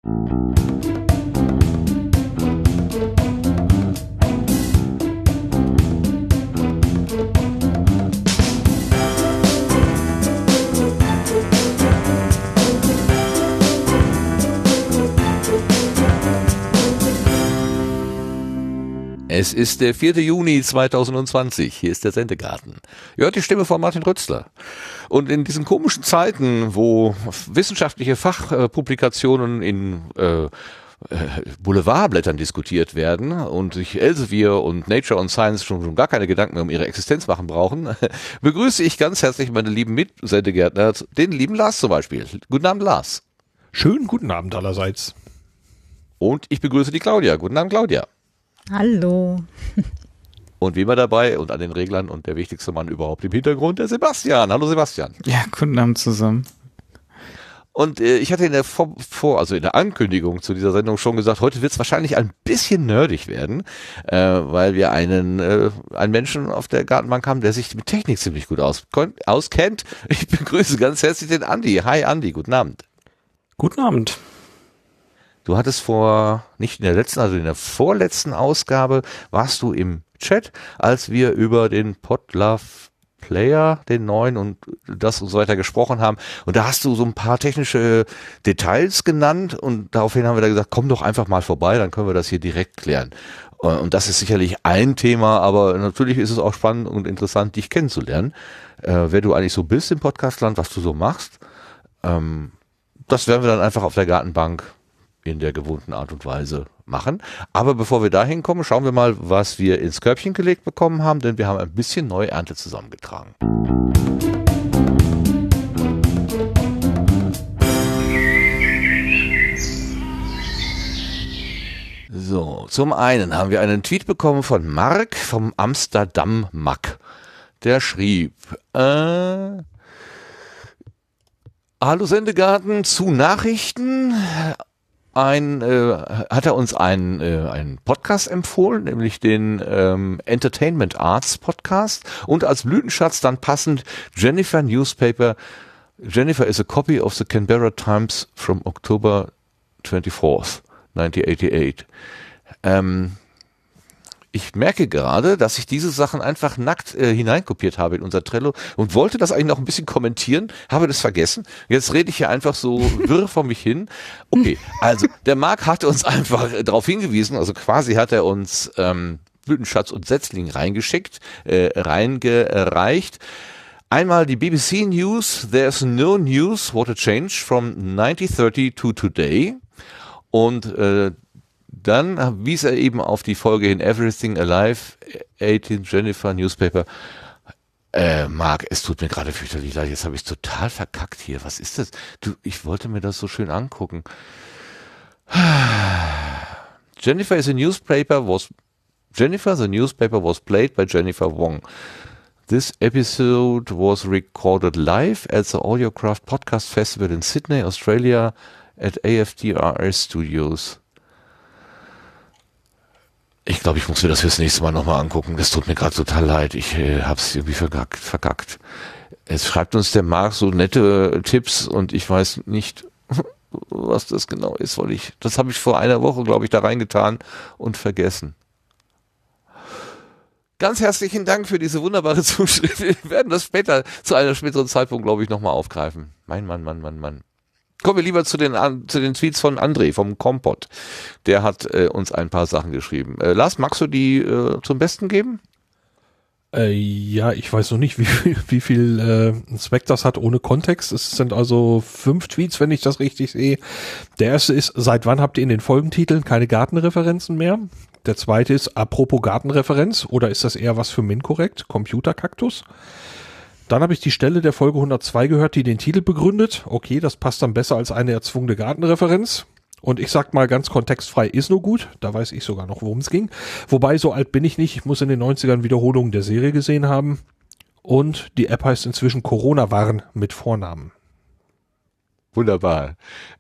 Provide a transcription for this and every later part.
Es ist der 4. Juni 2020. Hier ist der Sendegarten. Ihr hört die Stimme von Martin Rützler. Und in diesen komischen Zeiten, wo wissenschaftliche Fachpublikationen in Boulevardblättern diskutiert werden und sich Elsevier und Nature und Science schon gar keine Gedanken mehr um ihre Existenz machen brauchen, begrüße ich ganz herzlich meine lieben Mitsendegärtner, den lieben Lars zum Beispiel. Guten Abend, Lars. Schönen guten Abend allerseits. Und ich begrüße die Claudia. Guten Abend, Claudia. Hallo. Und wie immer dabei und an den Reglern und der wichtigste Mann überhaupt im Hintergrund, der Sebastian. Hallo Sebastian. Ja, guten Abend zusammen. Und ich hatte in der in der Ankündigung zu dieser Sendung schon gesagt, heute wird es wahrscheinlich ein bisschen nerdig werden, weil wir einen Menschen auf der Gartenbank haben, der sich mit Technik ziemlich gut auskennt. Ich begrüße ganz herzlich den Andi. Hi Andi, guten Abend. Guten Abend. Du hattest nicht in der letzten, also in der vorletzten Ausgabe, warst du im Chat, als wir über den Podlove Player, den neuen und das und so weiter gesprochen haben. Und da hast du so ein paar technische Details genannt und daraufhin haben wir da gesagt, komm doch einfach mal vorbei, dann können wir das hier direkt klären. Und das ist sicherlich ein Thema, aber natürlich ist es auch spannend und interessant, dich kennenzulernen. Wer du eigentlich so bist im Podcastland, was du so machst, das werden wir dann einfach auf der Gartenbank in der gewohnten Art und Weise machen. Aber bevor wir dahin kommen, schauen wir mal, was wir ins Körbchen gelegt bekommen haben, denn wir haben ein bisschen neue Ernte zusammengetragen. So, zum einen haben wir einen Tweet bekommen von Mark vom Amsterdam Mack. Der schrieb, Hallo Sendegarten, zu Nachrichten hat er uns einen Podcast empfohlen, nämlich den Entertainment Arts Podcast und als Blütenschatz dann passend Jennifer Newspaper. Jennifer is a copy of the Canberra Times from October 24th, 1988. Ich merke gerade, dass ich diese Sachen einfach nackt hineinkopiert habe in unser Trello und wollte das eigentlich noch ein bisschen kommentieren, habe das vergessen. Jetzt rede ich hier einfach so wirr vor mich hin. Okay, also der Marc hatte uns einfach darauf hingewiesen, also quasi hat er uns Blütenschatz und Setzling reingereicht. Einmal die BBC News, there's no news what a change from 1930 to today. Und dann wies er eben auf die Folge in Everything Alive, 18 Jennifer Newspaper. Marc, es tut mir gerade fürchterlich leid, jetzt habe ich es total verkackt hier. Was ist das? Ich wollte mir das so schön angucken. Jennifer, the newspaper was played by Jennifer Wong. This episode was recorded live at the Audiocraft Podcast Festival in Sydney, Australia at AFDRS Studios. Ich glaube, ich muss mir das fürs nächste Mal nochmal angucken. Das tut mir gerade total leid. Ich habe es irgendwie verkackt. Es schreibt uns der Marc so nette Tipps und ich weiß nicht, was das genau ist, das habe ich vor einer Woche, glaube ich, da reingetan und vergessen. Ganz herzlichen Dank für diese wunderbare Zuschrift. Wir werden das später, zu einem späteren Zeitpunkt, glaube ich, nochmal aufgreifen. Mann. Kommen wir lieber zu den Tweets von André vom Kompott. Der hat uns ein paar Sachen geschrieben. Lars, magst du die zum Besten geben? Ja, ich weiß noch nicht, wie viel Zweck das hat ohne Kontext. Es sind also 5 Tweets, wenn ich das richtig sehe. Der erste ist, seit wann habt ihr in den Folgentiteln keine Gartenreferenzen mehr? Der zweite ist, apropos Gartenreferenz, oder ist das eher was für MinCorrect? Computerkaktus? Dann habe ich die Stelle der Folge 102 gehört, die den Titel begründet. Okay, das passt dann besser als eine erzwungene Gartenreferenz. Und ich sag mal ganz kontextfrei, ist nur gut. Da weiß ich sogar noch, worum es ging. Wobei, so alt bin ich nicht. Ich muss in den 90ern Wiederholungen der Serie gesehen haben. Und die App heißt inzwischen Corona-Warn mit Vornamen. Wunderbar.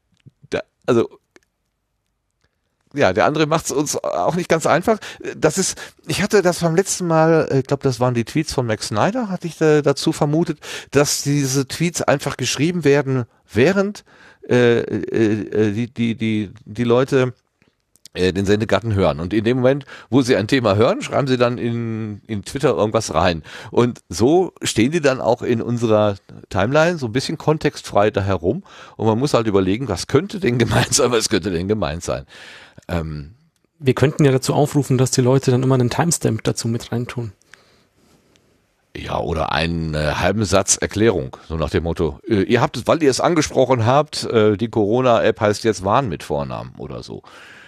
Ja, der andere macht es uns auch nicht ganz einfach. Ich hatte das beim letzten Mal, ich glaube, das waren die Tweets von Max Snyder, hatte ich dazu vermutet, dass diese Tweets einfach geschrieben werden, während die Leute den Sendegarten hören. Und in dem Moment, wo sie ein Thema hören, schreiben sie dann in Twitter irgendwas rein. Und so stehen die dann auch in unserer Timeline so ein bisschen kontextfrei da herum. Und man muss halt überlegen, was könnte denn gemeint sein, was könnte denn gemeint sein. Wir könnten ja dazu aufrufen, dass die Leute dann immer einen Timestamp dazu mit reintun. Ja, oder einen halben Satz Erklärung, so nach dem Motto, ihr habt es, weil ihr es angesprochen habt, die Corona-App heißt jetzt Wahn mit Vornamen oder so.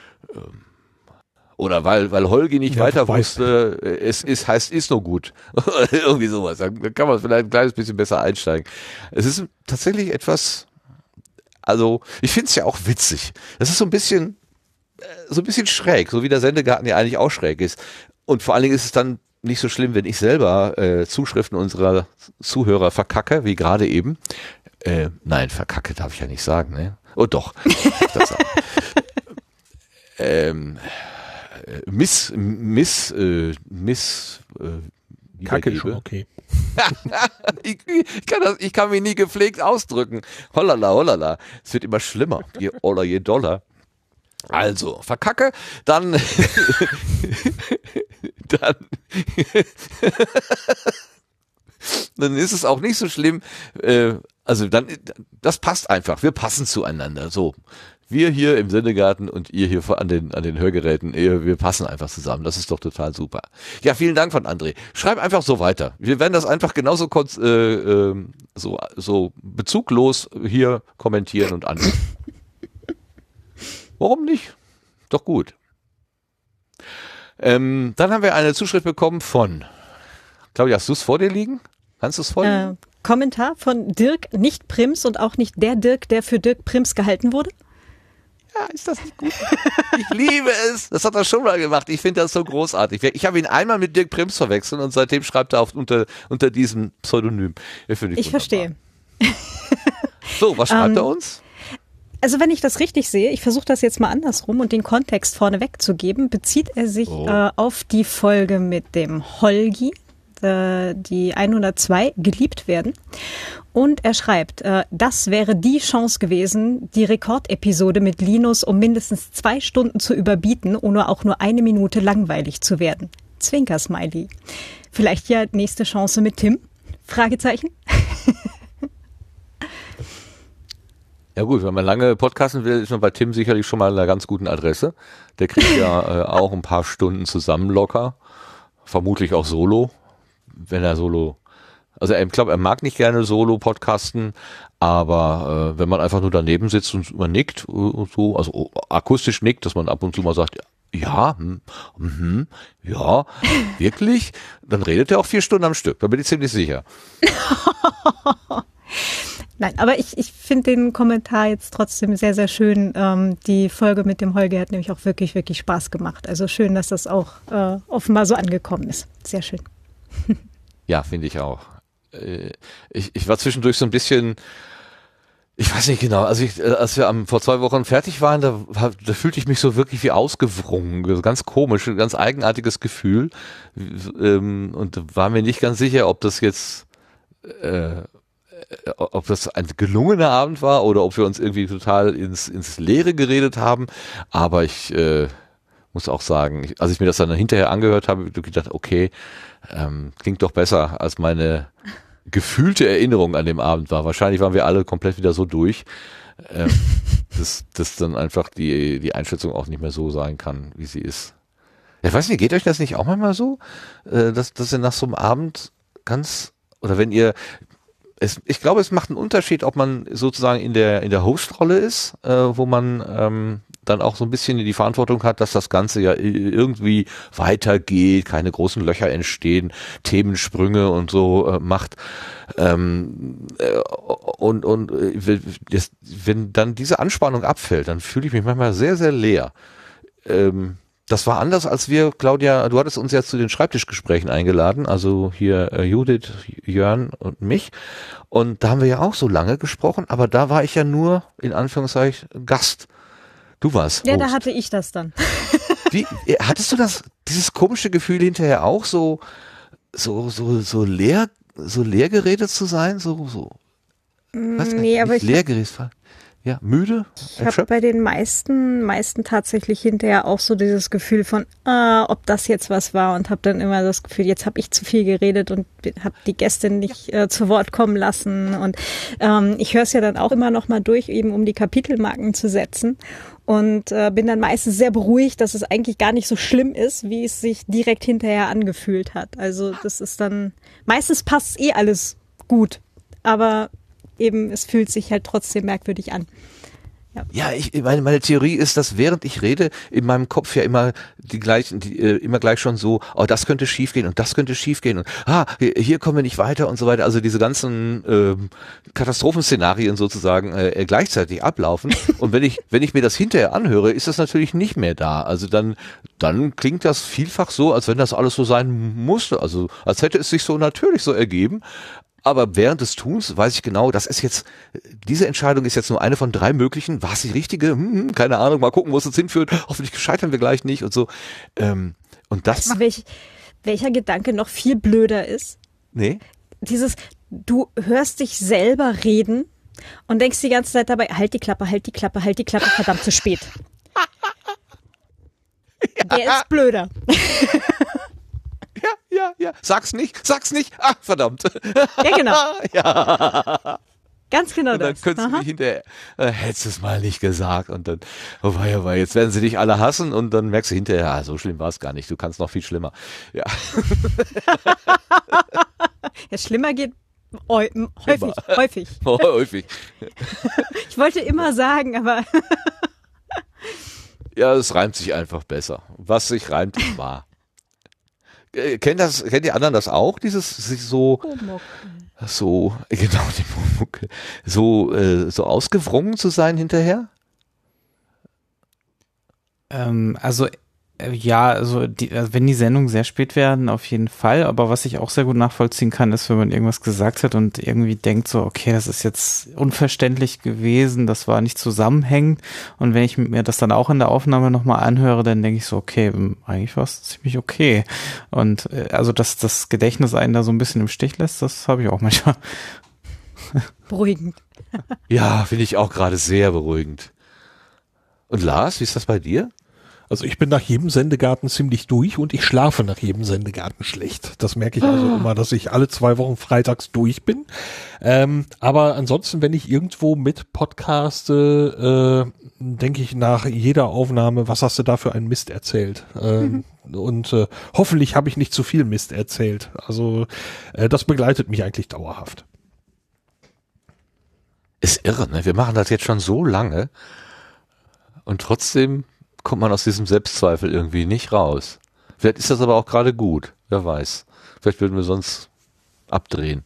Oder weil Holgi nicht weiter wusste, heißt ist nur gut. Irgendwie sowas. Dann kann man vielleicht ein kleines bisschen besser einsteigen. Es ist tatsächlich etwas, also ich finde es ja auch witzig. Das ist so ein bisschen schräg, so wie der Sendegarten ja eigentlich auch schräg ist. Und vor allen Dingen ist es dann nicht so schlimm, wenn ich selber Zuschriften unserer Zuhörer verkacke, wie gerade eben. Nein, verkacke darf ich ja nicht sagen, ne? Oh doch, ich das sagen. Kacke schon, okay. ich kann mich nie gepflegt ausdrücken. Hollala, hollala. Es wird immer schlimmer, je doller. Also, verkacke, dann dann ist es auch nicht so schlimm. Also dann, das passt einfach. Wir passen zueinander. So. Wir hier im Sendegarten und ihr hier an den Hörgeräten, wir passen einfach zusammen. Das ist doch total super. Ja, vielen Dank von André. Schreib einfach so weiter. Wir werden das einfach genauso so bezuglos hier kommentieren und annehmen. Warum nicht? Doch gut. Dann haben wir eine Zuschrift bekommen von, Claudia, hast du es vor dir liegen? Kannst du es vorlesen? Kommentar von Dirk, nicht Prims und auch nicht der Dirk, der für Dirk Prims gehalten wurde. Ja, ist das nicht gut? Ich liebe es. Das hat er schon mal gemacht. Ich finde das so großartig. Ich habe ihn einmal mit Dirk Prims verwechselt und seitdem schreibt er unter diesem Pseudonym. Ich verstehe. So, was schreibt er uns? Also wenn ich das richtig sehe, ich versuche das jetzt mal andersrum und den Kontext vorne wegzugeben, bezieht er sich auf die Folge mit dem Holgi, die 102 geliebt werden. Und er schreibt, das wäre die Chance gewesen, die Rekordepisode mit Linus um mindestens 2 Stunden zu überbieten, ohne auch nur 1 Minute langweilig zu werden. Zwinker-Smiley. Vielleicht ja nächste Chance mit Tim? Fragezeichen. Ja gut, wenn man lange podcasten will, ist man bei Tim sicherlich schon mal an einer ganz guten Adresse. Der kriegt ja auch ein paar Stunden zusammen locker. Vermutlich auch solo, wenn er solo. Also ich glaube, er mag nicht gerne Solo-Podcasten, aber wenn man einfach nur daneben sitzt und man nickt, so, also akustisch nickt, dass man ab und zu mal sagt, ja, ja, wirklich, dann redet er auch 4 Stunden am Stück, da bin ich ziemlich sicher. Nein, aber ich finde den Kommentar jetzt trotzdem sehr, sehr schön. Die Folge mit dem Holger hat nämlich auch wirklich, wirklich Spaß gemacht. Also schön, dass das auch offenbar so angekommen ist. Sehr schön. Ja, finde ich auch. Ich war zwischendurch so ein bisschen, ich weiß nicht genau, als wir vor 2 Wochen fertig waren, da fühlte ich mich so wirklich wie ausgewrungen, ganz komisch, ein ganz eigenartiges Gefühl und war mir nicht ganz sicher, ob das jetzt ob das ein gelungener Abend war oder ob wir uns irgendwie total ins Leere geredet haben, aber ich muss auch sagen, als ich mir das dann hinterher angehört habe, habe ich gedacht, okay, klingt doch besser, als meine gefühlte Erinnerung an dem Abend war. Wahrscheinlich waren wir alle komplett wieder so durch, dass dann einfach die Einschätzung auch nicht mehr so sein kann, wie sie ist. Ich weiß nicht, geht euch das nicht auch manchmal so, dass ihr nach so einem Abend oder wenn ihr, ich glaube, es macht einen Unterschied, ob man sozusagen in der Hostrolle ist, wo man dann auch so ein bisschen die Verantwortung hat, dass das Ganze ja irgendwie weitergeht, keine großen Löcher entstehen, Themensprünge und so macht. Wenn dann diese Anspannung abfällt, dann fühle ich mich manchmal sehr, sehr leer. Das war anders, als wir, Claudia, du hattest uns ja zu den Schreibtischgesprächen eingeladen, also hier Judith, Jörn und mich. Und da haben wir ja auch so lange gesprochen, aber da war ich ja nur, in Anführungszeichen, Gast. Du warst Ja, Host. da hatte ich das dann. Wie, hattest du dieses komische Gefühl hinterher auch, so leer geredet zu sein? Nee, aber leer geredet. Ja, müde? Ich habe bei den meisten tatsächlich hinterher auch so dieses Gefühl von, ob das jetzt was war, und habe dann immer das Gefühl, jetzt habe ich zu viel geredet und habe die Gäste nicht zu Wort kommen lassen. Und ich höre es ja dann auch immer noch mal durch, eben um die Kapitelmarken zu setzen. Und bin dann meistens sehr beruhigt, dass es eigentlich gar nicht so schlimm ist, wie es sich direkt hinterher angefühlt hat. Also das ist dann, meistens passt alles gut, aber eben, es fühlt sich halt trotzdem merkwürdig an. Ja, meine Theorie ist, dass während ich rede, in meinem Kopf ja immer immer gleich schon so, oh, das könnte schiefgehen und das könnte schiefgehen und hier kommen wir nicht weiter und so weiter. Also diese ganzen Katastrophenszenarien sozusagen gleichzeitig ablaufen. Und wenn ich mir das hinterher anhöre, ist das natürlich nicht mehr da. Also dann klingt das vielfach so, als wenn das alles so sein musste. Also als hätte es sich so natürlich so ergeben. Aber während des Tuns weiß ich genau, diese Entscheidung ist jetzt nur eine von 3 möglichen. War es die richtige? Keine Ahnung, mal gucken, wo es uns hinführt. Hoffentlich scheitern wir gleich nicht und so. Und das. Welcher Gedanke noch viel blöder ist? Nee. Du hörst dich selber reden und denkst die ganze Zeit dabei, halt die Klappe, verdammt, zu spät. Ja. Der ist blöder. Ja. Sag's nicht. Ach, verdammt. Ja, genau. Ja. Ganz genau und dann das. könntest du dich hinterher, hättest du es mal nicht gesagt und dann, oh wei, jetzt werden sie dich alle hassen und dann merkst du hinterher, so schlimm war es gar nicht, du kannst noch viel schlimmer. Ja. Ja, schlimmer geht häufig. Häufig. Ich wollte immer sagen, aber ja, es reimt sich einfach besser. Was sich reimt, ist wahr. Kennt die anderen das auch? Sich so, die Pumuckl, so ausgewrungen zu sein hinterher? Wenn die Sendungen sehr spät werden, auf jeden Fall. Aber was ich auch sehr gut nachvollziehen kann, ist, wenn man irgendwas gesagt hat und irgendwie denkt so, okay, das ist jetzt unverständlich gewesen, das war nicht zusammenhängend. Und wenn ich mir das dann auch in der Aufnahme nochmal anhöre, dann denke ich so, okay, eigentlich war es ziemlich okay. Und also, dass das Gedächtnis einen da so ein bisschen im Stich lässt, das habe ich auch manchmal. Beruhigend. Ja, finde ich auch gerade sehr beruhigend. Und Lars, wie ist das bei dir? Also ich bin nach jedem Sendegarten ziemlich durch und ich schlafe nach jedem Sendegarten schlecht. Das merke ich also immer, dass ich alle 2 Wochen freitags durch bin. Aber ansonsten, wenn ich irgendwo mit podcaste, denke ich nach jeder Aufnahme, was hast du da für einen Mist erzählt? Und hoffentlich habe ich nicht zu viel Mist erzählt. Also das begleitet mich eigentlich dauerhaft. Ist irre, ne? Wir machen das jetzt schon so lange und trotzdem kommt man aus diesem Selbstzweifel irgendwie nicht raus. Vielleicht ist das aber auch gerade gut, wer weiß. Vielleicht würden wir sonst abdrehen.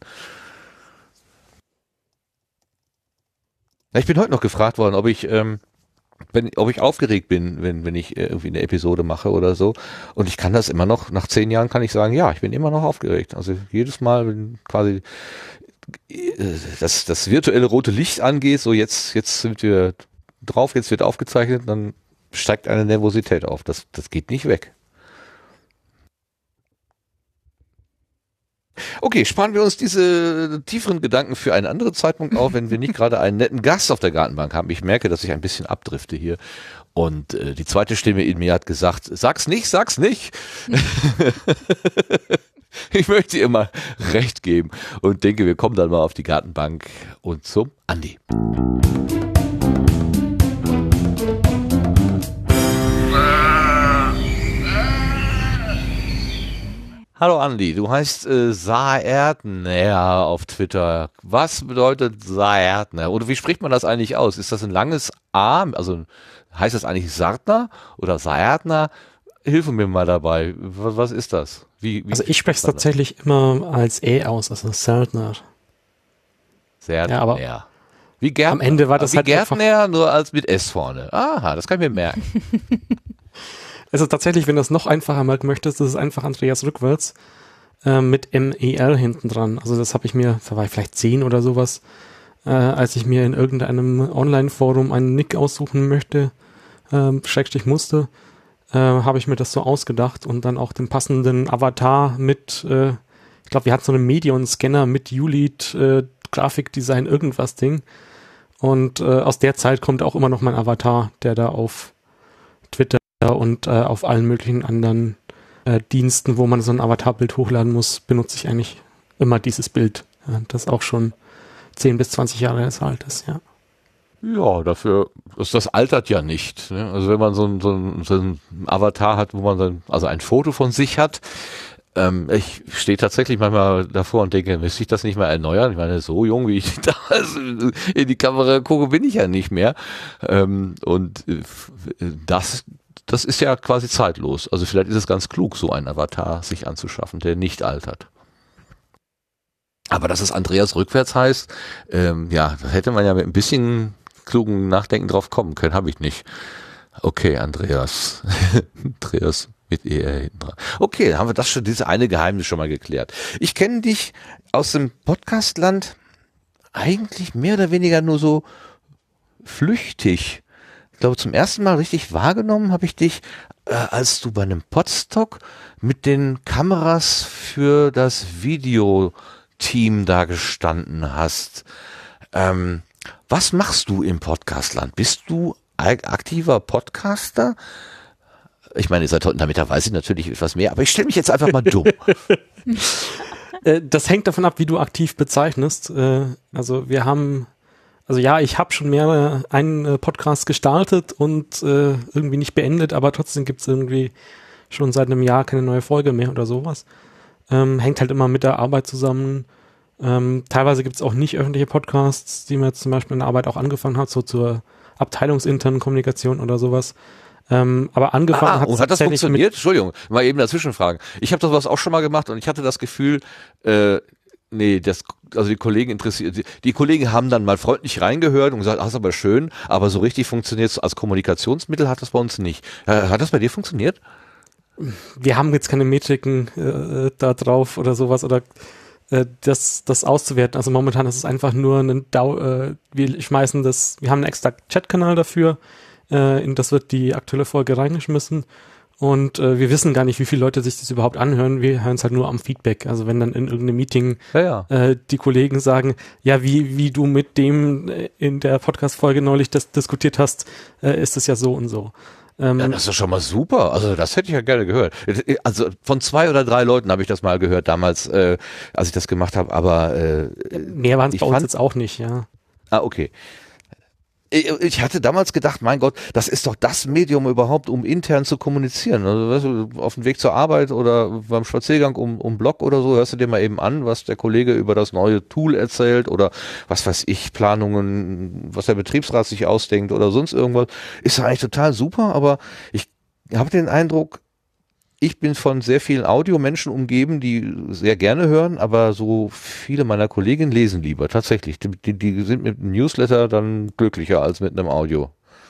Ich bin heute noch gefragt worden, ob ich aufgeregt bin, wenn ich irgendwie eine Episode mache oder so. Und ich kann das immer noch, nach 10 Jahren kann ich sagen, ja, ich bin immer noch aufgeregt. Also jedes Mal, wenn quasi das virtuelle rote Licht angeht, so jetzt sind wir drauf, jetzt wird aufgezeichnet, dann steigt eine Nervosität auf. Das geht nicht weg. Okay, sparen wir uns diese tieferen Gedanken für einen anderen Zeitpunkt auf, wenn wir nicht gerade einen netten Gast auf der Gartenbank haben. Ich merke, dass ich ein bisschen abdrifte hier. Und die zweite Stimme in mir hat gesagt, sag's nicht. Ich möchte ihr mal recht geben und denke, wir kommen dann mal auf die Gartenbank und zum Andi. Hallo Andi, du heißt Saertner auf Twitter. Was bedeutet Saertner? Oder wie spricht man das eigentlich aus? Ist das ein langes A? Also heißt das eigentlich Sartner oder Saertner? Hilf mir mal dabei. Was ist das? Also ich spreche es tatsächlich immer als aus, also Saertner. Saertner. Ja, aber wie Gärtner. Am Ende war das wie halt Gärtner, nur als mit S vorne. Aha, das kann ich mir merken. Also tatsächlich, wenn du es noch einfacher merken möchtest, das ist einfach Andreas rückwärts mit MER hinten dran. Also das habe ich mir, da war ich vielleicht 10 oder sowas, als ich mir in irgendeinem Online-Forum einen Nick aussuchen möchte, musste, habe ich mir das so ausgedacht und dann auch den passenden Avatar mit, ich glaube, wir hatten so einen Medion-Scanner mit ULEAD, Grafikdesign, irgendwas Ding. Und aus der Zeit kommt auch immer noch mein Avatar, der da auf Twitter und auf allen möglichen anderen Diensten, wo man so ein Avatarbild hochladen muss, benutze ich eigentlich immer dieses Bild, das auch schon 10 bis 20 Jahre alt ist, ja. Ja, dafür, das altert ja nicht. Ne? Also wenn man so ein Avatar hat, wo man dann, also ein Foto von sich hat, ich stehe tatsächlich manchmal davor und denke, müsste ich das nicht mal erneuern? Ich meine, so jung, wie ich damals in die Kamera gucke, bin ich ja nicht mehr. Das ist ja quasi zeitlos. Also vielleicht ist es ganz klug, so einen Avatar sich anzuschaffen, der nicht altert. Aber dass es Andreas rückwärts heißt, ja, da hätte man ja mit ein bisschen klugen Nachdenken drauf kommen können, habe ich nicht. Okay, Andreas. Andreas mit ER hinten dran. Okay, dann haben wir das schon, diese eine Geheimnis schon mal geklärt. Ich kenne dich aus dem Podcastland eigentlich mehr oder weniger nur so flüchtig. Ich glaube, zum ersten Mal richtig wahrgenommen habe ich dich, als du bei einem Podstock mit den Kameras für das Videoteam da gestanden hast. Was machst du im Podcastland? Bist du aktiver Podcaster? Ich meine, seit heute Nachmittag weiß ich natürlich etwas mehr, aber ich stelle mich jetzt einfach mal dumm. Das hängt davon ab, wie du aktiv bezeichnest. Also ich habe schon einen Podcast gestartet und irgendwie nicht beendet, aber trotzdem gibt es irgendwie schon seit einem Jahr keine neue Folge mehr oder sowas. Hängt halt immer mit der Arbeit zusammen. Teilweise gibt es auch nicht öffentliche Podcasts, die man jetzt zum Beispiel in der Arbeit auch angefangen hat, so zur abteilungsinternen Kommunikation oder sowas. Aber angefangen hat es. Und hat das funktioniert? Entschuldigung, mal eben dazwischen fragen. Ich habe das auch schon mal gemacht und ich hatte das Gefühl, also die Kollegen interessiert, die Kollegen haben dann mal freundlich reingehört und gesagt, ach, ist aber schön, aber so richtig funktioniert es als Kommunikationsmittel hat das bei uns nicht. Hat das bei dir funktioniert? Wir haben jetzt keine Metriken da drauf oder sowas oder das auszuwerten. Also momentan ist es einfach nur wir haben einen extra Chatkanal dafür, in das wird die aktuelle Folge reingeschmissen und wir wissen gar nicht, wie viele Leute sich das überhaupt anhören. Wir hören es halt nur am Feedback. Also wenn dann in irgendeinem Meeting die Kollegen sagen, ja, wie du mit dem in der Podcast-Folge neulich das diskutiert hast, ist es ja so und so. Ja, das ist doch schon mal super. Also das hätte ich ja gerne gehört. Also von 2 oder 3 Leuten habe ich das mal gehört damals, als ich das gemacht habe. Aber mehr waren es bei uns jetzt auch nicht, ja. Ah, okay. Ich hatte damals gedacht, mein Gott, das ist doch das Medium überhaupt, um intern zu kommunizieren. Also weißt du, auf dem Weg zur Arbeit oder beim Spaziergang um Blog oder so, hörst du dir mal eben an, was der Kollege über das neue Tool erzählt oder was weiß ich, Planungen, was der Betriebsrat sich ausdenkt oder sonst irgendwas. Ist eigentlich total super, aber ich habe den Eindruck, ich bin von sehr vielen Audiomenschen umgeben, die sehr gerne hören, aber so viele meiner Kollegen lesen lieber, tatsächlich. Die sind mit einem Newsletter dann glücklicher als mit einem Audio.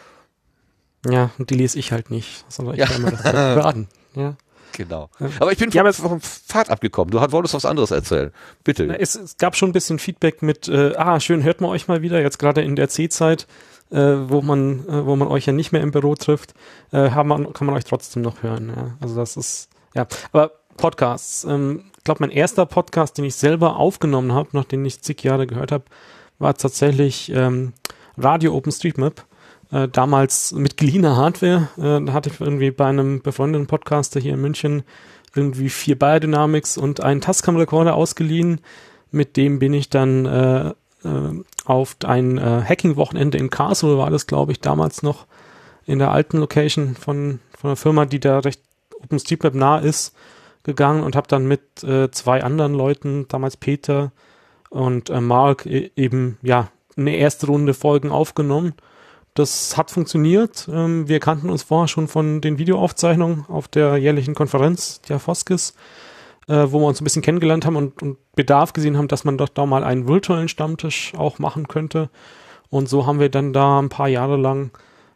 Ja, und die lese ich halt nicht, sondern ich höre mir das halt an. Ja. Genau. Aber ich bin vom Pfad abgekommen. Du wolltest was anderes erzählen. Bitte. Na, es gab schon ein bisschen Feedback mit, schön, hört man euch mal wieder, jetzt gerade in der C-Zeit, wo man euch ja nicht mehr im Büro trifft, kann man euch trotzdem noch hören. Ja. Also das ist, ja. Aber Podcasts. Ich glaube, mein erster Podcast, den ich selber aufgenommen habe, nachdem ich zig Jahre gehört habe, war tatsächlich Radio OpenStreetMap. Damals mit geliehener Hardware. Da hatte ich irgendwie bei einem befreundeten Podcaster hier in München irgendwie 4 Biodynamics und einen Tascam-Rekorder ausgeliehen. Mit dem bin ich dann auf ein Hacking-Wochenende in Karlsruhe, war das, glaube ich, damals noch in der alten Location von einer Firma, die da recht OpenStreetMap nah ist, gegangen und habe dann mit 2 anderen Leuten, damals Peter und Mark, eben ja eine erste Runde Folgen aufgenommen. Das hat funktioniert. Wir kannten uns vorher schon von den Videoaufzeichnungen auf der jährlichen Konferenz, der Foskis, wo wir uns ein bisschen kennengelernt haben und Bedarf gesehen haben, dass man doch da mal einen virtuellen Stammtisch auch machen könnte. Und so haben wir dann da ein paar Jahre lang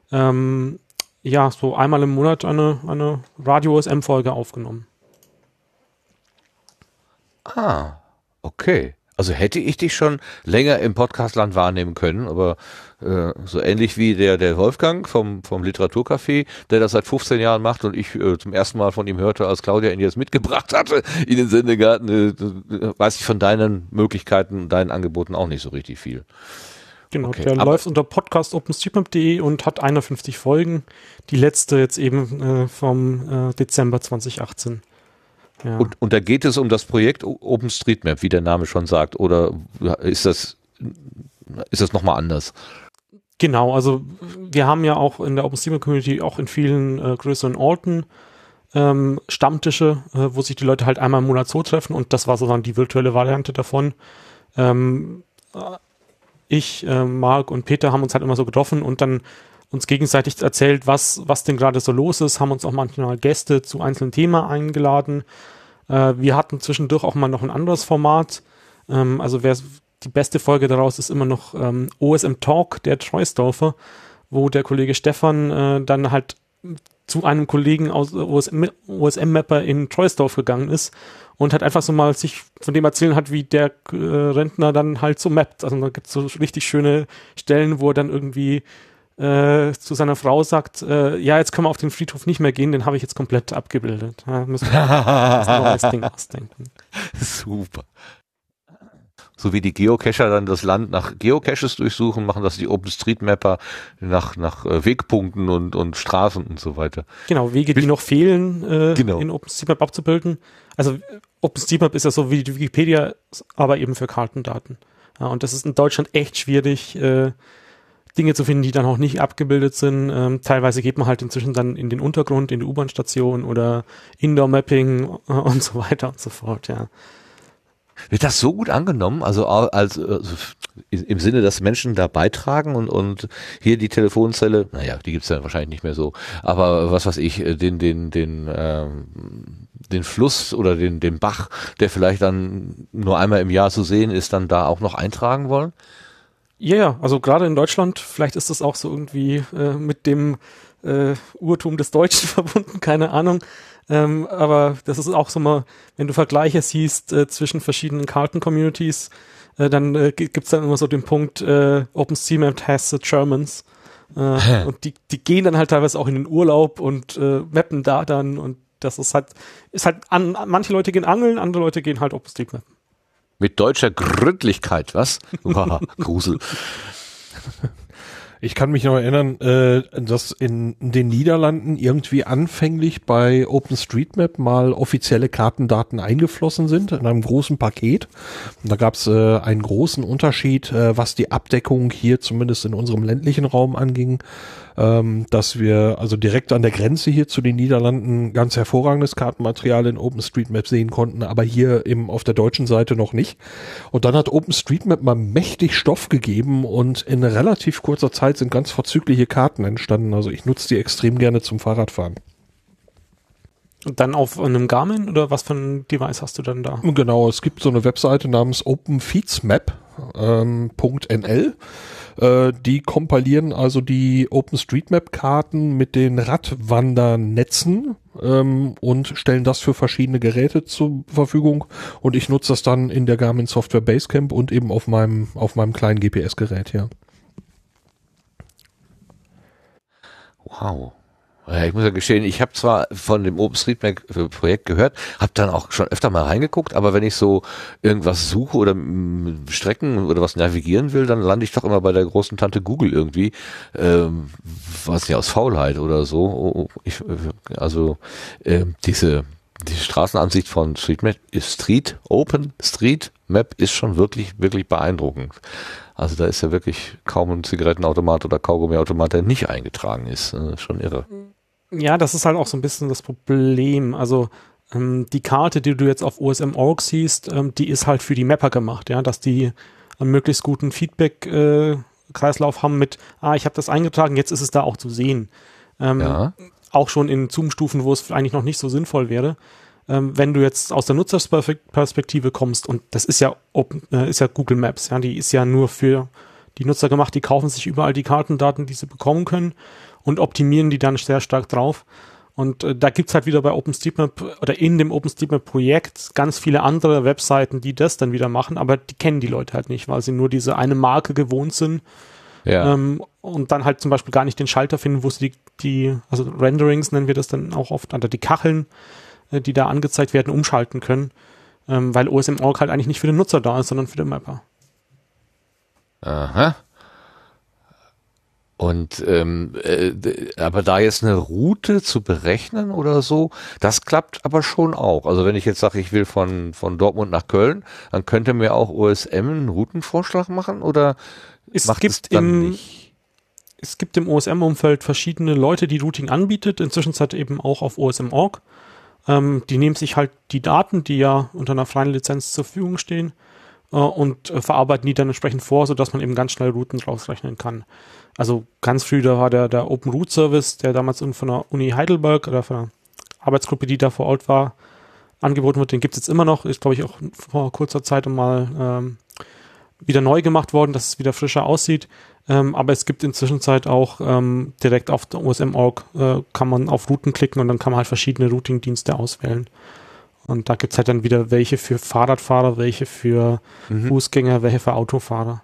so einmal im Monat eine Radio-OSM-Folge aufgenommen. Ah, okay. Also hätte ich dich schon länger im Podcastland wahrnehmen können, aber so ähnlich wie der Wolfgang vom Literaturcafé, der das seit 15 Jahren macht und ich zum ersten Mal von ihm hörte, als Claudia ihn jetzt mitgebracht hatte in den Sendegarten, weiß ich von deinen Möglichkeiten, deinen Angeboten auch nicht so richtig viel. Genau, Okay, der aber- läuft unter podcast.openstreetmap.de und hat 51 Folgen. Die letzte jetzt eben vom Dezember 2018. Ja. Und da geht es um das Projekt OpenStreetMap, wie der Name schon sagt, oder ist das nochmal anders? Genau, also wir haben ja auch in der OpenStreetMap-Community auch in vielen größeren Orten Stammtische, wo sich die Leute halt einmal im Monat so treffen und das war sozusagen die virtuelle Variante davon. Ich, Marc und Peter haben uns halt immer so getroffen und dann uns gegenseitig erzählt, was denn gerade so los ist, haben uns auch manchmal Gäste zu einzelnen Themen eingeladen. Wir hatten zwischendurch auch mal noch ein anderes Format. Also die beste Folge daraus ist immer noch OSM Talk, der Troisdorfer, wo der Kollege Stefan dann halt zu einem Kollegen aus OSM-Mapper in Troisdorf gegangen ist und hat einfach so mal sich von dem erzählen hat, wie der Rentner dann halt so mappt. Also da gibt es so richtig schöne Stellen, wo er dann irgendwie zu seiner Frau sagt, ja, jetzt können wir auf den Friedhof nicht mehr gehen, den habe ich jetzt komplett abgebildet. Ja, müssen wir ein neues Ding ausdenken. Super. So wie die Geocacher dann das Land nach Geocaches durchsuchen, machen das die OpenStreetMapper nach Wegpunkten und Straßen und so weiter. Genau, Wege, die noch fehlen, Genau. in OpenStreetMap abzubilden. Also OpenStreetMap ist ja so wie die Wikipedia, aber eben für Kartendaten. Ja, und das ist in Deutschland echt schwierig, Dinge zu finden, die dann auch nicht abgebildet sind. Teilweise geht man halt inzwischen dann in den Untergrund, in die U-Bahn-Station oder Indoor-Mapping und so weiter und so fort, ja. Wird das so gut angenommen? Also im Sinne, dass Menschen da beitragen und hier die Telefonzelle, naja, die gibt's ja wahrscheinlich nicht mehr so, aber was weiß ich, den Fluss oder den Bach, der vielleicht dann nur einmal im Jahr zu sehen ist, dann da auch noch eintragen wollen? Ja, also gerade in Deutschland, vielleicht ist das auch so irgendwie mit dem Urtum des Deutschen verbunden, keine Ahnung. Aber das ist auch so mal, wenn du Vergleiche siehst zwischen verschiedenen Karten-Communities, dann gibt's dann immer so den Punkt, OpenStreetMap has the Germans. Und die gehen dann halt teilweise auch in den Urlaub und mappen da dann und das ist halt manche Leute gehen angeln, andere Leute gehen halt OpenStreetMap. Mit deutscher Gründlichkeit, was? Wow, Grusel. Ich kann mich noch erinnern, dass in den Niederlanden irgendwie anfänglich bei OpenStreetMap mal offizielle Kartendaten eingeflossen sind in einem großen Paket. Und da gab es einen großen Unterschied, was die Abdeckung hier zumindest in unserem ländlichen Raum anging, dass wir also direkt an der Grenze hier zu den Niederlanden ganz hervorragendes Kartenmaterial in OpenStreetMap sehen konnten, aber hier eben auf der deutschen Seite noch nicht. Und dann hat OpenStreetMap mal mächtig Stoff gegeben und in relativ kurzer Zeit sind ganz vorzügliche Karten entstanden. Also ich nutze die extrem gerne zum Fahrradfahren. Und dann auf einem Garmin oder was für ein Device hast du dann da? Genau, es gibt so eine Webseite namens openfeedsmap.nl. Die kompilieren also die OpenStreetMap-Karten mit den Radwandernetzen und stellen das für verschiedene Geräte zur Verfügung. Und ich nutze das dann in der Garmin Software Basecamp und eben auf meinem kleinen GPS-Gerät, ja. Wow. Ja, ich muss ja gestehen, ich habe zwar von dem OpenStreetMap-Projekt gehört, habe dann auch schon öfter mal reingeguckt, aber wenn ich so irgendwas suche oder Strecken oder was navigieren will, dann lande ich doch immer bei der großen Tante Google irgendwie, was nicht, aus Faulheit oder so. Diese Straßenansicht von OpenStreetMap ist schon wirklich, wirklich beeindruckend. Also da ist ja wirklich kaum ein Zigarettenautomat oder Kaugummiautomat, der nicht eingetragen ist. Schon irre. Ja, das ist halt auch so ein bisschen das Problem. Also die Karte, die du jetzt auf OSM.org siehst, die ist halt für die Mapper gemacht, ja, dass die einen möglichst guten Feedback-Kreislauf haben mit, ich habe das eingetragen, jetzt ist es da auch zu sehen. Ja. Auch schon in Zoom-Stufen, wo es eigentlich noch nicht so sinnvoll wäre. Wenn du jetzt aus der Nutzerperspektive kommst, und das ist ja Google Maps, ja, die ist ja nur für die Nutzer gemacht, die kaufen sich überall die Kartendaten, die sie bekommen können und optimieren die dann sehr stark drauf. Und da gibt's halt wieder bei OpenStreetMap oder in dem OpenStreetMap-Projekt ganz viele andere Webseiten, die das dann wieder machen, aber die kennen die Leute halt nicht, weil sie nur diese eine Marke gewohnt sind. Ja. Und dann halt zum Beispiel gar nicht den Schalter finden, wo sie also Renderings nennen wir das dann auch oft, also die Kacheln, die da angezeigt werden, umschalten können, weil OSM.org halt eigentlich nicht für den Nutzer da ist, sondern für den Mapper. Aha. Und aber da jetzt eine Route zu berechnen oder so, das klappt aber schon auch. Also wenn ich jetzt sage, ich will von Dortmund nach Köln, dann könnte mir auch OSM einen Routenvorschlag machen oder macht es dann nicht? Es gibt im OSM-Umfeld verschiedene Leute, die Routing anbietet, inzwischen eben auch auf OSM.org. Die nehmen sich halt die Daten, die ja unter einer freien Lizenz zur Verfügung stehen, und verarbeiten die dann entsprechend vor, sodass man eben ganz schnell Routen rausrechnen kann. Also ganz früh, da war der Open Route Service, der damals von der Uni Heidelberg oder von der Arbeitsgruppe, die da vor Ort war, angeboten wird. Den gibt es jetzt immer noch. Ist, glaube ich, auch vor kurzer Zeit mal wieder neu gemacht worden, dass es wieder frischer aussieht. Aber es gibt inzwischen auch direkt auf der OSM.org kann man auf Routen klicken und dann kann man halt verschiedene Routing-Dienste auswählen. Und da gibt es halt dann wieder welche für Fahrradfahrer, welche für Fußgänger, welche für Autofahrer.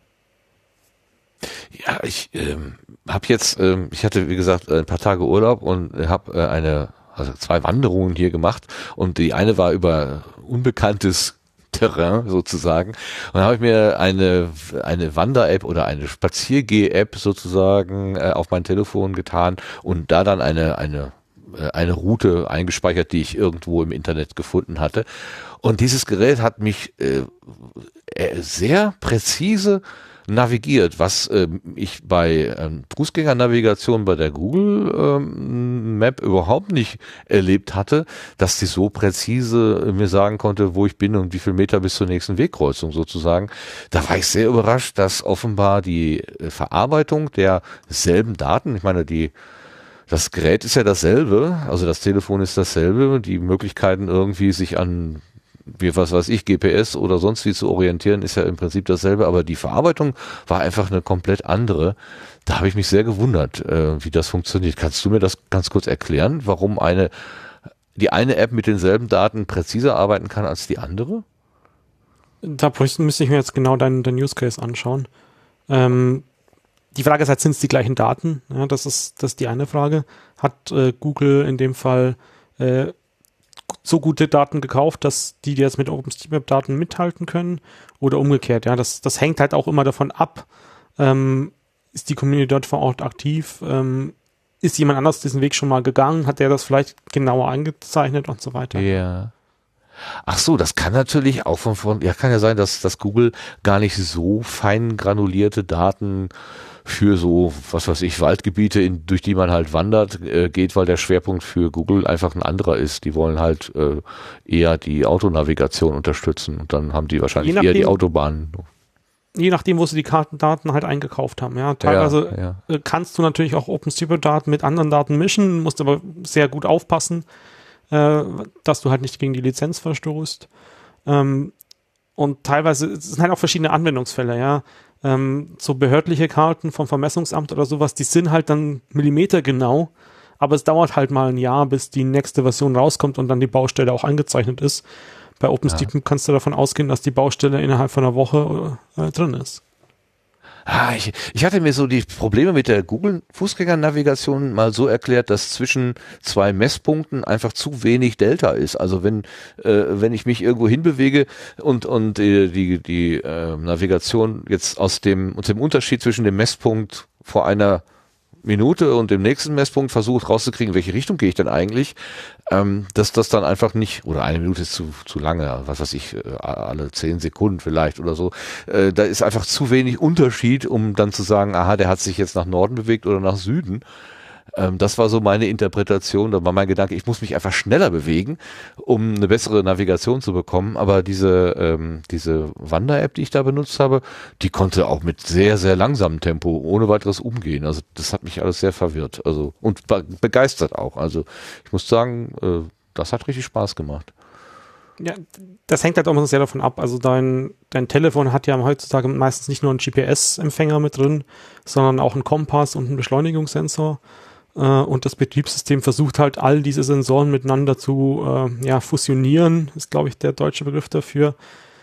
Ja, ich habe jetzt, ich hatte wie gesagt ein paar Tage Urlaub und habe also 2 Wanderungen hier gemacht und die eine war über unbekanntes Terrain sozusagen und da habe ich mir eine Wander-App oder eine Spaziergeh-App sozusagen auf mein Telefon getan und da dann eine Route eingespeichert, die ich irgendwo im Internet gefunden hatte. Und dieses Gerät hat mich sehr präzise navigiert, was ich bei Fußgängernavigation bei der Google Map überhaupt nicht erlebt hatte, dass die so präzise mir sagen konnte, wo ich bin und wie viel Meter bis zur nächsten Wegkreuzung sozusagen. Da war ich sehr überrascht, dass offenbar die Verarbeitung derselben Daten, ich meine, das Gerät ist ja dasselbe, also das Telefon ist dasselbe, die Möglichkeiten irgendwie sich an was weiß ich, GPS oder sonst wie zu orientieren, ist ja im Prinzip dasselbe, aber die Verarbeitung war einfach eine komplett andere. Da habe ich mich sehr gewundert, wie das funktioniert. Kannst du mir das ganz kurz erklären, warum die eine App mit denselben Daten präziser arbeiten kann als die andere? Da müsste ich mir jetzt genau deinen Use Case anschauen. Die Frage ist halt, sind es die gleichen Daten? Ja, das ist die eine Frage. Hat Google in dem Fall so gute Daten gekauft, dass die jetzt mit OpenStreetMap-Daten mithalten können oder umgekehrt. Ja, das hängt halt auch immer davon ab, ist die Community dort vor Ort aktiv, ist jemand anders diesen Weg schon mal gegangen, hat der das vielleicht genauer eingezeichnet und so weiter. Ja. Ach so, das kann natürlich auch kann ja sein, dass Google gar nicht so fein granulierte Daten für so, was weiß ich, Waldgebiete, durch die man halt wandert, geht, weil der Schwerpunkt für Google einfach ein anderer ist. Die wollen halt eher die Autonavigation unterstützen und dann haben die wahrscheinlich eher die Autobahnen. Je nachdem, wo sie die Kartendaten halt eingekauft haben. Ja, teilweise kannst du natürlich auch OpenStreetMap-Daten mit anderen Daten mischen, musst aber sehr gut aufpassen, dass du halt nicht gegen die Lizenz verstoßt. Und teilweise, es sind halt auch verschiedene Anwendungsfälle, ja. So behördliche Karten vom Vermessungsamt oder sowas, die sind halt dann millimetergenau, aber es dauert halt mal ein Jahr, bis die nächste Version rauskommt und dann die Baustelle auch eingezeichnet ist. Bei OpenStreetMap kannst du davon ausgehen, dass die Baustelle innerhalb von einer Woche drin ist. Ich hatte mir so die Probleme mit der Google-Fußgängernavigation mal so erklärt, dass zwischen 2 Messpunkten einfach zu wenig Delta ist. Also wenn ich mich irgendwo hinbewege und die Navigation jetzt aus dem Unterschied zwischen dem Messpunkt vor einer Minute und dem nächsten Messpunkt versucht rauszukriegen, in welche Richtung gehe ich denn eigentlich, dass das dann einfach nicht, oder eine Minute ist zu lange, was weiß ich, alle 10 Sekunden vielleicht oder so, da ist einfach zu wenig Unterschied, um dann zu sagen, aha, der hat sich jetzt nach Norden bewegt oder nach Süden. Das war so meine Interpretation, da war mein Gedanke, ich muss mich einfach schneller bewegen, um eine bessere Navigation zu bekommen, aber diese Wander-App, die ich da benutzt habe, die konnte auch mit sehr, sehr langsamem Tempo ohne weiteres umgehen, also das hat mich alles sehr verwirrt, also und begeistert auch, also ich muss sagen, das hat richtig Spaß gemacht. Ja, das hängt halt auch sehr davon ab, also dein Telefon hat ja heutzutage meistens nicht nur einen GPS-Empfänger mit drin, sondern auch einen Kompass und einen Beschleunigungssensor. Und das Betriebssystem versucht halt all diese Sensoren miteinander zu fusionieren, ist glaube ich der deutsche Begriff dafür,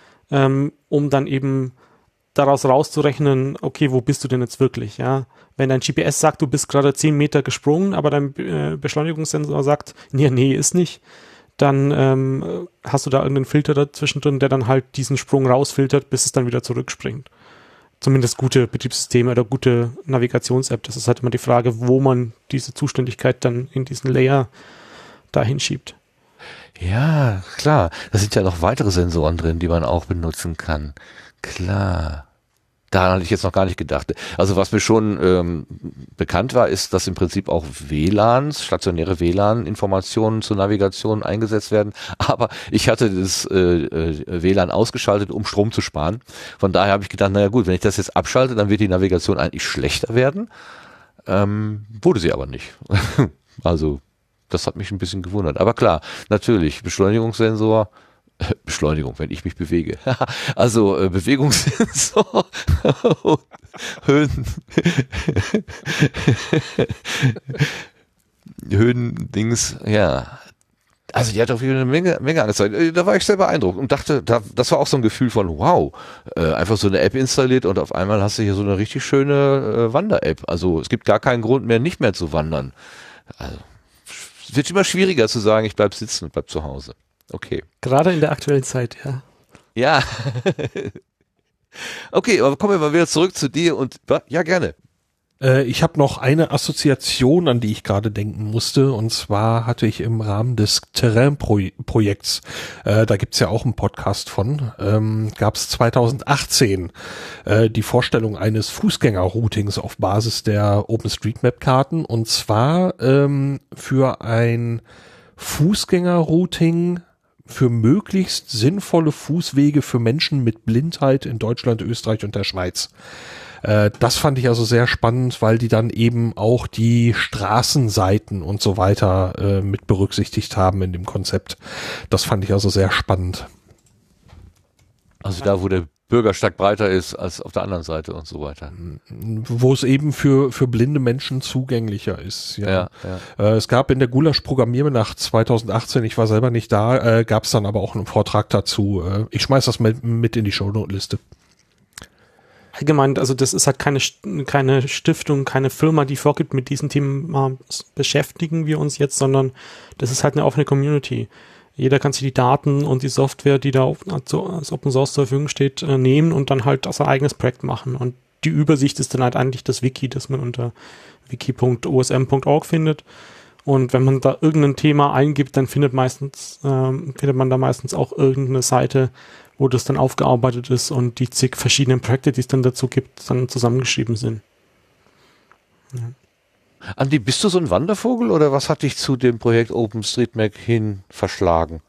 um dann eben daraus rauszurechnen, okay, wo bist du denn jetzt wirklich, ja? Wenn dein GPS sagt, du bist gerade 10 Meter gesprungen, aber dein Beschleunigungssensor sagt, nee, ist nicht, dann hast du da irgendeinen Filter dazwischen drin, der dann halt diesen Sprung rausfiltert, bis es dann wieder zurückspringt. zumindest gute Betriebssysteme oder gute Navigations-App. Das ist halt immer die Frage, wo man diese Zuständigkeit dann in diesen Layer dahin schiebt. Ja, klar. Da sind ja noch weitere Sensoren drin, die man auch benutzen kann. Klar. Daran hatte ich jetzt noch gar nicht gedacht. Also was mir schon bekannt war, ist, dass im Prinzip auch stationäre WLAN-Informationen zur Navigation eingesetzt werden. Aber ich hatte das WLAN ausgeschaltet, um Strom zu sparen. Von daher habe ich gedacht, naja gut, wenn ich das jetzt abschalte, dann wird die Navigation eigentlich schlechter werden. Wurde sie aber nicht. Also das hat mich ein bisschen gewundert. Aber klar, natürlich, Beschleunigungssensor, Beschleunigung, wenn ich mich bewege. Also Bewegungssensor und Höhendings, ja. Also die hat auf jeden Fall eine Menge angezeigt. Da war ich sehr beeindruckt und dachte, das war auch so ein Gefühl von wow, einfach so eine App installiert und auf einmal hast du hier so eine richtig schöne Wander-App. Also es gibt gar keinen Grund mehr, nicht mehr zu wandern. Also es wird immer schwieriger zu sagen, ich bleib sitzen und bleib zu Hause. Okay. Gerade in der aktuellen Zeit, ja. Ja. Okay, aber kommen wir mal wieder zurück zu dir und ja, gerne. Ich habe noch eine Assoziation, an die ich gerade denken musste, und zwar hatte ich im Rahmen des Terrain-Projekts, da gibt's ja auch einen Podcast von, gab's 2018 die Vorstellung eines Fußgänger-Routings auf Basis der OpenStreetMap-Karten, und zwar für ein Fußgänger-Routing für möglichst sinnvolle Fußwege für Menschen mit Blindheit in Deutschland, Österreich und der Schweiz. Das fand ich also sehr spannend, weil die dann eben auch die Straßenseiten und so weiter mit berücksichtigt haben in dem Konzept. Das fand ich also sehr spannend. Also da, wo der Bürgersteig breiter ist als auf der anderen Seite und so weiter. Wo es eben für blinde Menschen zugänglicher ist. Ja. Ja. Es gab in der Gulasch-Programmiernacht 2018, ich war selber nicht da, gab es dann aber auch einen Vortrag dazu. Ich schmeiß das mit in die Shownote-Liste. Allgemein, also das ist halt keine Stiftung, keine Firma, die vorgibt, mit diesen Themen beschäftigen wir uns jetzt, sondern das ist halt eine offene Community. Jeder kann sich die Daten und die Software, die da als Open Source zur Verfügung steht, nehmen und dann halt sein eigenes Projekt machen. Und die Übersicht ist dann halt eigentlich das Wiki, das man unter wiki.osm.org findet. Und wenn man da irgendein Thema eingibt, dann findet man da meistens auch irgendeine Seite, wo das dann aufgearbeitet ist und die zig verschiedenen Projekte, die es dann dazu gibt, dann zusammengeschrieben sind. Ja. Andi, bist du so ein Wandervogel oder was hat dich zu dem Projekt OpenStreetMap hin verschlagen?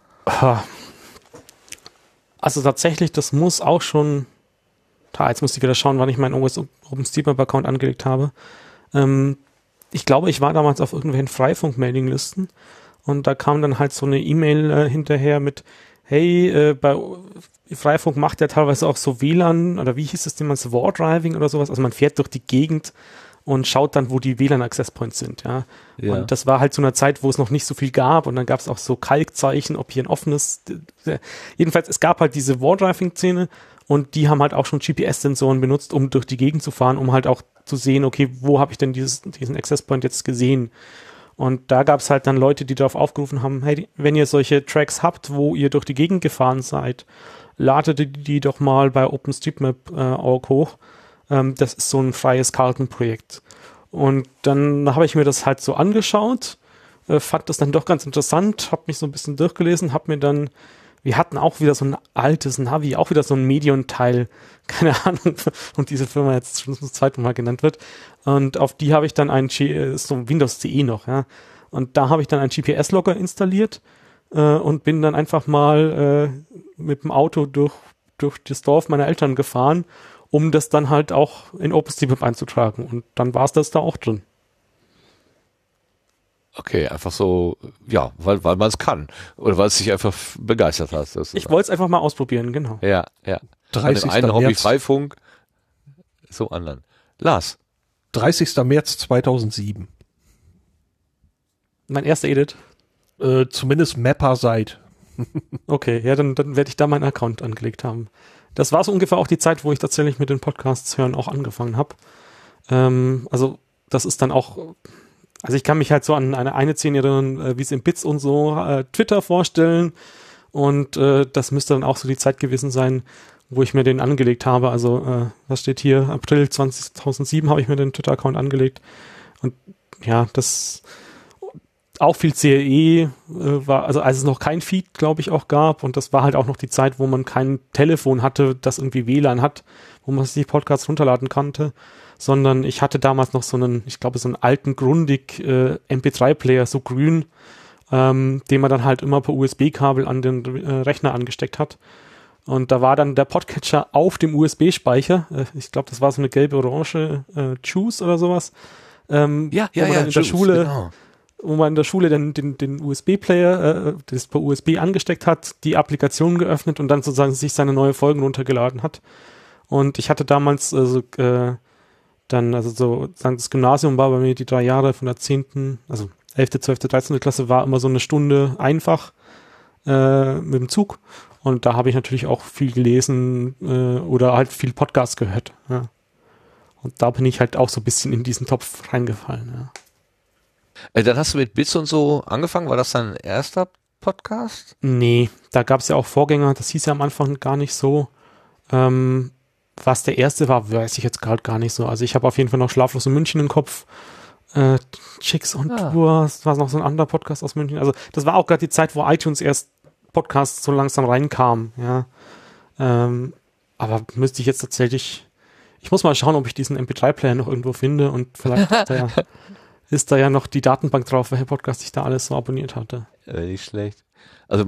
Also tatsächlich, das muss auch schon, jetzt muss ich wieder schauen, wann ich meinen OpenStreetMap-Account angelegt habe. Ich glaube, ich war damals auf irgendwelchen Freifunk-Mailinglisten und da kam dann halt so eine E-Mail hinterher mit, hey, bei Freifunk macht ja teilweise auch so WLAN, oder wie hieß das denn, War Driving oder sowas, also man fährt durch die Gegend und schaut dann, wo die WLAN-Access-Points sind, ja. Und das war halt zu einer Zeit, wo es noch nicht so viel gab und dann gab es auch so Kalkzeichen, ob hier ein offenes, jedenfalls, es gab halt diese War-Driving-Szene und die haben halt auch schon GPS-Sensoren benutzt, um durch die Gegend zu fahren, um halt auch zu sehen, okay, wo habe ich denn diesen Access-Point jetzt gesehen? Und da gab es halt dann Leute, die darauf aufgerufen haben, hey, wenn ihr solche Tracks habt, wo ihr durch die Gegend gefahren seid, ladet die doch mal bei OpenStreetMap.org hoch. Das ist so ein freies Kartenprojekt. Und dann habe ich mir das halt so angeschaut, fand das dann doch ganz interessant, habe mich so ein bisschen durchgelesen, wir hatten auch wieder so ein altes Navi, auch wieder so ein Medion-Teil, keine Ahnung, und diese Firma jetzt schon das zweite Mal genannt wird. Und auf die habe ich dann so Windows CE noch, ja. Und da habe ich dann einen GPS-Logger installiert und bin dann einfach mal mit dem Auto durch das Dorf meiner Eltern gefahren, um das dann halt auch in OpenStreetMap einzutragen. Und dann war es das da auch drin. Okay, einfach so, ja, weil man es kann. Oder weil es dich einfach begeistert hat. Ich wollte es einfach mal ausprobieren, genau. Ja. 30. Einen Hobby März. Freifunk, so anderen. Lars. 30. März 2007. Mein erster Edit. Zumindest Mapper seit. Okay, ja, dann werde ich da meinen Account angelegt haben. Das war so ungefähr auch die Zeit, wo ich tatsächlich mit den Podcasts hören auch angefangen habe. Also das ist dann auch, also ich kann mich halt so an eine Szene erinnern, wie es im Bits und so Twitter vorstellen und das müsste dann auch so die Zeit gewesen sein, wo ich mir den angelegt habe. Also, was steht hier? April 2007 habe ich mir den Twitter-Account angelegt. Und ja, das auch viel CRE war, also als es noch kein Feed, glaube ich, auch gab. Und das war halt auch noch die Zeit, wo man kein Telefon hatte, das irgendwie WLAN hat, wo man sich Podcasts runterladen konnte. Sondern ich hatte damals noch so einen alten Grundig MP3-Player, so grün, den man dann halt immer per USB-Kabel an den Rechner angesteckt hat. Und da war dann der Podcatcher auf dem USB-Speicher. Ich glaube, das war so eine gelbe-orange Juice oder sowas. In der Schule, genau. Wo man in der Schule den USB-Player, das per USB angesteckt hat, die Applikation geöffnet und dann sozusagen sich seine neue Folgen runtergeladen hat. Und ich hatte damals das Gymnasium war bei mir die 3 Jahre von der 10., also 11., 12., 13. Klasse war immer so eine Stunde einfach mit dem Zug. Und da habe ich natürlich auch viel gelesen oder halt viel Podcast gehört. Ja. Und da bin ich halt auch so ein bisschen in diesen Topf reingefallen. Ja. Dann hast du mit Bits und so angefangen. War das dein erster Podcast? Nee, da gab es ja auch Vorgänger. Das hieß ja am Anfang gar nicht so. Was der erste war, weiß ich jetzt gerade gar nicht so. Also ich habe auf jeden Fall noch Schlaflos in München im Kopf. Chicks on Tour, das war noch so ein anderer Podcast aus München. Also das war auch gerade die Zeit, wo iTunes erst Podcasts so langsam reinkam. Ja. Aber müsste ich jetzt tatsächlich, ich muss mal schauen, ob ich diesen MP3-Player noch irgendwo finde und vielleicht ist da ja noch die Datenbank drauf, welcher Podcast ich da alles so abonniert hatte. Nicht schlecht. Also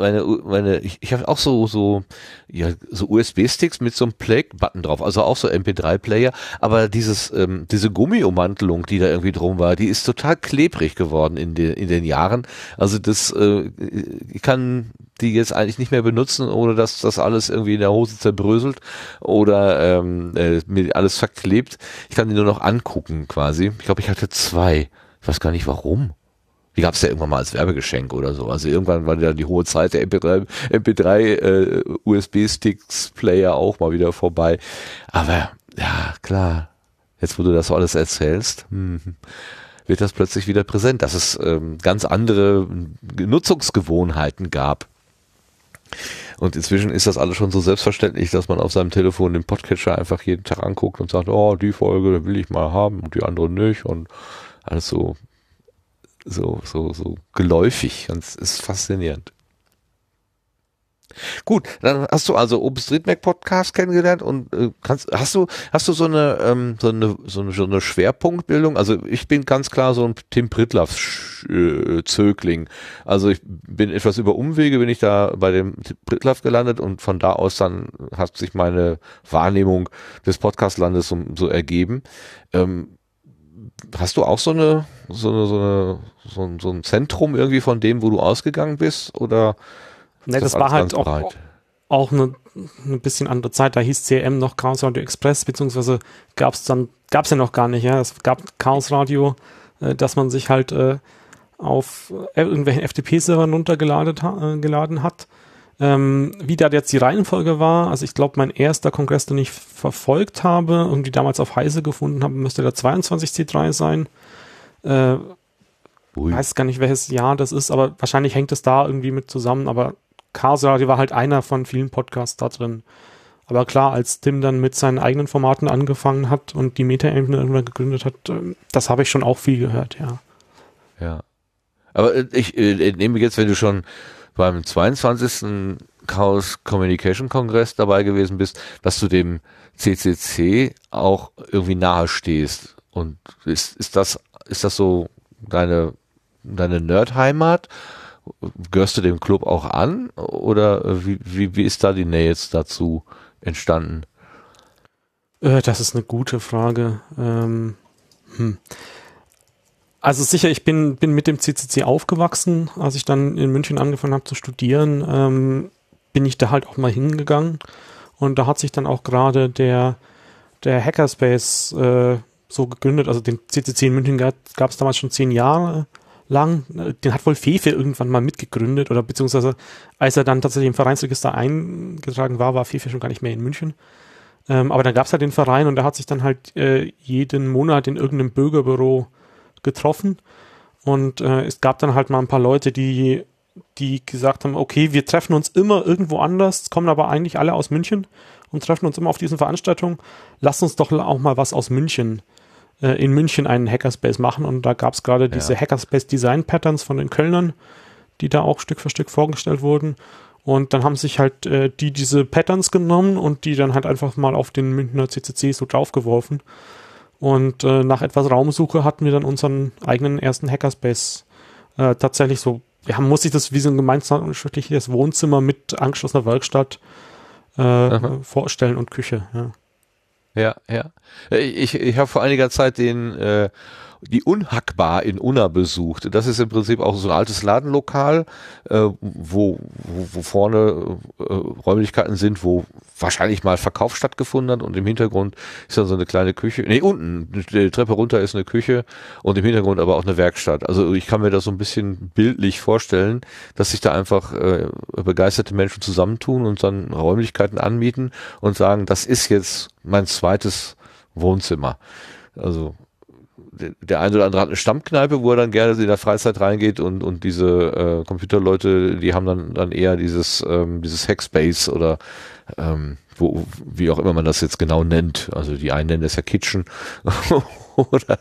ich habe auch so USB-Sticks mit so einem Play-Button drauf, also auch so MP3-Player, aber diese Gummiummantelung, die da irgendwie drum war, die ist total klebrig geworden in den Jahren. Also ich kann die jetzt eigentlich nicht mehr benutzen, ohne dass das alles irgendwie in der Hose zerbröselt oder mir alles verklebt. Ich kann die nur noch angucken quasi. Ich glaube, ich hatte 2. Ich weiß gar nicht warum. Die gab es ja irgendwann mal als Werbegeschenk oder so. Also irgendwann war ja die hohe Zeit der MP3 USB-Sticks-Player auch mal wieder vorbei. Aber ja, klar, jetzt wo du das so alles erzählst, wird das plötzlich wieder präsent, dass es ganz andere Nutzungsgewohnheiten gab. Und inzwischen ist das alles schon so selbstverständlich, dass man auf seinem Telefon den Podcatcher einfach jeden Tag anguckt und sagt, oh, die Folge will ich mal haben und die andere nicht und alles so geläufig. Das ist faszinierend. Gut, dann hast du also OpenStreetMap Podcast kennengelernt und hast du so eine Schwerpunktbildung? Also ich bin ganz klar so ein Tim Pritlove Zögling. Also ich bin etwas über Umwege, bin ich da bei dem Pritlove gelandet und von da aus dann hat sich meine Wahrnehmung des Podcastlandes so ergeben. Hast du auch so ein Zentrum irgendwie von dem, wo du ausgegangen bist, oder? Ne, das war halt auch eine bisschen andere Zeit. Da hieß CRM noch Chaos Radio Express, beziehungsweise gab's ja noch gar nicht. Ja, es gab Chaos Radio, dass man sich halt auf irgendwelchen FTP-Servern runtergeladen hat. Wie da jetzt die Reihenfolge war, also ich glaube, mein erster Kongress, den ich verfolgt habe und die damals auf Heise gefunden habe, müsste der 22C3 sein. Weiß gar nicht, welches Jahr das ist, aber wahrscheinlich hängt es da irgendwie mit zusammen, aber Chaos Radio war halt einer von vielen Podcasts da drin. Aber klar, als Tim dann mit seinen eigenen Formaten angefangen hat und die Meta-Ebene irgendwann gegründet hat, das habe ich schon auch viel gehört, ja. Ja. Aber ich nehme jetzt, wenn du schon beim 22. Chaos Communication Kongress dabei gewesen bist, dass du dem CCC auch irgendwie nahe stehst. Und ist das so deine Nerd-Heimat? Gehörst du dem Club auch an? Oder wie ist da die Nähe jetzt dazu entstanden? Das ist eine gute Frage. Also sicher, ich bin mit dem CCC aufgewachsen. Als ich dann in München angefangen habe zu studieren, bin ich da halt auch mal hingegangen. Und da hat sich dann auch gerade der Hackerspace so gegründet. Also den CCC in München gab es damals schon 10 Jahre lang. Den hat wohl Fefe irgendwann mal mitgegründet. Oder beziehungsweise als er dann tatsächlich im Vereinsregister eingetragen war Fefe schon gar nicht mehr in München. Aber dann gab es halt den Verein und der hat sich dann halt jeden Monat in irgendeinem Bürgerbüro getroffen und es gab dann halt mal ein paar Leute, die die gesagt haben, okay, wir treffen uns immer irgendwo anders, kommen aber eigentlich alle aus München und treffen uns immer auf diesen Veranstaltungen. Lasst uns doch auch mal was aus München, in München einen Hackerspace machen. Und da gab es gerade diese Hackerspace Design Patterns von den Kölnern, die da auch Stück für Stück vorgestellt wurden. Und dann haben sich halt diese Patterns genommen und die dann halt einfach mal auf den Münchner CCC so draufgeworfen. Und nach etwas Raumsuche hatten wir dann unseren eigenen ersten Hackerspace tatsächlich so, ja, muss ich das wie so ein gemeinschaftliches Wohnzimmer mit angeschlossener Werkstatt vorstellen und Küche. Ja. Ich habe vor einiger Zeit die Unhackbar in Unna besucht. Das ist im Prinzip auch so ein altes Ladenlokal, wo vorne Räumlichkeiten sind, wo wahrscheinlich mal Verkauf stattgefunden hat und im Hintergrund ist dann so eine kleine Küche. Nee, unten, die Treppe runter ist eine Küche und im Hintergrund aber auch eine Werkstatt. Also ich kann mir das so ein bisschen bildlich vorstellen, dass sich da einfach begeisterte Menschen zusammentun und dann Räumlichkeiten anmieten und sagen, das ist jetzt mein zweites Wohnzimmer. Also der eine oder andere hat eine Stammkneipe, wo er dann gerne in der Freizeit reingeht und diese Computerleute, die haben dann eher dieses Hackspace oder wie auch immer man das jetzt genau nennt. Also die einen nennen es ja Kitchen oder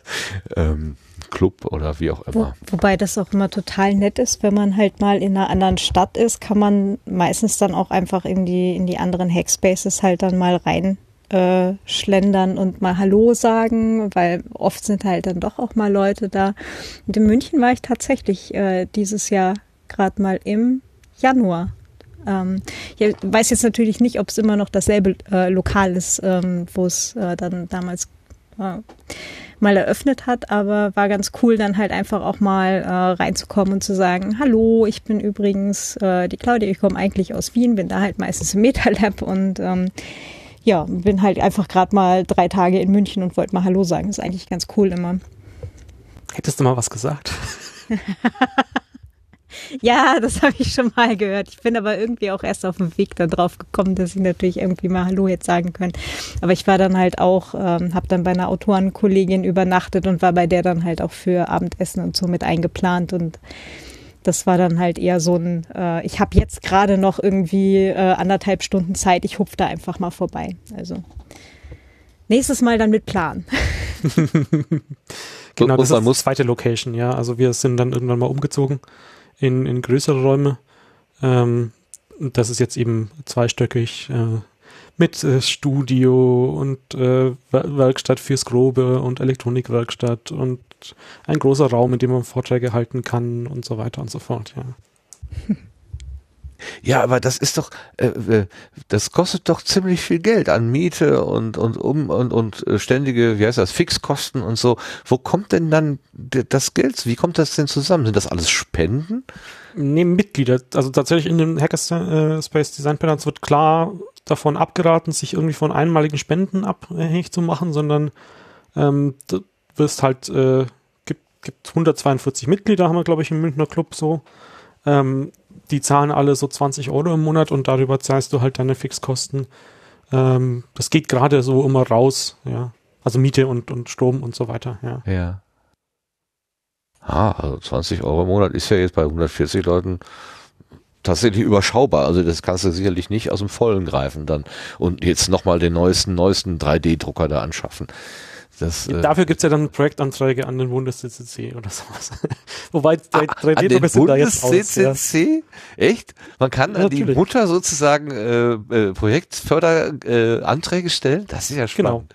Club oder wie auch immer. Wobei das auch immer total nett ist, wenn man halt mal in einer anderen Stadt ist, kann man meistens dann auch einfach in die anderen Hackspaces halt dann mal rein schlendern und mal Hallo sagen, weil oft sind halt dann doch auch mal Leute da. Und in München war ich tatsächlich dieses Jahr gerade mal im Januar. Ich weiß jetzt natürlich nicht, ob es immer noch dasselbe Lokal ist, wo es dann damals mal eröffnet hat, aber war ganz cool, dann halt einfach auch mal reinzukommen und zu sagen, hallo, ich bin übrigens die Claudia, ich komme eigentlich aus Wien, bin da halt meistens im MetaLab und ja, bin halt einfach gerade mal 3 Tage in München und wollte mal Hallo sagen. Das ist eigentlich ganz cool immer. Hättest du mal was gesagt? Ja, das habe ich schon mal gehört. Ich bin aber irgendwie auch erst auf dem Weg dann drauf gekommen, dass ich natürlich irgendwie mal Hallo jetzt sagen können. Aber ich war dann halt auch, habe dann bei einer Autorenkollegin übernachtet und war bei der dann halt auch für Abendessen und so mit eingeplant und das war dann halt eher so ein, ich habe jetzt gerade noch irgendwie 1,5 Stunden Zeit, ich hupfe da einfach mal vorbei. Also nächstes Mal dann mit Plan. Genau, das ist die zweite Location, ja. Also wir sind dann irgendwann mal umgezogen in größere Räume. Das ist jetzt eben zweistöckig mit Studio und Werkstatt fürs Grobe und Elektronikwerkstatt und ein großer Raum, in dem man Vorträge halten kann und so weiter und so fort, ja. Ja, aber das ist doch, das kostet doch ziemlich viel Geld an Miete und ständige, wie heißt das, Fixkosten und so. Wo kommt denn dann das Geld? Wie kommt das denn zusammen? Sind das alles Spenden? Nee, Mitglieder. Also tatsächlich in den Hackerspace Design Patterns wird klar davon abgeraten, sich irgendwie von einmaligen Spenden abhängig zu machen, sondern du wirst halt, gibt 142 Mitglieder, haben wir glaube ich im Münchner Club so. Die zahlen alle so 20 € im Monat und darüber zahlst du halt deine Fixkosten. Das geht gerade so immer raus, ja. Also Miete und Strom und so weiter, ja. Ja. Also 20 € im Monat ist ja jetzt bei 140 Leuten tatsächlich überschaubar. Also das kannst du sicherlich nicht aus dem Vollen greifen dann und jetzt nochmal den neuesten 3D-Drucker da anschaffen. Dafür gibt es ja dann Projektanträge an den Bundes-CCC oder sowas. Wobei 3D-Drucker sind da jetzt aus. Bundes-CCC? Echt? Man kann an die Mutter sozusagen Projektförderanträge stellen? Das ist ja spannend.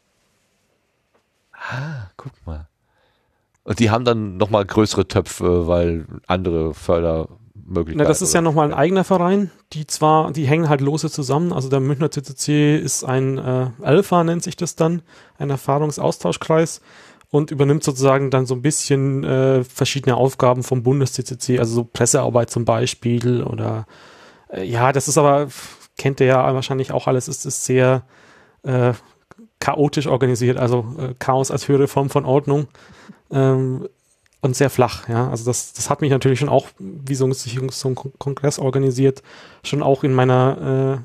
Genau. Guck mal. Und die haben dann nochmal größere Töpfe, weil andere Fördermöglichkeiten. Na, das ist ja nochmal ein eigener Verein. Die hängen halt lose zusammen. Also der Münchner CCC ist ein Alpha, nennt sich das dann, ein Erfahrungsaustauschkreis und übernimmt sozusagen dann so ein bisschen verschiedene Aufgaben vom Bundes-CCC, also so Pressearbeit zum Beispiel oder ja, das ist aber, kennt ihr ja wahrscheinlich auch alles, ist sehr chaotisch organisiert, also Chaos als höhere Form von Ordnung. Und sehr flach, ja. Also das hat mich natürlich schon auch, wie so ein Kongress organisiert, schon auch in meiner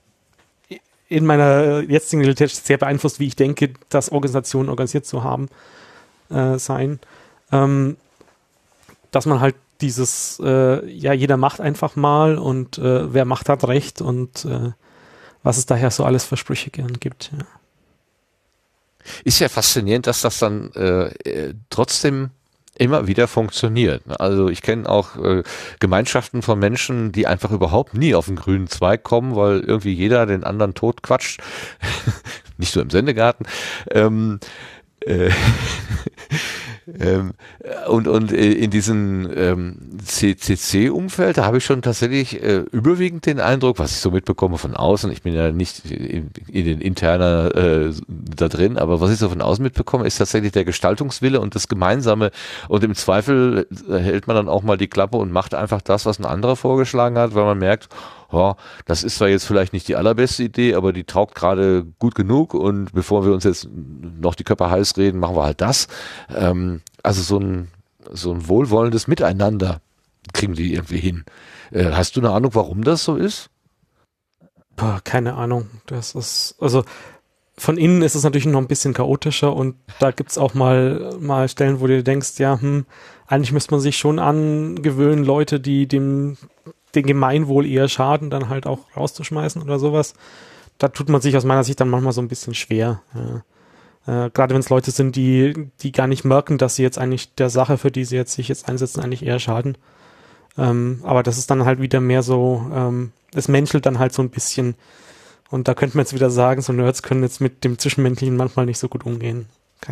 jetzigen Realität sehr beeinflusst, wie ich denke, dass Organisationen organisiert zu haben sein. Dass man halt dieses, jeder macht einfach mal und wer macht hat recht und was es daher so alles für Sprüche gern gibt. Ja. Ist ja faszinierend, dass das dann trotzdem immer wieder funktioniert. Also ich kenne auch Gemeinschaften von Menschen, die einfach überhaupt nie auf den grünen Zweig kommen, weil irgendwie jeder den anderen tot quatscht. Nicht so im Sendegarten. Und in diesem CCC-Umfeld, da habe ich schon tatsächlich überwiegend den Eindruck, was ich so mitbekomme von außen, ich bin ja nicht in den interner da drin, aber was ich so von außen mitbekomme, ist tatsächlich der Gestaltungswille und das Gemeinsame, und im Zweifel hält man dann auch mal die Klappe und macht einfach das, was ein anderer vorgeschlagen hat, weil man merkt, oh, das ist zwar jetzt vielleicht nicht die allerbeste Idee, aber die taugt gerade gut genug, und bevor wir uns jetzt noch die Köpfe heiß reden, machen wir halt das. Also so ein wohlwollendes Miteinander kriegen die irgendwie hin. Hast du eine Ahnung, warum das so ist? Boah, keine Ahnung. Das ist, also von innen ist es natürlich noch ein bisschen chaotischer, und da gibt's auch mal Stellen, wo du denkst, ja, eigentlich müsste man sich schon angewöhnen, Leute, die dem Gemeinwohl eher schaden, dann halt auch rauszuschmeißen oder sowas. Da tut man sich aus meiner Sicht dann manchmal so ein bisschen schwer. Ja. Gerade wenn es Leute sind, die gar nicht merken, dass sie jetzt eigentlich der Sache, für die sie jetzt sich jetzt einsetzen, eigentlich eher schaden. Aber das ist dann halt wieder mehr so, es menschelt dann halt so ein bisschen. Und da könnte man jetzt wieder sagen, so Nerds können jetzt mit dem Zwischenmenschlichen manchmal nicht so gut umgehen.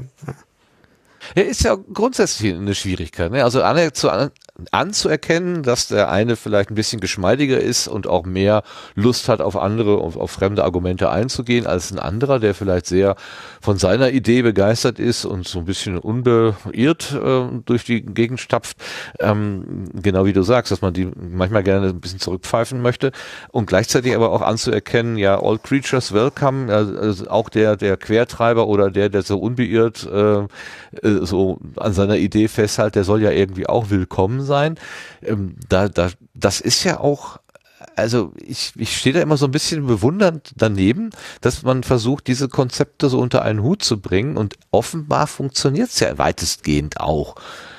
Ja, ist ja grundsätzlich eine Schwierigkeit, ne? Also anzuerkennen, dass der eine vielleicht ein bisschen geschmeidiger ist und auch mehr Lust hat, auf andere, auf fremde Argumente einzugehen, als ein anderer, der vielleicht sehr von seiner Idee begeistert ist und so ein bisschen unbeirrt durch die Gegend stapft. Genau wie du sagst, dass man die manchmal gerne ein bisschen zurückpfeifen möchte, und gleichzeitig aber auch anzuerkennen, ja, all creatures welcome, also auch der Quertreiber oder der so unbeirrt so an seiner Idee festhält, der soll ja irgendwie auch willkommen sein. Das ist ja auch, also ich stehe da immer so ein bisschen bewundernd daneben, dass man versucht, diese Konzepte so unter einen Hut zu bringen, und offenbar funktioniert es ja weitestgehend auch.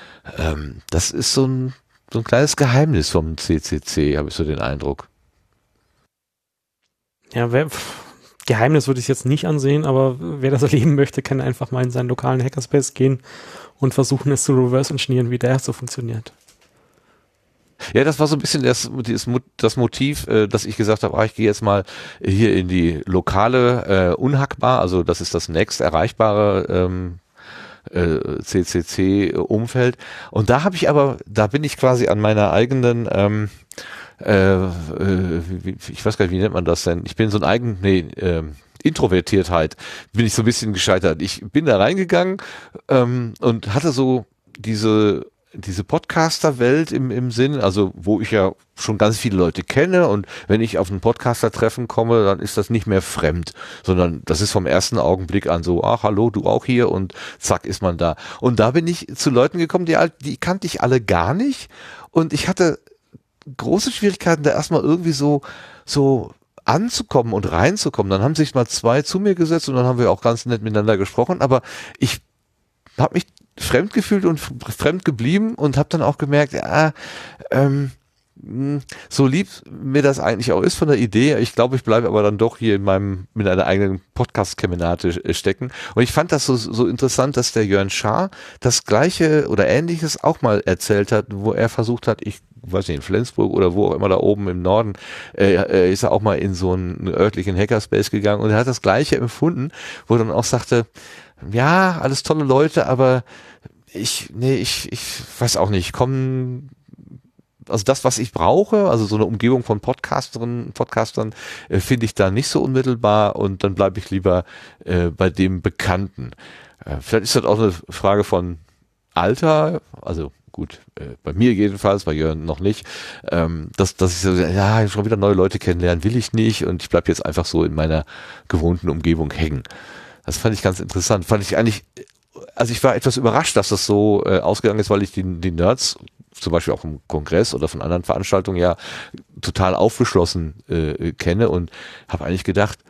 Das ist so ein kleines Geheimnis vom CCC, habe ich so den Eindruck. Ja, Geheimnis würde ich jetzt nicht ansehen, aber wer das erleben möchte, kann einfach mal in seinen lokalen Hackerspace gehen und versuchen, es zu reverse-engineeren, wie der so funktioniert. Ja, das war so ein bisschen das Motiv, dass ich gesagt habe, ich gehe jetzt mal hier in die lokale Unhackbar, also das ist das nächst erreichbare CCC-Umfeld. Und da bin ich quasi an meiner eigenen ich weiß gar nicht, wie nennt man das denn? Ich bin so Introvertiertheit, bin ich so ein bisschen gescheitert. Ich bin da reingegangen und hatte so diese Podcaster-Welt im Sinn, also wo ich ja schon ganz viele Leute kenne, und wenn ich auf ein Podcaster-Treffen komme, dann ist das nicht mehr fremd, sondern das ist vom ersten Augenblick an so, hallo, du auch hier, und zack ist man da. Und da bin ich zu Leuten gekommen, die kannte ich alle gar nicht, und ich hatte große Schwierigkeiten, da erstmal irgendwie so anzukommen und reinzukommen. Dann haben sich mal zwei zu mir gesetzt und dann haben wir auch ganz nett miteinander gesprochen, aber ich habe mich fremd gefühlt und fremd geblieben und habe dann auch gemerkt, so lieb mir das eigentlich auch ist von der Idee, ich glaube, ich bleibe aber dann doch hier mit einer eigenen Podcast-Kemenate stecken. Und ich fand das so interessant, dass der Jörn Schaar das Gleiche oder Ähnliches auch mal erzählt hat, wo er versucht hat, ich weiß nicht, in Flensburg oder wo auch immer da oben im Norden, ist er auch mal in so einen örtlichen Hackerspace gegangen, und er hat das Gleiche empfunden, wo er dann auch sagte, ja, alles tolle Leute, aber ich weiß auch nicht, also das, was ich brauche, also so eine Umgebung von Podcastern, finde ich da nicht so unmittelbar, und dann bleibe ich lieber bei dem Bekannten. Vielleicht ist das auch eine Frage von Alter, also gut, bei mir jedenfalls, bei Jörn noch nicht, dass ich so, schon wieder neue Leute kennenlernen will ich nicht, und ich bleibe jetzt einfach so in meiner gewohnten Umgebung hängen. Das fand ich ganz interessant. Also ich war etwas überrascht, dass das so ausgegangen ist, weil ich die Nerds zum Beispiel auch im Kongress oder von anderen Veranstaltungen ja total aufgeschlossen kenne, und habe eigentlich gedacht,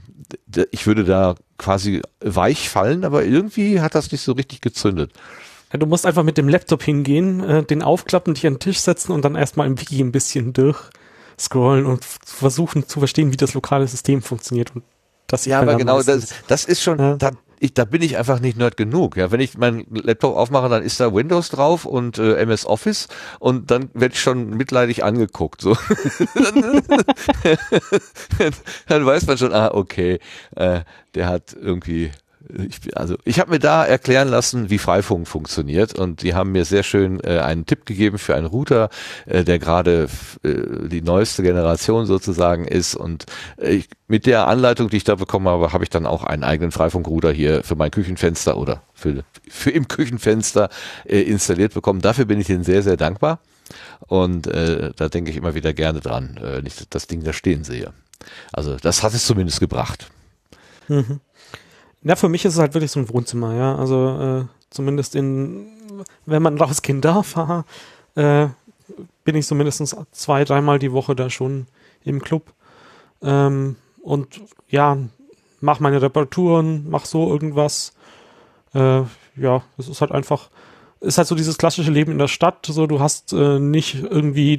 ich würde da quasi weich fallen, aber irgendwie hat das nicht so richtig gezündet. Ja, du musst einfach mit dem Laptop hingehen, den aufklappen, dich an den Tisch setzen und dann erstmal im Wiki ein bisschen durchscrollen und versuchen zu verstehen, wie das lokale System funktioniert. Und das ja, aber genau, das ist schon, da bin ich einfach nicht nerd genug. Ja, wenn ich meinen Laptop aufmache, dann ist da Windows drauf und MS Office und dann werde ich schon mitleidig angeguckt. So. Dann weiß man schon, okay, der hat irgendwie. Ich habe mir da erklären lassen, wie Freifunk funktioniert und die haben mir sehr schön einen Tipp gegeben für einen Router, der gerade die neueste Generation sozusagen ist und mit der Anleitung, die ich da bekommen habe, habe ich dann auch einen eigenen Freifunkrouter hier für mein Küchenfenster oder für im Küchenfenster installiert bekommen. Dafür bin ich Ihnen sehr, sehr dankbar und da denke ich immer wieder gerne dran, wenn ich das Ding da stehen sehe. Also das hat es zumindest gebracht. Mhm. Ja, für mich ist es halt wirklich so ein Wohnzimmer, ja. Also zumindest wenn man rausgehen darf, bin ich so mindestens 2-3 Mal die Woche da schon im Club. Und ja, mach meine Reparaturen, mach so irgendwas. Ja, es ist halt einfach, ist halt so dieses klassische Leben in der Stadt. So, du hast nicht irgendwie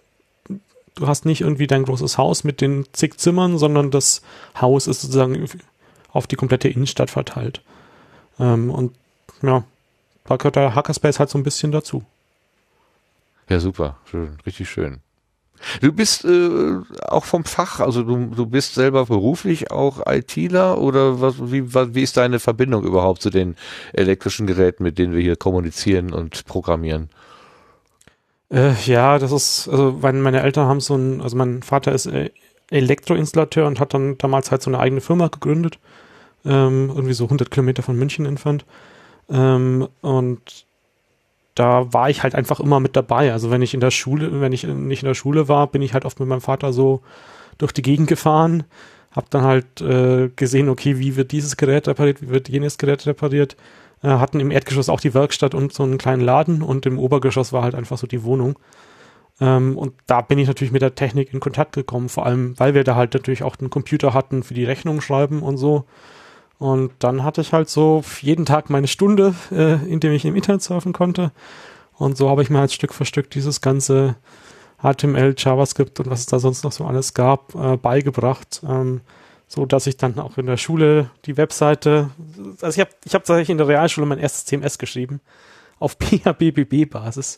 dein großes Haus mit den zig Zimmern, sondern das Haus ist sozusagen auf die komplette Innenstadt verteilt. Und ja, da gehört der Hackerspace halt so ein bisschen dazu. Ja, super. Schön. Richtig schön. Du bist auch vom Fach, also du bist selber beruflich auch ITler oder wie ist deine Verbindung überhaupt zu den elektrischen Geräten, mit denen wir hier kommunizieren und programmieren? Ja, das ist, also meine Eltern haben also mein Vater ist Elektroinstallateur und hat dann damals halt so eine eigene Firma gegründet, irgendwie so 100 Kilometer von München entfernt. Und da war ich halt einfach immer mit dabei. Also wenn ich nicht in der Schule war, bin ich halt oft mit meinem Vater so durch die Gegend gefahren, hab dann halt gesehen, okay, wie wird dieses Gerät repariert, wie wird jenes Gerät repariert. Hatten im Erdgeschoss auch die Werkstatt und so einen kleinen Laden und im Obergeschoss war halt einfach so die Wohnung. Und da bin ich natürlich mit der Technik in Kontakt gekommen, vor allem, weil wir da halt natürlich auch einen Computer hatten für die Rechnung schreiben und so. Und dann hatte ich halt so jeden Tag meine Stunde, in dem ich im Internet surfen konnte. Und so habe ich mir halt Stück für Stück dieses ganze HTML, JavaScript und was es da sonst noch so alles gab, beigebracht. So dass ich dann auch in der Schule die Webseite, also ich hab tatsächlich in der Realschule mein erstes CMS geschrieben, auf PHP-BB-Basis.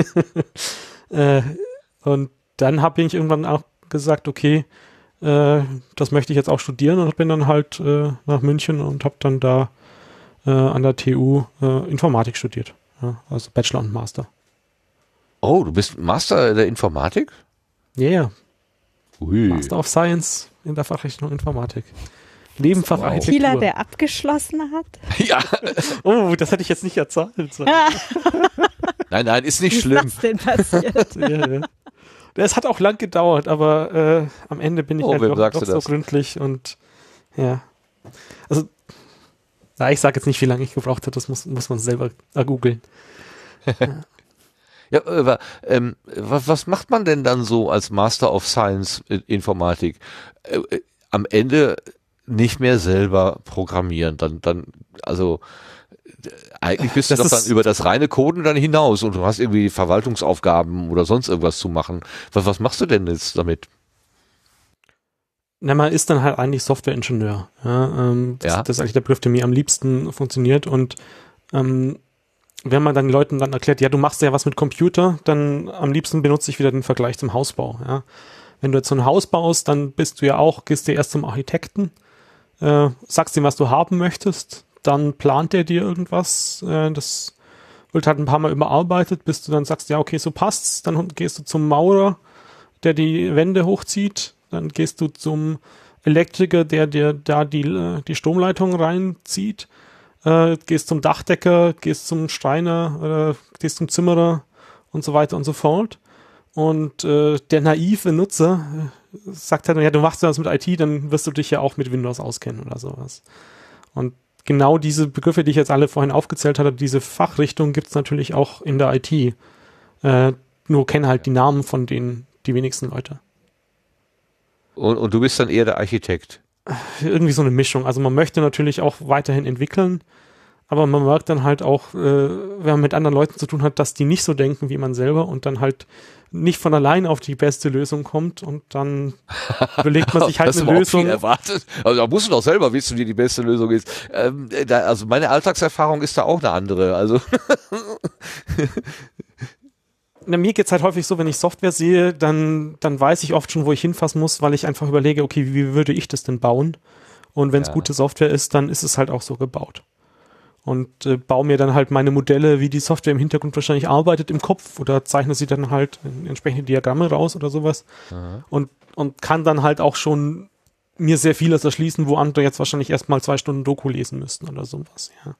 Und dann habe ich irgendwann auch gesagt, okay, das möchte ich jetzt auch studieren und bin dann halt nach München und habe dann da an der TU Informatik studiert. Ja, also Bachelor und Master. Oh, du bist Master der Informatik? Ja, yeah. Ui. Master of Science in der Fachrichtung Informatik. Nebenfach Architektur. ITler, der abgeschlossen hat? Ja. Oh, das hätte ich jetzt nicht erzählt. Nein, ist nicht schlimm. Was ist denn passiert? Ja. Es hat auch lang gedauert, aber am Ende bin ich halt doch so gründlich und ja. Also, ich sage jetzt nicht, wie lange ich gebraucht habe, das muss man selber googeln. Ja, aber was macht man denn dann so als Master of Science Informatik? Am Ende nicht mehr selber programmieren, dann also eigentlich bist du doch dann über das reine Coden dann hinaus und du hast irgendwie Verwaltungsaufgaben oder sonst irgendwas zu machen. Was machst du denn jetzt damit? Na, man ist dann halt eigentlich Softwareingenieur. Ja, das ist eigentlich der Begriff, der mir am liebsten funktioniert. Und wenn man dann den Leuten dann erklärt, ja, du machst ja was mit Computer, dann am liebsten benutze ich wieder den Vergleich zum Hausbau. Ja. Wenn du jetzt so ein Haus baust, dann gehst du erst zum Architekten, sagst ihm, was du haben möchtest, dann plant er dir irgendwas, das wird halt ein paar Mal überarbeitet, bis du dann sagst, ja, okay, so passt's, dann gehst du zum Maurer, der die Wände hochzieht, dann gehst du zum Elektriker, der dir da die Stromleitung reinzieht, gehst zum Dachdecker, gehst zum Schreiner, gehst zum Zimmerer und so weiter und so fort. Und der naive Nutzer sagt halt, ja, du machst das mit IT, dann wirst du dich ja auch mit Windows auskennen oder sowas. Und genau diese Begriffe, die ich jetzt alle vorhin aufgezählt hatte, diese Fachrichtung gibt es natürlich auch in der IT. Nur kennen halt die Namen von denen die wenigsten Leute. Und du bist dann eher der Architekt? Irgendwie so eine Mischung. Also man möchte natürlich auch weiterhin entwickeln, Aber man merkt dann halt auch, wenn man mit anderen Leuten zu tun hat, dass die nicht so denken wie man selber und dann halt nicht von allein auf die beste Lösung kommt und dann überlegt man sich halt eine Lösung. Erwartet. Also da musst du doch selber wissen, wie die beste Lösung ist. Also meine Alltagserfahrung ist da auch eine andere. Also Na, mir geht's halt häufig so, wenn ich Software sehe, dann weiß ich oft schon, wo ich hinfassen muss, weil ich einfach überlege, okay, wie würde ich das denn bauen? Und wenn es gute Software ist, dann ist es halt auch so gebaut. Und baue mir dann halt meine Modelle, wie die Software im Hintergrund wahrscheinlich arbeitet, im Kopf oder zeichne sie dann halt in entsprechende Diagramme raus oder sowas. Und kann dann halt auch schon mir sehr vieles erschließen, wo andere jetzt wahrscheinlich erstmal 2 Stunden Doku lesen müssten oder sowas, ja.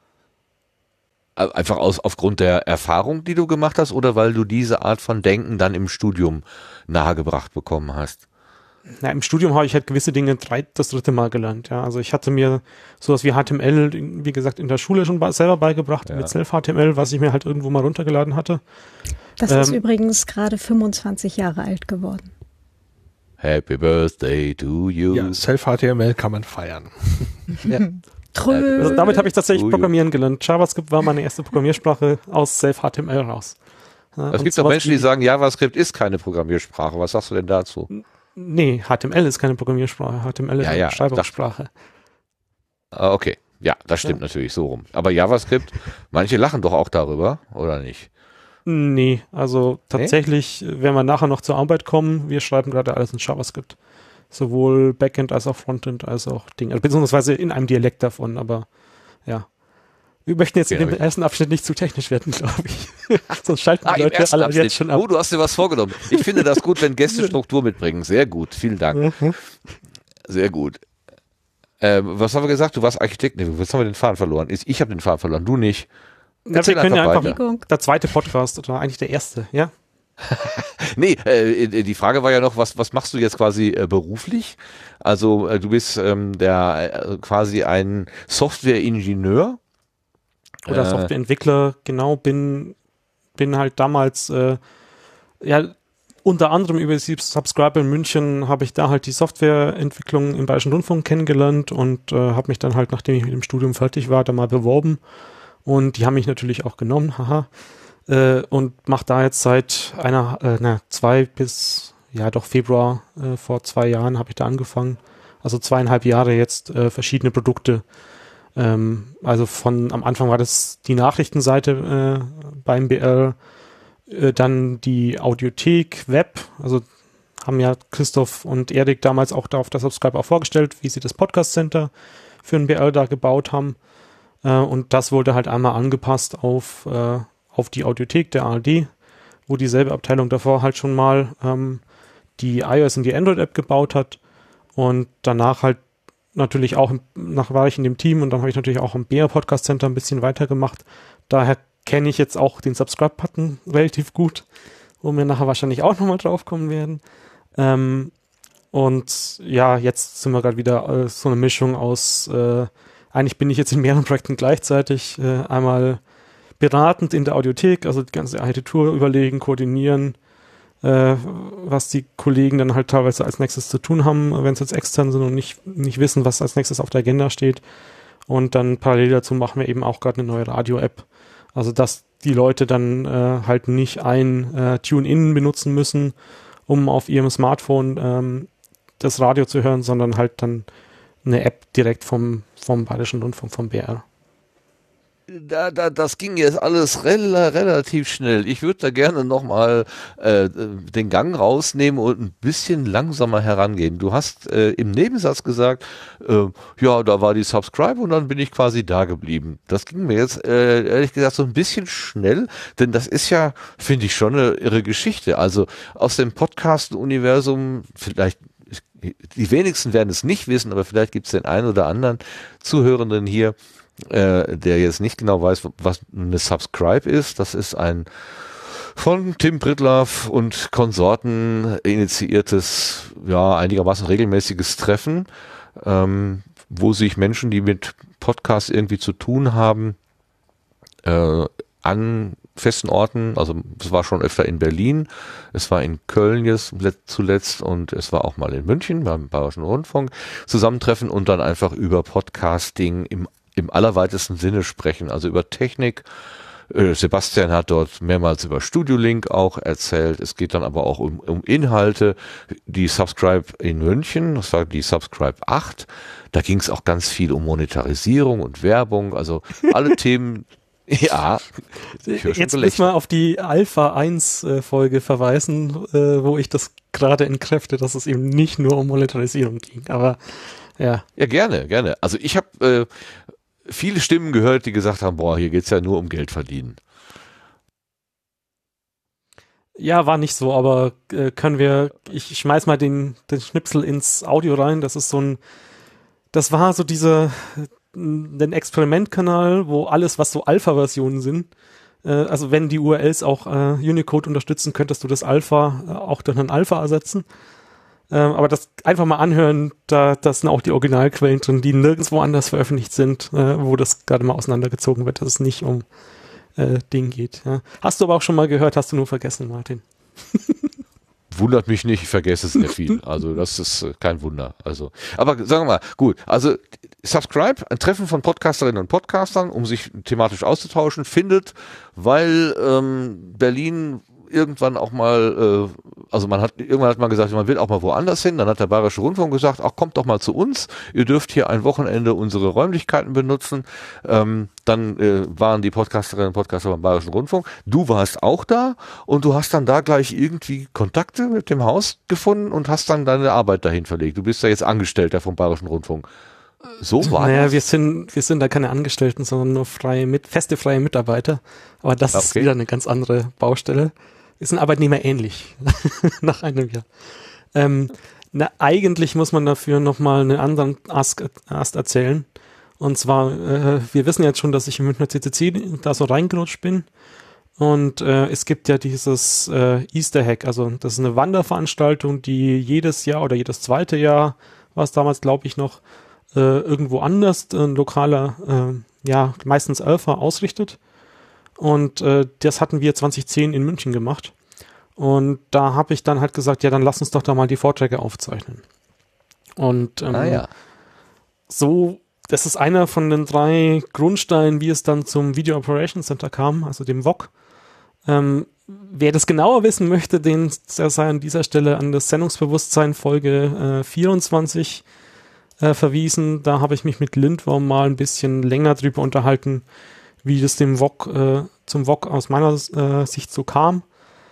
Einfach aufgrund der Erfahrung, die du gemacht hast, oder weil du diese Art von Denken dann im Studium nahegebracht bekommen hast? Na, im Studium habe ich halt gewisse Dinge das dritte Mal gelernt, ja. Also ich hatte mir sowas wie HTML, wie gesagt, in der Schule schon selber beigebracht, mit Self-HTML, was ich mir halt irgendwo mal runtergeladen hatte. Das ist übrigens gerade 25 Jahre alt geworden. Happy Birthday to you. Ja, Self-HTML kann man feiern. Ja. Also damit habe ich tatsächlich Programmieren gelernt. JavaScript war meine erste Programmiersprache aus Self-HTML raus. Ja, es gibt doch Menschen, die sagen, JavaScript ist keine Programmiersprache. Was sagst du denn dazu? Nee, HTML ist keine Programmiersprache. HTML ist eine Beschreibungssprache. Okay, ja, das stimmt natürlich so rum. Aber JavaScript, manche lachen doch auch darüber, oder nicht? Nee, also tatsächlich, wenn wir nachher noch zur Arbeit kommen, wir schreiben gerade alles in JavaScript. Sowohl Backend als auch Frontend als auch Dinge, beziehungsweise in einem Dialekt davon, aber ja. Wir möchten jetzt in dem ersten Abschnitt nicht zu technisch werden, glaube ich. Sonst schalten die Leute alle jetzt schon ab. Oh, du hast dir was vorgenommen. Ich finde das gut, wenn Gäste Struktur mitbringen. Sehr gut, vielen Dank. Sehr gut. Was haben wir gesagt? Du warst Architekt. Nee, jetzt haben wir den Faden verloren. Ich habe den Faden verloren, du nicht. Ja, wir können ja einfach der zweite Podcast oder eigentlich der erste, ja? Nee, die Frage war ja noch, was machst du jetzt quasi beruflich? Also du bist quasi ein Softwareingenieur. Oder Softwareentwickler, genau, bin halt damals, unter anderem über die Subscriber in München habe ich da halt die Softwareentwicklung im Bayerischen Rundfunk kennengelernt und habe mich dann halt, nachdem ich mit dem Studium fertig war, da mal beworben und die haben mich natürlich auch genommen, und mache da jetzt seit 2 bis, Februar vor 2 Jahren habe ich da angefangen, also 2,5 Jahre jetzt verschiedene Produkte. Also am Anfang war das die Nachrichtenseite beim BR, dann die Audiothek, Web, also haben ja Christoph und Erik damals auch da auf der Subscribe auch vorgestellt, wie sie das Podcast Center für den BR da gebaut haben. Und das wurde halt einmal angepasst auf die Audiothek der ARD, wo dieselbe Abteilung davor halt schon mal die iOS und die Android-App gebaut hat und danach halt natürlich auch, war ich in dem Team und dann habe ich natürlich auch am BR Podcast Center ein bisschen weitergemacht. Daher kenne ich jetzt auch den Subscribe-Button relativ gut, wo wir nachher wahrscheinlich auch nochmal drauf kommen werden. Und ja, jetzt sind wir gerade wieder so eine Mischung aus, eigentlich bin ich jetzt in mehreren Projekten gleichzeitig, einmal beratend in der Audiothek, also die ganze Architektur überlegen, koordinieren, was die Kollegen dann halt teilweise als nächstes zu tun haben, wenn sie jetzt extern sind und nicht wissen, was als nächstes auf der Agenda steht. Und dann parallel dazu machen wir eben auch gerade eine neue Radio-App. Also dass die Leute dann halt nicht ein Tune-In benutzen müssen, um auf ihrem Smartphone das Radio zu hören, sondern halt dann eine App direkt vom Bayerischen Rundfunk, vom BR. Das ging jetzt alles relativ schnell. Ich würde da gerne nochmal den Gang rausnehmen und ein bisschen langsamer herangehen. Du hast im Nebensatz gesagt, da war die Subscribe und dann bin ich quasi da geblieben. Das ging mir jetzt ehrlich gesagt so ein bisschen schnell, denn das ist ja, finde ich, schon eine irre Geschichte. Also aus dem Podcast-Universum, vielleicht die wenigsten werden es nicht wissen, aber vielleicht gibt es den einen oder anderen Zuhörenden hier, der jetzt nicht genau weiß, was eine Subscribe ist. Das ist ein von Tim Pritlove und Konsorten initiiertes, einigermaßen regelmäßiges Treffen, wo sich Menschen, die mit Podcasts irgendwie zu tun haben, an festen Orten, also es war schon öfter in Berlin, es war in Köln jetzt zuletzt und es war auch mal in München beim Bayerischen Rundfunk, zusammentreffen und dann einfach über Podcasting im im allerweitesten Sinne sprechen, also über Technik. Sebastian hat dort mehrmals über Studio Link auch erzählt. Es geht dann aber auch um Inhalte. Die Subscribe in München, das war die Subscribe 8. Da ging es auch ganz viel um Monetarisierung und Werbung, also alle Themen. Ja, jetzt müssen wir auf die Alpha 1 Folge verweisen, wo ich das gerade entkräfte, dass es eben nicht nur um Monetarisierung ging. Aber ja. Ja, gerne. Also ich habe viele Stimmen gehört, die gesagt haben, boah, hier geht's ja nur um Geld verdienen. Ja, war nicht so, aber ich schmeiß mal den Schnipsel ins Audio rein. Das war so den Experimentkanal, wo alles, was so Alpha-Versionen sind, also wenn die URLs auch Unicode unterstützen, könntest du das Alpha auch durch ein Alpha ersetzen. Aber das einfach mal anhören, da sind auch die Originalquellen drin, die nirgendwo anders veröffentlicht sind, wo das gerade mal auseinandergezogen wird, dass es nicht um Ding geht. Ja. Hast du aber auch schon mal gehört, hast du nur vergessen, Martin. Wundert mich nicht, ich vergesse es sehr viel. Also das ist kein Wunder. Also, aber sagen wir mal, gut, also Subscribe, ein Treffen von Podcasterinnen und Podcastern, um sich thematisch auszutauschen, findet, weil Berlin irgendwann auch mal, irgendwann hat man gesagt, man will auch mal woanders hin, dann hat der Bayerische Rundfunk gesagt, ach, kommt doch mal zu uns, ihr dürft hier ein Wochenende unsere Räumlichkeiten benutzen, dann waren die Podcasterinnen und Podcaster beim Bayerischen Rundfunk, du warst auch da und du hast dann da gleich irgendwie Kontakte mit dem Haus gefunden und hast dann deine Arbeit dahin verlegt, du bist ja jetzt Angestellter vom Bayerischen Rundfunk. So war naja, das? wir sind da keine Angestellten, sondern nur feste freie Mitarbeiter, aber das ist wieder eine ganz andere Baustelle. Wir sind Arbeitnehmer ähnlich nach einem Jahr. Eigentlich muss man dafür nochmal einen anderen Ast erzählen. Und zwar, wir wissen jetzt schon, dass ich im Münchner CCC da so reingerutscht bin. Und es gibt ja dieses Easter Hack, also das ist eine Wanderveranstaltung, die jedes Jahr oder jedes zweite Jahr, war es damals, glaube ich, noch irgendwo anders, ein lokaler, meistens Alpha ausrichtet. Und das hatten wir 2010 in München gemacht. Und da habe ich dann halt gesagt, ja, dann lass uns doch da mal die Vorträge aufzeichnen. Und so, das ist einer von den 3 Grundsteinen, wie es dann zum Video Operations Center kam, also dem VOC. Wer das genauer wissen möchte, den sei an dieser Stelle an das Sendungsbewusstsein Folge 24 verwiesen. Da habe ich mich mit Lindworm mal ein bisschen länger drüber unterhalten, wie das zum VOC aus meiner Sicht so kam.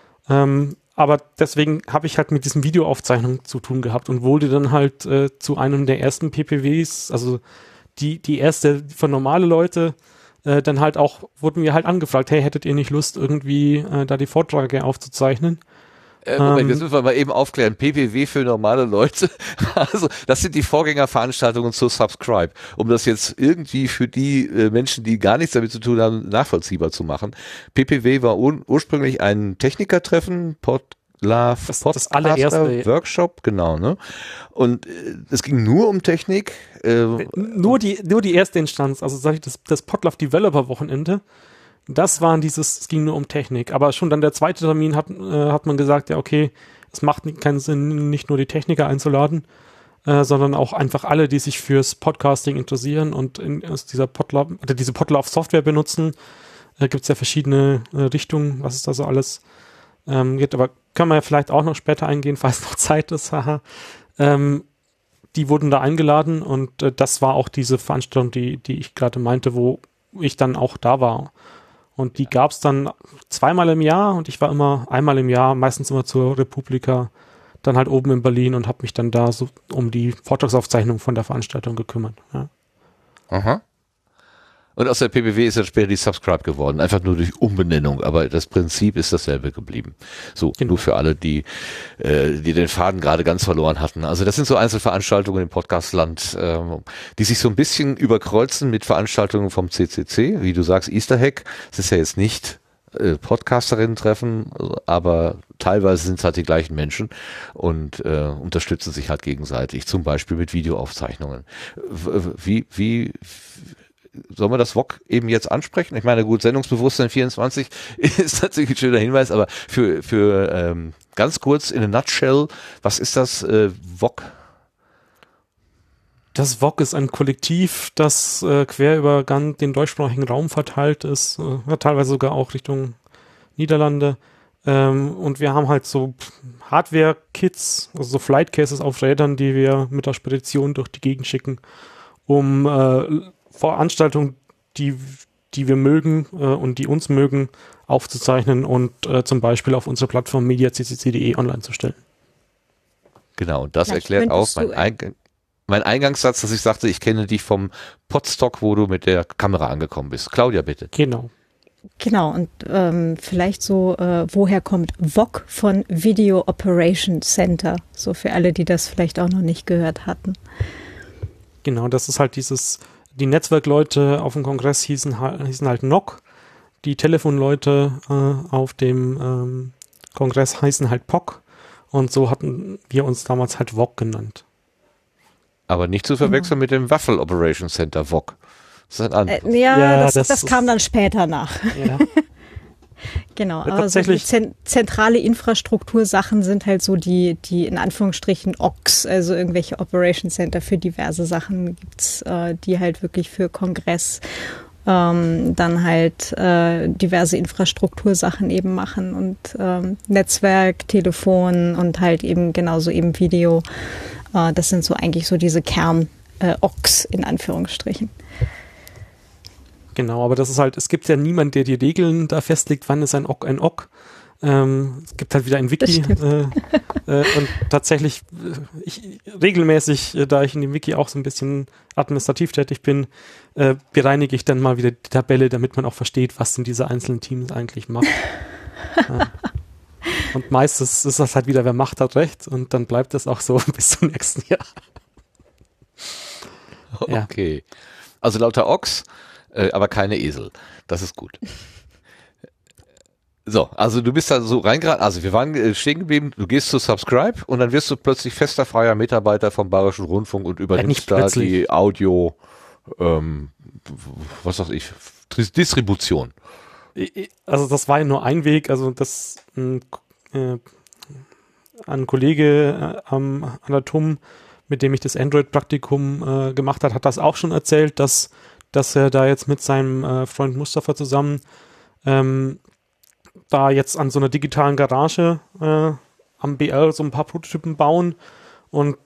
Aber deswegen habe ich halt mit diesen Videoaufzeichnungen zu tun gehabt und wurde dann halt zu einem der ersten PPWs, also die erste für normale Leute, dann halt auch, wurden wir halt angefragt, hey, hättet ihr nicht Lust, irgendwie da die Vorträge aufzuzeichnen? Moment, jetzt müssen wir mal eben aufklären. PPW für normale Leute. Also, das sind die Vorgängerveranstaltungen zur Subscribe. Um das jetzt irgendwie für die Menschen, die gar nichts damit zu tun haben, nachvollziehbar zu machen. PPW war ursprünglich ein Technikertreffen, das allererste Workshop, genau, ne? Und es ging nur um Technik. Nur die erste Instanz, also sag ich, das Podlove Developer Wochenende. Das waren es ging nur um Technik, aber schon dann der zweite Termin hat man gesagt, ja okay, es macht keinen Sinn, nicht nur die Techniker einzuladen, sondern auch einfach alle, die sich fürs Podcasting interessieren und aus dieser diese Podlove Software benutzen. Gibt es ja verschiedene Richtungen, was es da so alles gibt, aber können wir ja vielleicht auch noch später eingehen, falls noch Zeit ist, haha. Die wurden da eingeladen und das war auch diese Veranstaltung, die ich gerade meinte, wo ich dann auch da war. Und die gab es dann 2-mal im Jahr und ich war immer einmal im Jahr, meistens immer zur Republika, dann halt oben in Berlin und habe mich dann da so um die Vortragsaufzeichnung von der Veranstaltung gekümmert. Ja. Aha. Und aus der PPW ist dann später die Subscribe geworden, einfach nur durch Umbenennung, aber das Prinzip ist dasselbe geblieben. So, genau. Nur für alle, die den Faden gerade ganz verloren hatten. Also das sind so Einzelveranstaltungen im Podcastland, die sich so ein bisschen überkreuzen mit Veranstaltungen vom CCC, wie du sagst, Easter Hack. Es ist ja jetzt nicht Podcasterinnen-Treffen, aber teilweise sind es halt die gleichen Menschen und unterstützen sich halt gegenseitig, zum Beispiel mit Videoaufzeichnungen. Wie sollen wir das VOC eben jetzt ansprechen? Ich meine, gut, Sendungsbewusstsein 24 ist natürlich ein schöner Hinweis, aber für ganz kurz in a nutshell, was ist das VOC? Das VOG ist ein Kollektiv, das quer über den deutschsprachigen Raum verteilt ist, teilweise sogar auch Richtung Niederlande. Und wir haben halt so Hardware-Kits, also so Flight-Cases auf Rädern, die wir mit der Spedition durch die Gegend schicken, um Veranstaltungen, die wir mögen und die uns mögen, aufzuzeichnen und zum Beispiel auf unsere Plattform mediaccc.de online zu stellen. Genau, und das Vielleicht erklärt auch könntest mein Eingangssatz, dass ich sagte, ich kenne dich vom Podstock, wo du mit der Kamera angekommen bist. Claudia, bitte. Genau. Genau, und vielleicht so, woher kommt VOC von Video Operation Center? So für alle, die das vielleicht auch noch nicht gehört hatten. Genau, das ist halt die Netzwerkleute auf dem Kongress hießen halt NOC, die Telefonleute auf dem Kongress heißen halt POC und so hatten wir uns damals halt VOC genannt. Aber nicht zu verwechseln mit dem Waffle Operation Center VOC. Das ist ein anderes. Das kam dann später nach. Ja. Genau, Ja, aber so die zentrale Infrastruktursachen sind halt so die in Anführungsstrichen OCs, also irgendwelche Operation Center für diverse Sachen gibt's, die halt wirklich für Kongress dann halt diverse Infrastruktursachen eben machen und Netzwerk, Telefon und halt eben genauso eben Video. Das sind so eigentlich so diese Kern-OCs in Anführungsstrichen. Genau, aber das ist halt, es gibt ja niemand, der die Regeln da festlegt, wann ist ein OC ein OC. Es gibt halt wieder ein Wiki und tatsächlich regelmäßig, da ich in dem Wiki auch so ein bisschen administrativ tätig bin, bereinige ich dann mal wieder die Tabelle, damit man auch versteht, was denn diese einzelnen Teams eigentlich machen. Und meistens ist das halt wieder, wer macht, hat recht und dann bleibt das auch so bis zum nächsten Jahr. Okay. Also lauter Ochs, aber keine Esel. Das ist gut. So, also du bist da so reingeraten, also wir waren stehen geblieben, du gehst zu Subscribe und dann wirst du plötzlich fester freier Mitarbeiter vom Bayerischen Rundfunk und übernimmst da die Audio, was weiß ich, Distribution. Also das war ja nur ein Weg, also das ein Kollege an der TUM, mit dem ich das Android-Praktikum gemacht hat das auch schon erzählt, dass er da jetzt mit seinem Freund Mustafa zusammen da jetzt an so einer digitalen Garage am BL so ein paar Prototypen bauen und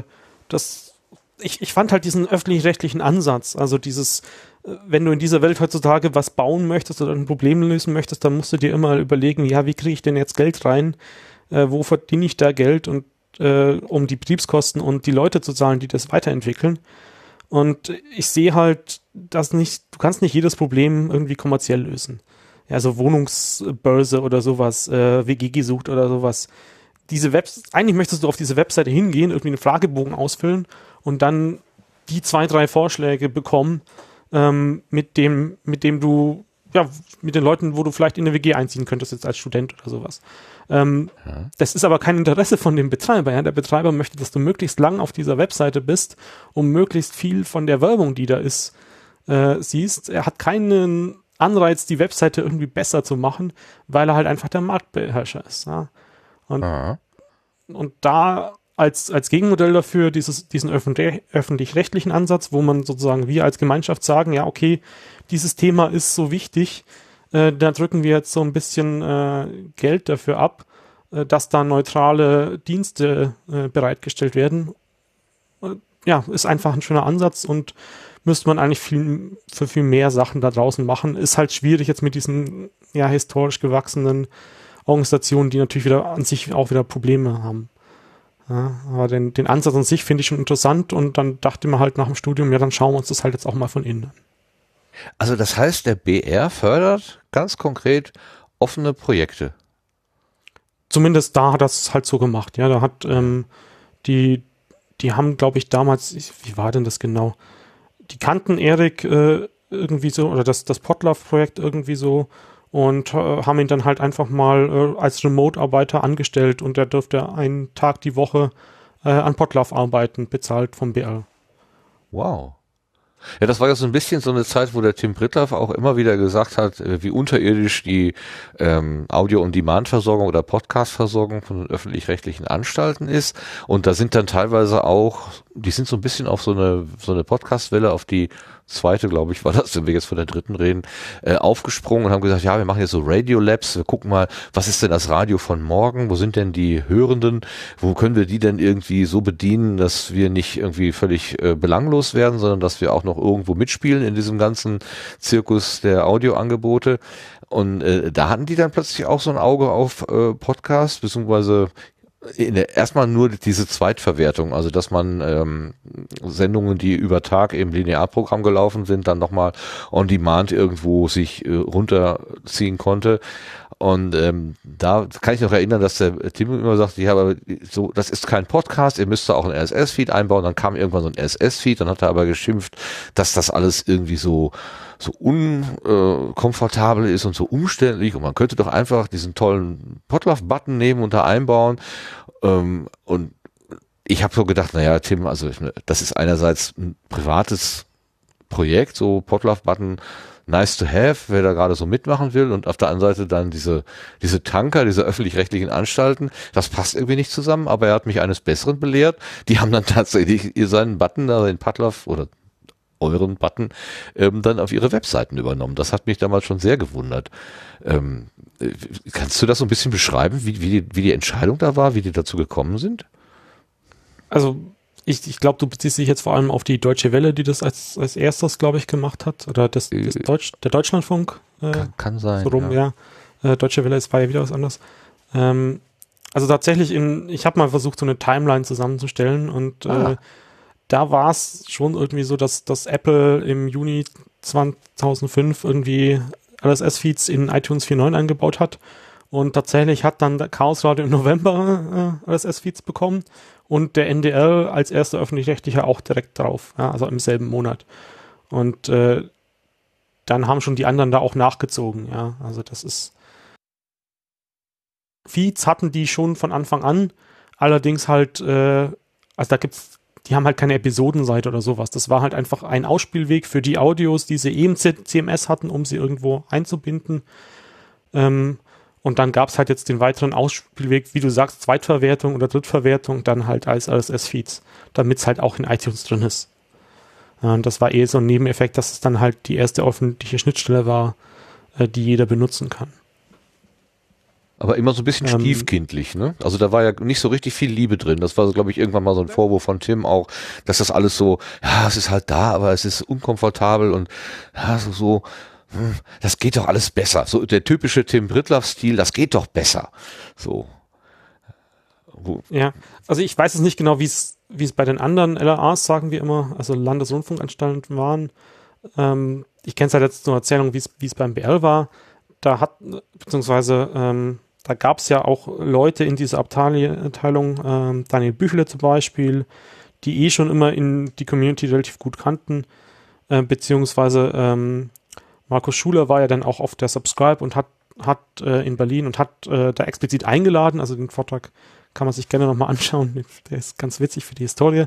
ich fand halt diesen öffentlich-rechtlichen Ansatz, also dieses, wenn du in dieser Welt heutzutage was bauen möchtest oder ein Problem lösen möchtest, dann musst du dir immer überlegen, ja, wie kriege ich denn jetzt Geld rein, wo verdiene ich da Geld und um die Betriebskosten und die Leute zu zahlen, die das weiterentwickeln. Und ich sehe halt, du kannst nicht jedes Problem irgendwie kommerziell lösen. Ja, so Wohnungsbörse oder sowas, WG gesucht oder sowas. Eigentlich möchtest du auf diese Webseite hingehen, irgendwie einen Fragebogen ausfüllen und dann die 2, 3 Vorschläge bekommen, mit dem du, ja, mit den Leuten, wo du vielleicht in eine WG einziehen könntest, jetzt als Student oder sowas. Das ist aber kein Interesse von dem Betreiber. Ja? Der Betreiber möchte, dass du möglichst lang auf dieser Webseite bist, um möglichst viel von der Werbung, die da ist, siehst. Er hat keinen Anreiz, die Webseite irgendwie besser zu machen, weil er halt einfach der Marktbeherrscher ist. Ja? Und da als Gegenmodell dafür diesen öffentlich-rechtlichen Ansatz, wo man sozusagen wir als Gemeinschaft sagen, ja, okay, dieses Thema ist so wichtig, da drücken wir jetzt so ein bisschen Geld dafür ab, dass da neutrale Dienste bereitgestellt werden. Ja, ist einfach ein schöner Ansatz und müsste man eigentlich für viel mehr Sachen da draußen machen. Ist halt schwierig jetzt mit diesen ja historisch gewachsenen Organisationen, die natürlich wieder an sich auch wieder Probleme haben. Ja, aber den Ansatz an sich finde ich schon interessant und dann dachte man halt nach dem Studium, ja, dann schauen wir uns das halt jetzt auch mal von innen an. Also das heißt, der BR fördert ganz konkret offene Projekte. Zumindest da hat das halt so gemacht, ja, da hat die haben, glaube ich, damals, wie war denn das genau? Die kannten Erik irgendwie so, oder das Podlove-Projekt irgendwie so und haben ihn dann halt einfach mal als Remote-Arbeiter angestellt und er durfte einen Tag die Woche an Podlove arbeiten, bezahlt vom BR. Wow. Ja, das war ja so ein bisschen so eine Zeit, wo der Tim Pritlove auch immer wieder gesagt hat, wie unterirdisch die Audio-on-Demand-Versorgung oder Podcast-Versorgung von den öffentlich-rechtlichen Anstalten ist. Und da sind dann teilweise auch, die sind so ein bisschen auf so eine Podcast-Welle, auf die zweite, glaube ich, war das, wenn wir jetzt von der dritten reden, aufgesprungen und haben gesagt, ja, wir machen jetzt so Radio-Labs, wir gucken mal, was ist denn das Radio von morgen, wo sind denn die Hörenden, wo können wir die denn irgendwie so bedienen, dass wir nicht irgendwie völlig belanglos werden, sondern dass wir auch noch irgendwo mitspielen in diesem ganzen Zirkus der Audioangebote. Und da hatten die dann plötzlich auch so ein Auge auf Podcast, beziehungsweise erstmal nur diese Zweitverwertung, also dass man Sendungen, die über Tag im Linearprogramm gelaufen sind, dann nochmal on demand irgendwo sich runterziehen konnte. Und da kann ich noch erinnern, dass der Tim immer sagte, ja, aber so, das ist kein Podcast, ihr müsst da auch einen RSS-Feed einbauen. Dann kam irgendwann so ein RSS-Feed, dann hat er aber geschimpft, dass das alles irgendwie so unkomfortabel ist und so umständlich und man könnte doch einfach diesen tollen Podlove-Button nehmen und da einbauen. Und ich habe so gedacht, naja, Tim, also das ist einerseits ein privates Projekt, so Podlove-Button, nice to have, wer da gerade so mitmachen will, und auf der anderen Seite dann diese Tanker, diese öffentlich-rechtlichen Anstalten, das passt irgendwie nicht zusammen, aber er hat mich eines Besseren belehrt. Die haben dann tatsächlich seinen Button da, den Podlove oder euren Button, dann auf ihre Webseiten übernommen. Das hat mich damals schon sehr gewundert. Kannst du das so ein bisschen beschreiben, wie die Entscheidung da war, wie die dazu gekommen sind? Also ich glaube, du beziehst dich jetzt vor allem auf die Deutsche Welle, die das als erstes, glaube ich, gemacht hat, oder der Deutschlandfunk. Kann sein. So rum, ja. Deutsche Welle war ja wieder was anderes. Also tatsächlich, ich habe mal versucht, so eine Timeline zusammenzustellen und da war es schon irgendwie so, dass Apple im Juni 2005 irgendwie RSS-Feeds in iTunes 4.9 eingebaut hat. Und tatsächlich hat dann der Chaos Radio im November RSS-Feeds bekommen und der NDR als erster öffentlich-rechtlicher auch direkt drauf, ja, also im selben Monat. Und dann haben schon die anderen da auch nachgezogen, ja. Also das ist Feeds hatten die schon von Anfang an, allerdings halt, also da die haben halt keine Episodenseite oder sowas. Das war halt einfach ein Ausspielweg für die Audios, die sie im CMS hatten, um sie irgendwo einzubinden. Und dann gab es halt jetzt den weiteren Ausspielweg, wie du sagst, Zweitverwertung oder Drittverwertung, dann halt als RSS-Feeds, damit es halt auch in iTunes drin ist. Und das war so ein Nebeneffekt, dass es dann halt die erste öffentliche Schnittstelle war, die jeder benutzen kann. Aber immer so ein bisschen stiefkindlich, ne? Also da war ja nicht so richtig viel Liebe drin. Das war, glaube ich, irgendwann mal so ein Vorwurf von Tim auch, dass das alles so, ja, es ist halt da, aber es ist unkomfortabel und ja, so, das geht doch alles besser. So der typische Tim Pritlove-Stil, das geht doch besser. So. Ja, also ich weiß es nicht genau, wie es bei den anderen LRAs, sagen wir immer, also Landesrundfunkanstalten waren. Ich kenne es halt jetzt nur Erzählung, wie es beim BR war. Da gab es ja auch Leute in dieser Abteilung, Daniel Büchle zum Beispiel, die schon immer in die Community relativ gut kannten, beziehungsweise Markus Schuler war ja dann auch auf der Subscribe und hat in Berlin und hat da explizit eingeladen, also den Vortrag kann man sich gerne nochmal anschauen, der ist ganz witzig für die Historie.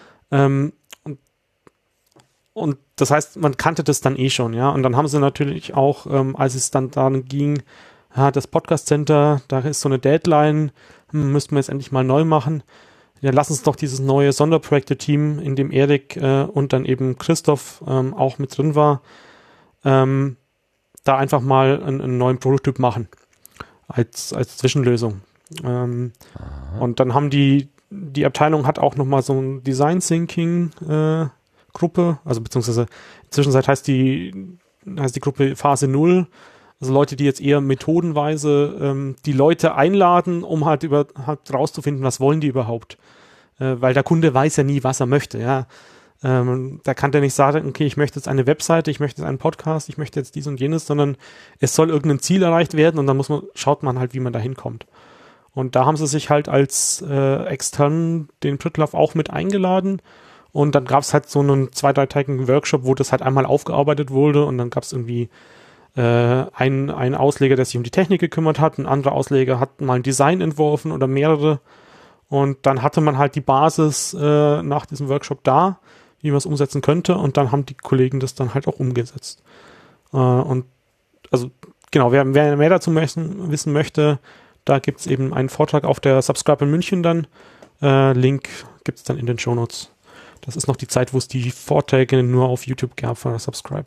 Und das heißt, man kannte das dann schon, ja. Und dann haben sie natürlich auch, als es dann ging, das Podcast Center, da ist so eine Deadline, müssten wir jetzt endlich mal neu machen. Ja, lass uns doch dieses neue Sonderprojekte-Team, in dem Erik und dann eben Christoph auch mit drin war, da einfach mal einen neuen Prototyp machen als Zwischenlösung. Und dann haben die Abteilung hat auch nochmal so ein Design Thinking Gruppe, also beziehungsweise inzwischen heißt die Gruppe Phase 0, also Leute, die jetzt eher methodenweise die Leute einladen, um halt rauszufinden, was wollen die überhaupt. Weil der Kunde weiß ja nie, was er möchte, ja. Da kann der nicht sagen, okay, ich möchte jetzt eine Webseite, ich möchte jetzt einen Podcast, ich möchte jetzt dies und jenes, sondern es soll irgendein Ziel erreicht werden und dann schaut man halt, wie man da hinkommt. Und da haben sie sich halt als extern den Pritlove auch mit eingeladen. Und dann gab es halt so einen 2-3-tägigen Workshop, wo das halt einmal aufgearbeitet wurde und dann gab es irgendwie einen Ausleger, der sich um die Technik gekümmert hat, ein anderer Ausleger hat mal ein Design entworfen oder mehrere und dann hatte man halt die Basis nach diesem Workshop da wie man es umsetzen könnte, und dann haben die Kollegen das dann halt auch umgesetzt. Und also genau, wer mehr dazu wissen möchte, da gibt es eben einen Vortrag auf der Subscribe in München dann. Link gibt es dann in den Shownotes. Das ist noch die Zeit, wo es die Vorträge nur auf YouTube gab von der Subscribe.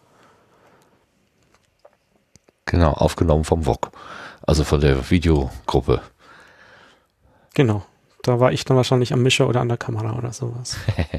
Genau, aufgenommen vom VOG, also von der Videogruppe. Genau, da war ich dann wahrscheinlich am Mischer oder an der Kamera oder sowas.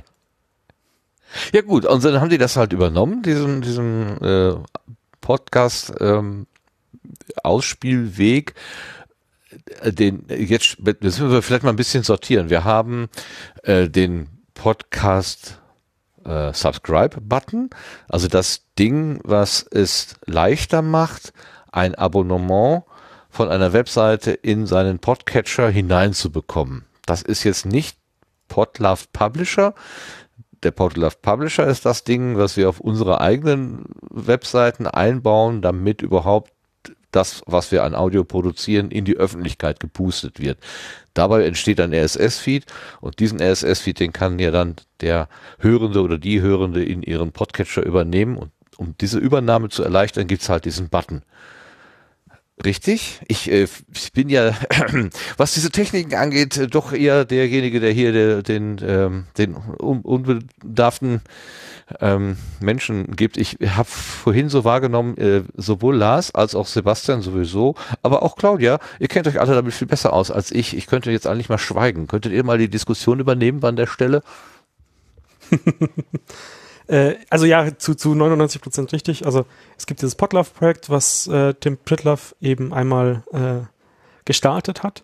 Ja gut, und dann haben die das halt übernommen, diesen Podcast Ausspielweg. Jetzt müssen wir vielleicht mal ein bisschen sortieren. Wir haben den Podcast Subscribe-Button, also das Ding, was es leichter macht, ein Abonnement von einer Webseite in seinen Podcatcher hineinzubekommen. Das ist jetzt nicht Podlove Publisher. Der Podlove Publisher ist das Ding, was wir auf unsere eigenen Webseiten einbauen, damit überhaupt das, was wir an Audio produzieren, in die Öffentlichkeit gepustet wird. Dabei entsteht ein RSS-Feed und diesen RSS-Feed, den kann ja dann der Hörende oder die Hörende in ihren Podcatcher übernehmen, und um diese Übernahme zu erleichtern, gibt's halt diesen Button. Richtig? Ich bin ja, was diese Techniken angeht, doch eher derjenige, der hier den unbedarften Menschen gibt. Ich habe vorhin so wahrgenommen, sowohl Lars als auch Sebastian sowieso, aber auch Claudia, ihr kennt euch alle damit viel besser aus als ich. Ich könnte jetzt eigentlich mal schweigen. Könntet ihr mal die Diskussion übernehmen an der Stelle? Also ja, zu 99% richtig. Also es gibt dieses Podlove-Projekt, was Tim Pritlove eben einmal gestartet hat.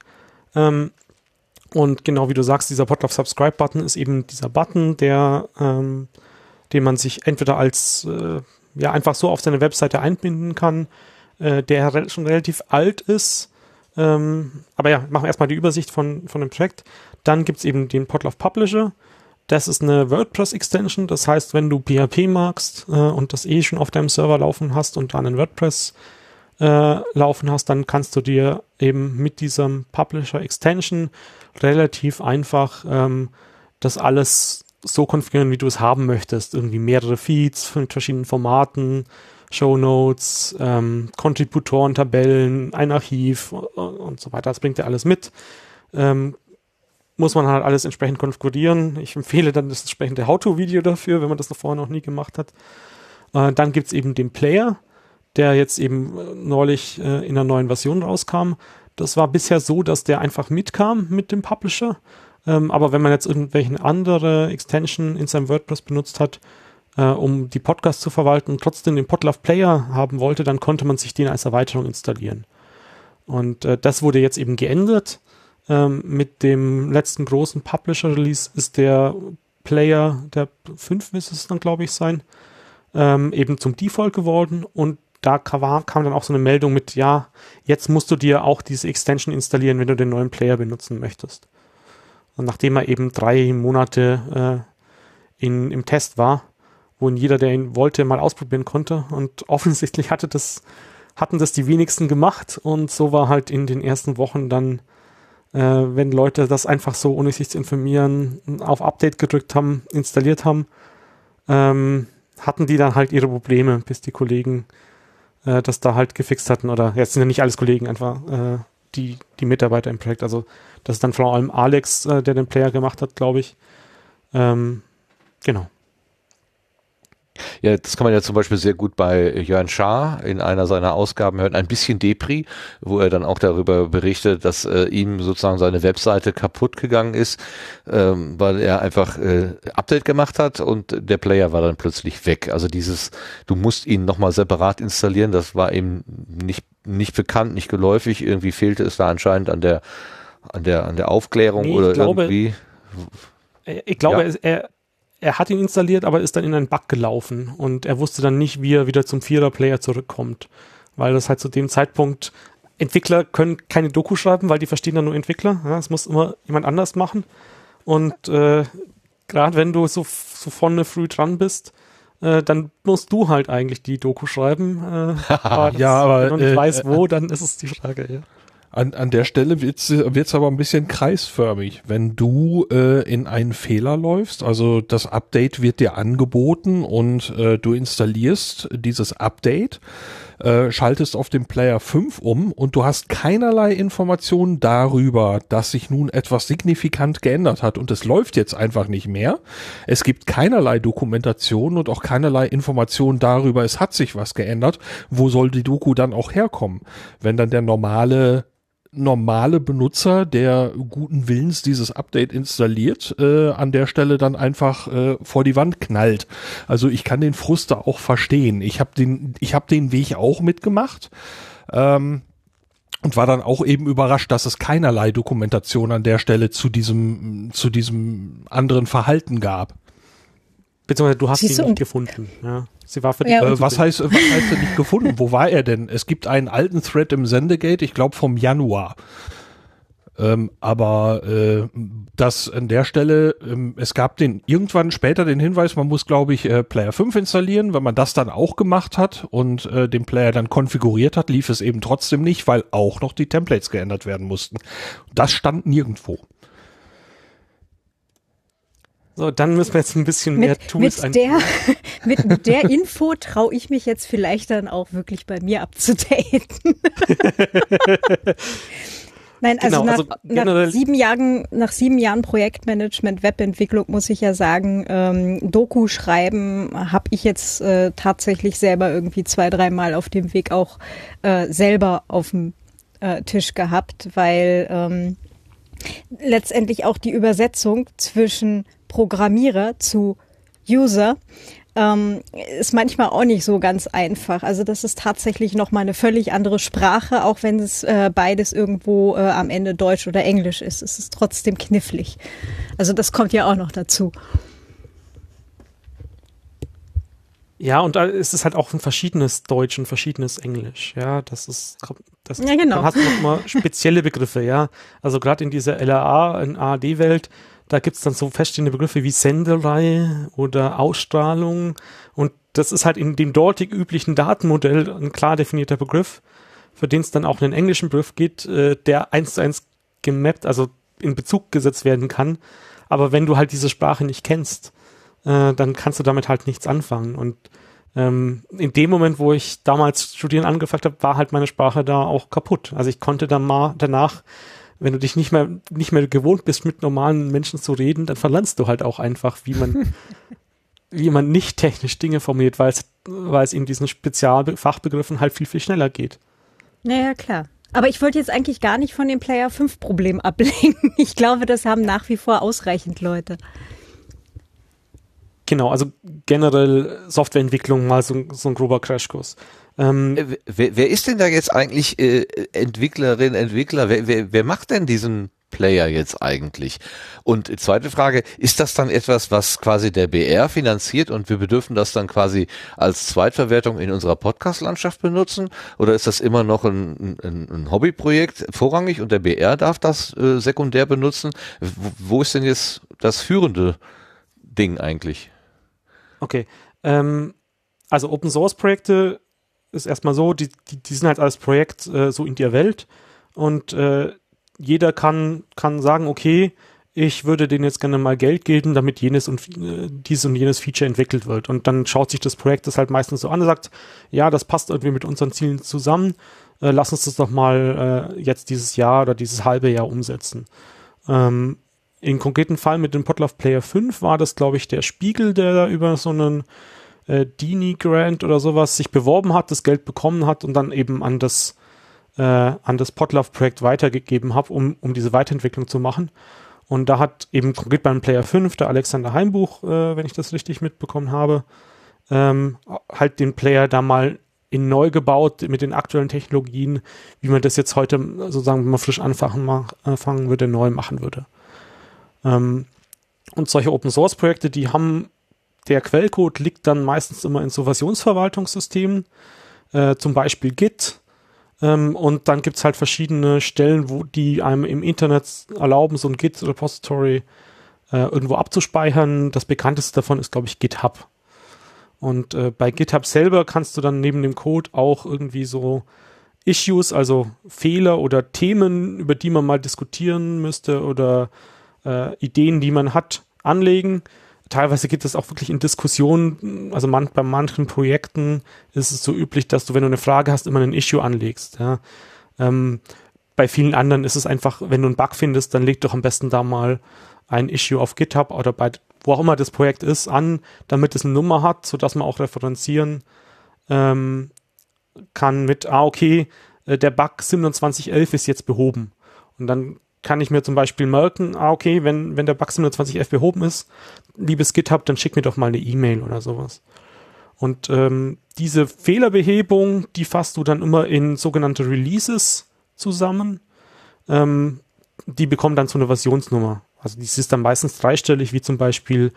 Und genau wie du sagst, dieser Podlove Subscribe-Button ist eben dieser Button, den man sich entweder als einfach so auf seine Webseite einbinden kann, der schon relativ alt ist. Aber ja, machen wir erstmal die Übersicht von dem Projekt. Dann gibt es eben den Podlove Publisher. Das ist eine WordPress-Extension, das heißt, wenn du PHP magst und das schon auf deinem Server laufen hast und dann einen WordPress laufen hast, dann kannst du dir eben mit diesem Publisher-Extension relativ einfach das alles so konfigurieren, wie du es haben möchtest. Irgendwie mehrere Feeds mit verschiedenen Formaten, Shownotes, Kontributoren, Tabellen, ein Archiv und so weiter. Das bringt dir alles mit. Muss man halt alles entsprechend konfigurieren. Ich empfehle dann das entsprechende How-To-Video dafür, wenn man das vorher noch nie gemacht hat. Dann gibt es eben den Player, der jetzt eben neulich in einer neuen Version rauskam. Das war bisher so, dass der einfach mitkam mit dem Publisher. Aber wenn man jetzt irgendwelche andere Extension in seinem WordPress benutzt hat, um die Podcasts zu verwalten und trotzdem den Podlove Player haben wollte, dann konnte man sich den als Erweiterung installieren. Und das wurde jetzt eben geändert. Mit dem letzten großen Publisher-Release ist der Player, der 5 müsste es dann, glaube ich, sein, eben zum Default geworden, und da kam dann auch so eine Meldung mit, ja, jetzt musst du dir auch diese Extension installieren, wenn du den neuen Player benutzen möchtest. Und nachdem er eben 3 Monate im Test war, wo ihn jeder, der ihn wollte, mal ausprobieren konnte, und offensichtlich hatten das die wenigsten gemacht, und so war halt in den ersten Wochen dann, wenn Leute das einfach so, ohne sich zu informieren, auf Update gedrückt haben, installiert haben, hatten die dann halt ihre Probleme, bis die Kollegen das da halt gefixt hatten. Oder jetzt sind ja nicht alles Kollegen, einfach die Mitarbeiter im Projekt. Also das ist dann vor allem Alex, der den Player gemacht hat, glaube ich. Genau. Ja, das kann man ja zum Beispiel sehr gut bei Jörn Schaar in einer seiner Ausgaben hören, ein bisschen Depri, wo er dann auch darüber berichtet, dass ihm sozusagen seine Webseite kaputt gegangen ist, weil er einfach Update gemacht hat und der Player war dann plötzlich weg. Also du musst ihn nochmal separat installieren, das war ihm nicht bekannt, nicht geläufig, irgendwie fehlte es da anscheinend an der Aufklärung oder irgendwie. Ich glaube, ja. Er hat ihn installiert, aber ist dann in einen Bug gelaufen, und er wusste dann nicht, wie er wieder zum 4er-Player zurückkommt, weil das halt zu dem Zeitpunkt, Entwickler können keine Doku schreiben, weil die verstehen dann nur Entwickler, ja, das muss immer jemand anders machen, und gerade wenn du so vorne früh dran bist, dann musst du halt eigentlich die Doku schreiben, aber ja, aber wenn du nicht weißt, wo, dann ist es die Frage, ja. An der Stelle wird's aber ein bisschen kreisförmig. Wenn du in einen Fehler läufst, also das Update wird dir angeboten und du installierst dieses Update, schaltest auf den Player 5 um und du hast keinerlei Informationen darüber, dass sich nun etwas signifikant geändert hat und es läuft jetzt einfach nicht mehr. Es gibt keinerlei Dokumentation und auch keinerlei Informationen darüber, es hat sich was geändert. Wo soll die Doku dann auch herkommen? Wenn dann der normale Benutzer, der guten Willens dieses Update installiert, an der Stelle dann einfach vor die Wand knallt. Also ich kann den Frust da auch verstehen. Ich habe den Weg auch mitgemacht und war dann auch eben überrascht, dass es keinerlei Dokumentation an der Stelle zu diesem anderen Verhalten gab. Beziehungsweise du hast ihn nicht gefunden. Ja. Sie war für dich. Was heißt denn nicht gefunden? Wo war er denn? Es gibt einen alten Thread im Sendegate, ich glaube vom Januar. Aber das an der Stelle, es gab irgendwann später den Hinweis, man muss, glaube ich, Player 5 installieren. Wenn man das dann auch gemacht hat und den Player dann konfiguriert hat, lief es eben trotzdem nicht, weil auch noch die Templates geändert werden mussten. Das stand nirgendwo. So, dann müssen wir jetzt ein bisschen mehr Tools einführen. Mit der Info traue ich mich jetzt vielleicht dann auch wirklich bei mir abzudaten. Nein, also, genau, nach 7 Jahren Projektmanagement, Webentwicklung muss ich ja sagen, Doku schreiben habe ich jetzt tatsächlich selber irgendwie 2-3 Mal auf dem Weg auch selber auf dem Tisch gehabt, weil letztendlich auch die Übersetzung zwischen Programmierer zu User ist manchmal auch nicht so ganz einfach. Also das ist tatsächlich nochmal eine völlig andere Sprache, auch wenn es beides irgendwo am Ende Deutsch oder Englisch ist. Es ist trotzdem knifflig. Also das kommt ja auch noch dazu. Ja, und da ist es halt auch ein verschiedenes Deutsch und verschiedenes Englisch. Ja, ja, genau. Dann hast du nochmal spezielle Begriffe, ja. Also gerade in dieser LAA, in ARD-Welt, da gibt's dann so feststehende Begriffe wie Senderei oder Ausstrahlung. Und das ist halt in dem dortig üblichen Datenmodell ein klar definierter Begriff, für den es dann auch einen englischen Begriff gibt, der 1:1 gemappt, also in Bezug gesetzt werden kann. Aber wenn du halt diese Sprache nicht kennst, dann kannst du damit halt nichts anfangen. Und in dem Moment, wo ich damals studieren angefangen habe, war halt meine Sprache da auch kaputt. Also ich konnte dann mal danach, wenn du dich nicht mehr gewohnt bist, mit normalen Menschen zu reden, dann verlernst du halt auch einfach, wie man nicht technisch Dinge formuliert, weil es in diesen Spezialfachbegriffen halt viel, viel schneller geht. Naja, klar. Aber ich wollte jetzt eigentlich gar nicht von dem Player 5 Problem ablenken. Ich glaube, das haben nach wie vor ausreichend Leute. Genau, also generell Softwareentwicklung mal so ein grober Crashkurs. Wer ist denn da jetzt eigentlich Entwickler? Wer macht denn diesen Player jetzt eigentlich? Und zweite Frage, ist das dann etwas, was quasi der BR finanziert und wir bedürfen das dann quasi als Zweitverwertung in unserer Podcast-Landschaft benutzen? Oder ist das immer noch ein Hobbyprojekt vorrangig und der BR darf das sekundär benutzen? Wo ist denn jetzt das führende Ding eigentlich? Okay, also Open-Source-Projekte ist erstmal so, die sind halt als Projekt so in der Welt und jeder kann sagen, okay, ich würde denen jetzt gerne mal Geld geben, damit dieses und jenes Feature entwickelt wird. Und dann schaut sich das Projekt das halt meistens so an und sagt, ja, das passt irgendwie mit unseren Zielen zusammen, lass uns das doch mal jetzt dieses Jahr oder dieses halbe Jahr umsetzen. Im konkreten Fall mit dem Podlove Player 5 war das, glaube ich, der Spiegel, der da über so einen Dini-Grant oder sowas sich beworben hat, das Geld bekommen hat und dann eben an das Podlove-Projekt weitergegeben hat, um diese Weiterentwicklung zu machen. Und da hat eben konkret beim Player 5 der Alexander Heimbuch, wenn ich das richtig mitbekommen habe, halt den Player da mal in neu gebaut mit den aktuellen Technologien, wie man das jetzt heute sozusagen, wenn man frisch anfangen würde, neu machen würde. Und solche Open-Source-Projekte, der Quellcode liegt dann meistens immer in so Versionsverwaltungssystemen, zum Beispiel Git. Und dann gibt es halt verschiedene Stellen, wo die einem im Internet erlauben, so ein Git-Repository irgendwo abzuspeichern. Das bekannteste davon ist, glaube ich, GitHub. Und bei GitHub selber kannst du dann neben dem Code auch irgendwie so Issues, also Fehler oder Themen, über die man mal diskutieren müsste oder Ideen, die man hat, anlegen. Teilweise geht das auch wirklich in Diskussionen, also bei manchen Projekten ist es so üblich, dass du, wenn du eine Frage hast, immer ein Issue anlegst. Ja. Bei vielen anderen ist es einfach, wenn du einen Bug findest, dann leg doch am besten da mal ein Issue auf GitHub oder bei wo auch immer das Projekt ist, an, damit es eine Nummer hat, sodass man auch referenzieren kann mit, okay, der Bug 2711 ist jetzt behoben. Und dann kann ich mir zum Beispiel merken, okay, wenn der Bug 2711 behoben ist, liebes GitHub, dann schick mir doch mal eine E-Mail oder sowas. Und diese Fehlerbehebung, die fasst du dann immer in sogenannte Releases zusammen. Die bekommen dann so eine Versionsnummer. Also dies ist dann meistens dreistellig, wie zum Beispiel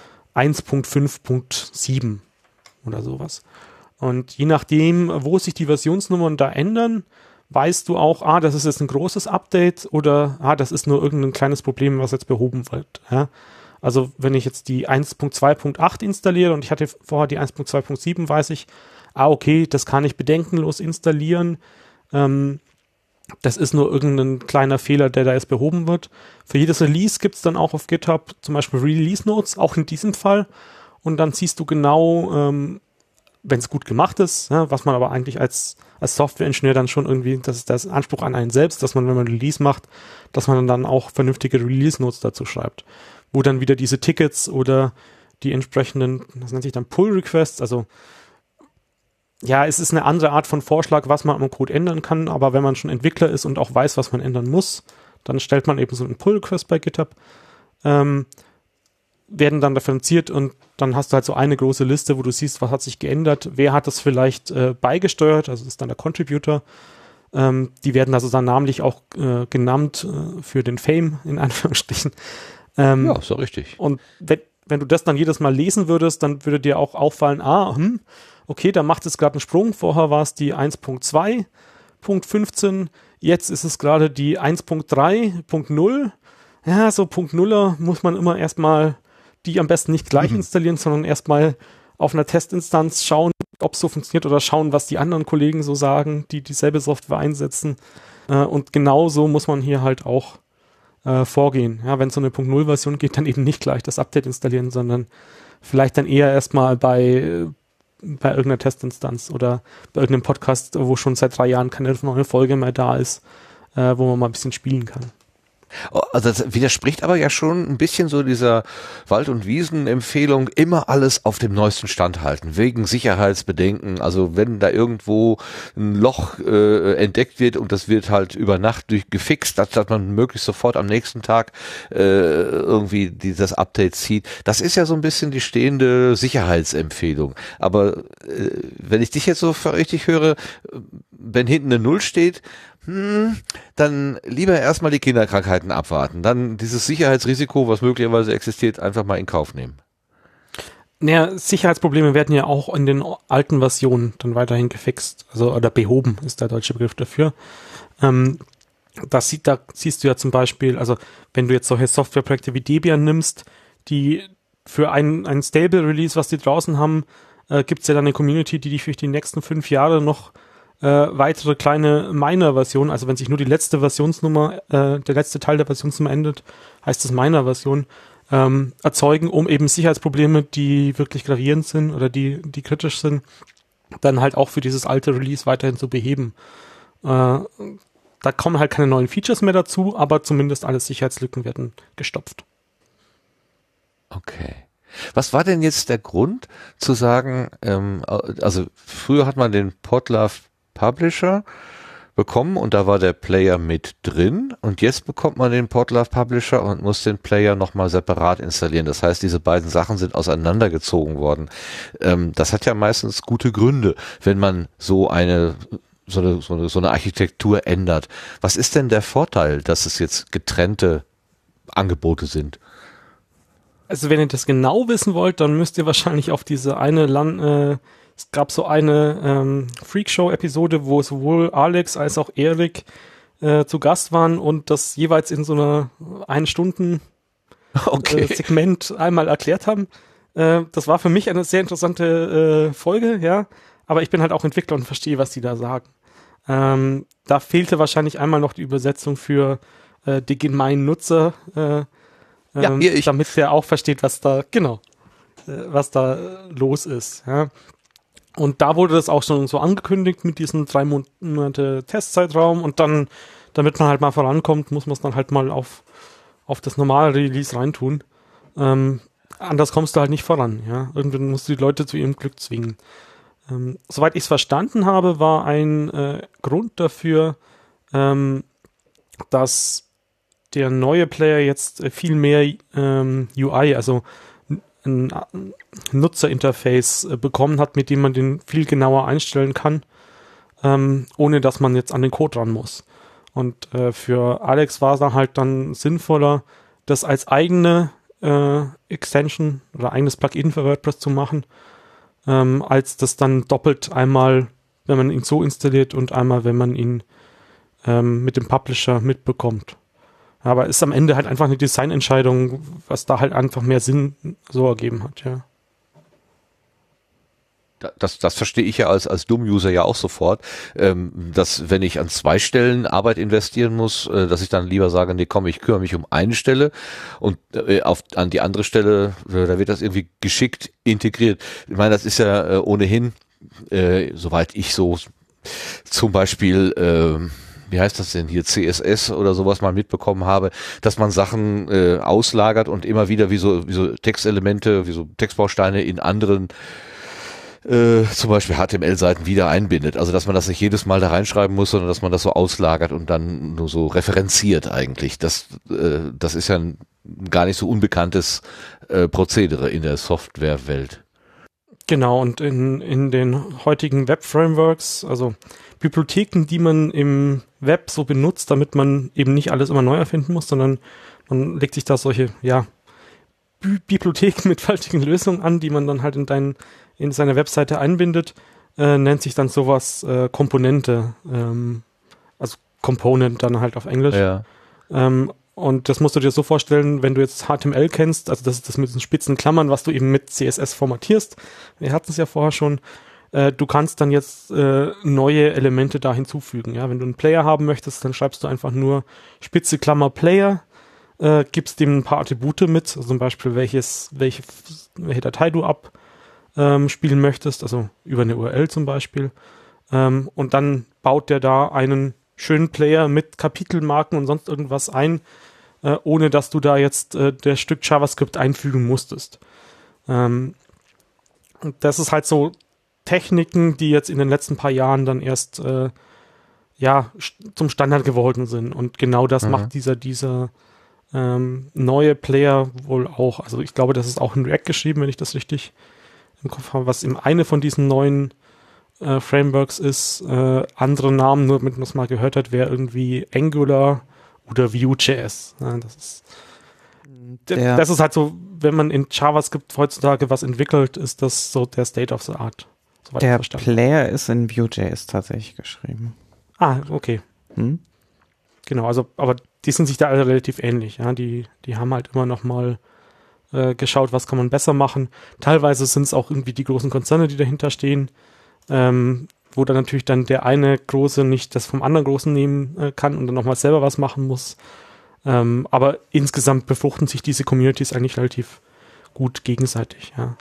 1.5.7 oder sowas. Und je nachdem, wo sich die Versionsnummern da ändern, weißt du auch, das ist jetzt ein großes Update oder das ist nur irgendein kleines Problem, was jetzt behoben wird. Ja? Also wenn ich jetzt die 1.2.8 installiere und ich hatte vorher die 1.2.7, weiß ich, okay, das kann ich bedenkenlos installieren. Das ist nur irgendein kleiner Fehler, der da jetzt behoben wird. Für jedes Release gibt es dann auch auf GitHub zum Beispiel Release Notes, auch in diesem Fall. Und dann siehst du genau, wenn es gut gemacht ist, ja, was man aber eigentlich als Software-Ingenieur dann schon irgendwie, das ist das Anspruch an einen selbst, dass man, wenn man Release macht, dass man dann auch vernünftige Release-Notes dazu schreibt, wo dann wieder diese Tickets oder die entsprechenden, das nennt sich dann Pull-Requests, also ja, es ist eine andere Art von Vorschlag, was man am Code ändern kann, aber wenn man schon Entwickler ist und auch weiß, was man ändern muss, dann stellt man eben so einen Pull-Request bei GitHub, werden dann referenziert und dann hast du halt so eine große Liste, wo du siehst, was hat sich geändert, wer hat das vielleicht beigesteuert, also das ist dann der Contributor. Die werden also dann namentlich auch genannt für den Fame, in Anführungsstrichen. Ja, so richtig. Und wenn du das dann jedes Mal lesen würdest, dann würde dir auch auffallen, okay, da macht es gerade einen Sprung. Vorher war es die 1.2.15, jetzt ist es gerade die 1.3.0. Ja, so Punkt Nuller muss man immer erstmal die am besten nicht gleich installieren, sondern erstmal auf einer Testinstanz schauen, ob es so funktioniert oder schauen, was die anderen Kollegen so sagen, die dieselbe Software einsetzen. Und genauso muss man hier halt auch vorgehen. Ja, wenn es so eine Punkt Null Version geht, dann eben nicht gleich das Update installieren, sondern vielleicht dann eher erstmal bei irgendeiner Testinstanz oder bei irgendeinem Podcast, wo schon seit 3 Jahren keine neue Folge mehr da ist, wo man mal ein bisschen spielen kann. Also das widerspricht aber ja schon ein bisschen so dieser Wald- und Wiesen-Empfehlung, immer alles auf dem neuesten Stand halten, wegen Sicherheitsbedenken. Also wenn da irgendwo ein Loch entdeckt wird und das wird halt über Nacht gefixt, dass man möglichst sofort am nächsten Tag irgendwie das Update zieht. Das ist ja so ein bisschen die stehende Sicherheitsempfehlung. Aber wenn ich dich jetzt so richtig höre, wenn hinten eine Null steht, dann lieber erstmal die Kinderkrankheiten abwarten. Dann dieses Sicherheitsrisiko, was möglicherweise existiert, einfach mal in Kauf nehmen. Naja, Sicherheitsprobleme werden ja auch in den alten Versionen dann weiterhin gefixt. Also, oder behoben ist der deutsche Begriff dafür. Da siehst du ja zum Beispiel, also wenn du jetzt solche Softwareprojekte wie Debian nimmst, die für ein Stable-Release, was die draußen haben, gibt es ja dann eine Community, die für die nächsten 5 Jahre noch weitere kleine Minor-Versionen, also wenn sich nur die letzte Versionsnummer, der letzte Teil der Versionsnummer endet, heißt das Minor-Version, erzeugen, um eben Sicherheitsprobleme, die wirklich gravierend sind oder die kritisch sind, dann halt auch für dieses alte Release weiterhin zu beheben. Da kommen halt keine neuen Features mehr dazu, aber zumindest alle Sicherheitslücken werden gestopft. Okay. Was war denn jetzt der Grund zu sagen, also früher hat man den Podlove Publisher bekommen und da war der Player mit drin und jetzt bekommt man den Podlove Publisher und muss den Player nochmal separat installieren. Das heißt, diese beiden Sachen sind auseinandergezogen worden. Das hat ja meistens gute Gründe, wenn man so eine Architektur ändert. Was ist denn der Vorteil, dass es jetzt getrennte Angebote sind? Also wenn ihr das genau wissen wollt, dann müsst ihr wahrscheinlich auf diese eine es gab so eine Freakshow-Episode, wo sowohl Alex als auch Erik zu Gast waren und das jeweils in so einer 1-Stunden Segment einmal erklärt haben. Das war für mich eine sehr interessante Folge, ja, aber ich bin halt auch Entwickler und verstehe, was die da sagen. Da fehlte wahrscheinlich einmal noch die Übersetzung für die gemeinen Nutzer, damit der auch versteht, was da los ist. Ja. Und da wurde das auch schon so angekündigt mit diesem 3 Monate Testzeitraum und dann, damit man halt mal vorankommt, muss man es dann halt mal auf das normale Release reintun. Anders kommst du halt nicht voran. Ja. Irgendwann musst du die Leute zu ihrem Glück zwingen. Soweit ich es verstanden habe, war ein Grund dafür, dass der neue Player jetzt viel mehr UI, also ein Nutzerinterface bekommen hat, mit dem man den viel genauer einstellen kann, ohne dass man jetzt an den Code ran muss. Und für Alex war es dann halt dann sinnvoller, das als eigene Extension oder eigenes Plugin für WordPress zu machen, als das dann doppelt einmal, wenn man ihn so installiert und einmal, wenn man ihn mit dem Publisher mitbekommt. Aber ist am Ende halt einfach eine Designentscheidung, was da halt einfach mehr Sinn so ergeben hat, ja. Das verstehe ich ja als Dumm-User ja auch sofort, dass wenn ich an 2 Stellen Arbeit investieren muss, dass ich dann lieber sage, nee komm, ich kümmere mich um eine Stelle und an die andere Stelle, da wird das irgendwie geschickt integriert. Ich meine, das ist ja ohnehin, soweit ich so zum Beispiel wie heißt das denn hier, CSS oder sowas mal mitbekommen habe, dass man Sachen auslagert und immer wieder wie so Textelemente, wie so Textbausteine in anderen zum Beispiel HTML-Seiten wieder einbindet. Also dass man das nicht jedes Mal da reinschreiben muss, sondern dass man das so auslagert und dann nur so referenziert eigentlich. Das ist ja ein gar nicht so unbekanntes Prozedere in der Softwarewelt. Genau, und in den heutigen Web-Frameworks, also Bibliotheken, die man im Web so benutzt, damit man eben nicht alles immer neu erfinden muss, sondern man legt sich da solche, Bibliotheken mit faltigen Lösungen an, die man dann halt in seine Webseite einbindet, nennt sich dann sowas Komponente, also Component dann halt auf Englisch. Ja. Und das musst du dir so vorstellen, wenn du jetzt HTML kennst, also das ist das mit den spitzen Klammern, was du eben mit CSS formatierst. Wir hatten es ja vorher schon. Du kannst dann jetzt neue Elemente da hinzufügen. Ja, wenn du einen Player haben möchtest, dann schreibst du einfach nur spitze Klammer Player, gibst dem ein paar Attribute mit, also zum Beispiel welche Datei du abspielen möchtest, also über eine URL zum Beispiel. Und dann baut der da einen schönen Player mit Kapitelmarken und sonst irgendwas ein, ohne dass du da jetzt das Stück JavaScript einfügen musstest. Und das ist halt so Techniken, die jetzt in den letzten paar Jahren dann erst zum Standard geworden sind. Und genau das macht dieser neue Player wohl auch. Also ich glaube, das ist auch in React geschrieben, wenn ich das richtig im Kopf habe, was eben eine von diesen neuen Frameworks ist. Andere Namen, nur damit man es mal gehört hat, wäre irgendwie Angular oder Vue.js. Ja, das ist halt so, wenn man in JavaScript heutzutage was entwickelt, ist das so der State of the Art. Der Player ist in Vue.js tatsächlich geschrieben. Ah, okay. Genau, also, aber die sind sich da alle relativ ähnlich. Ja? Die haben halt immer noch mal geschaut, was kann man besser machen. Teilweise sind es auch irgendwie die großen Konzerne, die dahinter stehen, wo dann natürlich dann der eine Große nicht das vom anderen Großen nehmen kann und dann nochmal selber was machen muss. Aber insgesamt befruchten sich diese Communities eigentlich relativ gut gegenseitig, ja.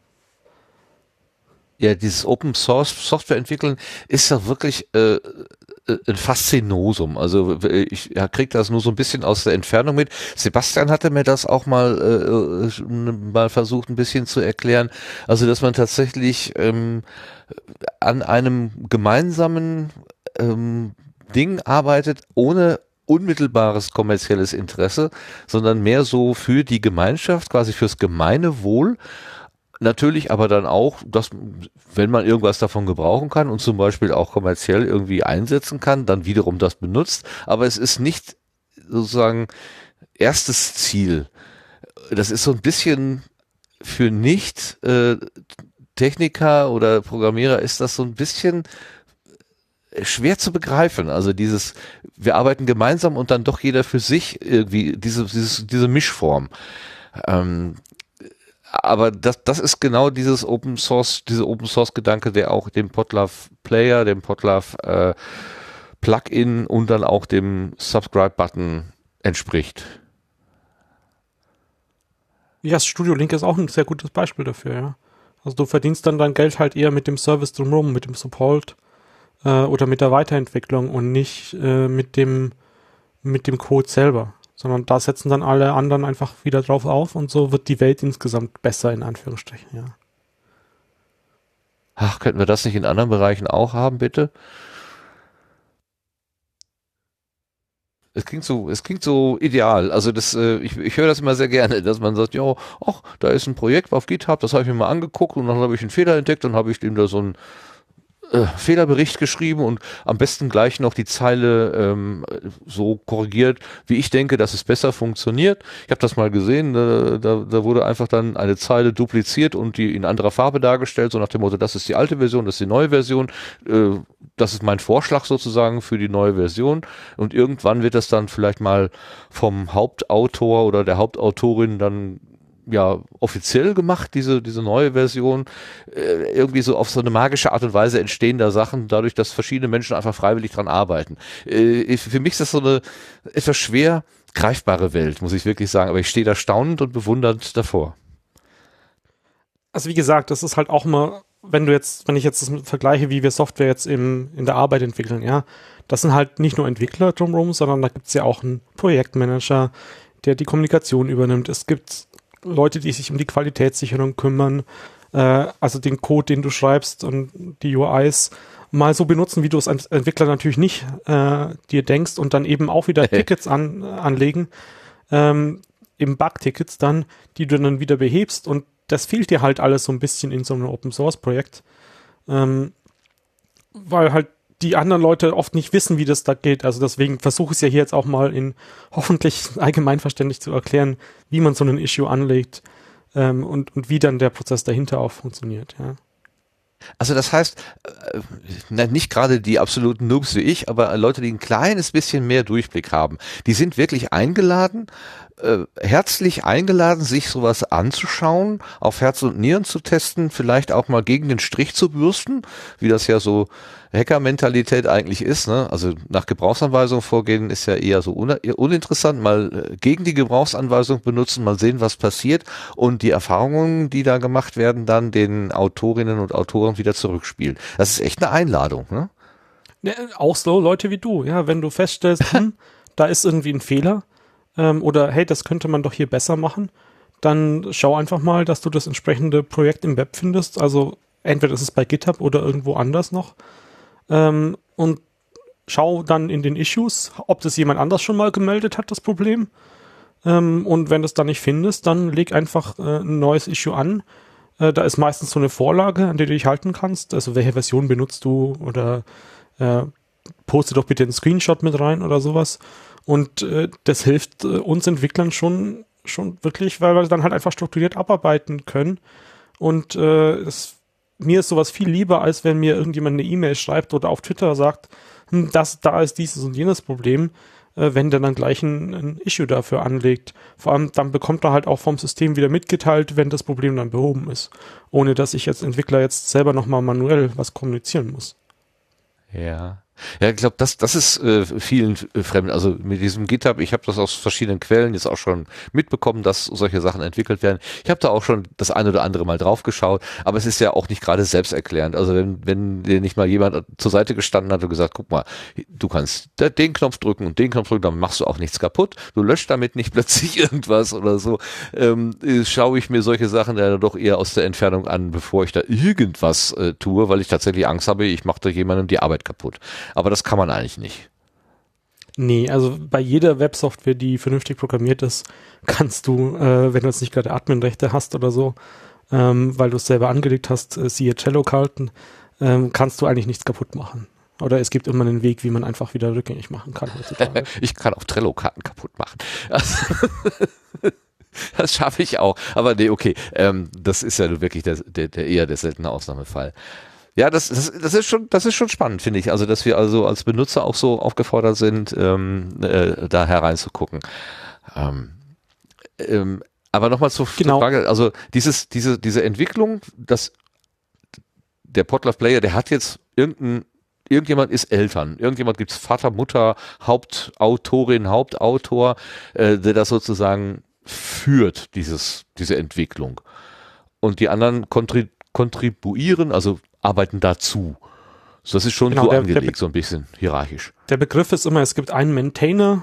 Ja, dieses Open Source Software entwickeln ist ja wirklich ein Faszinosum. Also ich kriege das nur so ein bisschen aus der Entfernung mit. Sebastian hatte mir das auch mal versucht ein bisschen zu erklären. Also dass man tatsächlich an einem gemeinsamen Ding arbeitet, ohne unmittelbares kommerzielles Interesse, sondern mehr so für die Gemeinschaft, quasi fürs Gemeinwohl. Natürlich aber dann auch, dass, wenn man irgendwas davon gebrauchen kann und zum Beispiel auch kommerziell irgendwie einsetzen kann, dann wiederum das benutzt. Aber es ist nicht sozusagen erstes Ziel. Das ist so ein bisschen für Nicht-Techniker oder Programmierer ist das so ein bisschen schwer zu begreifen. Also wir arbeiten gemeinsam und dann doch jeder für sich irgendwie, diese Mischform. aber das ist genau diese Open Source Gedanke, der auch dem Podlove Player, dem Podlove Plugin und dann auch dem Subscribe Button entspricht. Ja, Studio Link ist auch ein sehr gutes Beispiel dafür, ja. Also du verdienst dann dein Geld halt eher mit dem Service drumherum, mit dem Support oder mit der Weiterentwicklung und nicht mit dem Code selber, sondern da setzen dann alle anderen einfach wieder drauf auf und so wird die Welt insgesamt besser, in Anführungsstrichen, ja. Ach, könnten wir das nicht in anderen Bereichen auch haben, bitte? Es klingt so ideal. Also ich höre das immer sehr gerne, dass man sagt, ja, ach, da ist ein Projekt auf GitHub, das habe ich mir mal angeguckt und dann habe ich einen Fehler entdeckt und habe ich dem da so einen Fehlerbericht geschrieben und am besten gleich noch die Zeile so korrigiert, wie ich denke, dass es besser funktioniert. Ich habe das mal gesehen, da wurde einfach dann eine Zeile dupliziert und die in anderer Farbe dargestellt, so nach dem Motto, das ist die alte Version, das ist die neue Version, das ist mein Vorschlag sozusagen für die neue Version und irgendwann wird das dann vielleicht mal vom Hauptautor oder der Hauptautorin dann ja offiziell gemacht, diese neue Version. Irgendwie so auf so eine magische Art und Weise entstehen da Sachen, dadurch, dass verschiedene Menschen einfach freiwillig dran arbeiten. Für mich ist das so eine etwas schwer greifbare Welt, muss ich wirklich sagen, aber ich stehe da staunend und bewundernd davor. Also wie gesagt, das ist halt auch immer, wenn ich jetzt das vergleiche, wie wir Software jetzt in der Arbeit entwickeln, ja, das sind halt nicht nur Entwickler drumherum, sondern da gibt es ja auch einen Projektmanager, der die Kommunikation übernimmt. Es gibt Leute, die sich um die Qualitätssicherung kümmern, also den Code, den du schreibst und die UIs mal so benutzen, wie du es als Entwickler natürlich nicht dir denkst und dann eben auch wieder Tickets anlegen, eben Bug-Tickets dann, die du dann wieder behebst und das fehlt dir halt alles so ein bisschen in so einem Open-Source-Projekt, weil halt die anderen Leute oft nicht wissen, wie das da geht. Also deswegen versuche ich es ja hier jetzt auch mal in hoffentlich allgemeinverständlich zu erklären, wie man so einen Issue anlegt und wie dann der Prozess dahinter auch funktioniert. Ja. Also das heißt, nicht gerade die absoluten Noobs wie ich, aber Leute, die ein kleines bisschen mehr Durchblick haben, die sind wirklich eingeladen, herzlich eingeladen, sich sowas anzuschauen, auf Herz und Nieren zu testen, vielleicht auch mal gegen den Strich zu bürsten, wie das ja so Hacker-Mentalität eigentlich ist, ne? Also nach Gebrauchsanweisung vorgehen ist ja eher so uninteressant, mal gegen die Gebrauchsanweisung benutzen, mal sehen, was passiert und die Erfahrungen, die da gemacht werden, dann den Autorinnen und Autoren wieder zurückspielen. Das ist echt eine Einladung, ne? Ja, auch so Leute wie du, ja, wenn du feststellst, da ist irgendwie ein Fehler, oder hey, das könnte man doch hier besser machen, dann schau einfach mal, dass du das entsprechende Projekt im Web findest, also entweder ist es bei GitHub oder irgendwo anders noch, und schau dann in den Issues, ob das jemand anders schon mal gemeldet hat, das Problem, und wenn du es dann nicht findest, dann leg einfach ein neues Issue an, da ist meistens so eine Vorlage, an der du dich halten kannst, also welche Version benutzt du oder poste doch bitte einen Screenshot mit rein oder sowas. Und das hilft uns Entwicklern schon wirklich, weil wir dann halt einfach strukturiert abarbeiten können. Und mir ist sowas viel lieber, als wenn mir irgendjemand eine E-Mail schreibt oder auf Twitter sagt, da ist dieses und jenes Problem, wenn der dann gleich ein Issue dafür anlegt. Vor allem dann bekommt er halt auch vom System wieder mitgeteilt, wenn das Problem dann behoben ist. Ohne dass ich als Entwickler jetzt selber nochmal manuell was kommunizieren muss. Ja. Ja, ich glaube, das ist vielen fremd. Also mit diesem GitHub, ich habe das aus verschiedenen Quellen jetzt auch schon mitbekommen, dass solche Sachen entwickelt werden. Ich habe da auch schon das eine oder andere Mal drauf geschaut, aber es ist ja auch nicht gerade selbsterklärend. Also wenn dir nicht mal jemand zur Seite gestanden hat und gesagt, guck mal, du kannst den Knopf drücken und den Knopf drücken, dann machst du auch nichts kaputt. Du löscht damit nicht plötzlich irgendwas oder so. Schaue ich mir solche Sachen dann doch eher aus der Entfernung an, bevor ich da irgendwas tue, weil ich tatsächlich Angst habe, ich mache da jemandem die Arbeit kaputt. Aber das kann man eigentlich nicht. Nee, also bei jeder Websoftware, die vernünftig programmiert ist, kannst du, wenn du jetzt nicht gerade Adminrechte hast oder so, weil du es selber angelegt hast, siehe Trello-Karten, kannst du eigentlich nichts kaputt machen. Oder es gibt immer einen Weg, wie man einfach wieder rückgängig machen kann. Ich kann auch Trello-Karten kaputt machen. Also das schaffe ich auch. Aber nee, okay, das ist ja wirklich der eher der seltene Ausnahmefall. Ja, das ist schon spannend, finde ich. Also, dass wir also als Benutzer auch so aufgefordert sind, da hereinzugucken. Aber nochmal zur Frage, also diese Entwicklung, dass der Podlove Player, der hat jetzt irgendjemand ist Eltern, irgendjemand gibt's Vater, Mutter, Hauptautorin, Hauptautor, der das sozusagen führt, diese Entwicklung. Und die anderen kontribuieren, also arbeiten dazu. So, das ist schon so angelegt, so ein bisschen hierarchisch. Der Begriff ist immer, es gibt einen Maintainer,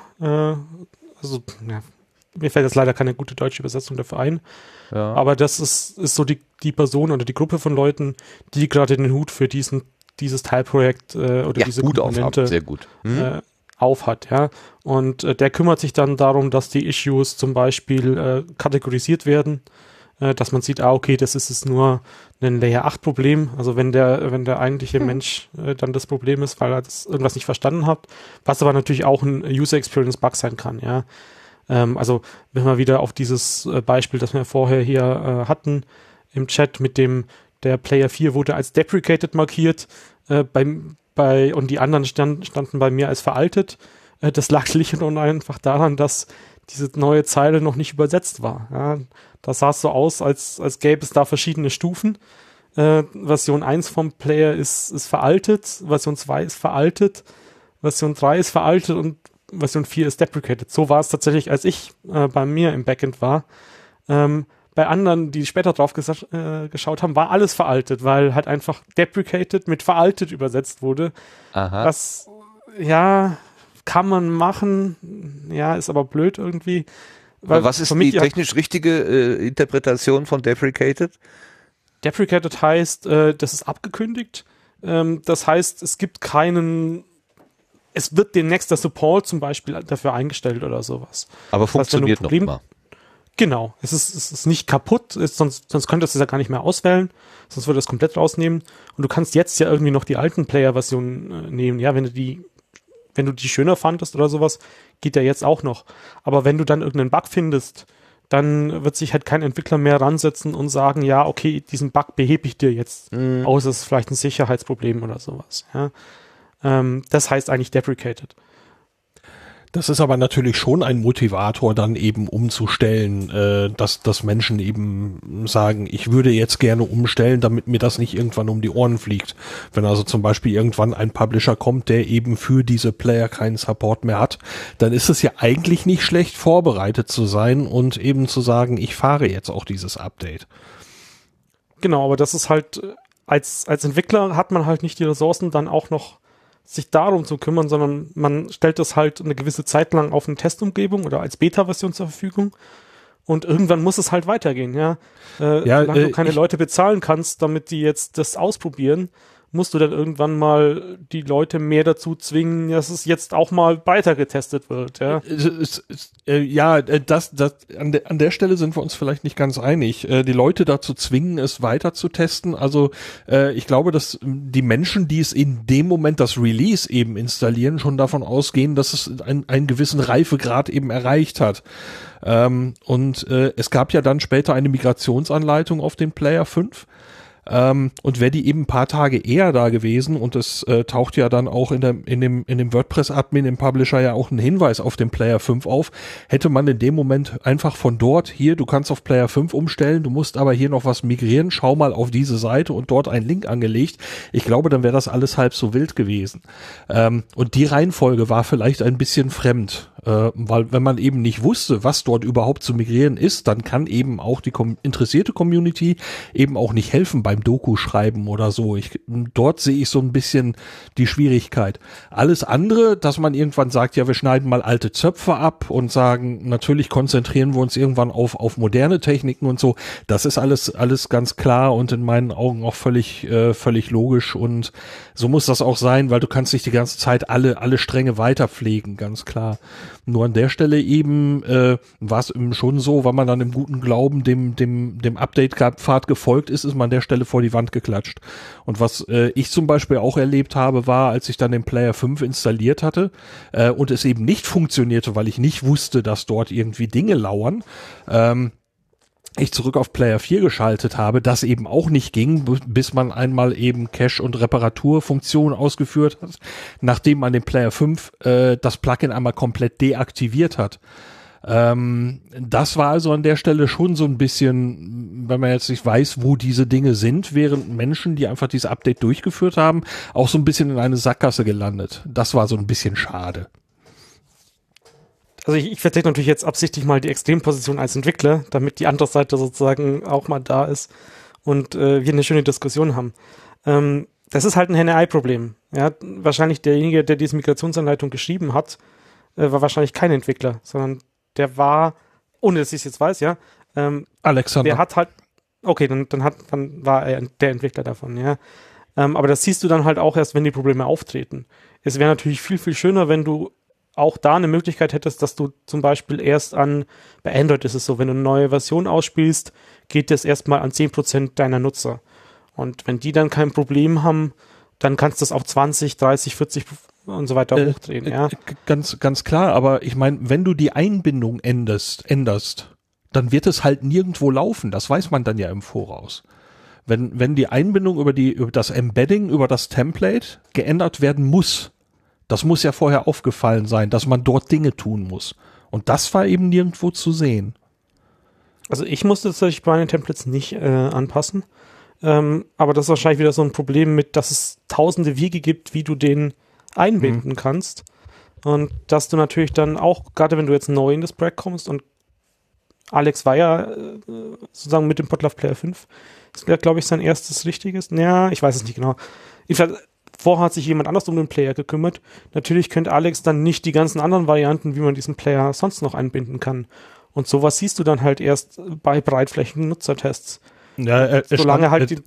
mir fällt jetzt leider keine gute deutsche Übersetzung dafür ein, aber das ist so die Person oder die Gruppe von Leuten, die gerade den Hut für dieses Teilprojekt oder diese Komponente sehr gut. aufhat, ja. Und der kümmert sich dann darum, dass die Issues zum Beispiel kategorisiert werden, dass man sieht, okay, das ist jetzt nur ein Layer 8 Problem, also wenn der eigentliche Mensch dann das Problem ist, weil er irgendwas nicht verstanden hat, was aber natürlich auch ein User Experience Bug sein kann, ja. Also wenn wir wieder auf dieses Beispiel, das wir vorher hier hatten im Chat mit der Player 4 wurde als deprecated markiert, und die anderen standen bei mir als veraltet. Das lag schlicht und einfach daran, dass diese neue Zeile noch nicht übersetzt war. Ja, das sah so aus, als gäbe es da verschiedene Stufen. Version 1 vom Player ist veraltet, Version 2 ist veraltet, Version 3 ist veraltet und Version 4 ist deprecated. So war es tatsächlich, als ich bei mir im Backend war. Bei anderen, die später drauf geschaut haben, war alles veraltet, weil halt einfach deprecated mit veraltet übersetzt wurde. Aha. Das, ja, kann man machen, ja, ist aber blöd irgendwie. Weil was ist die technisch richtige Interpretation von deprecated? Deprecated heißt, das ist abgekündigt. Das heißt, es wird demnächst der Support zum Beispiel dafür eingestellt oder sowas. Aber funktioniert noch mal. Genau, es ist nicht kaputt, sonst könntest du es ja gar nicht mehr auswählen, sonst würde es komplett rausnehmen. Und du kannst jetzt ja irgendwie noch die alten Player-Versionen nehmen, ja, wenn du die schöner fandest oder sowas, geht ja jetzt auch noch. Aber wenn du dann irgendeinen Bug findest, dann wird sich halt kein Entwickler mehr ransetzen und sagen, ja, okay, diesen Bug behebe ich dir jetzt, außer es ist vielleicht ein Sicherheitsproblem oder sowas. Ja. Das heißt eigentlich deprecated. Das ist aber natürlich schon ein Motivator, dann eben umzustellen, dass Menschen eben sagen, ich würde jetzt gerne umstellen, damit mir das nicht irgendwann um die Ohren fliegt. Wenn also zum Beispiel irgendwann ein Publisher kommt, der eben für diese Player keinen Support mehr hat, dann ist es ja eigentlich nicht schlecht, vorbereitet zu sein und eben zu sagen, ich fahre jetzt auch dieses Update. Genau, aber das ist halt, als Entwickler hat man halt nicht die Ressourcen, dann auch noch sich darum zu kümmern, sondern man stellt das halt eine gewisse Zeit lang auf eine Testumgebung oder als Beta-Version zur Verfügung und irgendwann muss es halt weitergehen, ja. Solange du keine Leute bezahlen kannst, damit die jetzt das ausprobieren, musst du dann irgendwann mal die Leute mehr dazu zwingen, dass es jetzt auch mal weiter getestet wird, ja. An der Stelle sind wir uns vielleicht nicht ganz einig. Die Leute dazu zwingen, es weiter zu testen. Also ich glaube, dass die Menschen, die es in dem Moment das Release eben installieren, schon davon ausgehen, dass es einen gewissen Reifegrad eben erreicht hat. Es gab ja dann später eine Migrationsanleitung auf den Player 5. Und wäre die eben ein paar Tage eher da gewesen und es taucht ja dann auch in dem WordPress-Admin im Publisher ja auch ein Hinweis auf den Player 5 auf, hätte man in dem Moment einfach von dort, hier, du kannst auf Player 5 umstellen, du musst aber hier noch was migrieren, schau mal auf diese Seite und dort einen Link angelegt. Ich glaube, dann wäre das alles halb so wild gewesen. Und die Reihenfolge war vielleicht ein bisschen fremd, weil wenn man eben nicht wusste, was dort überhaupt zu migrieren ist, dann kann eben auch die interessierte Community eben auch nicht helfen beim Doku schreiben oder so. Dort sehe ich so ein bisschen die Schwierigkeit. Alles andere, dass man irgendwann sagt, ja, wir schneiden mal alte Zöpfe ab und sagen, natürlich konzentrieren wir uns irgendwann auf moderne Techniken und so. Das ist alles ganz klar und in meinen Augen auch völlig logisch und so muss das auch sein, weil du kannst nicht die ganze Zeit alle Stränge weiterpflegen, ganz klar. Nur an der Stelle eben war es eben schon so, weil man dann im guten Glauben dem Update-Pfad gefolgt ist man an der Stelle vor die Wand geklatscht. Und was ich zum Beispiel auch erlebt habe, war, als ich dann den Player 5 installiert hatte und es eben nicht funktionierte, weil ich nicht wusste, dass dort irgendwie Dinge lauern, ich zurück auf Player 4 geschaltet habe, das eben auch nicht ging, bis man einmal eben Cache- und Reparaturfunktionen ausgeführt hat, nachdem man den Player 5 das Plugin einmal komplett deaktiviert hat. Das war also an der Stelle schon so ein bisschen, wenn man jetzt nicht weiß, wo diese Dinge sind, während Menschen, die einfach dieses Update durchgeführt haben, auch so ein bisschen in eine Sackgasse gelandet. Das war so ein bisschen schade. Also ich vertrete natürlich jetzt absichtlich mal die Extremposition als Entwickler, damit die andere Seite sozusagen auch mal da ist und wir eine schöne Diskussion haben. Das ist halt ein Henne-Ei-Problem. Ja, wahrscheinlich derjenige, der diese Migrationsanleitung geschrieben hat, war wahrscheinlich kein Entwickler, sondern der war, ohne dass ich es jetzt weiß, ja, Alexander. der hat halt, okay, dann war er der Entwickler davon, ja. Aber das siehst du dann halt auch erst, wenn die Probleme auftreten. Es wäre natürlich viel, viel schöner, wenn du auch da eine Möglichkeit hättest, dass du zum Beispiel bei Android ist es so, wenn du eine neue Version ausspielst, geht das erstmal an 10% deiner Nutzer. Und wenn die dann kein Problem haben, dann kannst du das auf 20, 30, 40 und so weiter hochdrehen, ja. Ganz klar, aber ich meine, wenn du die Einbindung änderst, dann wird es halt nirgendwo laufen. Das weiß man dann ja im Voraus. Wenn die Einbindung über das Embedding, über das Template geändert werden muss, das muss ja vorher aufgefallen sein, dass man dort Dinge tun muss. Und das war eben nirgendwo zu sehen. Also ich musste tatsächlich meine Templates nicht anpassen. Aber das ist wahrscheinlich wieder so ein Problem mit, dass es tausende Wege gibt, wie du den einbinden kannst. Und dass du natürlich dann auch, gerade wenn du jetzt neu in das Projekt kommst, und Alex war ja sozusagen mit dem Podlove Player 5, das wäre, glaube ich, sein erstes richtiges. Ja, ich weiß es nicht genau. Vorher hat sich jemand anders um den Player gekümmert. Natürlich könnte Alex dann nicht die ganzen anderen Varianten, wie man diesen Player sonst noch einbinden kann. Und sowas siehst du dann halt erst bei breitflächigen Nutzertests. Ja, solange halt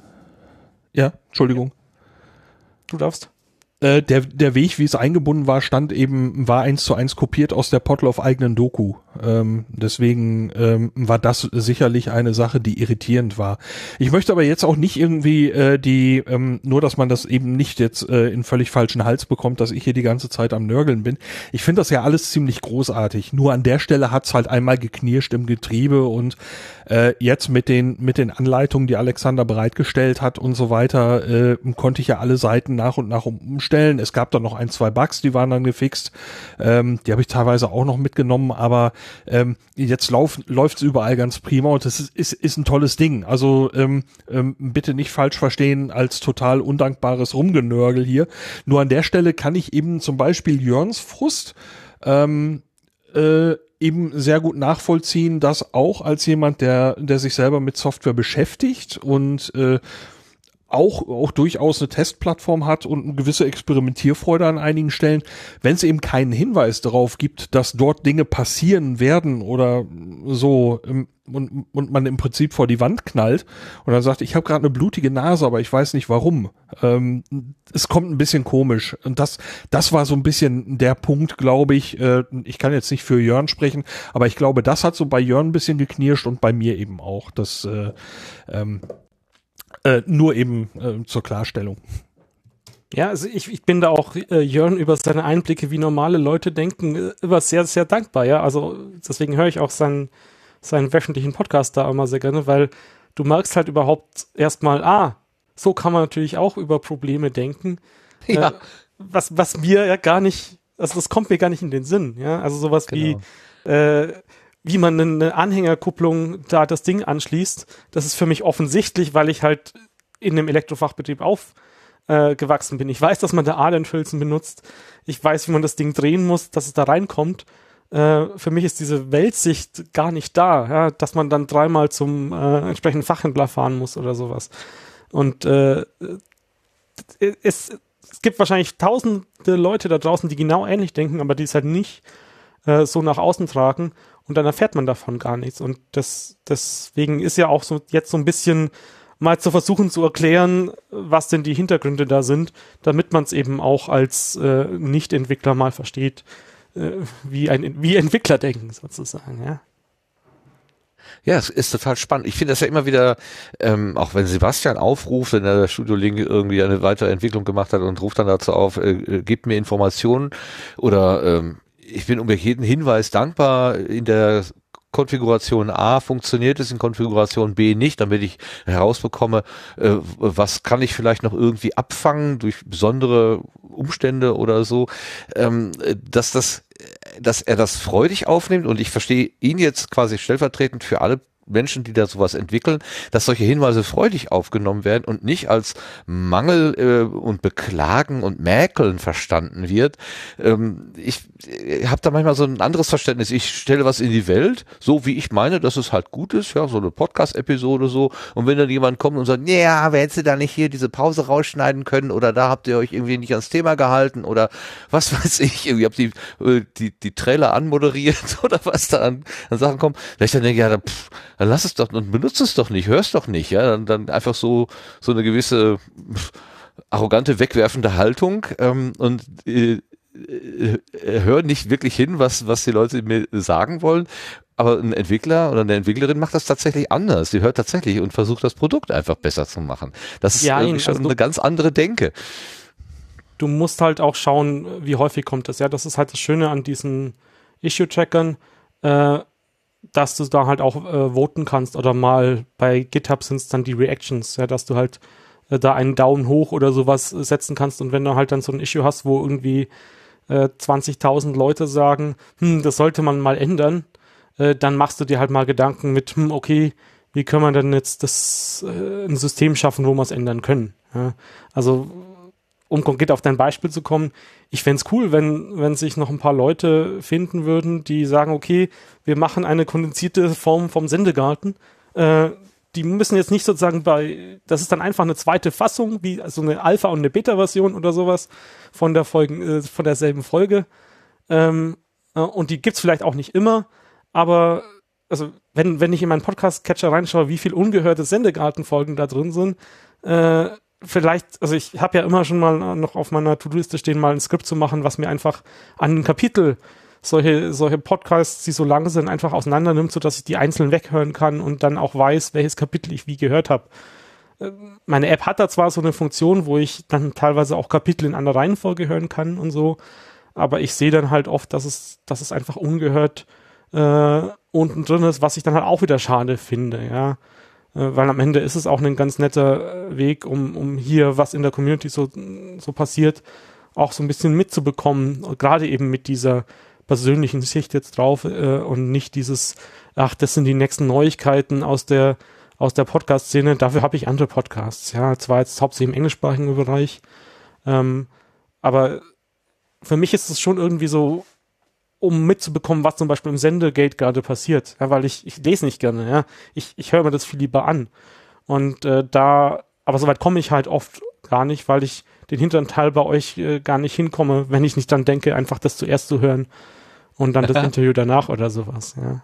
ja, Entschuldigung. Du darfst. Der Weg, wie es eingebunden war, war 1:1 kopiert aus der Podlove eigenen Doku. Deswegen war das sicherlich eine Sache, die irritierend war. Ich möchte aber jetzt auch nicht irgendwie nur, dass man das eben nicht jetzt in völlig falschen Hals bekommt, dass ich hier die ganze Zeit am Nörgeln bin. Ich finde das ja alles ziemlich großartig. Nur an der Stelle hat's halt einmal geknirscht im Getriebe und jetzt mit den Anleitungen, die Alexander bereitgestellt hat und so weiter, konnte ich ja alle Seiten nach und nach umstellen. Es gab dann noch 1, 2 Bugs, die waren dann gefixt. Die habe ich teilweise auch noch mitgenommen, aber jetzt läuft's überall ganz prima und das ist ein tolles Ding. Also bitte nicht falsch verstehen als total undankbares Rumgenörgel hier. Nur an der Stelle kann ich eben zum Beispiel Jörns Frust eben sehr gut nachvollziehen, dass auch als jemand, der sich selber mit Software beschäftigt und auch durchaus eine Testplattform hat und eine gewisse Experimentierfreude an einigen Stellen, wenn es eben keinen Hinweis darauf gibt, dass dort Dinge passieren werden oder so und man im Prinzip vor die Wand knallt und dann sagt, ich habe gerade eine blutige Nase, aber ich weiß nicht warum. Es kommt ein bisschen komisch und das war so ein bisschen der Punkt, glaube ich. Ich kann jetzt nicht für Jörn sprechen, aber ich glaube, das hat so bei Jörn ein bisschen geknirscht und bei mir eben auch. Nur eben zur Klarstellung. Ja, also ich bin da auch Jörn über seine Einblicke, wie normale Leute denken, immer sehr, sehr dankbar. Ja, also deswegen höre ich auch seinen wöchentlichen Podcast da immer sehr gerne, weil du merkst halt überhaupt erstmal, so kann man natürlich auch über Probleme denken. Ja. Was mir ja gar nicht, also das kommt mir gar nicht in den Sinn. Ja, also sowas wie man eine Anhängerkupplung da das Ding anschließt, das ist für mich offensichtlich, weil ich halt in einem Elektrofachbetrieb aufgewachsen bin. Ich weiß, dass man da Adernhülsen benutzt. Ich weiß, wie man das Ding drehen muss, dass es da reinkommt. Für mich ist diese Weltsicht gar nicht da, ja, dass man dann 3-mal zum entsprechenden Fachhändler fahren muss oder sowas. Und es gibt wahrscheinlich tausende Leute da draußen, die genau ähnlich denken, aber die es halt nicht so nach außen tragen. Und dann erfährt man davon gar nichts. Und deswegen ist ja auch so jetzt so ein bisschen mal zu versuchen zu erklären, was denn die Hintergründe da sind, damit man es eben auch als Nicht-Entwickler mal versteht, wie Entwickler denken sozusagen, ja. Ja, es ist total spannend. Ich finde das ja immer wieder, auch wenn Sebastian aufruft, wenn der Studio Link irgendwie eine weitere Entwicklung gemacht hat und ruft dann dazu auf, gebt mir Informationen oder ich bin um jeden Hinweis dankbar. In der Konfiguration A funktioniert es, in Konfiguration B nicht, damit ich herausbekomme, was kann ich vielleicht noch irgendwie abfangen durch besondere Umstände oder so, dass das dass er das freudig aufnimmt und ich verstehe ihn jetzt quasi stellvertretend für alle Menschen, die da sowas entwickeln, dass solche Hinweise freudig aufgenommen werden und nicht als Mangel und Beklagen und Mäkeln verstanden wird. Ich habe da manchmal so ein anderes Verständnis. Ich stelle was in die Welt, so wie ich meine, dass es halt gut ist, ja, so eine Podcast-Episode so. Und wenn dann jemand kommt und sagt, ja, wer hätte da nicht hier diese Pause rausschneiden können oder da habt ihr euch irgendwie nicht ans Thema gehalten oder was weiß ich, irgendwie habt ihr die Trailer anmoderiert oder was da an Sachen kommt, da ich dann denke, ja, dann lass es doch und benutze es doch nicht, hör's doch nicht, ja, dann einfach so eine gewisse arrogante, wegwerfende Haltung und hör nicht wirklich hin, was die Leute mir sagen wollen, aber ein Entwickler oder eine Entwicklerin macht das tatsächlich anders, die hört tatsächlich und versucht das Produkt einfach besser zu machen. Das ist irgendwie schon eine ganz andere Denke. Du musst halt auch schauen, wie häufig kommt das, ja, das ist halt das Schöne an diesen Issue-Trackern, dass du da halt auch voten kannst oder mal bei GitHub sind es dann die Reactions, ja, dass du halt da einen Daumen hoch oder sowas setzen kannst und wenn du halt dann so ein Issue hast, wo irgendwie 20.000 Leute sagen, das sollte man mal ändern, dann machst du dir halt mal Gedanken mit, okay, wie können wir denn jetzt ein System schaffen, wo wir es ändern können, ja? Also um konkret auf dein Beispiel zu kommen, ich fände es cool, wenn sich noch ein paar Leute finden würden, die sagen, okay, wir machen eine kondensierte Form vom Sendegarten. Die müssen jetzt nicht sozusagen das ist dann einfach eine zweite Fassung, wie so eine Alpha- und eine Beta-Version oder sowas von derselben Folge. Und die gibt's vielleicht auch nicht immer, aber also wenn ich in meinen Podcast-Catcher reinschaue, wie viel ungehörte Sendegarten-Folgen da drin sind, vielleicht, also ich habe ja immer schon mal noch auf meiner To-Do-Liste stehen, mal ein Skript zu machen, was mir einfach an ein Kapitel solche Podcasts, die so lang sind, einfach auseinander nimmt, sodass ich die einzeln weghören kann und dann auch weiß, welches Kapitel ich wie gehört habe. Meine App hat da zwar so eine Funktion, wo ich dann teilweise auch Kapitel in einer Reihenfolge hören kann und so, aber ich sehe dann halt oft, dass es einfach ungehört unten drin ist, was ich dann halt auch wieder schade finde, ja. Weil am Ende ist es auch ein ganz netter Weg, um hier, was in der Community so passiert, auch so ein bisschen mitzubekommen, gerade eben mit dieser persönlichen Sicht jetzt drauf und nicht dieses, ach, das sind die nächsten Neuigkeiten aus der Podcast-Szene, dafür habe ich andere Podcasts, ja, zwar jetzt hauptsächlich im englischsprachigen Bereich, aber für mich ist es schon irgendwie so, um mitzubekommen, was zum Beispiel im Sendegate gerade passiert, ja, weil ich lese nicht gerne, ja, ich höre mir das viel lieber an und aber soweit komme ich halt oft gar nicht, weil ich den hinteren Teil bei euch gar nicht hinkomme, wenn ich nicht dann denke, einfach das zuerst zu hören und dann das Interview danach oder sowas, ja.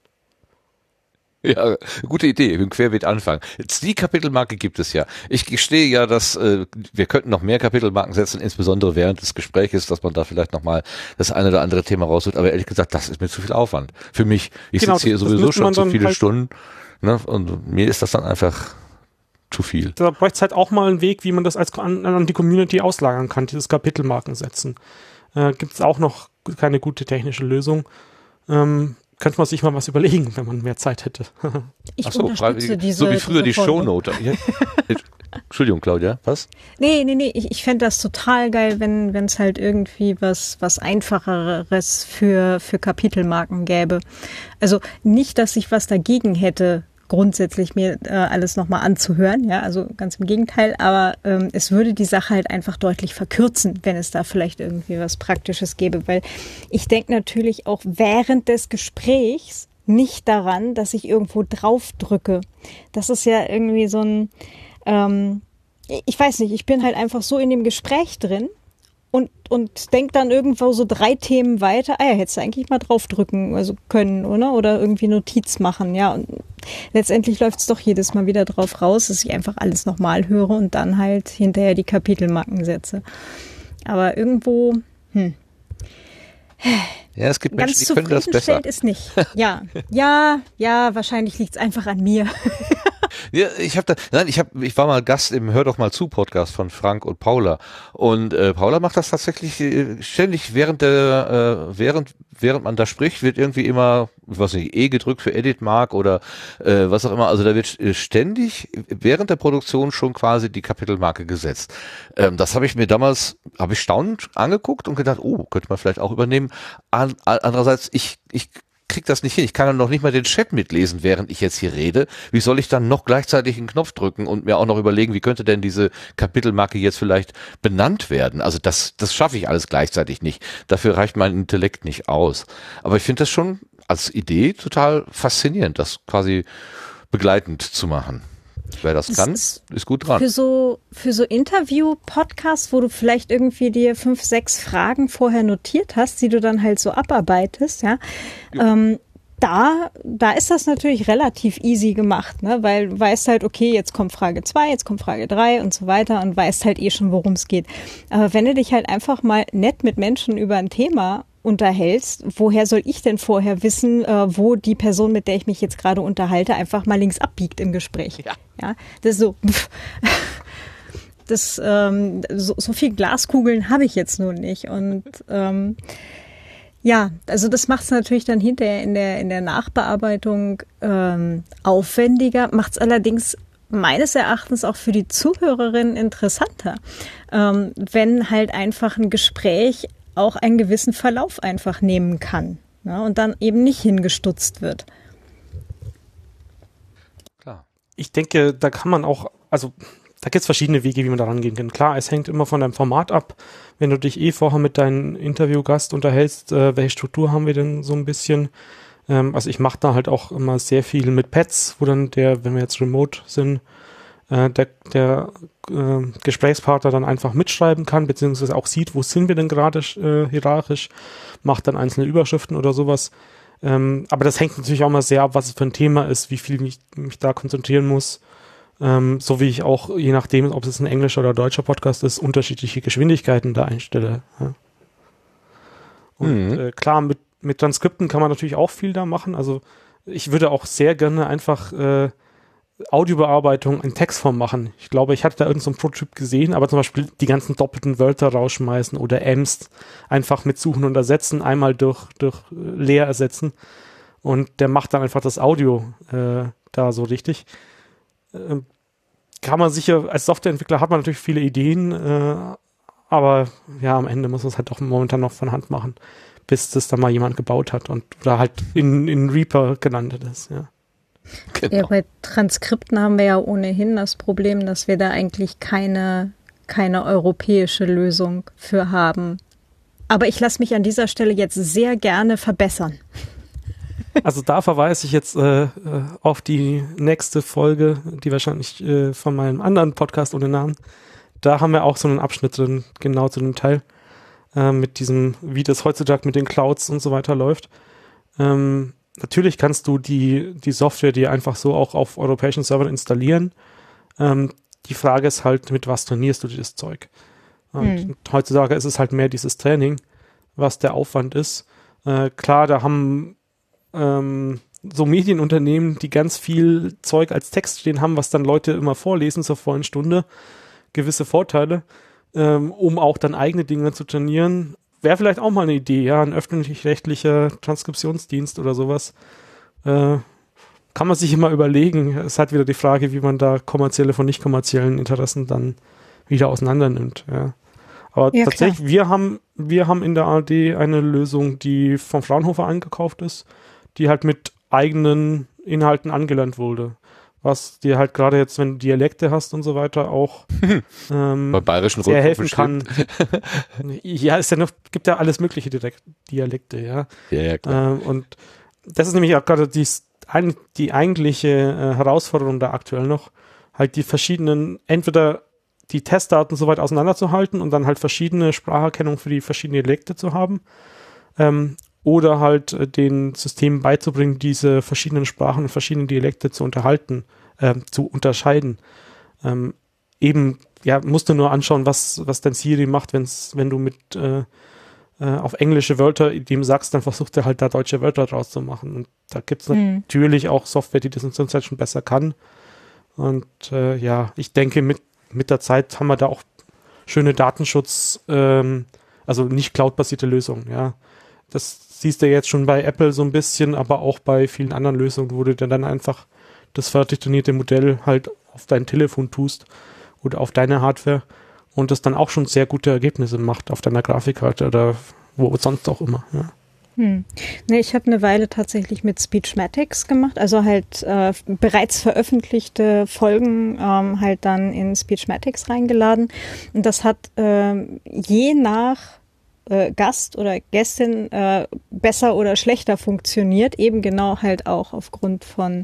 Ja, gute Idee, im Querbeet anfangen. Jetzt die Kapitelmarke gibt es ja. Ich gestehe ja, dass wir könnten noch mehr Kapitelmarken setzen, insbesondere während des Gesprächs, dass man da vielleicht nochmal das eine oder andere Thema rausholt. Aber ehrlich gesagt, das ist mir zu viel Aufwand. Für mich, ich sitze hier sowieso schon zu viele Stunden, ne, und mir ist das dann einfach zu viel. Da bräuchte es halt auch mal einen Weg, wie man das an die Community auslagern kann, dieses Kapitelmarken setzen. Gibt es auch noch keine gute technische Lösung. Könnte man sich mal was überlegen, wenn man mehr Zeit hätte. Ich unterstütze so wie früher die Shownote. Entschuldigung, Claudia, was? Nee, ich fände das total geil, wenn es halt irgendwie was Einfacheres für Kapitelmarken gäbe. Also nicht, dass ich was dagegen hätte, grundsätzlich mir alles nochmal anzuhören, ja, also ganz im Gegenteil, aber es würde die Sache halt einfach deutlich verkürzen, wenn es da vielleicht irgendwie was Praktisches gäbe, weil ich denke natürlich auch während des Gesprächs nicht daran, dass ich irgendwo drauf drücke. Das ist ja irgendwie so ein, ich weiß nicht, ich bin halt einfach so in dem Gespräch drin und denk dann irgendwo so 3 Themen weiter. Ja, hättest du eigentlich mal draufdrücken können, oder irgendwie Notiz machen, ja. Und letztendlich läuft es doch jedes Mal wieder drauf raus, dass ich einfach alles nochmal höre und dann halt hinterher die Kapitelmarken setze. Aber irgendwo, Ja, es gibt Menschen, die können das besser. Ist nicht. Ja, wahrscheinlich liegt es einfach an mir. Ja, ich war mal Gast im Hör doch mal zu Podcast von Frank und Paula und Paula macht das tatsächlich ständig während man da spricht, wird irgendwie immer, ich weiß nicht, gedrückt für Edit Mark oder was auch immer, also da wird ständig während der Produktion schon quasi die Kapitelmarke gesetzt. Das habe ich mir damals, staunend angeguckt und gedacht, könnte man vielleicht auch übernehmen. Andererseits, ich krieg das nicht hin. Ich kann dann noch nicht mal den Chat mitlesen, während ich jetzt hier rede. Wie soll ich dann noch gleichzeitig einen Knopf drücken und mir auch noch überlegen, wie könnte denn diese Kapitelmarke jetzt vielleicht benannt werden? Also das schaffe ich alles gleichzeitig nicht. Dafür reicht mein Intellekt nicht aus. Aber ich finde das schon als Idee total faszinierend, das quasi begleitend zu machen. Wer das kann, ist gut dran. Für so Interview-Podcasts, wo du vielleicht irgendwie dir 5, 6 Fragen vorher notiert hast, die du dann halt so abarbeitest, ja. Da ist das natürlich relativ easy gemacht, ne? Weil du weißt halt, okay, jetzt kommt Frage 2, jetzt kommt Frage 3 und so weiter und weißt halt schon, worum es geht. Aber wenn du dich halt einfach mal nett mit Menschen über ein Thema unterhältst, woher soll ich denn vorher wissen, wo die Person, mit der ich mich jetzt gerade unterhalte, einfach mal links abbiegt im Gespräch? Ja, das ist so. So viel Glaskugeln habe ich jetzt nun nicht. Und ja, also das macht es natürlich dann hinterher in der Nachbearbeitung aufwendiger, macht es allerdings meines Erachtens auch für die Zuhörerin interessanter, wenn halt einfach ein Gespräch auch einen gewissen Verlauf einfach nehmen kann, ne, und dann eben nicht hingestutzt wird. Klar. Ich denke, da kann man auch, also da gibt es verschiedene Wege, wie man da rangehen kann. Klar, es hängt immer von deinem Format ab. Wenn du dich vorher mit deinem Interviewgast unterhältst, welche Struktur haben wir denn so ein bisschen? Also ich mache da halt auch immer sehr viel mit Pads, wo dann wenn wir jetzt remote sind, der Gesprächspartner dann einfach mitschreiben kann, beziehungsweise auch sieht, wo sind wir denn gerade hierarchisch, macht dann einzelne Überschriften oder sowas. Aber das hängt natürlich auch mal sehr ab, was es für ein Thema ist, wie viel mich da konzentrieren muss. So wie ich auch, je nachdem, ob es ein englischer oder deutscher Podcast ist, unterschiedliche Geschwindigkeiten da einstelle. Ja. Und klar, mit Transkripten kann man natürlich auch viel da machen. Also ich würde auch sehr gerne einfach Audiobearbeitung in Textform machen. Ich glaube, ich hatte da irgendeinen so Prototyp gesehen, aber zum Beispiel die ganzen doppelten Wörter rausschmeißen oder Ems einfach mit Suchen und Ersetzen einmal durch leer ersetzen und der macht dann einfach das Audio da so richtig. Kann man sicher, als Softwareentwickler hat man natürlich viele Ideen, aber ja, am Ende muss man es halt doch momentan noch von Hand machen, bis das dann mal jemand gebaut hat oder halt in Reaper gelandet ist, ja. Genau. Ja, bei Transkripten haben wir ja ohnehin das Problem, dass wir da eigentlich keine europäische Lösung für haben. Aber ich lasse mich an dieser Stelle jetzt sehr gerne verbessern. Also da verweise ich jetzt auf die nächste Folge, die wahrscheinlich von meinem anderen Podcast ohne Namen. Da haben wir auch so einen Abschnitt drin, genau zu dem Teil, mit diesem, wie das heutzutage mit den Clouds und so weiter läuft. Natürlich kannst du die Software dir einfach so auch auf europäischen Servern installieren. Die Frage ist halt, mit was trainierst du das Zeug? Und heutzutage ist es halt mehr dieses Training, was der Aufwand ist. Klar, da haben so Medienunternehmen, die ganz viel Zeug als Text stehen haben, was dann Leute immer vorlesen zur vollen Stunde, gewisse Vorteile, um auch dann eigene Dinge zu trainieren. Wäre vielleicht auch mal eine Idee, ja, ein öffentlich-rechtlicher Transkriptionsdienst oder sowas. Kann man sich immer überlegen. Es hat wieder die Frage, wie man da kommerzielle von nicht kommerziellen Interessen dann wieder auseinander nimmt. Ja. Aber ja, tatsächlich, klar. wir haben in der ARD eine Lösung, die vom Fraunhofer eingekauft ist, die halt mit eigenen Inhalten angelernt wurde. Was dir halt gerade jetzt, wenn du Dialekte hast und so weiter, auch bei bayerischen sehr helfen kann. Ja, gibt ja alles mögliche Dialekte, ja. Ja, klar. Und das ist nämlich auch gerade die eigentliche Herausforderung da aktuell noch, halt die verschiedenen, entweder die Testdaten so weit auseinanderzuhalten und dann halt verschiedene Spracherkennung für die verschiedenen Dialekte zu haben, oder halt den Systemen beizubringen, diese verschiedenen Sprachen und verschiedene Dialekte zu unterscheiden. Eben, ja, musst du nur anschauen, was dein Siri macht, wenn du mit auf englische Wörter dem sagst, dann versucht er halt da deutsche Wörter draus zu machen. Und da gibt es natürlich auch Software, die das in der Zeit schon besser kann. Und ich denke, mit der Zeit haben wir da auch schöne Datenschutz, also nicht Cloud-basierte Lösungen, ja. Das siehst du jetzt schon bei Apple so ein bisschen, aber auch bei vielen anderen Lösungen, wo du dann einfach das fertig trainierte Modell halt auf dein Telefon tust oder auf deine Hardware und das dann auch schon sehr gute Ergebnisse macht auf deiner Grafikkarte oder wo sonst auch immer, ja. Nee, ich habe eine Weile tatsächlich mit Speechmatics gemacht, also halt bereits veröffentlichte Folgen halt dann in Speechmatics reingeladen und das hat je nach Gast oder Gästin besser oder schlechter funktioniert, eben genau halt auch aufgrund von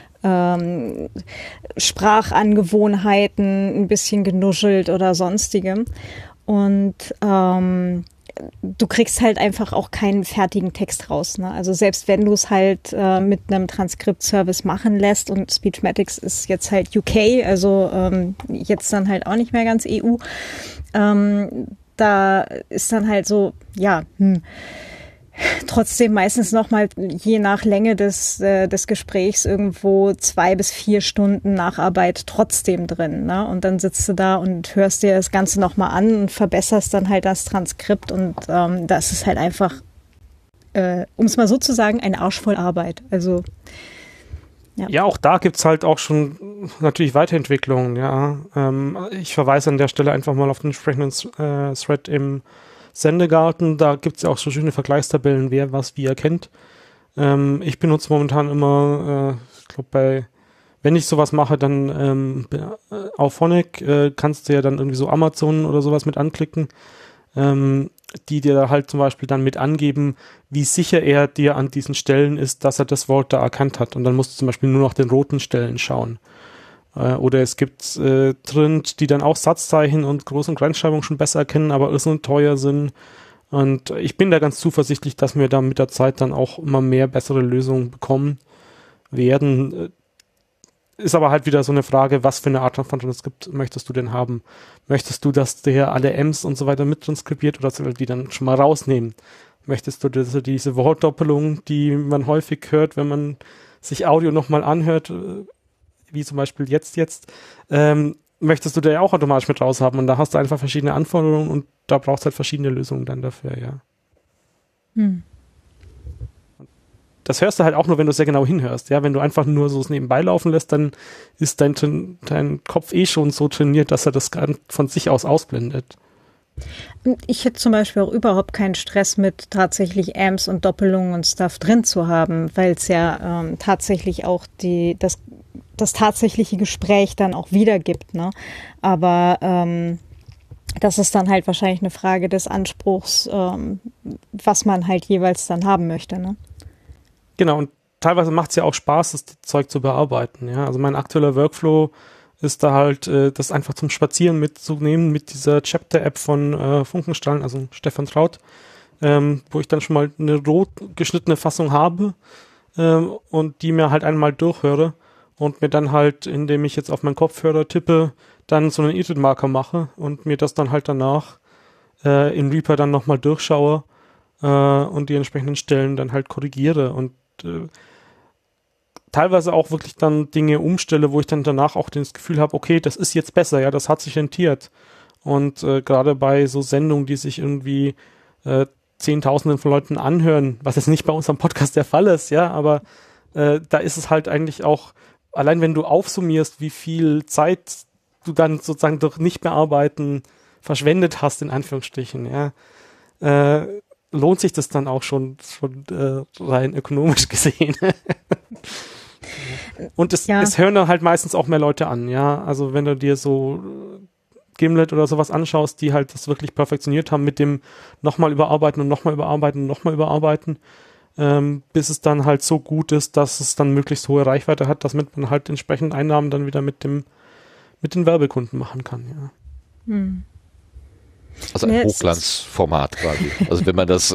Sprachangewohnheiten, ein bisschen genuschelt oder sonstigem und du kriegst halt einfach auch keinen fertigen Text raus. Ne? Also selbst wenn du es halt mit einem Transkriptservice machen lässt und Speechmatics ist jetzt halt UK, also jetzt dann halt auch nicht mehr ganz EU, da ist dann halt so, trotzdem meistens nochmal je nach Länge des Gesprächs irgendwo 2 bis 4 Stunden Nacharbeit trotzdem drin. Ne? Und dann sitzt du da und hörst dir das Ganze nochmal an und verbesserst dann halt das Transkript und das ist halt einfach, um es mal so zu sagen, ein Arsch voll Arbeit. Also ja, auch da gibt's halt auch schon natürlich Weiterentwicklungen, ja. Ich verweise an der Stelle einfach mal auf den entsprechenden Thread im Sendegarten, da gibt's ja auch so schöne Vergleichstabellen, wer was wie erkennt. Ich benutze momentan immer, ich glaube wenn ich sowas mache, dann auf Phonic kannst du ja dann irgendwie so Amazon oder sowas mit anklicken, die dir halt zum Beispiel dann mit angeben, wie sicher er dir an diesen Stellen ist, dass er das Wort da erkannt hat. Und dann musst du zum Beispiel nur nach den roten Stellen schauen. Oder es gibt drin, die dann auch Satzzeichen und Groß- und Kleinschreibung schon besser erkennen, aber irrsinnig teuer sind. Und ich bin da ganz zuversichtlich, dass wir da mit der Zeit dann auch immer mehr bessere Lösungen bekommen werden. Ist aber halt wieder so eine Frage, was für eine Art von Transkript möchtest du denn haben? Möchtest du, dass der alle Ms und so weiter mittranskribiert oder soll er die dann schon mal rausnehmen? Möchtest du diese Wortdoppelung, die man häufig hört, wenn man sich Audio nochmal anhört, wie zum Beispiel jetzt, möchtest du da ja auch automatisch mit raus haben und da hast du einfach verschiedene Anforderungen und da brauchst du halt verschiedene Lösungen dann dafür, ja. Das hörst du halt auch nur, wenn du sehr genau hinhörst, ja, wenn du einfach nur so es nebenbei laufen lässt, dann ist dein Kopf schon so trainiert, dass er das von sich aus ausblendet. Ich hätte zum Beispiel auch überhaupt keinen Stress mit tatsächlich Amps und Doppelungen und Stuff drin zu haben, weil es ja tatsächlich auch das tatsächliche Gespräch dann auch wiedergibt, ne? Aber das ist dann halt wahrscheinlich eine Frage des Anspruchs, was man halt jeweils dann haben möchte, ne? Genau, und teilweise macht es ja auch Spaß, das Zeug zu bearbeiten, ja. Also mein aktueller Workflow ist da halt, das einfach zum Spazieren mitzunehmen mit dieser Chapter-App von Funkenstein, also Stefan Traut, wo ich dann schon mal eine rot geschnittene Fassung habe und die mir halt einmal durchhöre und mir dann halt, indem ich jetzt auf meinen Kopfhörer tippe, dann so einen Edit-Marker mache und mir das dann halt danach in Reaper dann nochmal durchschaue und die entsprechenden Stellen dann halt korrigiere und teilweise auch wirklich dann Dinge umstelle, wo ich dann danach auch das Gefühl habe, okay, das ist jetzt besser, ja, das hat sich rentiert. Und gerade bei so Sendungen, die sich irgendwie Zehntausenden von Leuten anhören, was jetzt nicht bei unserem Podcast der Fall ist, ja, aber da ist es halt eigentlich auch, allein wenn du aufsummierst, wie viel Zeit du dann sozusagen durch Nicht-Bearbeiten verschwendet hast, in Anführungsstrichen, ja, lohnt sich das dann auch schon rein ökonomisch gesehen. Und es hören dann halt meistens auch mehr Leute an, ja. Also wenn du dir so Gimlet oder sowas anschaust, die halt das wirklich perfektioniert haben mit dem nochmal überarbeiten und nochmal überarbeiten und nochmal überarbeiten, bis es dann halt so gut ist, dass es dann möglichst hohe Reichweite hat, damit man halt entsprechend Einnahmen dann wieder mit den Werbekunden machen kann, ja. Also ein Hochglanzformat quasi. Also wenn man das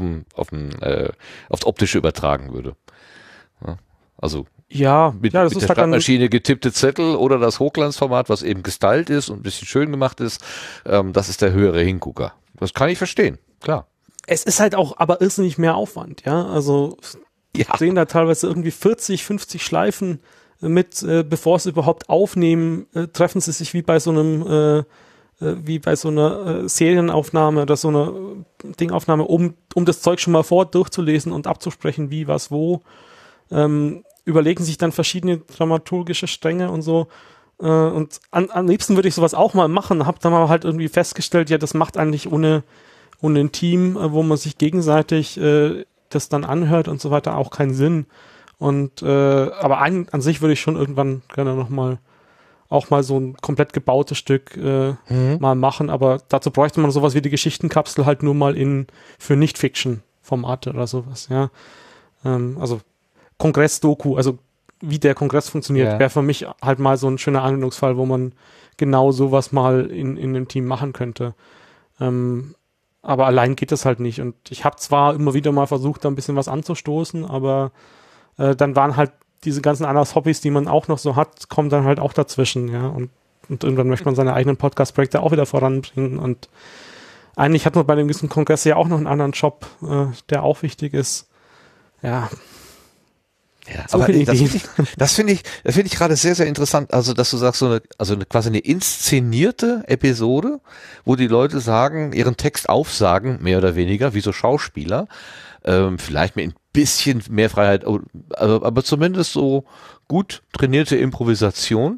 aufs Optische übertragen würde. Ja, also mit der Schreibmaschine getippte Zettel oder das Hochglanzformat, was eben gestylt ist und ein bisschen schön gemacht ist, das ist der höhere Hingucker. Das kann ich verstehen, klar. Es ist halt auch aber irrsinnig mehr Aufwand, ja. Also sehen da teilweise irgendwie 40, 50 Schleifen bevor sie überhaupt aufnehmen, treffen sie sich wie bei so einer Serienaufnahme oder so einer Dingaufnahme, um das Zeug schon mal durchzulesen und abzusprechen, wie, was, wo. Überlegen sich dann verschiedene dramaturgische Stränge und so. Und am liebsten würde ich sowas auch mal machen, habe dann aber halt irgendwie festgestellt, ja, das macht eigentlich ohne ein Team, wo man sich gegenseitig das dann anhört und so weiter, auch keinen Sinn. Und aber an sich würde ich schon irgendwann gerne nochmal auch mal so ein komplett gebautes Stück mal machen, aber dazu bräuchte man sowas wie die Geschichtenkapsel halt nur mal für Nicht-Fiction-Formate oder sowas, ja. Also Kongress-Doku, also wie der Kongress funktioniert, wäre für mich halt mal so ein schöner Anwendungsfall, wo man genau sowas mal in einem Team machen könnte. Aber allein geht das halt nicht. Und ich habe zwar immer wieder mal versucht, da ein bisschen was anzustoßen, aber dann waren halt diese ganzen anderen Hobbys, die man auch noch so hat, kommen dann halt auch dazwischen, ja. Und irgendwann möchte man seine eigenen Podcast-Projekte auch wieder voranbringen. Und eigentlich hat man bei dem gewissen Kongress ja auch noch einen anderen Job, der auch wichtig ist. Ja. Ja, so aber viele das finde ich gerade sehr, sehr interessant. Also, dass du sagst, quasi eine inszenierte Episode, wo die Leute ihren Text aufsagen, mehr oder weniger, wie so Schauspieler, vielleicht mit ein bisschen mehr Freiheit, aber zumindest so gut trainierte Improvisation.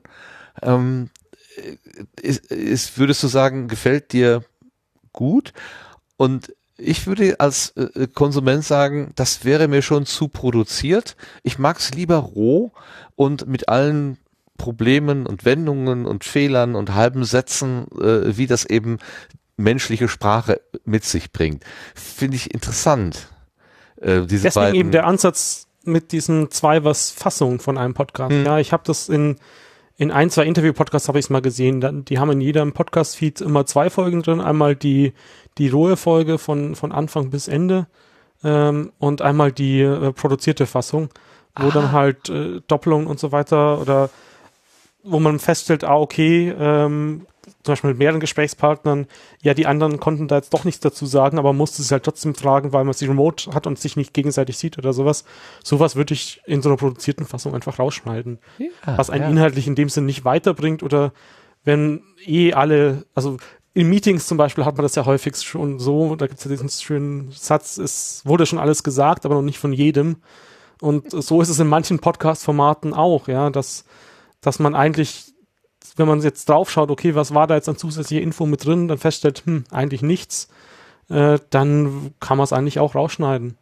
Würdest du sagen, gefällt dir gut? Und ich würde als Konsument sagen, das wäre mir schon zu produziert. Ich mag es lieber roh und mit allen Problemen und Wendungen und Fehlern und halben Sätzen, wie das eben menschliche Sprache mit sich bringt. Finde ich interessant. Deswegen eben der Ansatz mit diesen Fassungen von einem Podcast. Ja, ich habe das in 1, 2 Interview-Podcasts habe ich es mal gesehen. Die haben in jedem Podcast-Feed immer 2 Folgen drin. Einmal die rohe Folge von Anfang bis Ende und einmal die produzierte Fassung, wo dann halt Doppelungen und so weiter oder wo man feststellt, okay, zum Beispiel mit mehreren Gesprächspartnern, ja, die anderen konnten da jetzt doch nichts dazu sagen, aber musste es halt trotzdem fragen, weil man sie remote hat und sich nicht gegenseitig sieht oder sowas. Sowas würde ich in so einer produzierten Fassung einfach rausschneiden. Ja, was einen inhaltlich in dem Sinn nicht weiterbringt oder wenn also in Meetings zum Beispiel hat man das ja häufig schon so, da gibt es ja diesen schönen Satz, es wurde schon alles gesagt, aber noch nicht von jedem. Und so ist es in manchen Podcast-Formaten auch, ja, dass man eigentlich, wenn man jetzt drauf schaut, okay, was war da jetzt an zusätzlicher Info mit drin, dann feststellt, eigentlich nichts, dann kann man es eigentlich auch rausschneiden.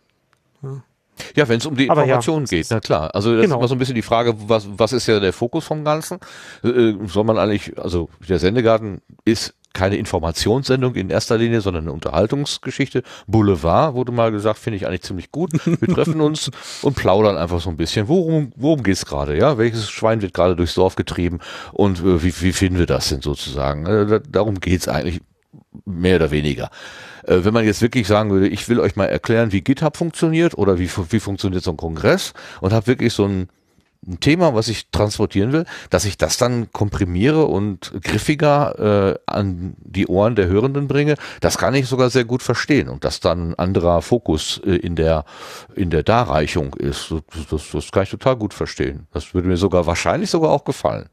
Ja, wenn es um die Informationen geht, na klar. Also das ist immer so ein bisschen die Frage, was ist ja der Fokus vom Ganzen? Soll man eigentlich, also der Sendegarten ist keine Informationssendung in erster Linie, sondern eine Unterhaltungsgeschichte. Boulevard wurde mal gesagt, finde ich eigentlich ziemlich gut. Wir treffen uns und plaudern einfach so ein bisschen. Worum geht's gerade? Ja, welches Schwein wird gerade durchs Dorf getrieben und wie finden wir das denn sozusagen? Darum geht's eigentlich mehr oder weniger. Wenn man jetzt wirklich sagen würde, ich will euch mal erklären, wie GitHub funktioniert oder wie funktioniert so ein Kongress und habe wirklich so ein Thema, was ich transportieren will, dass ich das dann komprimiere und griffiger an die Ohren der Hörenden bringe, das kann ich sogar sehr gut verstehen und dass dann ein anderer Fokus in der Darreichung ist, das kann ich total gut verstehen. Das würde mir wahrscheinlich sogar auch gefallen.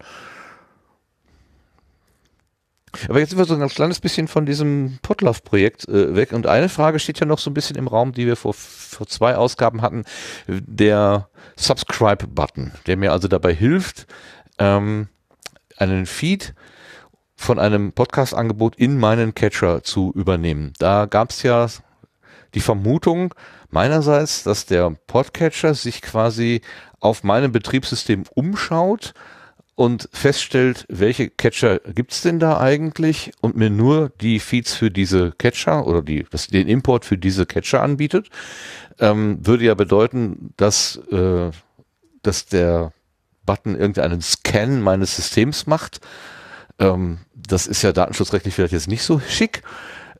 Aber jetzt sind wir so ein ganz kleines bisschen von diesem Podlove-Projekt weg und eine Frage steht ja noch so ein bisschen im Raum, die wir vor 2 Ausgaben hatten, der Subscribe-Button, der mir also dabei hilft, einen Feed von einem Podcast-Angebot in meinen Catcher zu übernehmen. Da gab es ja die Vermutung meinerseits, dass der Podcatcher sich quasi auf meinem Betriebssystem umschaut und feststellt, welche Catcher gibt's denn da eigentlich und mir nur die Feeds für diese Catcher oder den Import für diese Catcher anbietet, würde ja bedeuten, dass der Button irgendeinen Scan meines Systems macht. Das ist ja datenschutzrechtlich vielleicht jetzt nicht so schick.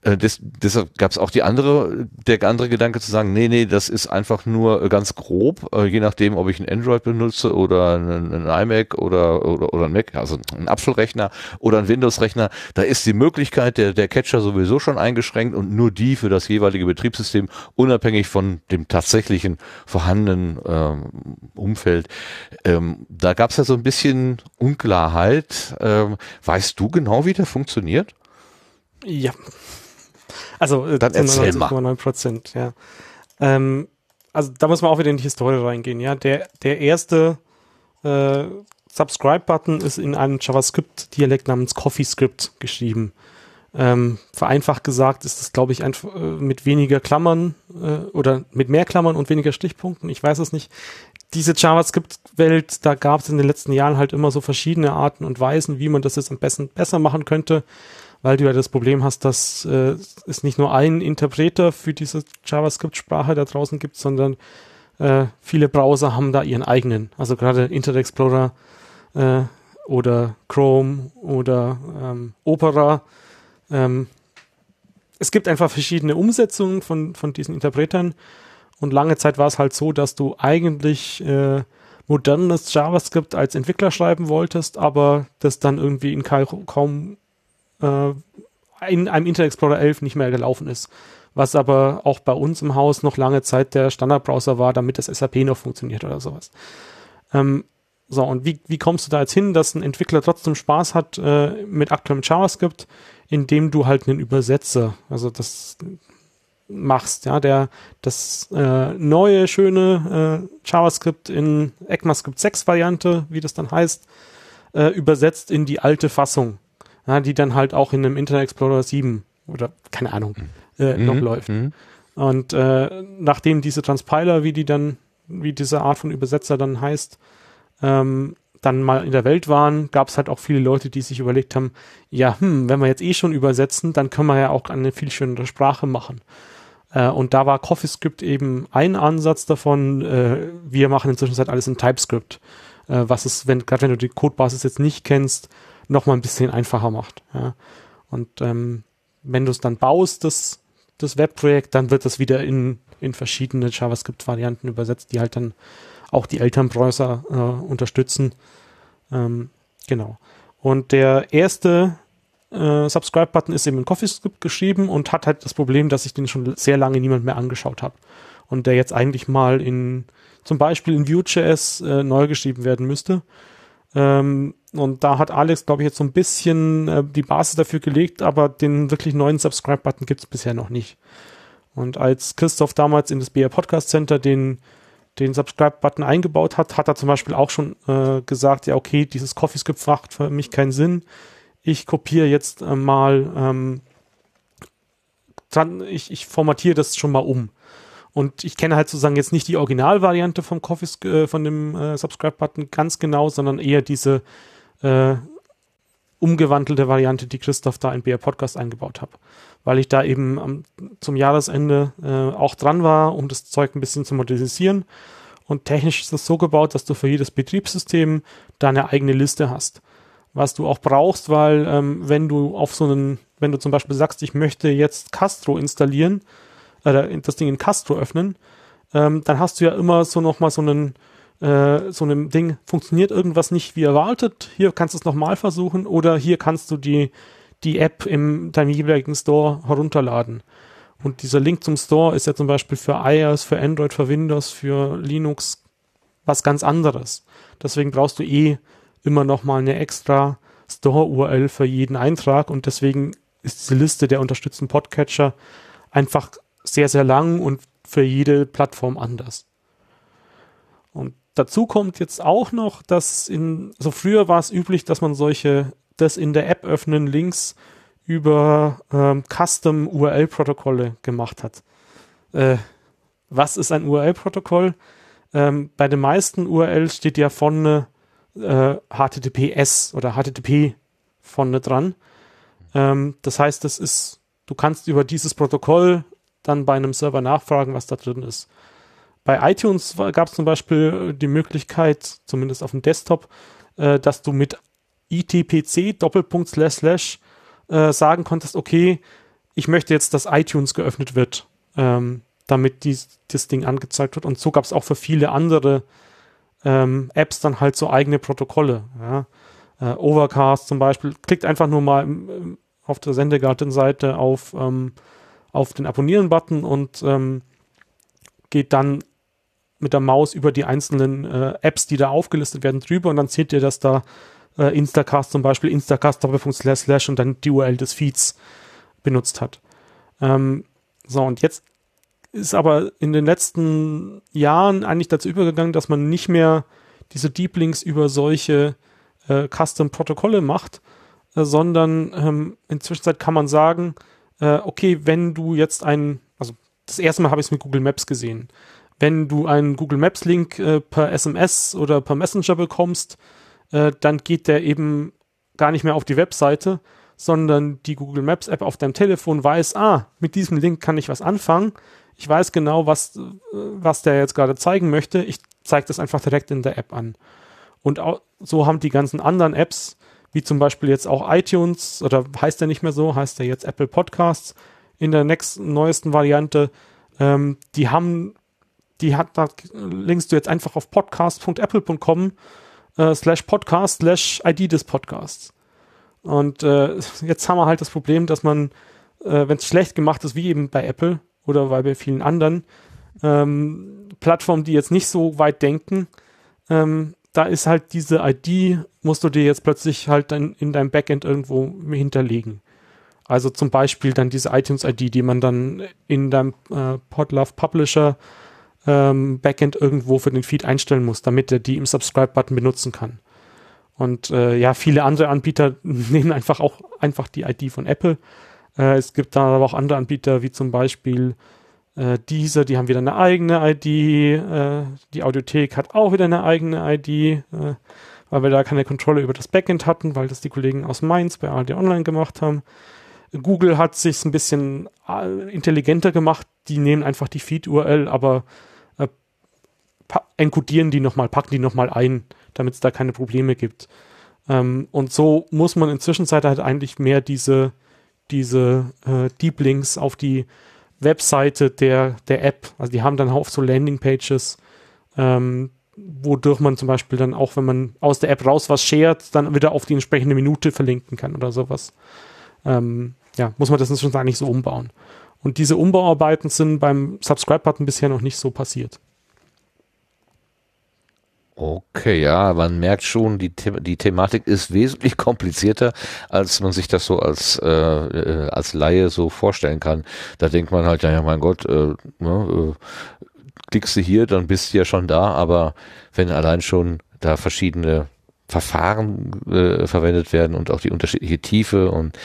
Deshalb gab es auch der andere Gedanke zu sagen, nee, das ist einfach nur ganz grob, je nachdem, ob ich ein Android benutze oder ein iMac oder ein Mac, also ein Apfelrechner oder ein Windows-Rechner, da ist die Möglichkeit der Catcher sowieso schon eingeschränkt und nur die für das jeweilige Betriebssystem, unabhängig von dem tatsächlichen vorhandenen Umfeld. Da gab es ja so ein bisschen Unklarheit. Weißt du genau, wie der funktioniert? Ja. Also dann erzähl mal. 99,9%, ja. Also da muss man auch wieder in die Historie reingehen, ja. Der erste Subscribe-Button ist in einem JavaScript-Dialekt namens CoffeeScript geschrieben. Vereinfacht gesagt ist es, glaube ich, einfach mit weniger Klammern oder mit mehr Klammern und weniger Stichpunkten. Ich weiß es nicht. Diese JavaScript-Welt, da gab es in den letzten Jahren halt immer so verschiedene Arten und Weisen, wie man das jetzt am besten besser machen könnte, weil du ja das Problem hast, dass es nicht nur einen Interpreter für diese JavaScript-Sprache da draußen gibt, sondern viele Browser haben da ihren eigenen. Also gerade Internet Explorer oder Chrome oder Opera. Es gibt einfach verschiedene Umsetzungen von diesen Interpretern und lange Zeit war es halt so, dass du eigentlich modernes JavaScript als Entwickler schreiben wolltest, aber das dann irgendwie in kaum in einem Internet Explorer 11 nicht mehr gelaufen ist. Was aber auch bei uns im Haus noch lange Zeit der Standardbrowser war, damit das SAP noch funktioniert oder sowas. So, und wie kommst du da jetzt hin, dass ein Entwickler trotzdem Spaß hat mit aktuellem JavaScript, indem du halt einen Übersetzer, also das machst, ja, das neue, schöne JavaScript in ECMAScript 6 Variante, wie das dann heißt, übersetzt in die alte Fassung, ja, die dann halt auch in einem Internet Explorer 7 oder keine Ahnung noch läuft. Und nachdem diese Transpiler, wie diese Art von Übersetzer dann heißt, dann mal in der Welt waren, gab es halt auch viele Leute, die sich überlegt haben, ja, wenn wir jetzt schon übersetzen, dann können wir ja auch eine viel schönere Sprache machen. Und da war CoffeeScript eben ein Ansatz davon, wir machen inzwischen alles in TypeScript, was es, gerade wenn du die Codebasis jetzt nicht kennst, noch mal ein bisschen einfacher macht. Ja. Und wenn du es dann baust, das Webprojekt, dann wird das wieder in verschiedene JavaScript-Varianten übersetzt, die halt dann auch die Elternbrowser unterstützen. Genau. Und der erste Subscribe-Button ist eben in CoffeeScript geschrieben und hat halt das Problem, dass ich den schon sehr lange niemand mehr angeschaut habe. Und der jetzt eigentlich mal zum Beispiel in Vue.js neu geschrieben werden müsste. Und da hat Alex, glaube ich, jetzt so ein bisschen die Basis dafür gelegt, aber den wirklich neuen Subscribe-Button gibt es bisher noch nicht. Und als Christoph damals in das BR Podcast Center den Subscribe-Button eingebaut hat, hat er zum Beispiel auch schon gesagt, ja okay, dieses CoffeeScript macht für mich keinen Sinn. Ich kopiere jetzt ich formatiere das schon mal um. Und ich kenne halt sozusagen jetzt nicht die Originalvariante von dem Subscribe-Button ganz genau, sondern eher diese umgewandelte Variante, die Christoph da in BR Podcast eingebaut hat. Weil ich da eben zum Jahresende auch dran war, um das Zeug ein bisschen zu modernisieren. Und technisch ist das so gebaut, dass du für jedes Betriebssystem deine eigene Liste hast. Was du auch brauchst, weil wenn du zum Beispiel sagst, ich möchte jetzt Castro installieren, das Ding in Castro öffnen, dann hast du ja immer so einem Ding, funktioniert irgendwas nicht wie erwartet, hier kannst du es nochmal versuchen oder hier kannst du die App in deinem jeweiligen Store herunterladen. Und dieser Link zum Store ist ja zum Beispiel für iOS, für Android, für Windows, für Linux was ganz anderes. Deswegen brauchst du immer nochmal eine extra Store-URL für jeden Eintrag und deswegen ist diese Liste der unterstützten Podcatcher einfach sehr, sehr lang und für jede Plattform anders. Und dazu kommt jetzt auch noch, dass früher war es üblich, dass man das in der App öffnen Links über Custom URL-Protokolle gemacht hat. Was ist ein URL-Protokoll? Bei den meisten URLs steht ja vorne HTTPS oder HTTP vorne dran. Das heißt, du kannst über dieses Protokoll dann bei einem Server nachfragen, was da drin ist. Bei iTunes gab es zum Beispiel die Möglichkeit, zumindest auf dem Desktop, dass du mit ITPC // sagen konntest, okay, ich möchte jetzt, dass iTunes geöffnet wird, damit das Ding angezeigt wird. Und so gab es auch für viele andere Apps dann halt so eigene Protokolle. Ja. Overcast zum Beispiel, klickt einfach nur mal auf der Sendegarten-Seite auf den Abonnieren-Button und geht dann mit der Maus über die einzelnen Apps, die da aufgelistet werden, drüber und dann seht ihr, dass da Instacast zum Beispiel, Instacast / und dann die URL des Feeds benutzt hat. So, und jetzt ist aber in den letzten Jahren eigentlich dazu übergegangen, dass man nicht mehr diese Deep Links über solche Custom-Protokolle macht, sondern inzwischen kann man sagen, okay, wenn du jetzt also das erste Mal habe ich es mit Google Maps gesehen, wenn du einen Google Maps Link per SMS oder per Messenger bekommst, dann geht der eben gar nicht mehr auf die Webseite, sondern die Google Maps App auf deinem Telefon weiß, mit diesem Link kann ich was anfangen. Ich weiß genau, was der jetzt gerade zeigen möchte. Ich zeige das einfach direkt in der App an. Und so haben die ganzen anderen Apps, wie zum Beispiel jetzt auch iTunes, oder heißt der nicht mehr so, heißt der jetzt Apple Podcasts in der neuesten Variante, da linkst du jetzt einfach auf podcast.apple.com /podcast/ID des Podcasts. Und jetzt haben wir halt das Problem, dass man, wenn es schlecht gemacht ist, wie eben bei Apple oder bei vielen anderen Plattformen, die jetzt nicht so weit denken, da ist halt diese ID, musst du dir jetzt plötzlich halt dann in deinem Backend irgendwo hinterlegen. Also zum Beispiel dann diese iTunes-ID, die man dann in deinem Podlove Publisher Backend irgendwo für den Feed einstellen muss, damit er die im Subscribe-Button benutzen kann. Und viele andere Anbieter nehmen einfach die ID von Apple. Es gibt da aber auch andere Anbieter, wie zum Beispiel Deezer, die haben wieder eine eigene ID. Die Audiothek hat auch wieder eine eigene ID, weil wir da keine Kontrolle über das Backend hatten, weil das die Kollegen aus Mainz bei ARD Online gemacht haben. Google hat sich ein bisschen intelligenter gemacht. Die nehmen einfach die Feed-URL, aber encodieren die nochmal, packen die nochmal ein, damit es da keine Probleme gibt. Und so muss man inzwischen halt eigentlich mehr diese Deep Links auf die Webseite der App, also die haben dann auf so Landing-Pages, wodurch man zum Beispiel dann auch, wenn man aus der App raus was shared, dann wieder auf die entsprechende Minute verlinken kann oder sowas. Muss man das inzwischen eigentlich so umbauen. Und diese Umbauarbeiten sind beim Subscribe-Button bisher noch nicht so passiert. Okay, ja, man merkt schon, die Thematik ist wesentlich komplizierter, als man sich das so als Laie so vorstellen kann. Da denkt man halt, ja mein Gott, klickst du hier, dann bist du ja schon da, aber wenn allein schon da verschiedene Verfahren verwendet werden und auch die unterschiedliche Tiefe und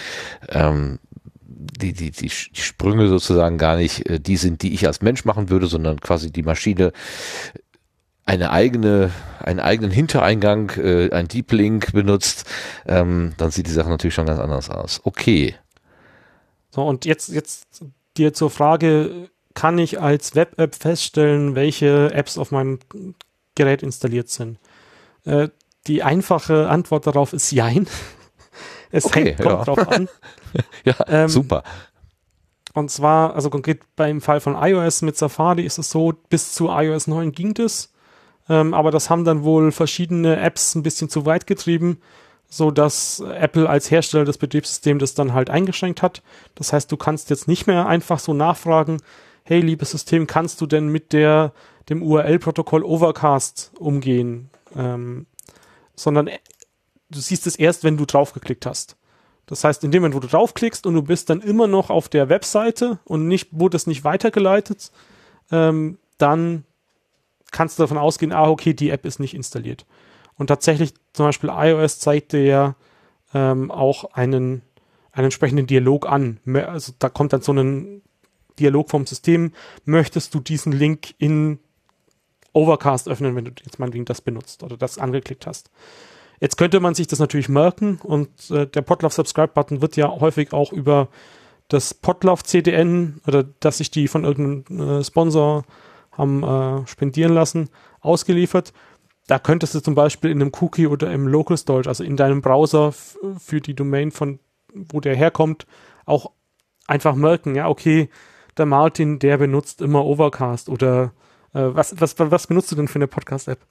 die Sprünge sozusagen gar nicht die sind, die ich als Mensch machen würde, sondern quasi die Maschine einen eigenen Hintereingang, ein Deep Link benutzt, dann sieht die Sache natürlich schon ganz anders aus. Okay. So, und jetzt dir zur Frage, kann ich als Web-App feststellen, welche Apps auf meinem Gerät installiert sind? Die einfache Antwort darauf ist Jein. Es kommt drauf an. Ja, super. Und zwar, also konkret beim Fall von iOS mit Safari ist es so, bis zu iOS 9 ging das. Aber das haben dann wohl verschiedene Apps ein bisschen zu weit getrieben, so dass Apple als Hersteller des Betriebssystems das dann halt eingeschränkt hat. Das heißt, du kannst jetzt nicht mehr einfach so nachfragen, hey, liebes System, kannst du denn mit dem URL-Protokoll Overcast umgehen? Sondern du siehst es erst, wenn du draufgeklickt hast. Das heißt, in dem Moment, wo du draufklickst und du bist dann immer noch auf der Webseite und wurde es nicht weitergeleitet, dann kannst du davon ausgehen, okay, die App ist nicht installiert. Und tatsächlich, zum Beispiel iOS zeigt dir ja auch einen entsprechenden Dialog an. Also da kommt dann so ein Dialog vom System, möchtest du diesen Link in Overcast öffnen, wenn du jetzt meinetwegen das benutzt oder das angeklickt hast. Jetzt könnte man sich das natürlich merken und der Podlove Subscribe Button wird ja häufig auch über das Podlove CDN oder dass sich die von irgendeinem Sponsor haben spendieren lassen, ausgeliefert. Da könntest du zum Beispiel in einem Cookie oder im Local Storage, also in deinem Browser für die Domain, von wo der herkommt, auch einfach merken, ja, okay, der Martin, der benutzt immer Overcast oder was benutzt du denn für eine Podcast-App?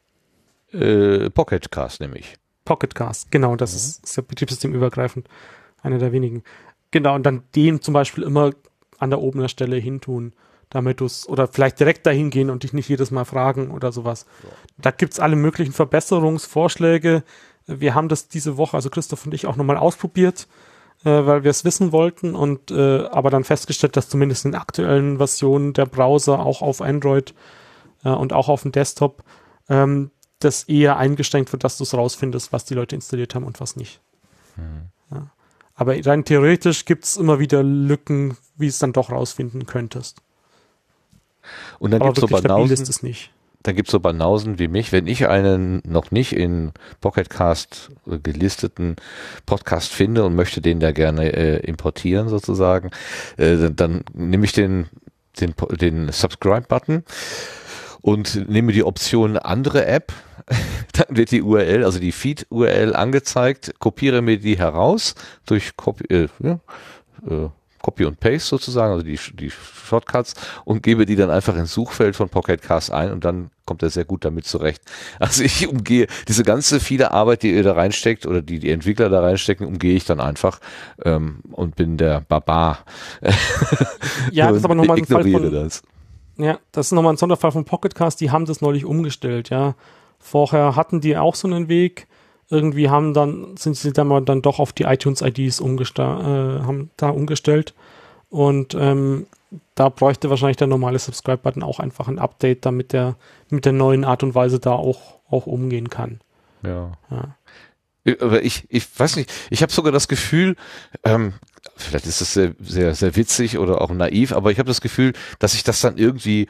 Pocketcast nämlich. Pocketcast, genau, das ist ja betriebssystemübergreifend, einer der wenigen. Genau, und dann den zum Beispiel immer an der oberen Stelle hintun, damit du es, oder vielleicht direkt dahin gehen und dich nicht jedes Mal fragen oder sowas. Ja. Da gibt's alle möglichen Verbesserungsvorschläge. Wir haben das diese Woche, also Christoph und ich, auch nochmal ausprobiert, weil wir es wissen wollten und aber dann festgestellt, dass zumindest in aktuellen Versionen der Browser auch auf Android und auch auf dem Desktop das eher eingeschränkt wird, dass du es rausfindest, was die Leute installiert haben und was nicht. Ja. Aber rein theoretisch gibt es immer wieder Lücken, wie es dann doch rausfinden könntest. Und dann gibt es so Banausen, ist es nicht. Dann gibt es so Banausen wie mich, wenn ich einen noch nicht in Pocketcast gelisteten Podcast finde und möchte den da gerne importieren sozusagen, dann nehme ich den Subscribe-Button und nehme die Option andere App, dann wird die URL, also die Feed-URL angezeigt, kopiere mir die heraus durch Copy und Paste sozusagen, also die Shortcuts und gebe die dann einfach ins Suchfeld von Pocket Cast ein und dann kommt er sehr gut damit zurecht. Also ich umgehe diese ganze viele Arbeit, die ihr da reinsteckt oder die Entwickler da reinstecken, umgehe ich dann einfach und bin der Barbar. Ja, das ist aber nochmal ein Fall von, das. Ja, das ist nochmal ein Sonderfall von Pocket Cast, die haben das neulich umgestellt, ja. Vorher hatten die auch so einen Weg, irgendwie sind sie dann doch auf die iTunes-IDs haben da umgestellt und da bräuchte wahrscheinlich der normale Subscribe-Button auch einfach ein Update, damit der mit der neuen Art und Weise da auch umgehen kann. Ja. Aber ich weiß nicht, ich habe sogar das Gefühl, vielleicht ist es sehr, sehr, sehr witzig oder auch naiv, aber ich habe das Gefühl, dass ich das dann irgendwie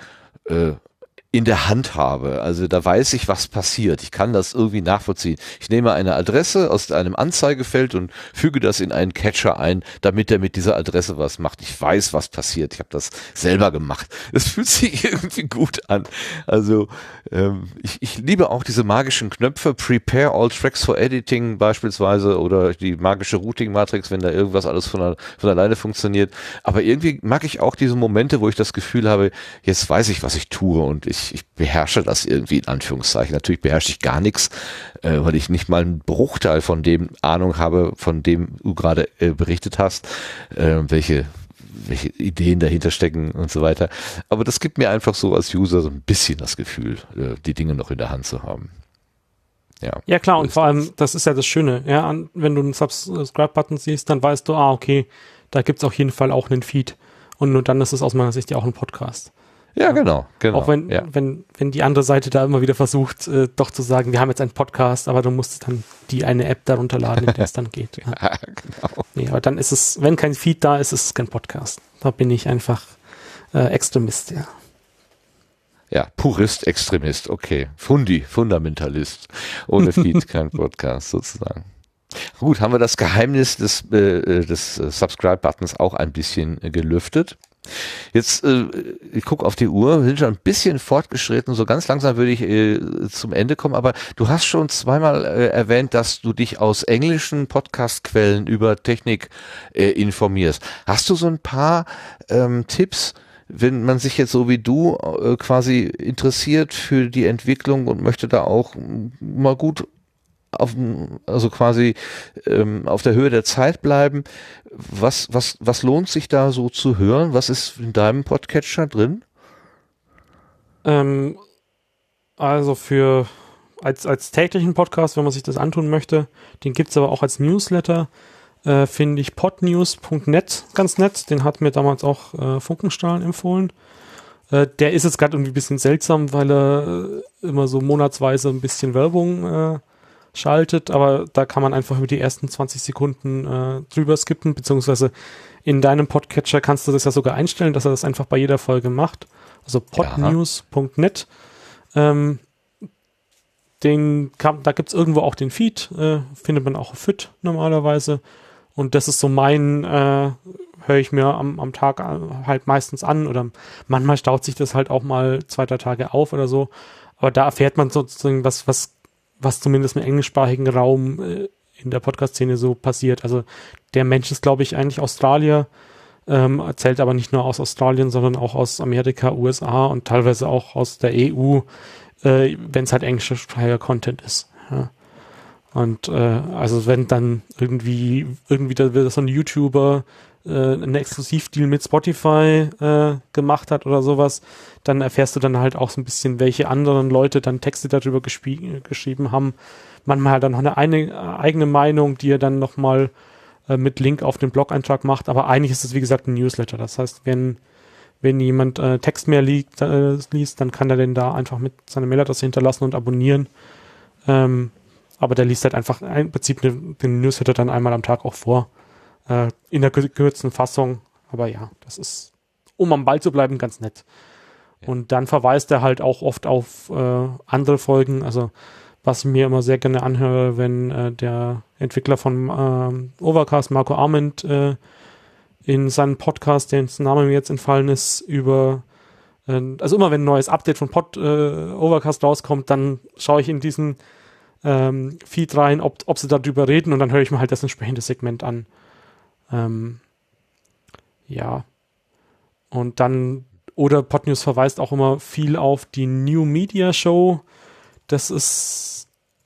in der Hand habe. Also da weiß ich, was passiert. Ich kann das irgendwie nachvollziehen. Ich nehme eine Adresse aus einem Anzeigefeld und füge das in einen Catcher ein, damit er mit dieser Adresse was macht. Ich weiß, was passiert. Ich habe das selber gemacht. Es fühlt sich irgendwie gut an. Also ich liebe auch diese magischen Knöpfe, Prepare all tracks for editing beispielsweise oder die magische Routing-Matrix, wenn da irgendwas alles von alleine funktioniert. Aber irgendwie mag ich auch diese Momente, wo ich das Gefühl habe, jetzt weiß ich, was ich tue und ich beherrsche das irgendwie in Anführungszeichen. Natürlich beherrsche ich gar nichts, weil ich nicht mal einen Bruchteil von dem Ahnung habe, von dem du gerade berichtet hast, welche Ideen dahinter stecken und so weiter. Aber das gibt mir einfach so als User so ein bisschen das Gefühl, die Dinge noch in der Hand zu haben. Ja klar, und vor allem, das ist ja das Schöne, ja, wenn du einen Subscribe-Button siehst, dann weißt du, okay, da gibt es auf jeden Fall auch einen Feed. Und nur dann ist es aus meiner Sicht ja auch ein Podcast. Ja, genau. Auch wenn die andere Seite da immer wieder versucht, doch zu sagen, wir haben jetzt einen Podcast, aber du musst dann die eine App darunter laden, in der es dann geht. Ja. Ja, genau. Nee, aber dann ist es, wenn kein Feed da ist, ist es kein Podcast. Da bin ich einfach Extremist, ja. Ja, Purist, Extremist, okay. Fundamentalist. Ohne Feed kein Podcast sozusagen. Gut, haben wir das Geheimnis des Subscribe-Buttons auch ein bisschen gelüftet. Jetzt, ich gucke auf die Uhr, wir sind schon ein bisschen fortgeschritten, so ganz langsam würde ich zum Ende kommen, aber du hast schon zweimal erwähnt, dass du dich aus englischen Podcast-Quellen über Technik informierst. Hast du so ein paar Tipps, wenn man sich jetzt so wie du quasi interessiert für die Entwicklung und möchte da auch mal gut auf der Höhe der Zeit bleiben. Was lohnt sich da so zu hören? Was ist in deinem Podcatcher drin? Also als täglichen Podcast, wenn man sich das antun möchte, den gibt es aber auch als Newsletter, finde ich podnews.net ganz nett. Den hat mir damals auch Funkenstrahlen empfohlen. Der ist jetzt gerade irgendwie ein bisschen seltsam, weil er immer so monatsweise ein bisschen Werbung schaltet, aber da kann man einfach über die ersten 20 Sekunden drüber skippen, beziehungsweise in deinem Podcatcher kannst du das ja sogar einstellen, dass er das einfach bei jeder Folge macht. Also podnews.net. Da gibt es irgendwo auch den Feed, findet man auch auf FIT normalerweise. Und das ist so höre ich mir am Tag halt meistens an oder manchmal staut sich das halt auch mal 2-3 Tage auf oder so. Aber da erfährt man sozusagen was zumindest im englischsprachigen Raum in der Podcast-Szene so passiert. Also der Mensch ist, glaube ich, eigentlich Australier, Zählt aber nicht nur aus Australien, sondern auch aus Amerika, USA und teilweise auch aus der EU, wenn es halt englischsprachiger Content ist. Ja. Und also wenn dann irgendwie da so ein YouTuber einen Exklusivdeal mit Spotify gemacht hat oder sowas, dann erfährst du dann halt auch so ein bisschen, welche anderen Leute dann Texte darüber geschrieben haben. Manchmal halt dann noch eine eigene Meinung, die er dann nochmal mit Link auf den Blog-Eintrag macht, aber eigentlich ist es wie gesagt ein Newsletter. Das heißt, wenn jemand Text mehr liest, dann kann er den da einfach mit seiner Mailadresse hinterlassen und abonnieren. Aber der liest halt einfach im Prinzip den Newsletter dann einmal am Tag auch vor. In der gekürzten Fassung. Aber ja, das ist, um am Ball zu bleiben, ganz nett. Ja. Und dann verweist er halt auch oft auf andere Folgen. Also was ich mir immer sehr gerne anhöre, wenn der Entwickler von Overcast, Marco Arment, in seinem Podcast, dessen Name mir jetzt entfallen ist, also immer wenn ein neues Update von Overcast rauskommt, dann schaue ich in diesen Feed rein, ob sie darüber reden und dann höre ich mir halt das entsprechende Segment an. Ja. Und dann, oder Podnews verweist auch immer viel auf die New Media Show. Das ist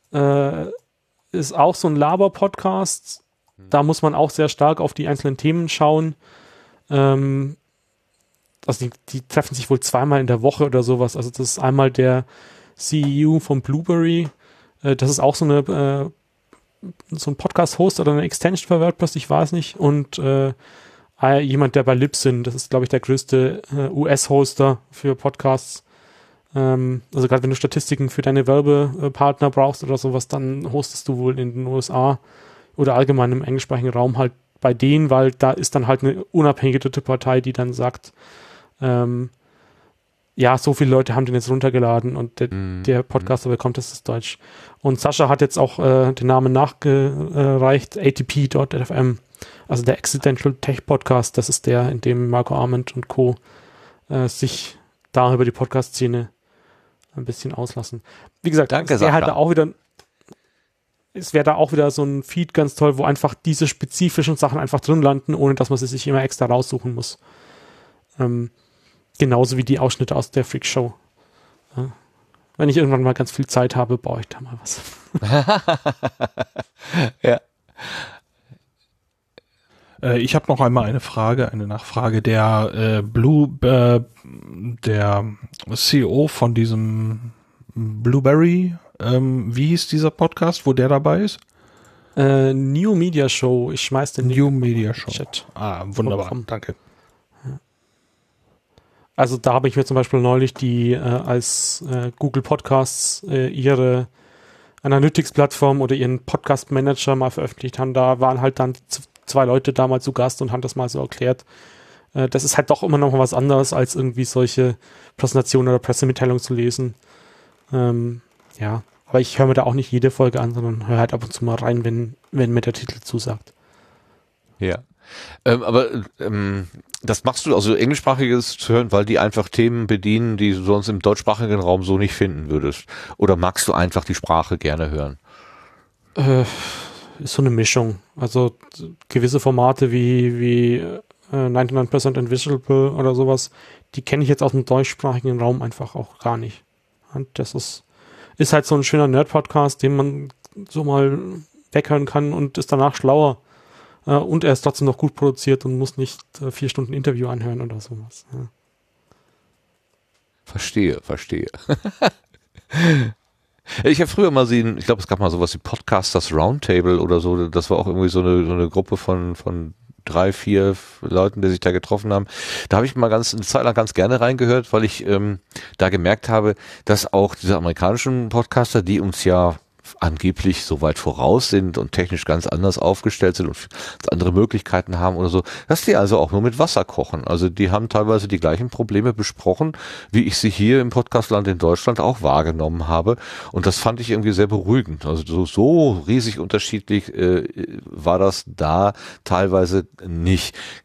auch so ein Laber-Podcast. Da muss man auch sehr stark auf die einzelnen Themen schauen. Also die treffen sich wohl zweimal in der Woche oder sowas. Also das ist einmal der CEO von Blueberry. Das ist auch so ein Podcast-Host oder eine Extension für WordPress, ich weiß nicht. Und jemand, der bei Libsyn, das ist, glaube ich, der größte US-Hoster für Podcasts. Also gerade wenn du Statistiken für deine Werbepartner brauchst oder sowas, dann hostest du wohl in den USA oder allgemein im englischsprachigen Raum halt bei denen, weil da ist dann halt eine unabhängige dritte Partei, die dann sagt, ja, so viele Leute haben den jetzt runtergeladen und der Podcaster bekommt das Deutsch. Und Sascha hat jetzt auch den Namen nachgereicht, ATP.fm, also der Accidental Tech Podcast, das ist der, in dem Marco Arment und Co. sich da über die Podcast-Szene ein bisschen auslassen. Wie gesagt, Danke, es wäre halt da auch wieder so ein Feed ganz toll, wo einfach diese spezifischen Sachen einfach drin landen, ohne dass man sie sich immer extra raussuchen muss. Genauso wie die Ausschnitte aus der Freak Show. Ja. Wenn ich irgendwann mal ganz viel Zeit habe, baue ich da mal was. Ja. Ich habe noch einmal eine Nachfrage. Der der CEO von diesem Blueberry, wie hieß dieser Podcast, wo der dabei ist? New Media Show. Ich schmeiß den New Media Show. Chat. Wunderbar. Danke. Also da habe ich mir zum Beispiel neulich die als Google Podcasts ihre Analytics-Plattform oder ihren Podcast-Manager mal veröffentlicht haben. Da waren halt dann zwei Leute damals zu Gast und haben das mal so erklärt. Das ist halt doch immer noch mal was anderes, als irgendwie solche Präsentationen oder Pressemitteilungen zu lesen. Ja, aber ich höre mir da auch nicht jede Folge an, sondern höre halt ab und zu mal rein, wenn mir der Titel zusagt. Ja. Aber das machst du, also englischsprachiges zu hören, weil die einfach Themen bedienen, die du sonst im deutschsprachigen Raum so nicht finden würdest? Oder magst du einfach die Sprache gerne hören? Ist so eine Mischung. Also gewisse Formate wie 99% Invisible oder sowas, die kenne ich jetzt aus dem deutschsprachigen Raum einfach auch gar nicht. Und das ist halt so ein schöner Nerd-Podcast, den man so mal weghören kann und ist danach schlauer. Und er ist trotzdem noch gut produziert und muss nicht 4 Stunden Interview anhören oder sowas. Ja. Verstehe. Ich habe früher mal gesehen, ich glaube, es gab mal sowas wie Podcasters Roundtable oder so. Das war auch irgendwie so eine Gruppe von 3, 4 Leuten, die sich da getroffen haben. Da habe ich mal eine Zeit lang ganz gerne reingehört, weil ich da gemerkt habe, dass auch diese amerikanischen Podcaster, die uns ja angeblich so weit voraus sind und technisch ganz anders aufgestellt sind und andere Möglichkeiten haben oder so, dass die also auch nur mit Wasser kochen. Also die haben teilweise die gleichen Probleme besprochen, wie ich sie hier im Podcastland in Deutschland auch wahrgenommen habe. Und das fand ich irgendwie sehr beruhigend. Also so riesig unterschiedlich war das da teilweise nicht.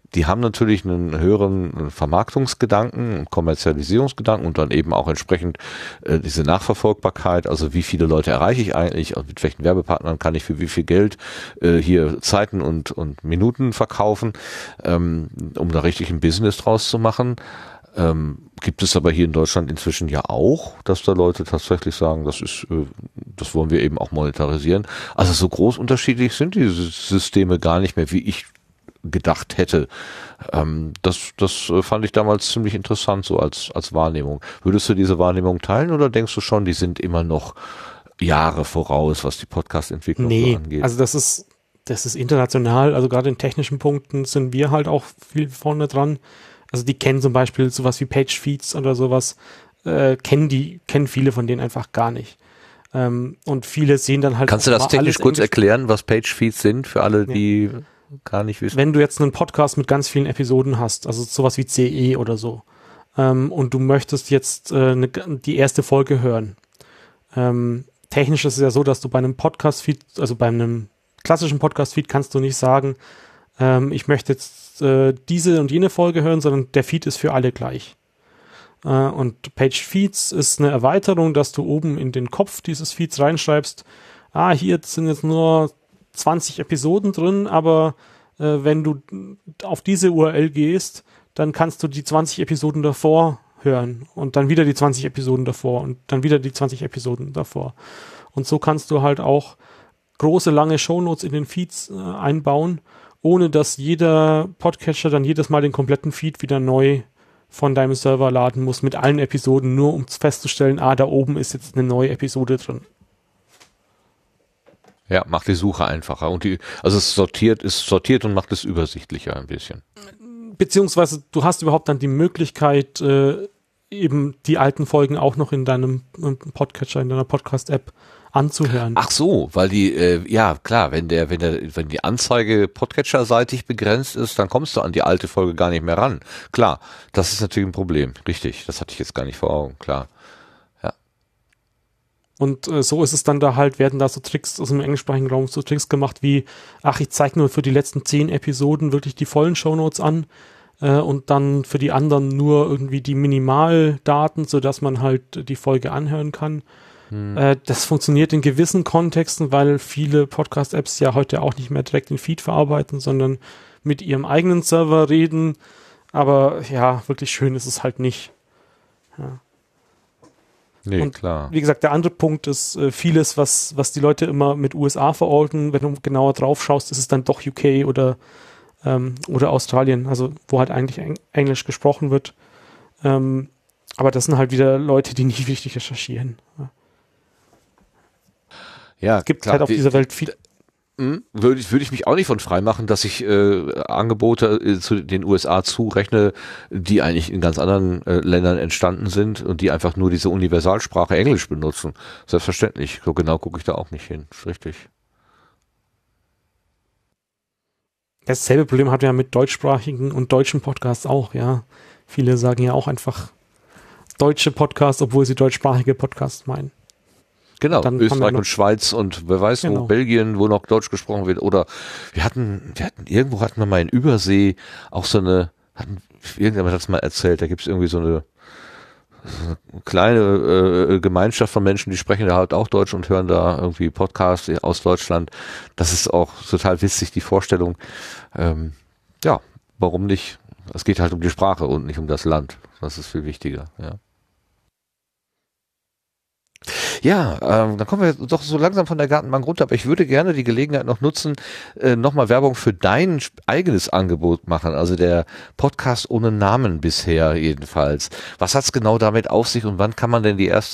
die haben natürlich einen höheren Vermarktungsgedanken und Kommerzialisierungsgedanken und dann eben auch entsprechend diese Nachverfolgbarkeit, also wie viele Leute erreiche ich eigentlich, mit welchen Werbepartnern kann ich für wie viel Geld hier Zeiten und Minuten verkaufen, um da richtig ein Business draus zu machen. Gibt es aber hier in Deutschland inzwischen ja auch, dass da Leute tatsächlich sagen, das wollen wir eben auch monetarisieren. Also so groß unterschiedlich sind diese Systeme gar nicht mehr, wie ich gedacht hätte. Das fand ich damals ziemlich interessant, so als Wahrnehmung. Würdest du diese Wahrnehmung teilen oder denkst du schon, die sind immer noch Jahre voraus, was die Podcast-Entwicklung angeht? Also das ist international, also gerade in technischen Punkten sind wir halt auch viel vorne dran. Also die kennen zum Beispiel sowas wie Page-Feeds oder sowas, kennen viele von denen einfach gar nicht. Und viele sehen dann halt... Kannst du das technisch kurz erklären, was Page-Feeds sind, für alle, die gar nicht wissen? Wenn du jetzt einen Podcast mit ganz vielen Episoden hast, also sowas wie CE oder so, und du möchtest jetzt die erste Folge hören. Technisch ist es ja so, dass du bei einem Podcast-Feed, also bei einem klassischen Podcast-Feed kannst du nicht sagen, ich möchte jetzt diese und jene Folge hören, sondern der Feed ist für alle gleich. Und Page Feeds ist eine Erweiterung, dass du oben in den Kopf dieses Feeds reinschreibst, hier sind jetzt nur 20 Episoden drin, aber wenn du auf diese URL gehst, dann kannst du die 20 Episoden davor hören und dann wieder die 20 Episoden davor und dann wieder die 20 Episoden davor. Und so kannst du halt auch große, lange Shownotes in den Feeds einbauen, ohne dass jeder Podcatcher dann jedes Mal den kompletten Feed wieder neu von deinem Server laden muss mit allen Episoden, nur um festzustellen, da oben ist jetzt eine neue Episode drin. Ja, macht die Suche einfacher und also es ist sortiert und macht es übersichtlicher ein bisschen. Beziehungsweise du hast überhaupt dann die Möglichkeit, eben die alten Folgen auch noch in deinem Podcatcher, in deiner Podcast-App anzuhören. Ach so, weil die, ja klar, wenn die Anzeige Podcatcher-seitig begrenzt ist, dann kommst du an die alte Folge gar nicht mehr ran. Klar, das ist natürlich ein Problem. Richtig, das hatte ich jetzt gar nicht vor Augen, klar. Ja. Und so ist es dann werden da so Tricks aus dem englischsprachigen Raum, so Tricks gemacht wie, ich zeige nur für die letzten 10 Episoden wirklich die vollen Shownotes an und dann für die anderen nur irgendwie die Minimaldaten, sodass man halt die Folge anhören kann. Das funktioniert in gewissen Kontexten, weil viele Podcast-Apps ja heute auch nicht mehr direkt den Feed verarbeiten, sondern mit ihrem eigenen Server reden. Aber ja, wirklich schön ist es halt nicht. Ja. Nee, und klar. Wie gesagt, der andere Punkt ist vieles, was die Leute immer mit USA verorten. Wenn du genauer drauf schaust, ist es dann doch UK oder Australien, also wo halt eigentlich Englisch gesprochen wird. Aber das sind halt wieder Leute, die nicht richtig recherchieren. Ja, es gibt klar, halt auf dieser Welt viel. Würde ich mich auch nicht von frei machen, dass ich Angebote zu den USA zurechne, die eigentlich in ganz anderen Ländern entstanden sind und die einfach nur diese Universalsprache Englisch benutzen. Selbstverständlich. So genau gucke ich da auch nicht hin. Ist richtig. Dasselbe Problem hat ja mit deutschsprachigen und deutschen Podcasts auch, ja. Viele sagen ja auch einfach deutsche Podcasts, obwohl sie deutschsprachige Podcasts meinen. Genau, Österreich und Schweiz und wer weiß wo, Belgien, wo noch Deutsch gesprochen wird. Oder irgendwo hatten wir mal in Übersee auch irgendjemand hat es mal erzählt, da gibt es irgendwie so eine kleine Gemeinschaft von Menschen, die sprechen da halt auch Deutsch und hören da irgendwie Podcasts aus Deutschland. Das ist auch total witzig, die Vorstellung. Ja, warum nicht? Es geht halt um die Sprache und nicht um das Land. Das ist viel wichtiger, ja. Ja, dann kommen wir doch so langsam von der Gartenbank runter, aber ich würde gerne die Gelegenheit noch nutzen, nochmal Werbung für dein eigenes Angebot machen, also der Podcast ohne Namen bisher jedenfalls. Was hat's genau damit auf sich und wann kann man denn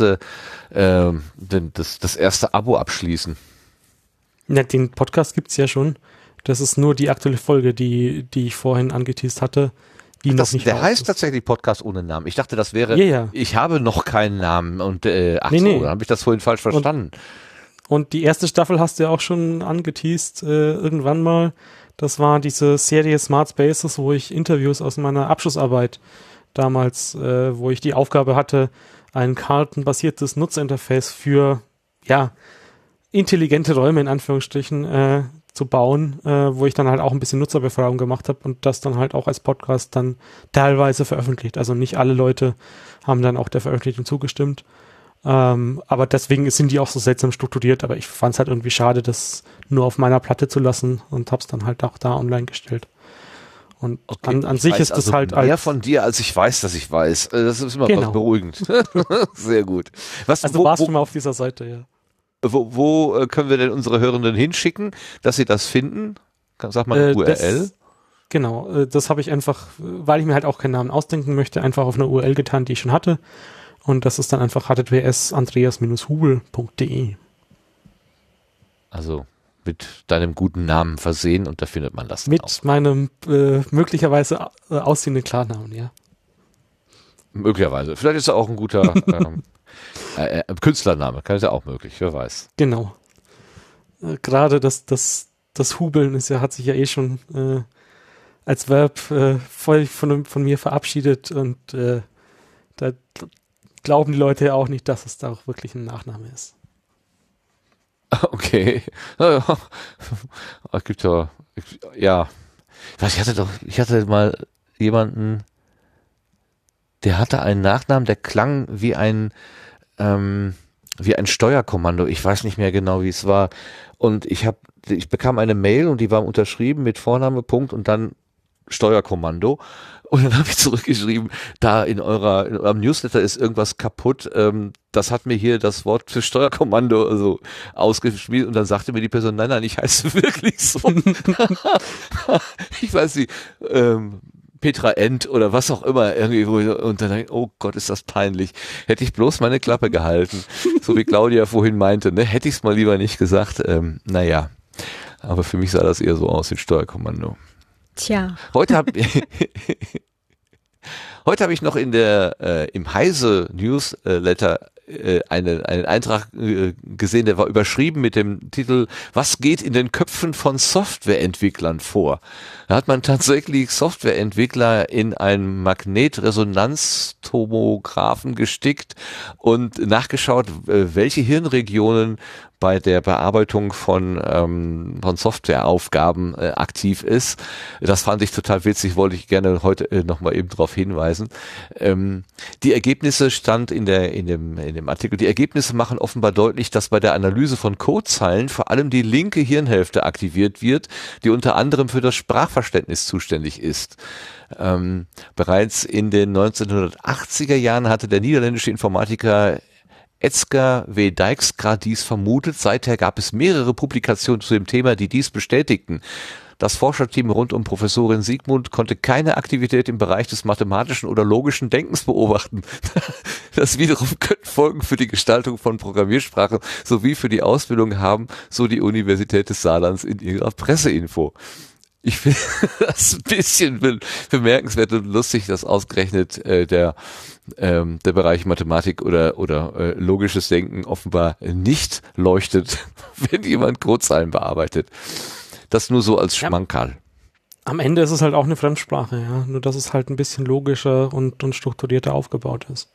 das erste Abo abschließen? Ja, den Podcast gibt's ja schon. Das ist nur die aktuelle Folge, die ich vorhin angeteased hatte. Der heißt tatsächlich Podcast ohne Namen. Ich dachte, das wäre, Ich habe noch keinen Namen und dann habe ich das vorhin falsch verstanden. Und die erste Staffel hast du ja auch schon angeteased irgendwann mal. Das war diese Serie Smart Spaces, wo ich Interviews aus meiner Abschlussarbeit damals, wo ich die Aufgabe hatte, ein Kartenbasiertes Nutzerinterface für intelligente Räume in Anführungsstrichen zu bauen, wo ich dann halt auch ein bisschen Nutzerbefragung gemacht habe und das dann halt auch als Podcast dann teilweise veröffentlicht. Also nicht alle Leute haben dann auch der Veröffentlichung zugestimmt. Aber deswegen sind die auch so seltsam strukturiert. Aber ich fand es halt irgendwie schade, das nur auf meiner Platte zu lassen und habe es dann halt auch da online gestellt. Und okay, an sich ist das also halt mehr von dir, als ich weiß, dass ich weiß. Das ist immer was beruhigend. Sehr gut. Also warst du mal auf dieser Seite, ja. Wo können wir denn unsere Hörenden hinschicken, dass sie das finden? Sag mal eine URL. Das habe ich einfach, weil ich mir halt auch keinen Namen ausdenken möchte, einfach auf eine URL getan, die ich schon hatte. Und das ist dann einfach https://andreas-hubel.de. Also mit deinem guten Namen versehen und da findet man das. Mit meinem möglicherweise aussehenden Klarnamen, ja. Möglicherweise. Vielleicht ist er auch ein guter Künstlername, kann es ja auch möglich, wer weiß. Genau. Gerade das Hubeln hat sich ja eh schon als Verb voll von mir verabschiedet und da glauben die Leute ja auch nicht, dass es da auch wirklich ein Nachname ist. Okay. Es gibt ja. Ich hatte mal jemanden, der hatte einen Nachnamen, der klang wie ein Steuerkommando. Ich weiß nicht mehr genau, wie es war. Und ich bekam eine Mail und die war unterschrieben mit Vorname, Punkt und dann Steuerkommando. Und dann habe ich zurückgeschrieben, da in eurem Newsletter ist irgendwas kaputt. Das hat mir hier das Wort für Steuerkommando also ausgespielt. Und dann sagte mir die Person, nein, ich heiße wirklich so. Ich weiß nicht, Petra End oder was auch immer irgendwie. Und dann denke ich, oh Gott, ist das peinlich. Hätte ich bloß meine Klappe gehalten. So wie Claudia vorhin meinte, ne? Hätte ich es mal lieber nicht gesagt. Naja, aber für mich sah das eher so aus wie Steuerkommando. Tja. Heute habe ich noch im Heise Newsletter einen Eintrag gesehen, der war überschrieben mit dem Titel "Was geht in den Köpfen von Softwareentwicklern vor?" Da hat man tatsächlich Softwareentwickler in einen Magnetresonanztomographen gestickt und nachgeschaut, welche Hirnregionen bei der Bearbeitung von Softwareaufgaben aktiv ist. Das fand ich total witzig, wollte ich gerne heute nochmal eben darauf hinweisen. Die Ergebnisse stand in dem Artikel. Die Ergebnisse machen offenbar deutlich, dass bei der Analyse von Codezeilen vor allem die linke Hirnhälfte aktiviert wird, die unter anderem für das Sprachverständnis zuständig ist. Bereits in den 1980er Jahren hatte der niederländische Informatiker Edsger W. Dijkstra dies vermutet. Seither gab es mehrere Publikationen zu dem Thema, die dies bestätigten. Das Forscherteam rund um Professorin Siegmund konnte keine Aktivität im Bereich des mathematischen oder logischen Denkens beobachten. Das wiederum könnte Folgen für die Gestaltung von Programmiersprachen sowie für die Ausbildung haben, so die Universität des Saarlands in ihrer Presseinfo. Ich finde das ein bisschen bemerkenswert und lustig, dass ausgerechnet der Bereich Mathematik oder logisches Denken offenbar nicht leuchtet, wenn jemand Codezeilen bearbeitet. Das nur so als Schmankerl. Am Ende ist es halt auch eine Fremdsprache, ja. Nur dass es halt ein bisschen logischer und strukturierter aufgebaut ist.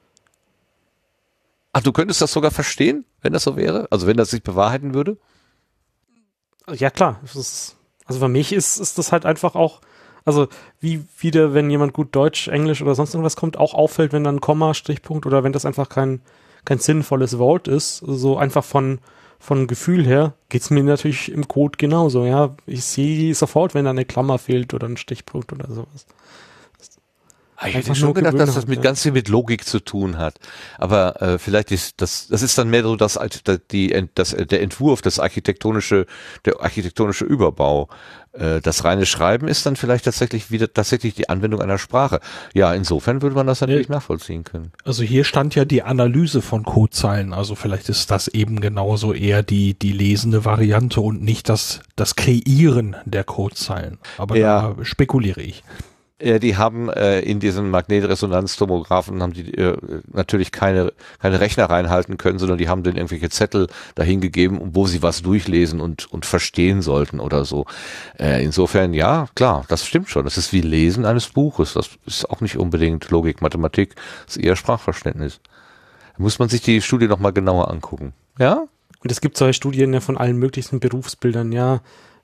Ach, du könntest das sogar verstehen, wenn das so wäre? Also wenn das sich bewahrheiten würde? Ja, klar. Also für mich ist das halt einfach auch, also wie wieder, wenn jemand gut Deutsch, Englisch oder sonst irgendwas kommt, auch auffällt, wenn dann ein Komma, Strichpunkt oder wenn das einfach kein sinnvolles Wort ist, so einfach von Gefühl her, geht's mir natürlich im Code genauso, ja. Ich sehe sofort, wenn da eine Klammer fehlt oder ein Stichpunkt oder sowas. Ich hätte schon gedacht, dass das ganz viel mit Logik zu tun hat. Aber vielleicht ist das ist dann mehr so der Entwurf, der architektonische Überbau. Das reine Schreiben ist dann vielleicht tatsächlich die Anwendung einer Sprache. Ja, insofern würde man das natürlich nachvollziehen können. Also hier stand ja die Analyse von Codezeilen. Also vielleicht ist das eben genauso eher die lesende Variante und nicht das Kreieren der Codezeilen. Aber da spekuliere ich. Die haben in diesen Magnetresonanztomographen haben die natürlich keine Rechner reinhalten können, sondern die haben denen irgendwelche Zettel dahin gegeben, wo sie was durchlesen und verstehen sollten oder so. Insofern, ja, klar, das stimmt schon. Das ist wie Lesen eines Buches. Das ist auch nicht unbedingt Logik, Mathematik, das ist eher Sprachverständnis. Da muss man sich die Studie nochmal genauer angucken. Ja? Und es gibt solche Studien ja von allen möglichen Berufsbildern, ja.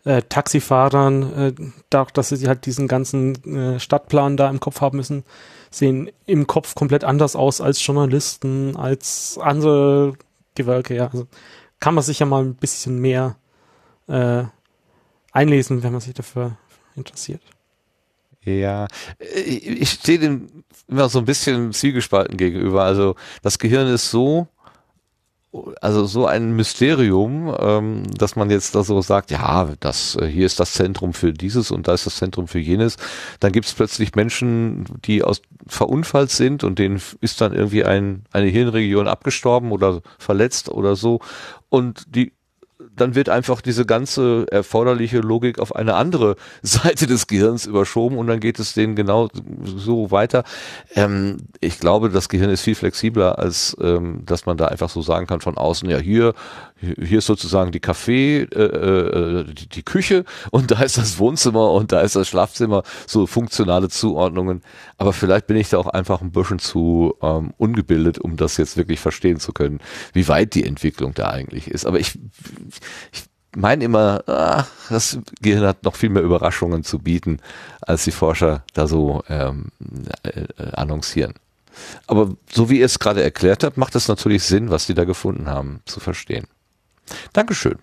Taxifahrern, dadurch, dass sie halt diesen ganzen Stadtplan da im Kopf haben müssen, sehen im Kopf komplett anders aus als Journalisten, als andere Gewerke. Ja. Also kann man sich ja mal ein bisschen mehr einlesen, wenn man sich dafür interessiert. Ja, ich stehe dem immer so ein bisschen zwiegespalten gegenüber. Also das Gehirn ist so ein Mysterium, dass man jetzt da so sagt, ja, hier ist das Zentrum für dieses und da ist das Zentrum für jenes. Dann gibt es plötzlich Menschen, die verunfallt sind und denen ist dann irgendwie eine Hirnregion abgestorben oder verletzt oder so. Und dann wird einfach diese ganze erforderliche Logik auf eine andere Seite des Gehirns überschoben und dann geht es denen genau so weiter. Ich glaube, das Gehirn ist viel flexibler, als dass man da einfach so sagen kann von außen, ja, hier ist sozusagen die die Küche und da ist das Wohnzimmer und da ist das Schlafzimmer, so funktionale Zuordnungen. Aber vielleicht bin ich da auch einfach ein bisschen zu ungebildet, um das jetzt wirklich verstehen zu können, wie weit die Entwicklung da eigentlich ist. Aber ich meine immer, das Gehirn hat noch viel mehr Überraschungen zu bieten, als die Forscher da so annoncieren. Aber so wie ihr es gerade erklärt habt, macht es natürlich Sinn, was die da gefunden haben, zu verstehen. Dankeschön.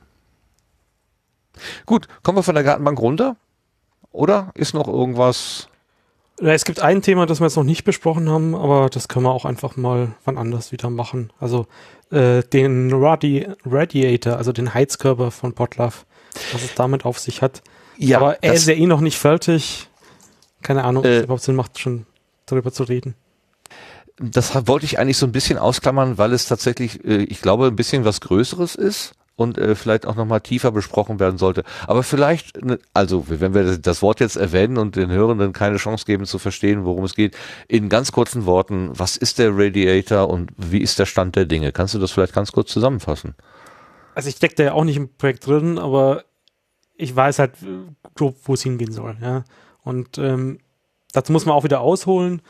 Gut, kommen wir von der Datenbank runter? Oder ist noch irgendwas? Es gibt ein Thema, das wir jetzt noch nicht besprochen haben, aber das können wir auch einfach mal wann anders wieder machen. Also den Radiator, also den Heizkörper von Podlove, was es damit auf sich hat. Ja, aber er ist ja noch nicht fertig. Keine Ahnung, ob es überhaupt Sinn macht, schon darüber zu reden. Das wollte ich eigentlich so ein bisschen ausklammern, weil es tatsächlich, ich glaube, ein bisschen was Größeres ist und vielleicht auch nochmal tiefer besprochen werden sollte. Aber vielleicht, also wenn wir das Wort jetzt erwähnen und den Hörenden keine Chance geben zu verstehen, worum es geht, in ganz kurzen Worten, was ist der Radiator und wie ist der Stand der Dinge? Kannst du das vielleicht ganz kurz zusammenfassen? Also ich stecke da ja auch nicht im Projekt drin, aber ich weiß halt grob, wo es hingehen soll. Ja? Und dazu muss man auch wieder ausholen.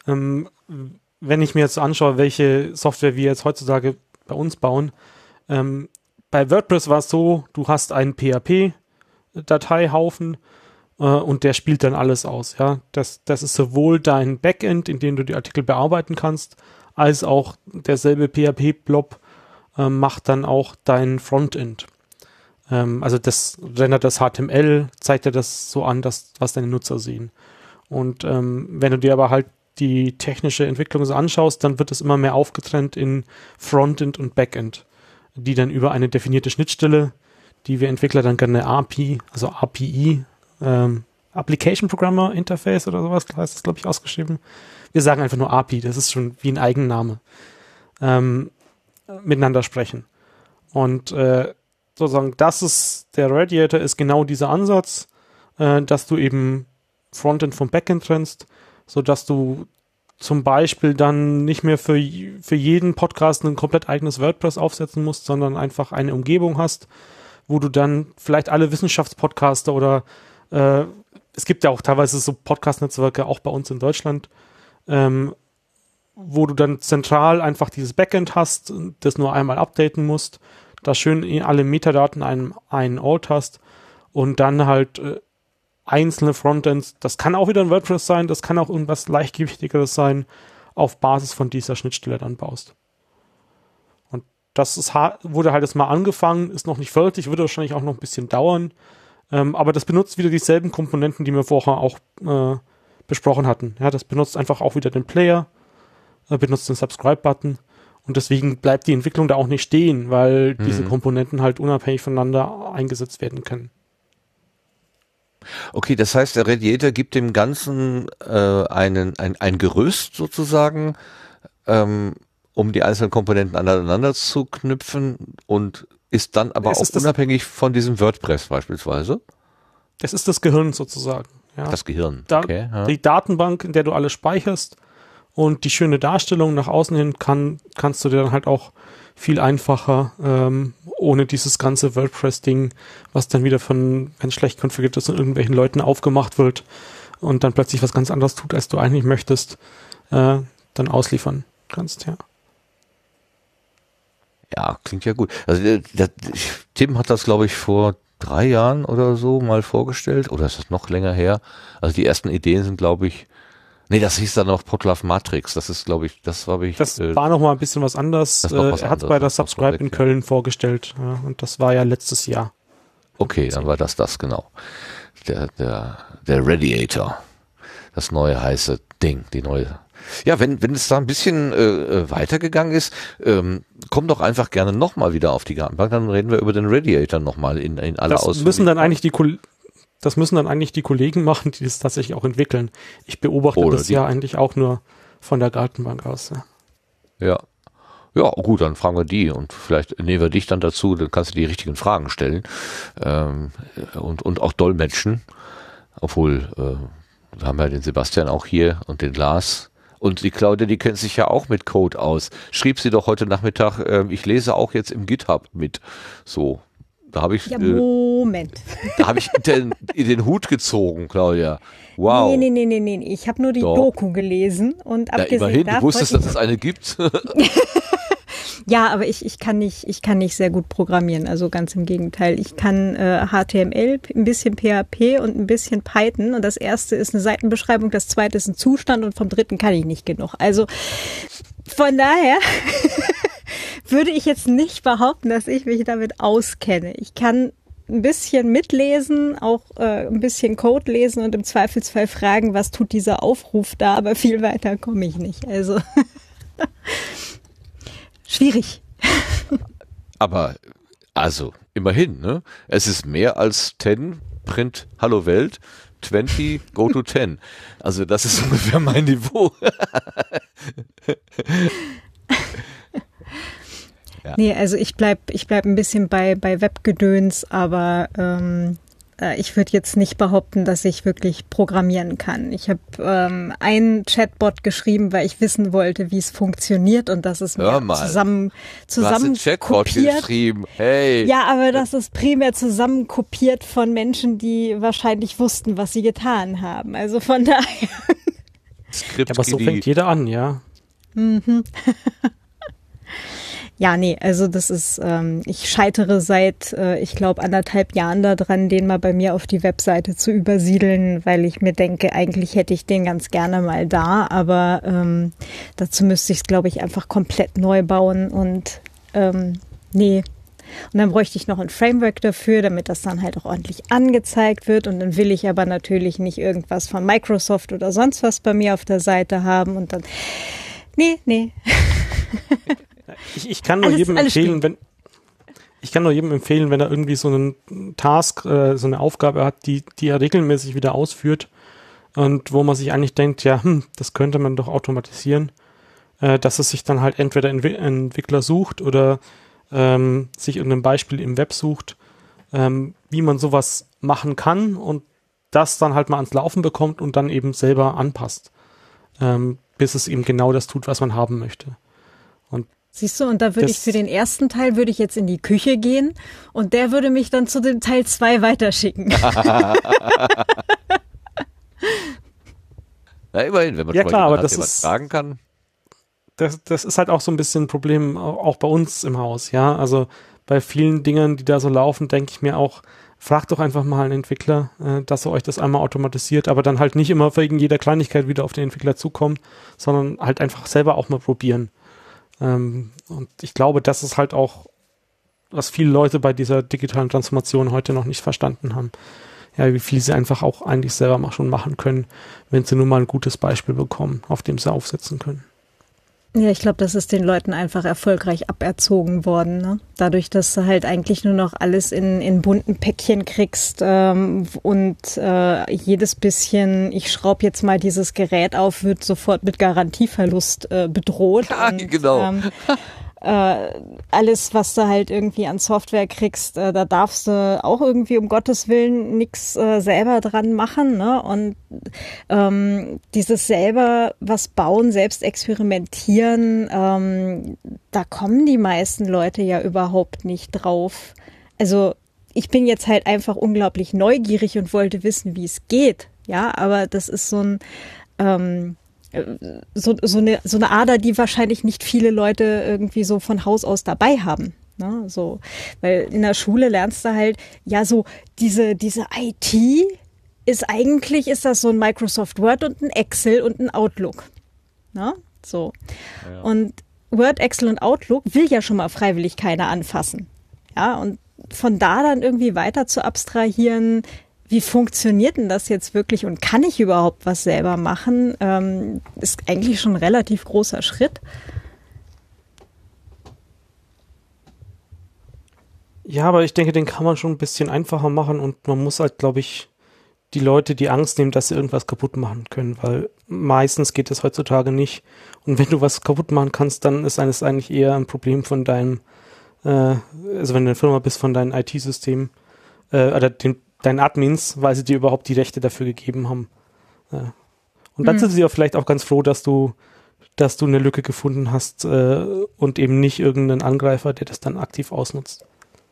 Wenn ich mir jetzt anschaue, welche Software wir jetzt heutzutage bei uns bauen, bei WordPress war es so, du hast einen PHP-Dateihaufen und der spielt dann alles aus. Ja? Das ist sowohl dein Backend, in dem du die Artikel bearbeiten kannst, als auch derselbe PHP-Blob macht dann auch dein Frontend. Also das rendert das HTML, zeigt dir das so an, was deine Nutzer sehen. Und wenn du dir aber halt die technische Entwicklung so anschaust, dann wird es immer mehr aufgetrennt in Frontend und Backend, die dann über eine definierte Schnittstelle, die wir Entwickler dann gerne API, also API, Application Programmer Interface oder sowas, heißt das, glaube ich, ausgeschrieben. Wir sagen einfach nur API, das ist schon wie ein Eigenname, miteinander sprechen. Und sozusagen, der Radiator ist genau dieser Ansatz, dass du eben Frontend vom Backend trennst, sodass du zum Beispiel dann nicht mehr für jeden Podcast ein komplett eigenes WordPress aufsetzen musst, sondern einfach eine Umgebung hast, wo du dann vielleicht alle Wissenschaftspodcaster oder es gibt ja auch teilweise so Podcast-Netzwerke, auch bei uns in Deutschland, wo du dann zentral einfach dieses Backend hast, das nur einmal updaten musst, da schön alle Metadaten einen Ort hast und dann halt einzelne Frontends, das kann auch wieder ein WordPress sein, das kann auch irgendwas leichtgewichtigeres sein, auf Basis von dieser Schnittstelle dann baust. Und das wurde halt jetzt mal angefangen, ist noch nicht fertig, wird wahrscheinlich auch noch ein bisschen dauern, aber das benutzt wieder dieselben Komponenten, die wir vorher auch besprochen hatten. Ja, das benutzt einfach auch wieder den Player, benutzt den Subscribe-Button und deswegen bleibt die Entwicklung da auch nicht stehen, weil diese Komponenten halt unabhängig voneinander eingesetzt werden können. Okay, das heißt, der Radiator gibt dem Ganzen ein Gerüst sozusagen, um die einzelnen Komponenten aneinander zu knüpfen und ist dann aber auch unabhängig von diesem WordPress beispielsweise? Das ist das Gehirn sozusagen. Ja. Das Gehirn, okay. Die Datenbank, in der du alles speicherst und die schöne Darstellung nach außen hin kannst du dir dann halt auch viel einfacher, ohne dieses ganze WordPress-Ding, was dann wieder wenn schlecht konfiguriert ist und irgendwelchen Leuten aufgemacht wird und dann plötzlich was ganz anderes tut, als du eigentlich möchtest, dann ausliefern kannst, ja. Ja, klingt ja gut. Also Tim hat das, glaube ich, vor 3 Jahren oder so mal vorgestellt. Oder ist das noch länger her? Also die ersten Ideen sind, glaube ich, nee, das hieß dann noch Potlove Matrix. Das ist, glaube ich, das war noch mal ein bisschen was anderes. Er hat es bei der Subscribe in Köln vorgestellt. Ja, und das war ja letztes Jahr. Okay, dann war das genau. Der Radiator. Das neue heiße Ding, die neue. Ja, wenn es da ein bisschen weitergegangen ist, komm doch einfach gerne nochmal wieder auf die Gartenbank, dann reden wir über den Radiator nochmal in aller Ausführlichkeit. Das müssen dann eigentlich die Kollegen machen, die das tatsächlich auch entwickeln. Ich beobachte das ja eigentlich auch nur von der Gartenbank aus. Ja. Ja, gut, dann fragen wir die und vielleicht nehmen wir dich dann dazu, dann kannst du die richtigen Fragen stellen und auch dolmetschen. Obwohl, wir haben ja den Sebastian auch hier und den Lars. Und die Claudia, die kennt sich ja auch mit Code aus. Schrieb sie doch heute Nachmittag, ich lese auch jetzt im GitHub mit. So, da habe ich... Ja, Moment. Da habe ich den Hut gezogen, Claudia. Wow. Nee. Ich habe nur die Doku gelesen und abgesehen immerhin, du wusstest, dass es eine gibt. Ja, aber ich kann nicht sehr gut programmieren, also ganz im Gegenteil. Ich kann HTML, ein bisschen PHP und ein bisschen Python und das erste ist eine Seitenbeschreibung, das zweite ist ein Zustand und vom dritten kann ich nicht genug. Also von daher würde ich jetzt nicht behaupten, dass ich mich damit auskenne. Ich kann ein bisschen mitlesen, auch ein bisschen Code lesen und im Zweifelsfall fragen, was tut dieser Aufruf da, aber viel weiter komme ich nicht. Also schwierig. Aber, also, immerhin, ne? Es ist mehr als 10, Print, Hallo Welt, 20, go to 10. Also, das ist ungefähr mein Niveau. Ja. Nee, also ich bleib ein bisschen bei Webgedöns, aber ich würde jetzt nicht behaupten, dass ich wirklich programmieren kann. Ich habe einen Chatbot geschrieben, weil ich wissen wollte, wie es funktioniert und das ist mir zusammen du hast einen Chatbot geschrieben. Hey. Ja, aber das ist primär zusammenkopiert von Menschen, die wahrscheinlich wussten, was sie getan haben. Also von daher. Ja, aber so fängt jeder an, ja. Mhm. Ja, nee, also das ist, ich scheitere seit, ich glaube, 1,5 Jahren daran, den mal bei mir auf die Webseite zu übersiedeln, weil ich mir denke, eigentlich hätte ich den ganz gerne mal da, aber dazu müsste ich es, glaube ich, einfach komplett neu bauen und nee. Und dann bräuchte ich noch ein Framework dafür, damit das dann halt auch ordentlich angezeigt wird und dann will ich aber natürlich nicht irgendwas von Microsoft oder sonst was bei mir auf der Seite haben und dann, nee. Ich kann nur jedem empfehlen, wenn er irgendwie so einen Task, so eine Aufgabe hat, die er regelmäßig wieder ausführt und wo man sich eigentlich denkt, ja, das könnte man doch automatisieren, dass es sich dann halt entweder Entwickler sucht oder sich irgendein Beispiel im Web sucht, wie man sowas machen kann und das dann halt mal ans Laufen bekommt und dann eben selber anpasst, bis es eben genau das tut, was man haben möchte. Und siehst du, und da würde ich für den ersten Teil würde ich jetzt in die Küche gehen und der würde mich dann zu dem Teil 2 weiterschicken. Na, immerhin, wenn man ja, klar, aber das fragen kann. Das ist halt auch so ein bisschen ein Problem, auch bei uns im Haus, ja. Also bei vielen Dingen, die da so laufen, denke ich mir auch, fragt doch einfach mal einen Entwickler, dass er euch das einmal automatisiert, aber dann halt nicht immer wegen jeder Kleinigkeit wieder auf den Entwickler zukommen, sondern halt einfach selber auch mal probieren. Und ich glaube, das ist halt auch, was viele Leute bei dieser digitalen Transformation heute noch nicht verstanden haben. Ja, wie viel sie einfach auch eigentlich selber schon machen können, wenn sie nur mal ein gutes Beispiel bekommen, auf dem sie aufsetzen können. Ja, ich glaube, das ist den Leuten einfach erfolgreich aberzogen worden, ne? Dadurch, dass du halt eigentlich nur noch alles in bunten Päckchen kriegst und jedes bisschen, ich schraube jetzt mal dieses Gerät auf, wird sofort mit Garantieverlust bedroht. Ja, und, genau. Alles, was du halt irgendwie an Software kriegst, da darfst du auch irgendwie um Gottes Willen nichts selber dran machen, ne? Und dieses selber was bauen, selbst experimentieren, da kommen die meisten Leute ja überhaupt nicht drauf. Also ich bin jetzt halt einfach unglaublich neugierig und wollte wissen, wie es geht, ja, aber das ist so ein so eine Ader, die wahrscheinlich nicht viele Leute irgendwie so von Haus aus dabei haben. Ne, so, weil in der Schule lernst du halt, ja, so diese IT ist das so ein Microsoft Word und ein Excel und ein Outlook. Ne? So. Ja. Und Word, Excel und Outlook will ja schon mal freiwillig keiner anfassen. Ja, und von da dann irgendwie weiter zu abstrahieren, wie funktioniert denn das jetzt wirklich und kann ich überhaupt was selber machen, ist eigentlich schon ein relativ großer Schritt. Ja, aber ich denke, den kann man schon ein bisschen einfacher machen und man muss halt, glaube ich, die Leute die Angst nehmen, dass sie irgendwas kaputt machen können, weil meistens geht das heutzutage nicht. Und wenn du was kaputt machen kannst, dann ist es eigentlich eher ein Problem von deinem, also wenn du eine Firma bist, von deinem IT-System oder deinen Admins, weil sie dir überhaupt die Rechte dafür gegeben haben. Und dann sind sie ja vielleicht auch ganz froh, dass du eine Lücke gefunden hast und eben nicht irgendeinen Angreifer, der das dann aktiv ausnutzt.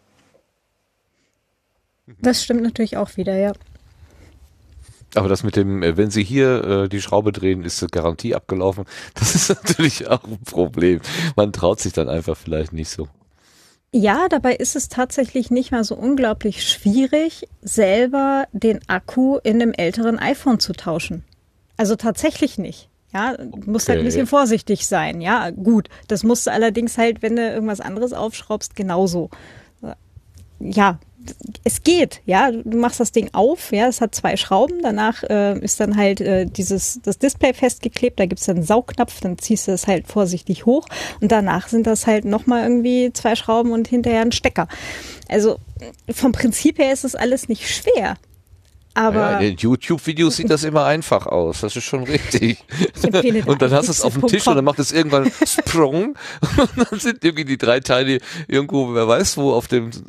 Das stimmt natürlich auch wieder, ja. Aber das mit dem, wenn Sie hier die Schraube drehen, ist die Garantie abgelaufen. Das ist natürlich auch ein Problem. Man traut sich dann einfach vielleicht nicht so. Ja, dabei ist es tatsächlich nicht mal so unglaublich schwierig, selber den Akku in einem älteren iPhone zu tauschen. Also tatsächlich nicht. Ja, du musst halt ein bisschen vorsichtig sein. Ja, gut. Das musst du allerdings halt, wenn du irgendwas anderes aufschraubst, genauso. Ja, es geht, ja, du machst das Ding auf, ja, es hat 2 Schrauben, danach ist dann halt das Display festgeklebt, da gibt's dann einen Saugnapf, dann ziehst du es halt vorsichtig hoch und danach sind das halt nochmal irgendwie 2 Schrauben und hinterher ein Stecker. Also vom Prinzip her ist es alles nicht schwer. Aber ja, in den YouTube-Videos sieht das immer einfach aus. Das ist schon richtig. Und dann hast du es auf dem Tisch und dann macht es irgendwann Sprung und dann sind irgendwie die 3 Teile irgendwo, wer weiß wo, auf dem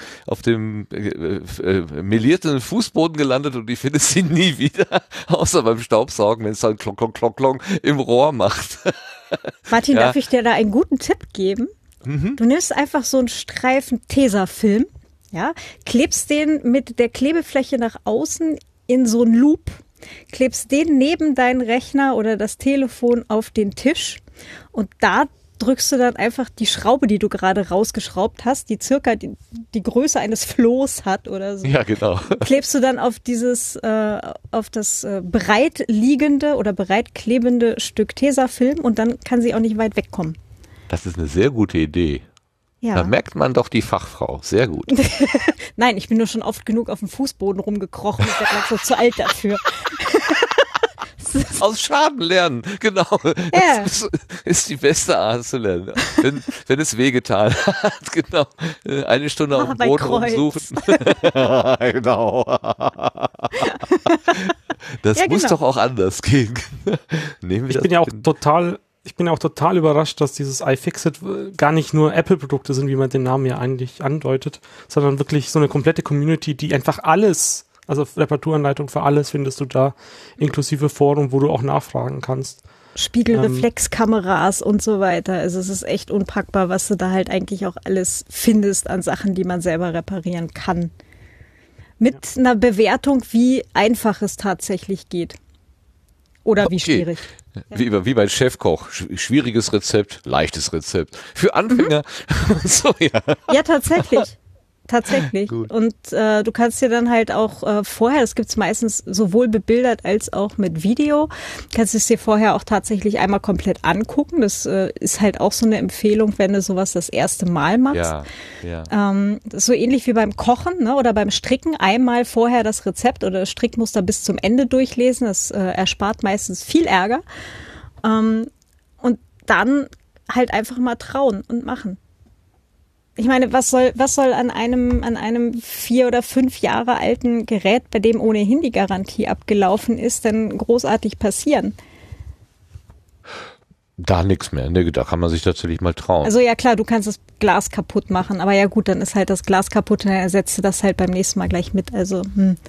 melierten Fußboden gelandet und ich finde sie nie wieder, außer beim Staubsaugen, wenn es dann klong, klong, klong, klong im Rohr macht. Martin, darf ich dir da einen guten Tipp geben? Du nimmst einfach so einen Streifen Tesafilm, ja, klebst den mit der Klebefläche nach außen in so einen Loop, klebst den neben deinen Rechner oder das Telefon auf den Tisch und da drückst du dann einfach die Schraube, die du gerade rausgeschraubt hast, die circa die Größe eines Flohs hat oder so. Ja, genau. Klebst du dann auf auf das bereit liegende oder bereit klebende Stück Tesafilm und dann kann sie auch nicht weit wegkommen. Das ist eine sehr gute Idee. Ja. Da merkt man doch die Fachfrau. Sehr gut. Nein, ich bin nur schon oft genug auf dem Fußboden rumgekrochen. Ich werde langsam zu alt dafür. Aus Schaden lernen, genau. Ja. Das ist die beste Art zu lernen. Wenn es wehgetan hat, genau. 1 Stunde auf dem Boden rumsuchen. Genau. Das ja, muss genau. doch auch anders gehen. Nehmen wir Ich bin ja auch total überrascht, dass dieses iFixit gar nicht nur Apple-Produkte sind, wie man den Namen ja eigentlich andeutet, sondern wirklich so eine komplette Community, die einfach alles, also Reparaturanleitung für alles findest du da, inklusive Forum, wo du auch nachfragen kannst. Spiegelreflexkameras und so weiter. Also es ist echt unpackbar, was du da halt eigentlich auch alles findest an Sachen, die man selber reparieren kann. Mit einer Bewertung, wie einfach es tatsächlich geht. Oder wie schwierig. Wie bei Chefkoch. Schwieriges Rezept, leichtes Rezept. Für Anfänger. So, ja. Ja, tatsächlich. Tatsächlich. Gut. Und du kannst dir dann halt auch vorher, das gibt's meistens sowohl bebildert als auch mit Video, kannst es dir vorher auch tatsächlich einmal komplett angucken. Das ist halt auch so eine Empfehlung, wenn du sowas das erste Mal machst. Ja. Das ist so ähnlich wie beim Kochen, ne, oder beim Stricken. Einmal vorher das Rezept oder das Strickmuster bis zum Ende durchlesen. Das erspart meistens viel Ärger. Und dann halt einfach mal trauen und machen. Ich meine, was soll an einem 4 oder 5 Jahre alten Gerät, bei dem ohnehin die Garantie abgelaufen ist, denn großartig passieren? Da nichts mehr. Ne, da kann man sich tatsächlich mal trauen. Also ja klar, du kannst das Glas kaputt machen, aber ja gut, dann ist halt das Glas kaputt und dann ersetzt du das halt beim nächsten Mal gleich mit. Also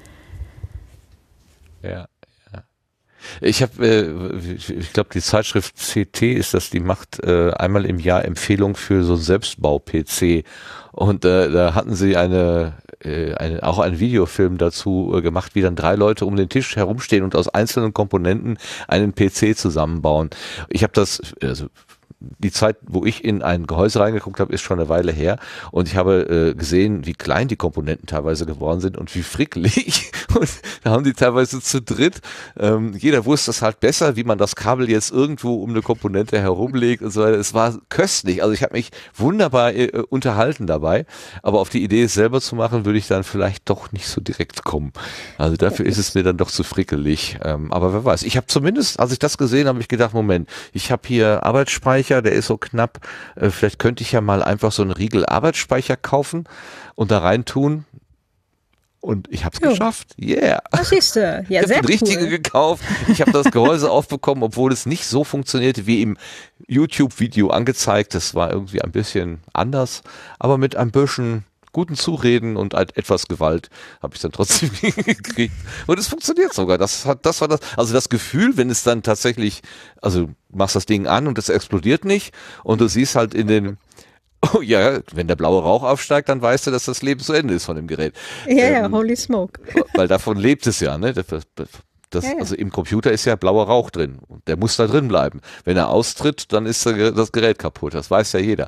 Ja. Ich glaube, die Zeitschrift CT ist das, die macht einmal im Jahr Empfehlung für so einen Selbstbau-PC. Und da hatten sie auch einen Videofilm dazu gemacht, wie dann 3 Leute um den Tisch herumstehen und aus einzelnen Komponenten einen PC zusammenbauen. Ich habe das die Zeit, wo ich in ein Gehäuse reingeguckt habe, ist schon eine Weile her und ich habe gesehen, wie klein die Komponenten teilweise geworden sind und wie frickelig. Und da haben die teilweise zu dritt, jeder wusste es halt besser, wie man das Kabel jetzt irgendwo um eine Komponente herumlegt und so weiter. Es war köstlich. Also ich habe mich wunderbar unterhalten dabei, aber auf die Idee, es selber zu machen, würde ich dann vielleicht doch nicht so direkt kommen. Also dafür ist es mir dann doch zu frickelig. Aber wer weiß. Ich habe zumindest, als ich das gesehen habe, ich gedacht, Moment, ich habe hier Arbeitsspeicher, der ist so knapp, vielleicht könnte ich ja mal einfach so einen Riegel Arbeitsspeicher kaufen und da reintun. Und ich habe es geschafft. Yeah. Was siehst du? Ja, ich habe sehr den richtigen cool. gekauft. Ich habe das Gehäuse aufbekommen, obwohl es nicht so funktionierte wie im YouTube-Video angezeigt. Das war irgendwie ein bisschen anders. Aber mit ein bisschen guten Zureden und etwas Gewalt habe ich dann trotzdem gekriegt. Und es funktioniert sogar. Das war das. Also das Gefühl, wenn es dann tatsächlich, also du machst das Ding an und es explodiert nicht und du siehst halt in den oh ja, wenn der blaue Rauch aufsteigt, dann weißt du, dass das Leben zu Ende ist von dem Gerät. Ja, holy smoke. Weil davon lebt es ja, ne? Also im Computer ist ja blauer Rauch drin und der muss da drin bleiben. Wenn er austritt, dann ist das Gerät kaputt. Das weiß ja jeder.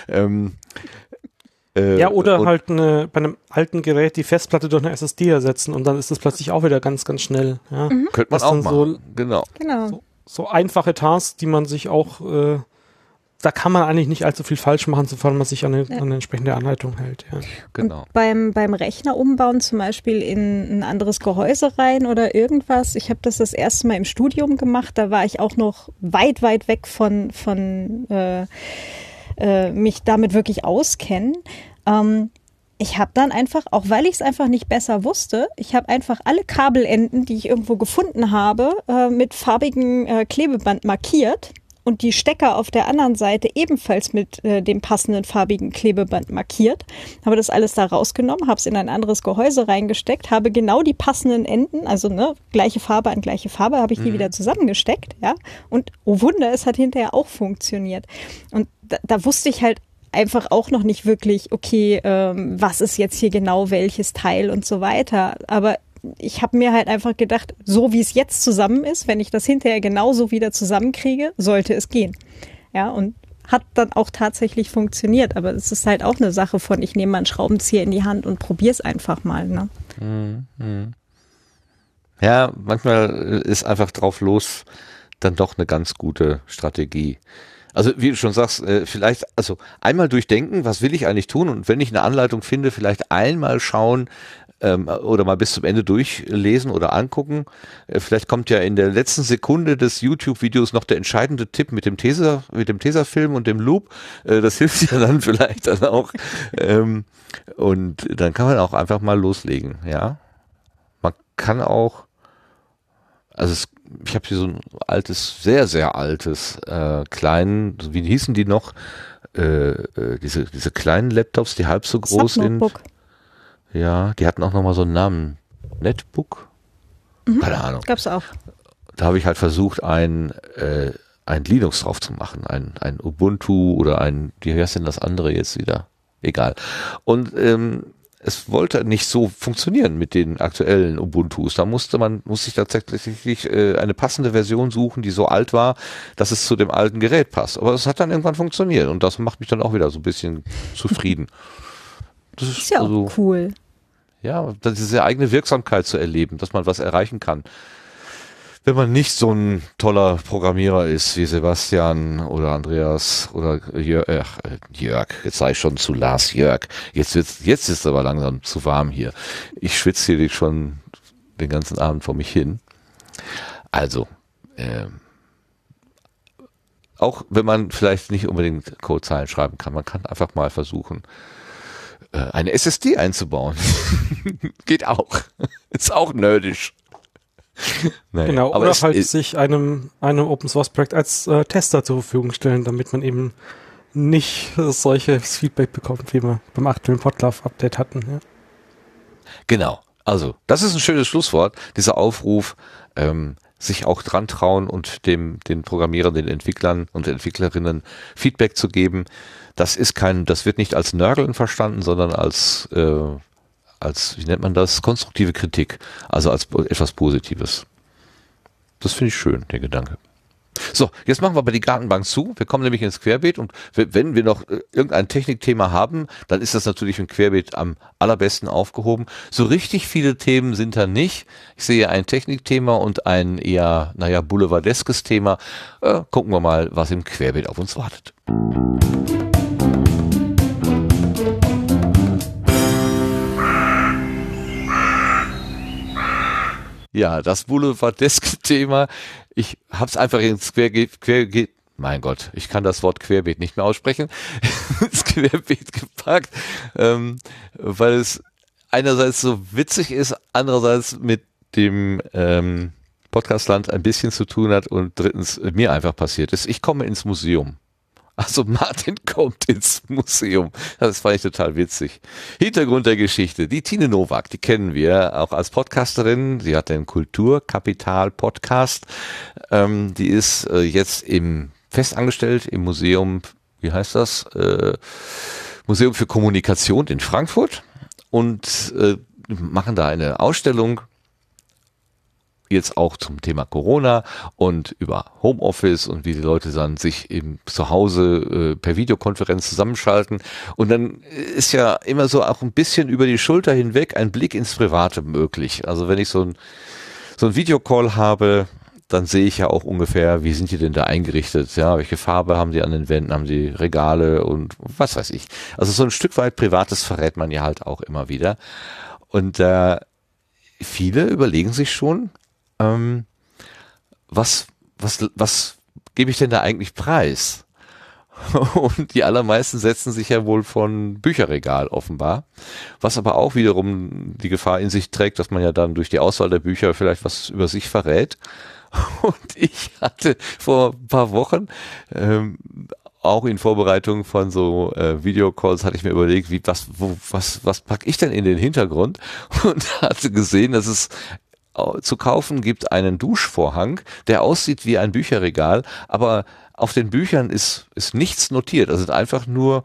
Oder halt bei einem alten Gerät die Festplatte durch eine SSD ersetzen und dann ist das plötzlich auch wieder ganz, ganz schnell. Ja. Könnte man auch machen. Genau. So einfache Tasks, die man sich auch da kann man eigentlich nicht allzu viel falsch machen, sofern man sich an eine entsprechende Anleitung hält. Ja. Genau. Und beim Rechner umbauen, zum Beispiel in ein anderes Gehäuse rein oder irgendwas. Ich habe das erste Mal im Studium gemacht. Da war ich auch noch weit, weit weg von mich damit wirklich auskennen. Ich habe dann einfach, auch weil ich es einfach nicht besser wusste, ich habe einfach alle Kabelenden, die ich irgendwo gefunden habe, mit farbigem Klebeband markiert. Und die Stecker auf der anderen Seite ebenfalls mit dem passenden farbigen Klebeband markiert. Habe das alles da rausgenommen, habe es in ein anderes Gehäuse reingesteckt, habe genau die passenden Enden, also gleiche Farbe an gleiche Farbe, habe ich die wieder zusammengesteckt. Ja. Und oh Wunder, es hat hinterher auch funktioniert. Und da wusste ich halt einfach auch noch nicht wirklich, okay, was ist jetzt hier genau welches Teil und so weiter. Aber ich habe mir halt einfach gedacht, so wie es jetzt zusammen ist, wenn ich das hinterher genauso wieder zusammenkriege, sollte es gehen. Ja, und hat dann auch tatsächlich funktioniert. Aber es ist halt auch eine Sache von, ich nehme mal einen Schraubenzieher in die Hand und probiere es einfach mal. Ne? Ja, manchmal ist einfach drauf los dann doch eine ganz gute Strategie. Also wie du schon sagst, vielleicht, also einmal durchdenken, was will ich eigentlich tun? Und wenn ich eine Anleitung finde, vielleicht einmal schauen, oder mal bis zum Ende durchlesen oder angucken. Vielleicht kommt ja in der letzten Sekunde des YouTube-Videos noch der entscheidende Tipp mit dem Tesafilm und dem Loop. Das hilft ja dann vielleicht dann auch. Und dann kann man auch einfach mal loslegen, ja. Man kann auch, ich habe hier so ein altes, sehr, sehr altes, wie hießen die noch? Diese kleinen Laptops, die halb so groß sind. Ja, die hatten auch nochmal so einen Namen. Netbook? Keine Ahnung. Gab's auch. Da habe ich halt versucht, ein Linux drauf zu machen. Ein Ubuntu oder wie heißt denn das andere jetzt wieder? Egal. Und es wollte nicht so funktionieren mit den aktuellen Ubuntus. Da musste ich tatsächlich eine passende Version suchen, die so alt war, dass es zu dem alten Gerät passt. Aber es hat dann irgendwann funktioniert und das macht mich dann auch wieder so ein bisschen zufrieden. Das ist ja auch cool. Ja, diese eigene Wirksamkeit zu erleben, dass man was erreichen kann. Wenn man nicht so ein toller Programmierer ist wie Sebastian oder Andreas oder Jörg, jetzt sage ich schon zu Lars Jörg. Jetzt ist es aber langsam zu warm hier. Ich schwitze hier schon den ganzen Abend vor mich hin. Also, auch wenn man vielleicht nicht unbedingt Codezeilen schreiben kann, man kann einfach mal versuchen, eine SSD einzubauen. Geht auch. Ist auch nerdisch. Naja, genau, oder halt sich einem Open-Source-Projekt als Tester zur Verfügung stellen, damit man eben nicht solches Feedback bekommt, wie wir beim aktuellen Podlove-Update hatten. Ja. Genau. Also, das ist ein schönes Schlusswort. Dieser Aufruf, sich auch dran trauen und den Programmierern, den Entwicklern und Entwicklerinnen Feedback zu geben. Das wird nicht als Nörgeln verstanden, sondern als, wie nennt man das? Konstruktive Kritik. Also als etwas Positives. Das finde ich schön, der Gedanke. So, jetzt machen wir aber die Gartenbank zu. Wir kommen nämlich ins Querbeet und wenn wir noch irgendein Technikthema haben, dann ist das natürlich im Querbeet am allerbesten aufgehoben. So richtig viele Themen sind da nicht. Ich sehe ein Technikthema und ein eher, boulevardeskes Thema. Gucken wir mal, was im Querbeet auf uns wartet. Ja, das boulevardeske Thema. Ich hab's einfach ins Querbeet, mein Gott, ich kann das Wort Querbeet nicht mehr aussprechen, ins Querbeet gepackt, weil es einerseits so witzig ist, andererseits mit dem Podcastland ein bisschen zu tun hat und drittens mir einfach passiert ist. Ich komme ins Museum. Also Martin kommt ins Museum. Das fand ich total witzig. Hintergrund der Geschichte. Die Tine Nowak, die kennen wir auch als Podcasterin. Sie hat den Kulturkapital-Podcast. Die ist jetzt festangestellt im Museum, wie heißt das? Museum für Kommunikation in Frankfurt und machen da eine Ausstellung. Jetzt auch zum Thema Corona und über Homeoffice und wie die Leute dann sich eben zu Hause per Videokonferenz zusammenschalten. Und dann ist ja immer so auch ein bisschen über die Schulter hinweg ein Blick ins Private möglich. Also wenn ich so ein Videocall habe, dann sehe ich ja auch ungefähr, wie sind die denn da eingerichtet? Ja, welche Farbe haben die an den Wänden, haben die Regale und was weiß ich. Also so ein Stück weit Privates verrät man ja halt auch immer wieder. Und viele überlegen sich schon, was gebe ich denn da eigentlich preis? Und die allermeisten setzen sich ja wohl von Bücherregal offenbar, was aber auch wiederum die Gefahr in sich trägt, dass man ja dann durch die Auswahl der Bücher vielleicht was über sich verrät. Und ich hatte vor ein paar Wochen auch in Vorbereitung von so Videocalls hatte ich mir überlegt, was packe ich denn in den Hintergrund und hatte gesehen, dass es zu kaufen gibt einen Duschvorhang, der aussieht wie ein Bücherregal, aber auf den Büchern ist nichts notiert. Also einfach nur,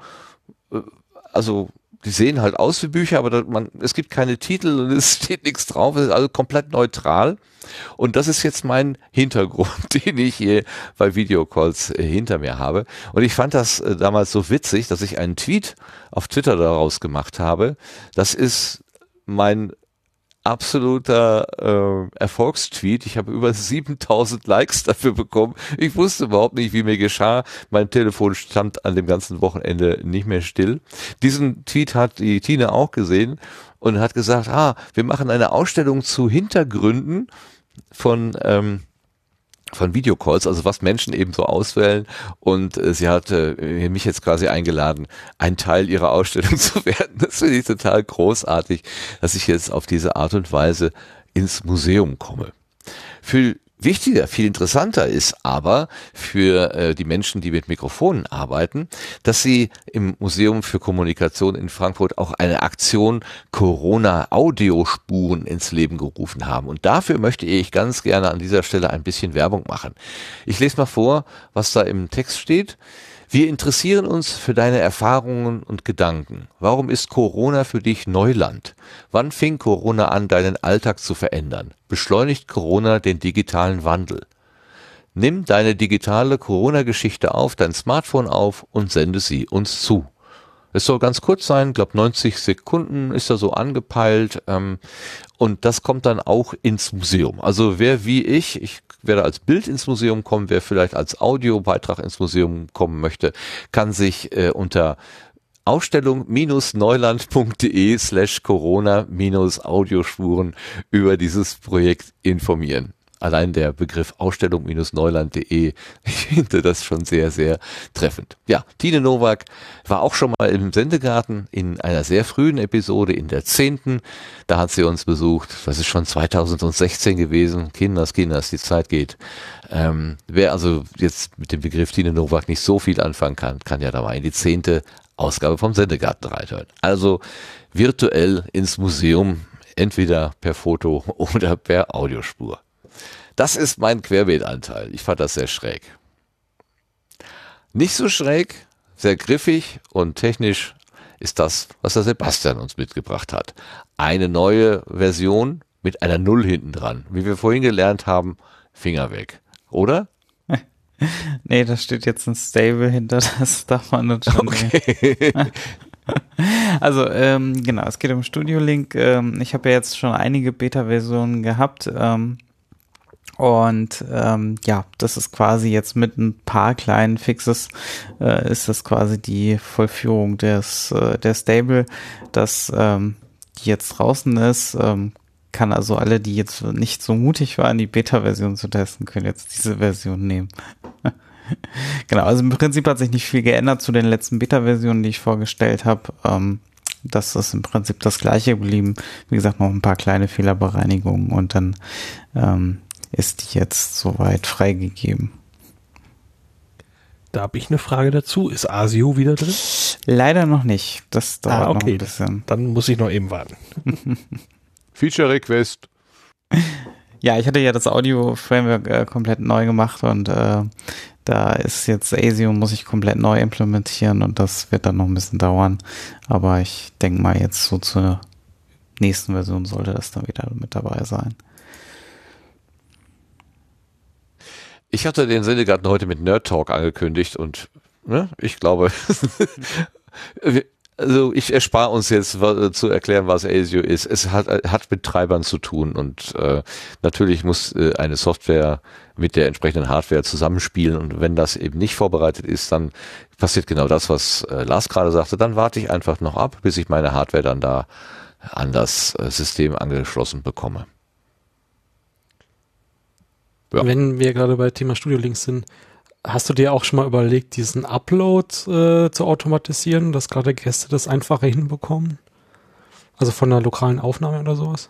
die sehen halt aus wie Bücher, aber es gibt keine Titel und es steht nichts drauf. Es ist also komplett neutral. Und das ist jetzt mein Hintergrund, den ich hier bei Videocalls hinter mir habe. Und ich fand das damals so witzig, dass ich einen Tweet auf Twitter daraus gemacht habe. Das ist mein absoluter Erfolgstweet. Ich habe über 7000 Likes dafür bekommen. Ich wusste überhaupt nicht, wie mir geschah. Mein Telefon stand an dem ganzen Wochenende nicht mehr still. Diesen Tweet hat die Tine auch gesehen und hat gesagt, wir machen eine Ausstellung zu Hintergründen von Videocalls, also was Menschen eben so auswählen und sie hat mich jetzt quasi eingeladen, ein Teil ihrer Ausstellung zu werden. Das finde ich total großartig, dass ich jetzt auf diese Art und Weise ins Museum komme. Viel wichtiger, viel interessanter ist aber für die Menschen, die mit Mikrofonen arbeiten, dass sie im Museum für Kommunikation in Frankfurt auch eine Aktion Corona-Audiospuren ins Leben gerufen haben. Und dafür möchte ich ganz gerne an dieser Stelle ein bisschen Werbung machen. Ich lese mal vor, was da im Text steht. Wir interessieren uns für deine Erfahrungen und Gedanken. Warum ist Corona für dich Neuland? Wann fing Corona an, deinen Alltag zu verändern? Beschleunigt Corona den digitalen Wandel? Nimm deine digitale Corona-Geschichte auf, dein Smartphone auf und sende sie uns zu. Es soll ganz kurz sein, glaube 90 Sekunden ist da so angepeilt und das kommt dann auch ins Museum. Also wer wie ich werde als Bild ins Museum kommen, wer vielleicht als Audiobeitrag ins Museum kommen möchte, kann sich unter ausstellung-neuland.de/corona-audiospuren über dieses Projekt informieren. Allein der Begriff Ausstellung-neuland.de, ich finde das schon sehr, sehr treffend. Ja, Tine Nowak war auch schon mal im Sendegarten in einer sehr frühen Episode, in der 10. Da hat sie uns besucht. Das ist schon 2016 gewesen. Kinders, die Zeit geht. Wer also jetzt mit dem Begriff Tine Nowak nicht so viel anfangen kann ja da mal in die 10. Ausgabe vom Sendegarten reinhören. Also virtuell ins Museum, entweder per Foto oder per Audiospur. Das ist mein Querbeetanteil. Ich fand das sehr schräg. Nicht so schräg, sehr griffig und technisch ist das, was der Sebastian uns mitgebracht hat. Eine neue Version mit einer 0 hinten dran. Wie wir vorhin gelernt haben, Finger weg. Oder? Nee, da steht jetzt ein Stable hinter, das darf man nicht schon nehmen. Also, genau, es geht um Studio Link. Ich habe ja jetzt schon einige Beta-Versionen gehabt. Ja, das ist quasi jetzt mit ein paar kleinen Fixes ist das quasi die Vollführung der Stable, das die jetzt draußen ist. Kann also alle, die jetzt nicht so mutig waren, die Beta-Version zu testen, können jetzt diese Version nehmen. Genau, also im Prinzip hat sich nicht viel geändert zu den letzten Beta-Versionen, die ich vorgestellt habe. Das ist im Prinzip das gleiche geblieben. Wie gesagt, noch ein paar kleine Fehlerbereinigungen und dann ist die jetzt soweit freigegeben. Da habe ich eine Frage dazu. Ist ASIO wieder drin? Leider noch nicht. Das dauert noch okay. ein bisschen. Dann muss ich noch eben warten. Feature Request. Ja, ich hatte ja das Audio-Framework komplett neu gemacht und da ist jetzt ASIO, muss ich komplett neu implementieren und das wird dann noch ein bisschen dauern. Aber ich denke mal jetzt so zur nächsten Version sollte das dann wieder mit dabei sein. Ich hatte den Sendegarten heute mit Nerd Talk angekündigt und ich glaube, also ich erspare uns jetzt zu erklären, was ASIO ist. Es hat mit Treibern zu tun und natürlich muss eine Software mit der entsprechenden Hardware zusammenspielen und wenn das eben nicht vorbereitet ist, dann passiert genau das, was Lars gerade sagte. Dann warte ich einfach noch ab, bis ich meine Hardware dann da an das System angeschlossen bekomme. Ja. Wenn wir gerade bei Thema Studio Links sind, hast du dir auch schon mal überlegt, diesen Upload zu automatisieren, dass gerade Gäste das einfacher hinbekommen? Also von einer lokalen Aufnahme oder sowas?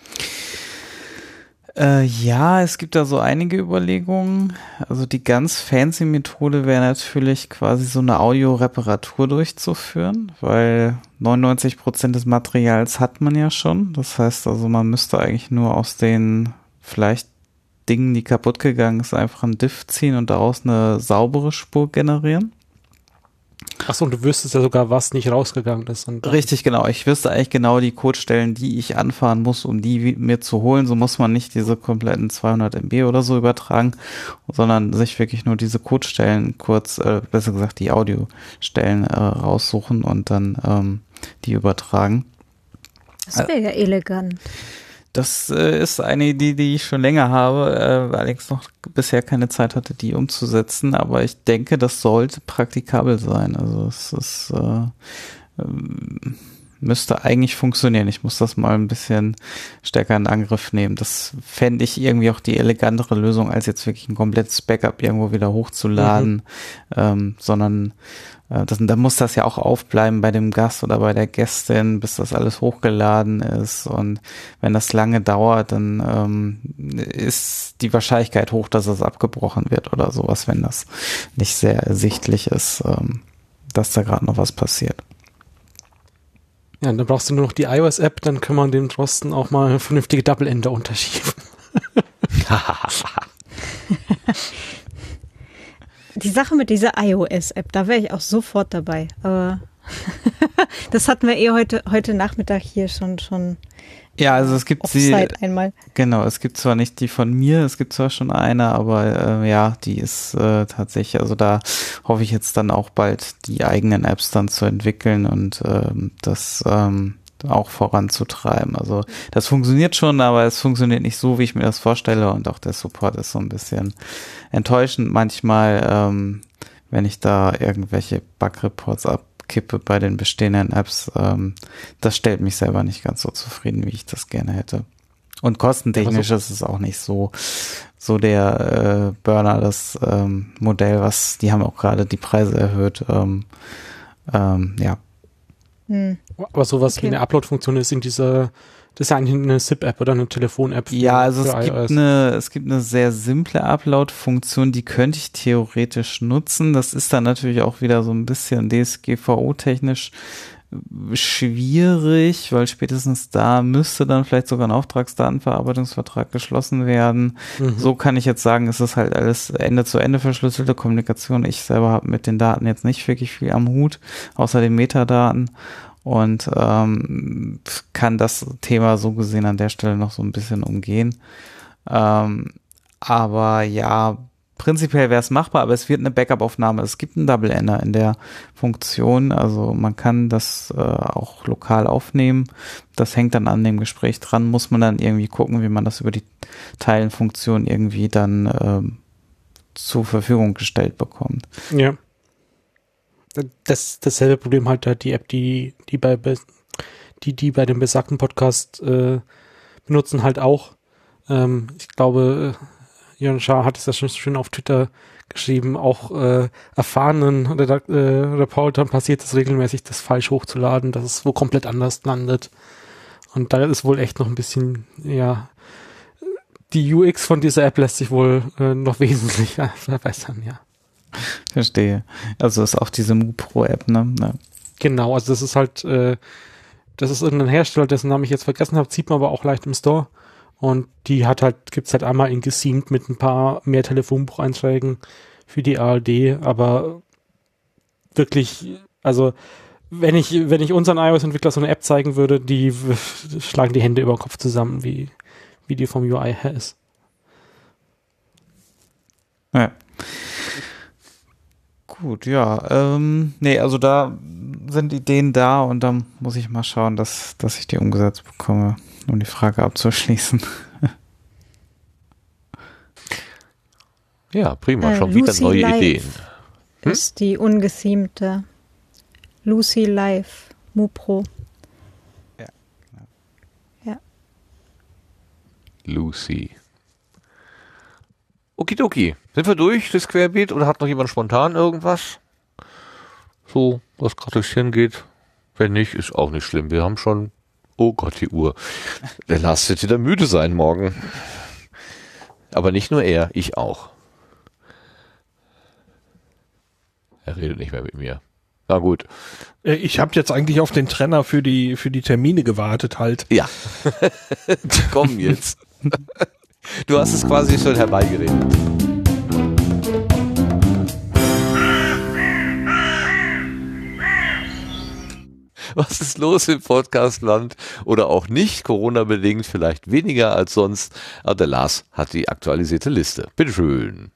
Ja, es gibt da so einige Überlegungen. Also die ganz fancy Methode wäre natürlich quasi so eine Audio-Reparatur durchzuführen, weil 99% des Materials hat man ja schon. Das heißt also, man müsste eigentlich nur aus den vielleicht Dingen, die kaputt gegangen ist, einfach einen Diff ziehen und daraus eine saubere Spur generieren. Achso, und du wüsstest ja sogar, was nicht rausgegangen ist. Und Richtig, genau. Ich wüsste eigentlich genau die Codestellen, die ich anfahren muss, um die mir zu holen. So muss man nicht diese kompletten 200 MB oder so übertragen, sondern sich wirklich nur diese Codestellen besser gesagt die Audiostellen raussuchen und dann die übertragen. Das wäre ja elegant. Das ist eine Idee, die ich schon länger habe, allerdings noch bisher keine Zeit hatte, die umzusetzen, aber ich denke, das sollte praktikabel sein. Also es ist, müsste eigentlich funktionieren. Ich muss das mal ein bisschen stärker in Angriff nehmen. Das fände ich irgendwie auch die elegantere Lösung, als jetzt wirklich ein komplettes Backup irgendwo wieder hochzuladen, sondern da muss das ja auch aufbleiben bei dem Gast oder bei der Gästin, bis das alles hochgeladen ist. Und wenn das lange dauert, dann ist die Wahrscheinlichkeit hoch, dass es abgebrochen wird oder sowas, wenn das nicht sehr ersichtlich ist, dass da gerade noch was passiert. Ja, dann brauchst du nur noch die iOS-App, dann kann man dem Drosten auch mal vernünftige Double-Ender unterschieben. Die Sache mit dieser iOS-App, da wäre ich auch sofort dabei. Aber das hatten wir heute Nachmittag hier schon. Ja, also es gibt einmal. Genau, es gibt zwar nicht die von mir, es gibt zwar schon eine, aber ja, die ist tatsächlich, also da hoffe ich jetzt dann auch bald die eigenen Apps dann zu entwickeln und das auch voranzutreiben. Also das funktioniert schon, aber es funktioniert nicht so, wie ich mir das vorstelle und auch der Support ist so ein bisschen enttäuschend manchmal, wenn ich da irgendwelche Bug-Reports abkippe bei den bestehenden Apps. Das stellt mich selber nicht ganz so zufrieden, wie ich das gerne hätte. Und kostentechnisch ist es auch nicht so der Burner, das Modell, die haben auch gerade die Preise erhöht. Ja. Aber sowas wie eine Upload-Funktion ist das ist ja eigentlich eine SIP-App oder eine Telefon-App. Ja, also es gibt eine sehr simple Upload-Funktion, die könnte ich theoretisch nutzen. Das ist dann natürlich auch wieder so ein bisschen DSGVO-technisch schwierig, weil spätestens da müsste dann vielleicht sogar ein Auftragsdatenverarbeitungsvertrag geschlossen werden. So kann ich jetzt sagen, es ist halt alles Ende-zu-Ende verschlüsselte Kommunikation. Ich selber habe mit den Daten jetzt nicht wirklich viel am Hut, außer den Metadaten und kann das Thema so gesehen an der Stelle noch so ein bisschen umgehen. Aber ja, prinzipiell wäre es machbar, aber es wird eine Backup-Aufnahme. Es gibt einen Double Ender in der Funktion, also man kann das auch lokal aufnehmen. Das hängt dann an dem Gespräch dran, muss man dann irgendwie gucken, wie man das über die Teilenfunktion irgendwie dann zur Verfügung gestellt bekommt. Ja. Dasselbe Problem hat die App, die bei dem besagten Podcast benutzen, halt auch. Ich glaube, Jörn Schaar hat es ja schon schön auf Twitter geschrieben, auch erfahrenen Reportern passiert es regelmäßig, das falsch hochzuladen, dass es wo komplett anders landet. Und da ist wohl echt noch ein bisschen, ja, die UX von dieser App lässt sich wohl noch wesentlich verbessern, ja. Verstehe. Also ist auch diese MuPro-App, ne? Ja. Genau, also das ist halt, das ist irgendein Hersteller, dessen Namen ich jetzt vergessen habe, sieht man aber auch leicht im Store. Und die gibt's halt einmal in geseamt mit ein paar mehr Telefonbucheinträgen für die ARD, aber wirklich, also wenn ich unseren iOS-Entwickler so eine App zeigen würde, die schlagen die Hände über den Kopf zusammen, wie die vom UI her ist. Ja. Gut, ja. Nee, also da sind Ideen da und dann muss ich mal schauen, dass ich die umgesetzt bekomme, um die Frage abzuschließen. Ja, prima, schon wieder neue Live Ideen. Ist die ungethemte Lucy Live MuPro. Ja. Lucy. Okidoki. Sind wir durch, das Querbeet, oder hat noch jemand spontan irgendwas? So, was gerade durchs Hirn geht? Wenn nicht, ist auch nicht schlimm. Wir haben schon, oh Gott, die Uhr. Der Lars wird wieder müde sein morgen. Aber nicht nur er, ich auch. Er redet nicht mehr mit mir. Na gut. Ich habe jetzt eigentlich auf den Trenner für die Termine gewartet halt. Ja. Komm jetzt. Du hast es quasi schon herbeigeredet. Was ist los im Podcastland? Oder auch nicht, Corona-bedingt, vielleicht weniger als sonst. Aber der Lars hat die aktualisierte Liste. Bitteschön.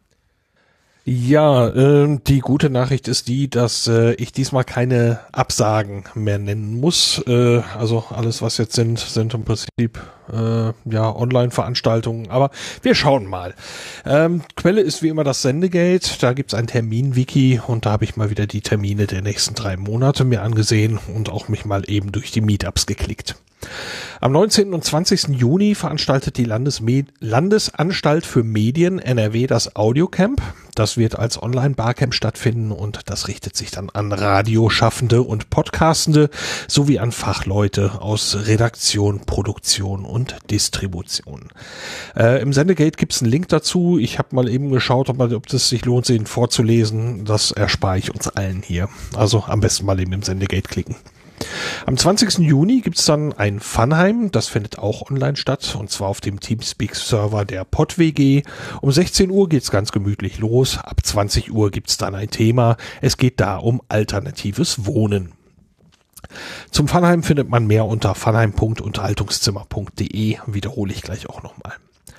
Ja, die gute Nachricht ist die, dass ich diesmal keine Absagen mehr nennen muss. Also alles, was jetzt sind im Prinzip Online-Veranstaltungen. Aber wir schauen mal. Quelle ist wie immer das Sendegate. Da gibt's ein Termin-Wiki und da habe ich mal wieder die Termine der nächsten 3 Monate mir angesehen und auch mich mal eben durch die Meetups geklickt. Am 19. und 20. Juni veranstaltet die Landesanstalt für Medien NRW das Audiocamp. Das wird als Online-Barcamp stattfinden und das richtet sich dann an Radioschaffende und Podcastende sowie an Fachleute aus Redaktion, Produktion und Distribution. Im Sendegate gibt es einen Link dazu. Ich habe mal eben geschaut, ob es sich lohnt, den vorzulesen. Das erspare ich uns allen hier. Also am besten mal eben im Sendegate klicken. Am 20. Juni gibt's dann ein Funheim, das findet auch online statt, und zwar auf dem Teamspeak-Server der PodWG. Um 16 Uhr geht's ganz gemütlich los, ab 20 Uhr gibt's dann ein Thema. Es geht da um alternatives Wohnen. Zum Funheim findet man mehr unter funheim.unterhaltungszimmer.de, wiederhole ich gleich auch nochmal.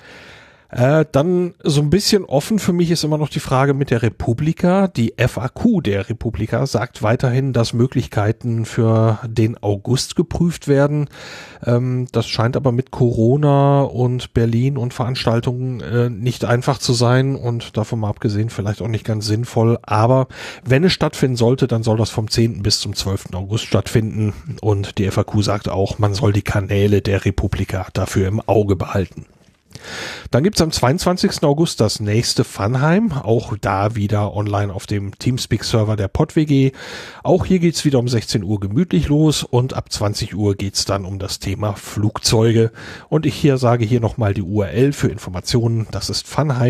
Dann so ein bisschen offen für mich ist immer noch die Frage mit der Republika. Die FAQ der Republika sagt weiterhin, dass Möglichkeiten für den August geprüft werden. Das scheint aber mit Corona und Berlin und Veranstaltungen nicht einfach zu sein und davon mal abgesehen vielleicht auch nicht ganz sinnvoll. Aber wenn es stattfinden sollte, dann soll das vom 10. bis zum 12. August stattfinden. Und die FAQ sagt auch, man soll die Kanäle der Republika dafür im Auge behalten. Dann gibt's am 22. August das nächste Funheim, auch da wieder online auf dem Teamspeak-Server der PodWG. Auch hier geht's wieder um 16 Uhr gemütlich los und ab 20 Uhr geht's dann um das Thema Flugzeuge. Und ich sage hier nochmal die URL für Informationen, das ist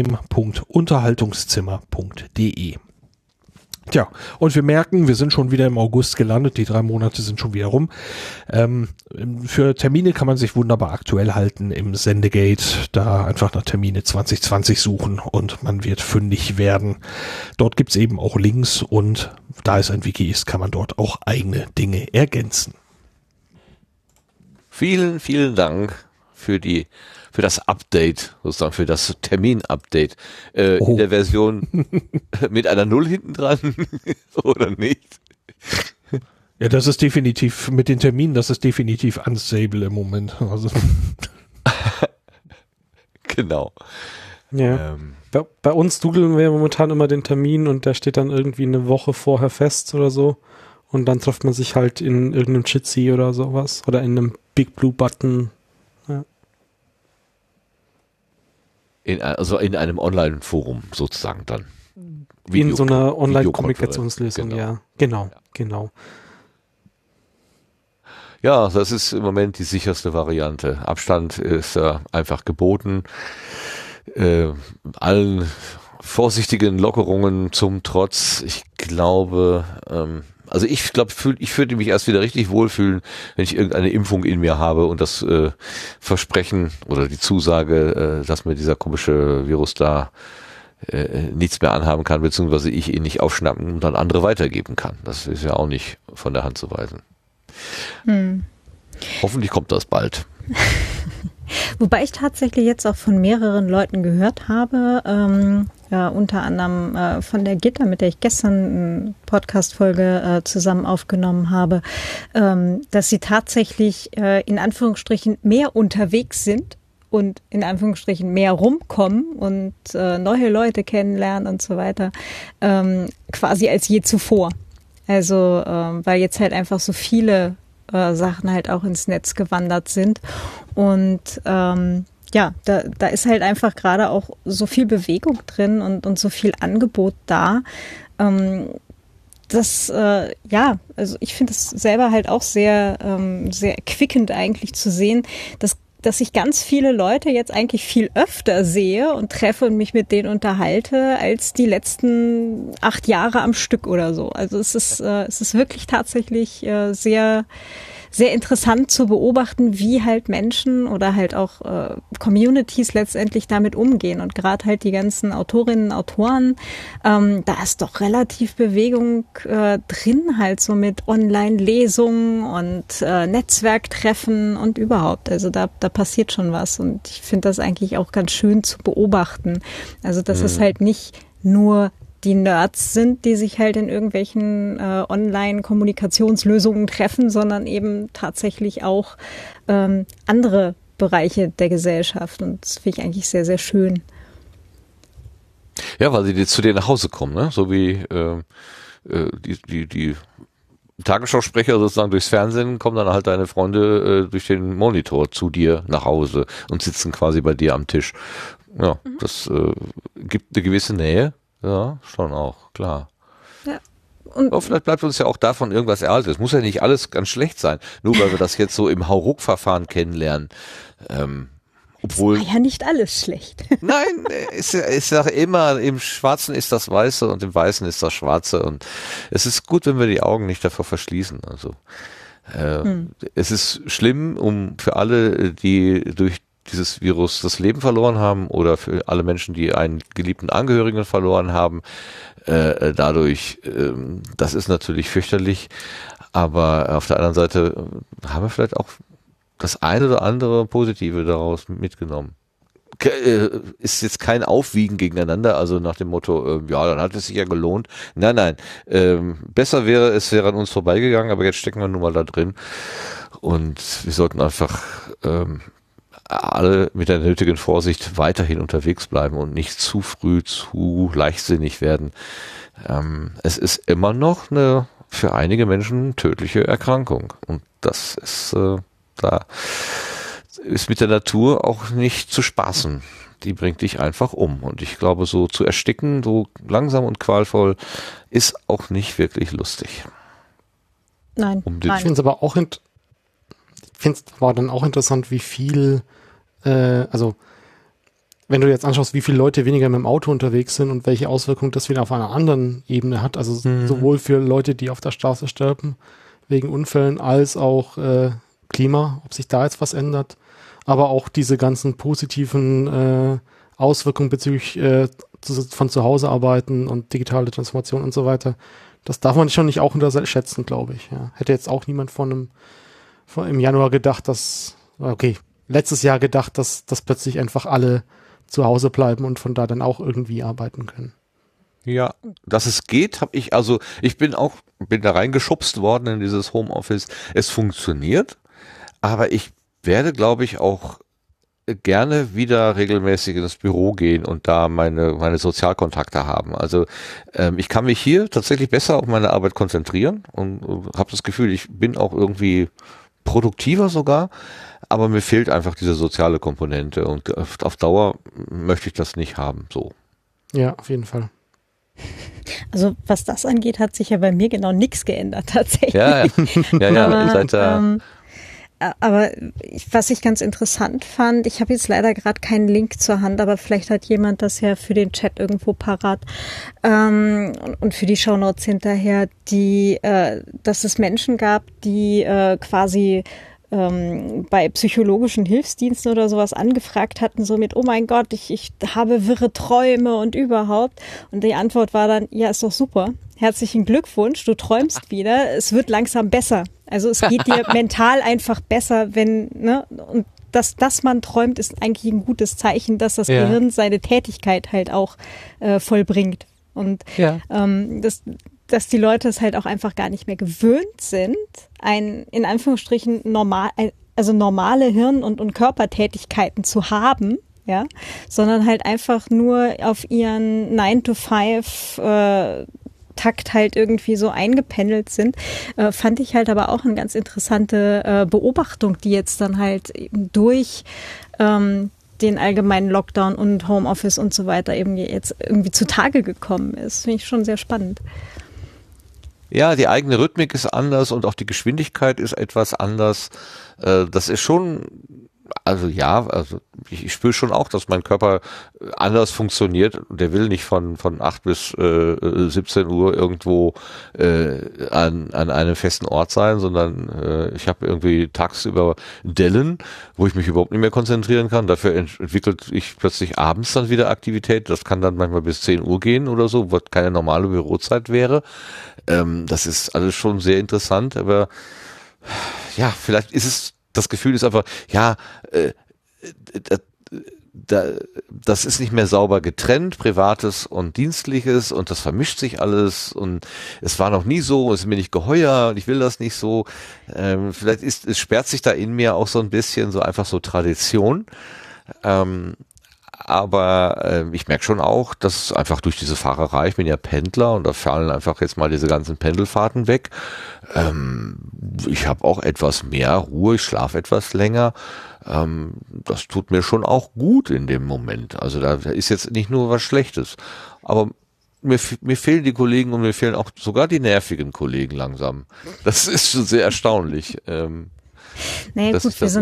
funheim.unterhaltungszimmer.de. Tja, und wir merken, wir sind schon wieder im August gelandet, die 3 Monate sind schon wieder rum. Für Termine kann man sich wunderbar aktuell halten im Sendegate, da einfach nach Termine 2020 suchen und man wird fündig werden. Dort gibt's eben auch Links und da es ein Wiki ist, kann man dort auch eigene Dinge ergänzen. Vielen, vielen Dank für das Update, sozusagen für das Termin-Update in der Version mit einer 0 hinten dran oder nicht? Ja, das ist definitiv, mit den Terminen, das ist definitiv unstable im Moment. Also. Genau. Ja. Bei uns dudeln wir momentan immer den Termin und der steht dann irgendwie eine Woche vorher fest oder so. Und dann trifft man sich halt in irgendeinem Jitsi oder sowas. Oder in einem Big Blue Button. Ja. Also in einem Online-Forum sozusagen dann. In so einer Online-Kommunikationslösung, ja. Genau. Ja, das ist im Moment die sicherste Variante. Abstand ist einfach geboten. Allen vorsichtigen Lockerungen zum Trotz. Ich glaube, ich würde mich erst wieder richtig wohlfühlen, wenn ich irgendeine Impfung in mir habe und das Versprechen oder die Zusage, dass mir dieser komische Virus da nichts mehr anhaben kann, beziehungsweise ich ihn nicht aufschnappen und dann andere weitergeben kann. Das ist ja auch nicht von der Hand zu weisen. Hoffentlich kommt das bald. Wobei ich tatsächlich jetzt auch von mehreren Leuten gehört habe, unter anderem von der Gitta, mit der ich gestern eine Podcast-Folge zusammen aufgenommen habe, dass sie tatsächlich in Anführungsstrichen mehr unterwegs sind und in Anführungsstrichen mehr rumkommen und neue Leute kennenlernen und so weiter, quasi als je zuvor. Also weil jetzt halt einfach so viele Sachen halt auch ins Netz gewandert sind und da ist halt einfach gerade auch so viel Bewegung drin und so viel Angebot da, also ich finde es selber halt auch sehr erquickend eigentlich zu sehen, dass ich ganz viele Leute jetzt eigentlich viel öfter sehe und treffe und mich mit denen unterhalte, als die letzten 8 Jahre am Stück oder so. Also es ist wirklich tatsächlich sehr, sehr interessant zu beobachten, wie halt Menschen oder halt auch Communities letztendlich damit umgehen. Und gerade halt die ganzen Autorinnen und Autoren, da ist doch relativ Bewegung drin, halt so mit Online-Lesungen und Netzwerktreffen und überhaupt. Also da passiert schon was und ich finde das eigentlich auch ganz schön zu beobachten. Also dass es halt nicht nur die Nerds sind, die sich halt in irgendwelchen Online-Kommunikationslösungen treffen, sondern eben tatsächlich auch andere Bereiche der Gesellschaft. Und das finde ich eigentlich sehr, sehr schön. Ja, weil sie zu dir nach Hause kommen, ne? So wie die Tagesschausprecher sozusagen durchs Fernsehen, kommen dann halt deine Freunde durch den Monitor zu dir nach Hause und sitzen quasi bei dir am Tisch. Ja, das gibt eine gewisse Nähe. Ja, schon auch, klar. Ja. Aber vielleicht bleibt uns ja auch davon irgendwas erhalten. Es muss ja nicht alles ganz schlecht sein, nur weil wir das jetzt so im Hauruck-Verfahren kennenlernen. Obwohl. War ja nicht alles schlecht. Nein, ich sage immer, im Schwarzen ist das Weiße und im Weißen ist das Schwarze. Und es ist gut, wenn wir die Augen nicht davor verschließen. Also es ist schlimm für alle, die durch dieses Virus das Leben verloren haben oder für alle Menschen, die einen geliebten Angehörigen verloren haben. Dadurch, das ist natürlich fürchterlich, aber auf der anderen Seite haben wir vielleicht auch das eine oder andere Positive daraus mitgenommen. Ist jetzt kein Aufwiegen gegeneinander, also nach dem Motto, ja, dann hat es sich ja gelohnt. Nein, besser wäre, es wäre an uns vorbeigegangen, aber jetzt stecken wir nun mal da drin und wir sollten einfach alle mit der nötigen Vorsicht weiterhin unterwegs bleiben und nicht zu früh zu leichtsinnig werden. Es ist immer noch eine für einige Menschen tödliche Erkrankung und das ist da ist mit der Natur auch nicht zu spaßen. Die bringt dich einfach um und ich glaube, so zu ersticken, so langsam und qualvoll, ist auch nicht wirklich lustig. Nein. Ich finde es aber auch dann auch interessant, wie viel also wenn du jetzt anschaust, wie viele Leute weniger mit dem Auto unterwegs sind und welche Auswirkungen das wieder auf einer anderen Ebene hat, also sowohl für Leute, die auf der Straße sterben wegen Unfällen, als auch Klima, ob sich da jetzt was ändert, aber auch diese ganzen positiven Auswirkungen bezüglich von zu Hause arbeiten und digitale Transformation und so weiter, das darf man schon nicht auch unterschätzen, glaube ich. Ja. Hätte jetzt auch niemand im Januar gedacht, dass, okay, letztes Jahr gedacht, dass plötzlich einfach alle zu Hause bleiben und von da dann auch irgendwie arbeiten können. Ja, dass es geht, ich bin da reingeschubst worden in dieses Homeoffice. Es funktioniert, aber ich werde, glaube ich, auch gerne wieder regelmäßig ins Büro gehen und da meine Sozialkontakte haben. Also ich kann mich hier tatsächlich besser auf meine Arbeit konzentrieren und habe das Gefühl, ich bin auch irgendwie produktiver sogar, aber mir fehlt einfach diese soziale Komponente und auf Dauer möchte ich das nicht haben. So. Ja, auf jeden Fall. Also was das angeht, hat sich ja bei mir genau nichts geändert tatsächlich. Ja. Aber was ich ganz interessant fand, ich habe jetzt leider gerade keinen Link zur Hand, aber vielleicht hat jemand das ja für den Chat irgendwo parat und für die Shownotes hinterher, dass es Menschen gab, die quasi bei psychologischen Hilfsdiensten oder sowas angefragt hatten, so mit, oh mein Gott, ich habe wirre Träume und überhaupt. Und die Antwort war dann, ja, ist doch super. Herzlichen Glückwunsch, du träumst wieder. Es wird langsam besser. Also es geht dir mental einfach besser, und dass man träumt, ist eigentlich ein gutes Zeichen, dass das Gehirn seine Tätigkeit halt auch vollbringt. Und dass die Leute es halt auch einfach gar nicht mehr gewöhnt sind, in Anführungsstrichen normale Hirn- und Körpertätigkeiten zu haben, ja, sondern halt einfach nur auf ihren 9-to-5 Takt halt irgendwie so eingependelt sind, fand ich halt aber auch eine ganz interessante Beobachtung, die jetzt dann halt eben durch den allgemeinen Lockdown und Homeoffice und so weiter eben jetzt irgendwie zutage gekommen ist. Finde ich schon sehr spannend. Ja, die eigene Rhythmik ist anders und auch die Geschwindigkeit ist etwas anders. Das ist schon, ich spüre schon auch, dass mein Körper anders funktioniert. Der will nicht von 8 bis 17 Uhr irgendwo an einem festen Ort sein, sondern ich habe irgendwie tagsüber Dellen, wo ich mich überhaupt nicht mehr konzentrieren kann. Dafür entwickelt ich plötzlich abends dann wieder Aktivität. Das kann dann manchmal bis 10 Uhr gehen oder so, was keine normale Bürozeit wäre. Das ist alles schon sehr interessant, aber ja, vielleicht ist es, das Gefühl ist einfach, das ist nicht mehr sauber getrennt, Privates und Dienstliches, und das vermischt sich alles und es war noch nie so, es ist mir nicht geheuer und ich will das nicht so. Vielleicht es sperrt sich da in mir auch so ein bisschen so einfach so Tradition. Aber ich merke schon auch, dass einfach durch diese Fahrerei, ich bin ja Pendler und da fallen einfach jetzt mal diese ganzen Pendelfahrten weg. Ich habe auch etwas mehr Ruhe, ich schlafe etwas länger. Das tut mir schon auch gut in dem Moment. Also da ist jetzt nicht nur was Schlechtes. Aber mir fehlen die Kollegen und mir fehlen auch sogar die nervigen Kollegen langsam. Das ist schon sehr erstaunlich. Naja gut, wir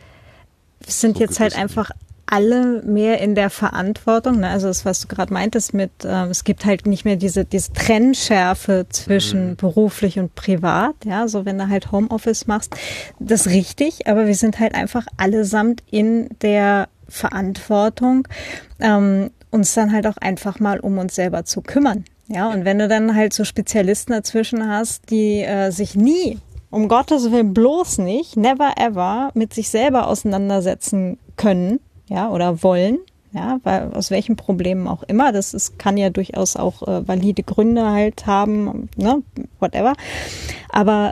sind jetzt halt einfach alle mehr in der Verantwortung, ne? Also das, was du gerade meintest mit, es gibt halt nicht mehr diese Trennschärfe zwischen beruflich und privat, ja, so wenn du halt Homeoffice machst, das ist richtig, aber wir sind halt einfach allesamt in der Verantwortung, uns dann halt auch einfach mal um uns selber zu kümmern, ja, und wenn du dann halt so Spezialisten dazwischen hast, die sich nie, um Gottes Willen bloß nicht, never ever mit sich selber auseinandersetzen können, ja, oder wollen, ja, weil aus welchen Problemen auch immer, kann ja durchaus auch valide Gründe halt haben, ne, whatever. Aber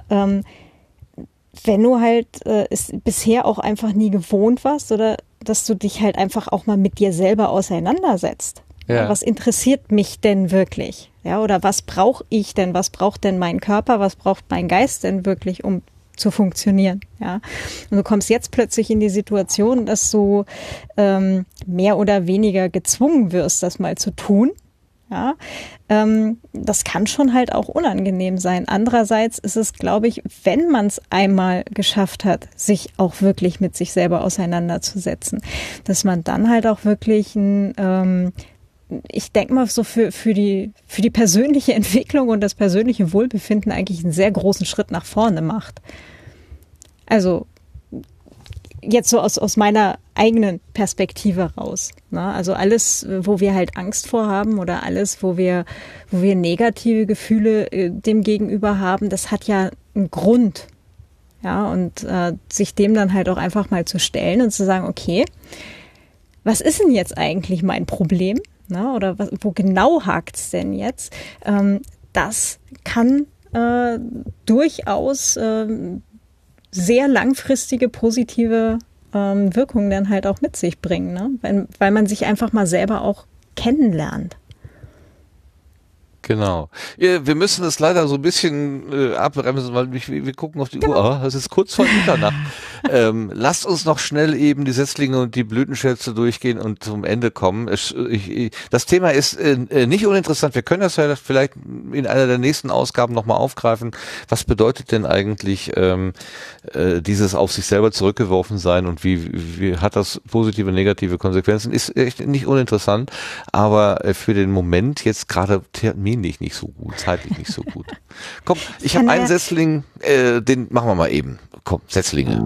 wenn du halt es bisher auch einfach nie gewohnt warst oder dass du dich halt einfach auch mal mit dir selber auseinandersetzt. Ja. Was interessiert mich denn wirklich? Ja, oder was brauche ich denn? Was braucht denn mein Körper? Was braucht mein Geist denn wirklich, um zu funktionieren, ja. Und du kommst jetzt plötzlich in die Situation, dass du mehr oder weniger gezwungen wirst, das mal zu tun, ja. Das kann schon halt auch unangenehm sein. Andererseits ist es, glaube ich, wenn man es einmal geschafft hat, sich auch wirklich mit sich selber auseinanderzusetzen, dass man dann halt auch wirklich ich denke mal so für die persönliche Entwicklung und das persönliche Wohlbefinden eigentlich einen sehr großen Schritt nach vorne macht. Also jetzt so aus meiner eigenen Perspektive raus. Ne? Also alles, wo wir halt Angst vorhaben oder alles, wo wir negative Gefühle dem gegenüber haben, das hat ja einen Grund. Ja, und sich dem dann halt auch einfach mal zu stellen und zu sagen, okay, was ist denn jetzt eigentlich mein Problem? Na, oder wo genau hakt's denn jetzt? Das kann durchaus sehr langfristige positive Wirkungen dann halt auch mit sich bringen, ne? Weil man sich einfach mal selber auch kennenlernt. Genau. Ja, wir müssen es leider so ein bisschen abbremsen, weil wir gucken auf die Uhr. Ah, es ist kurz vor Mitternacht. Lasst uns noch schnell eben die Setzlinge und die Blütenschätze durchgehen und zum Ende kommen. Das Thema ist nicht uninteressant. Wir können das ja vielleicht in einer der nächsten Ausgaben nochmal aufgreifen. Was bedeutet denn eigentlich dieses auf sich selber zurückgeworfen sein und wie hat das positive, negative Konsequenzen? Ist echt nicht uninteressant, aber für den Moment jetzt gerade terminlich nicht so gut, zeitlich nicht so gut. Komm, ich habe einen Setzling, den machen wir mal eben. Komm, Setzlinge.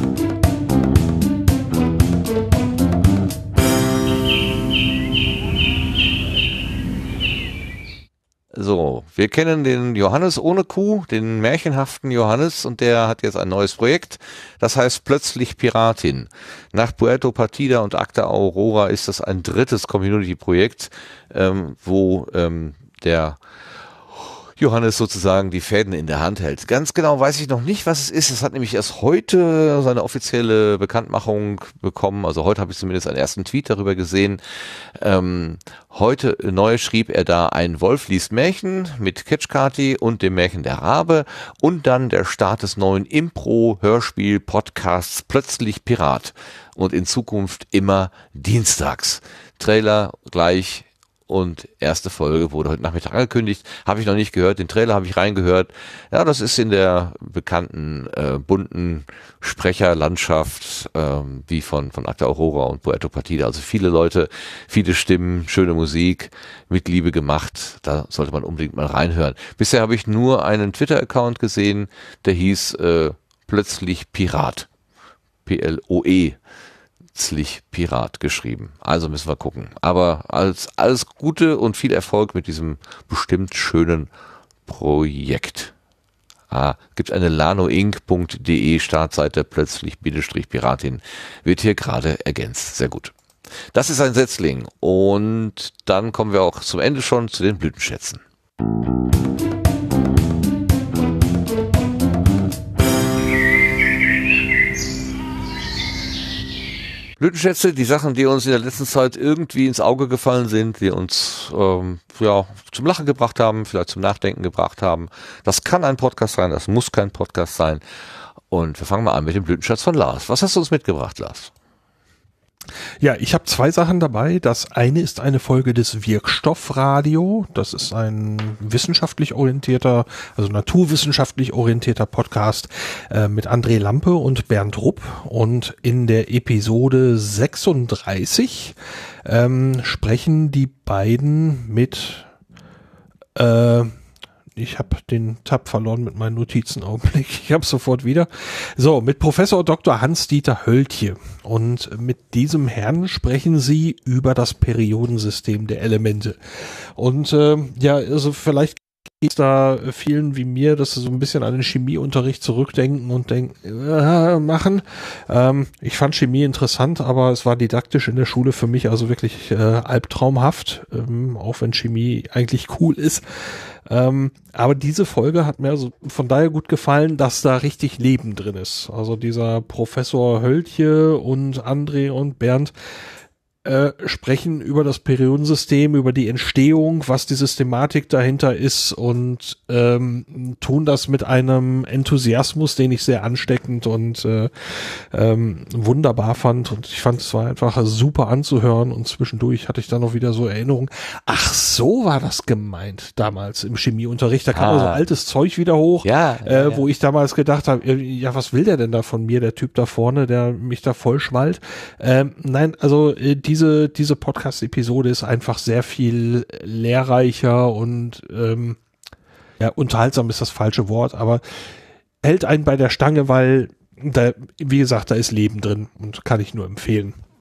So, wir kennen den Johannes ohne Kuh, den märchenhaften Johannes, und der hat jetzt ein neues Projekt, das heißt Plötzlich Piratin. Nach Puerto Partida und Acta Aurora ist das ein drittes Community-Projekt, wo der Johannes sozusagen die Fäden in der Hand hält. Ganz genau weiß ich noch nicht, was es ist. Es hat nämlich erst heute seine offizielle Bekanntmachung bekommen. Also heute habe ich zumindest einen ersten Tweet darüber gesehen. Heute neu schrieb er da: Ein Wolf liest Märchen mit Ketschkati und dem Märchen der Rabe und dann der Start des neuen Impro-Hörspiel-Podcasts Plötzlich Pirat und in Zukunft immer dienstags. Trailer gleich. Und erste Folge wurde heute Nachmittag angekündigt. Habe ich noch nicht gehört. Den Trailer habe ich reingehört. Ja, das ist in der bekannten bunten Sprecherlandschaft wie von Acta Aurora und Puerto Partida. Also viele Leute, viele Stimmen, schöne Musik, mit Liebe gemacht. Da sollte man unbedingt mal reinhören. Bisher habe ich nur einen Twitter-Account gesehen, der hieß Plötzlich Pirat. PLOE. Pirat geschrieben. Also müssen wir gucken. Aber alles Gute und viel Erfolg mit diesem bestimmt schönen Projekt. Gibt eine lanoinc.de Startseite, Plötzlich-Piratin, wird hier gerade ergänzt. Sehr gut. Das ist ein Setzling. Und dann kommen wir auch zum Ende schon zu den Blütenschätzen. Blütenschätze, die Sachen, die uns in der letzten Zeit irgendwie ins Auge gefallen sind, die uns zum Lachen gebracht haben, vielleicht zum Nachdenken gebracht haben. Das kann ein Podcast sein, das muss kein Podcast sein. Und wir fangen mal an mit dem Blütenschatz von Lars. Was hast du uns mitgebracht, Lars? Ja, ich habe zwei Sachen dabei. Das eine ist eine Folge des Wirkstoffradio. Das ist ein wissenschaftlich orientierter, also naturwissenschaftlich orientierter Podcast mit André Lampe und Bernd Rupp. Und in der Episode 36 sprechen die beiden mit ich habe den Tab verloren mit meinen Notizen. Augenblick. Ich habe sofort wieder. So, mit Professor Dr. Hans-Dieter Höltje. Und mit diesem Herrn sprechen sie über das Periodensystem der Elemente. Und also vielleicht geht es da vielen wie mir, dass sie so ein bisschen an den Chemieunterricht zurückdenken und machen. Ich fand Chemie interessant, aber es war didaktisch in der Schule für mich also wirklich albtraumhaft, auch wenn Chemie eigentlich cool ist. Aber diese Folge hat mir also von daher gut gefallen, dass da richtig Leben drin ist. Also dieser Professor Höltje und André und Bernd sprechen über das Periodensystem, über die Entstehung, was die Systematik dahinter ist und tun das mit einem Enthusiasmus, den ich sehr ansteckend und wunderbar fand. Und ich fand, es war einfach super anzuhören und zwischendurch hatte ich dann noch wieder so Erinnerungen. Ach, so war das gemeint damals im Chemieunterricht. Da kam so altes Zeug wieder hoch, wo ich damals gedacht habe, ja, was will der denn da von mir, der Typ da vorne, der mich da voll schwallt. Nein, also diese Podcast-Episode ist einfach sehr viel lehrreicher und unterhaltsam ist das falsche Wort, aber hält einen bei der Stange, weil da, wie gesagt, da ist Leben drin und kann ich nur empfehlen.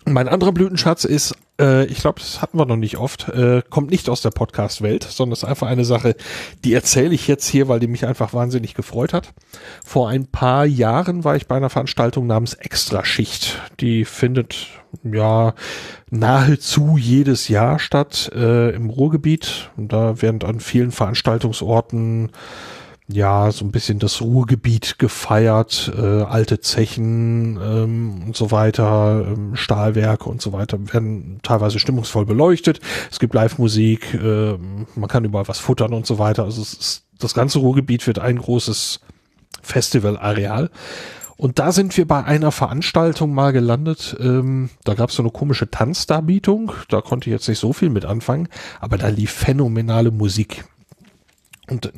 Mein anderer Blütenschatz ist, ich glaube, das hatten wir noch nicht oft, kommt nicht aus der Podcast-Welt, sondern ist einfach eine Sache, die erzähle ich jetzt hier, weil die mich einfach wahnsinnig gefreut hat. Vor ein paar Jahren war ich bei einer Veranstaltung namens Extraschicht. Die findet ja nahezu jedes Jahr statt im Ruhrgebiet. Und da werden an vielen Veranstaltungsorten ja so ein bisschen das Ruhrgebiet gefeiert, alte Zechen und so weiter, Stahlwerke und so weiter werden teilweise stimmungsvoll beleuchtet. Es gibt Live-Musik, man kann überall was futtern und so weiter. Also das ganze Ruhrgebiet wird ein großes Festivalareal. Und da sind wir bei einer Veranstaltung mal gelandet. Da gab es so eine komische Tanzdarbietung. Da konnte ich jetzt nicht so viel mit anfangen, aber da lief phänomenale Musik. Und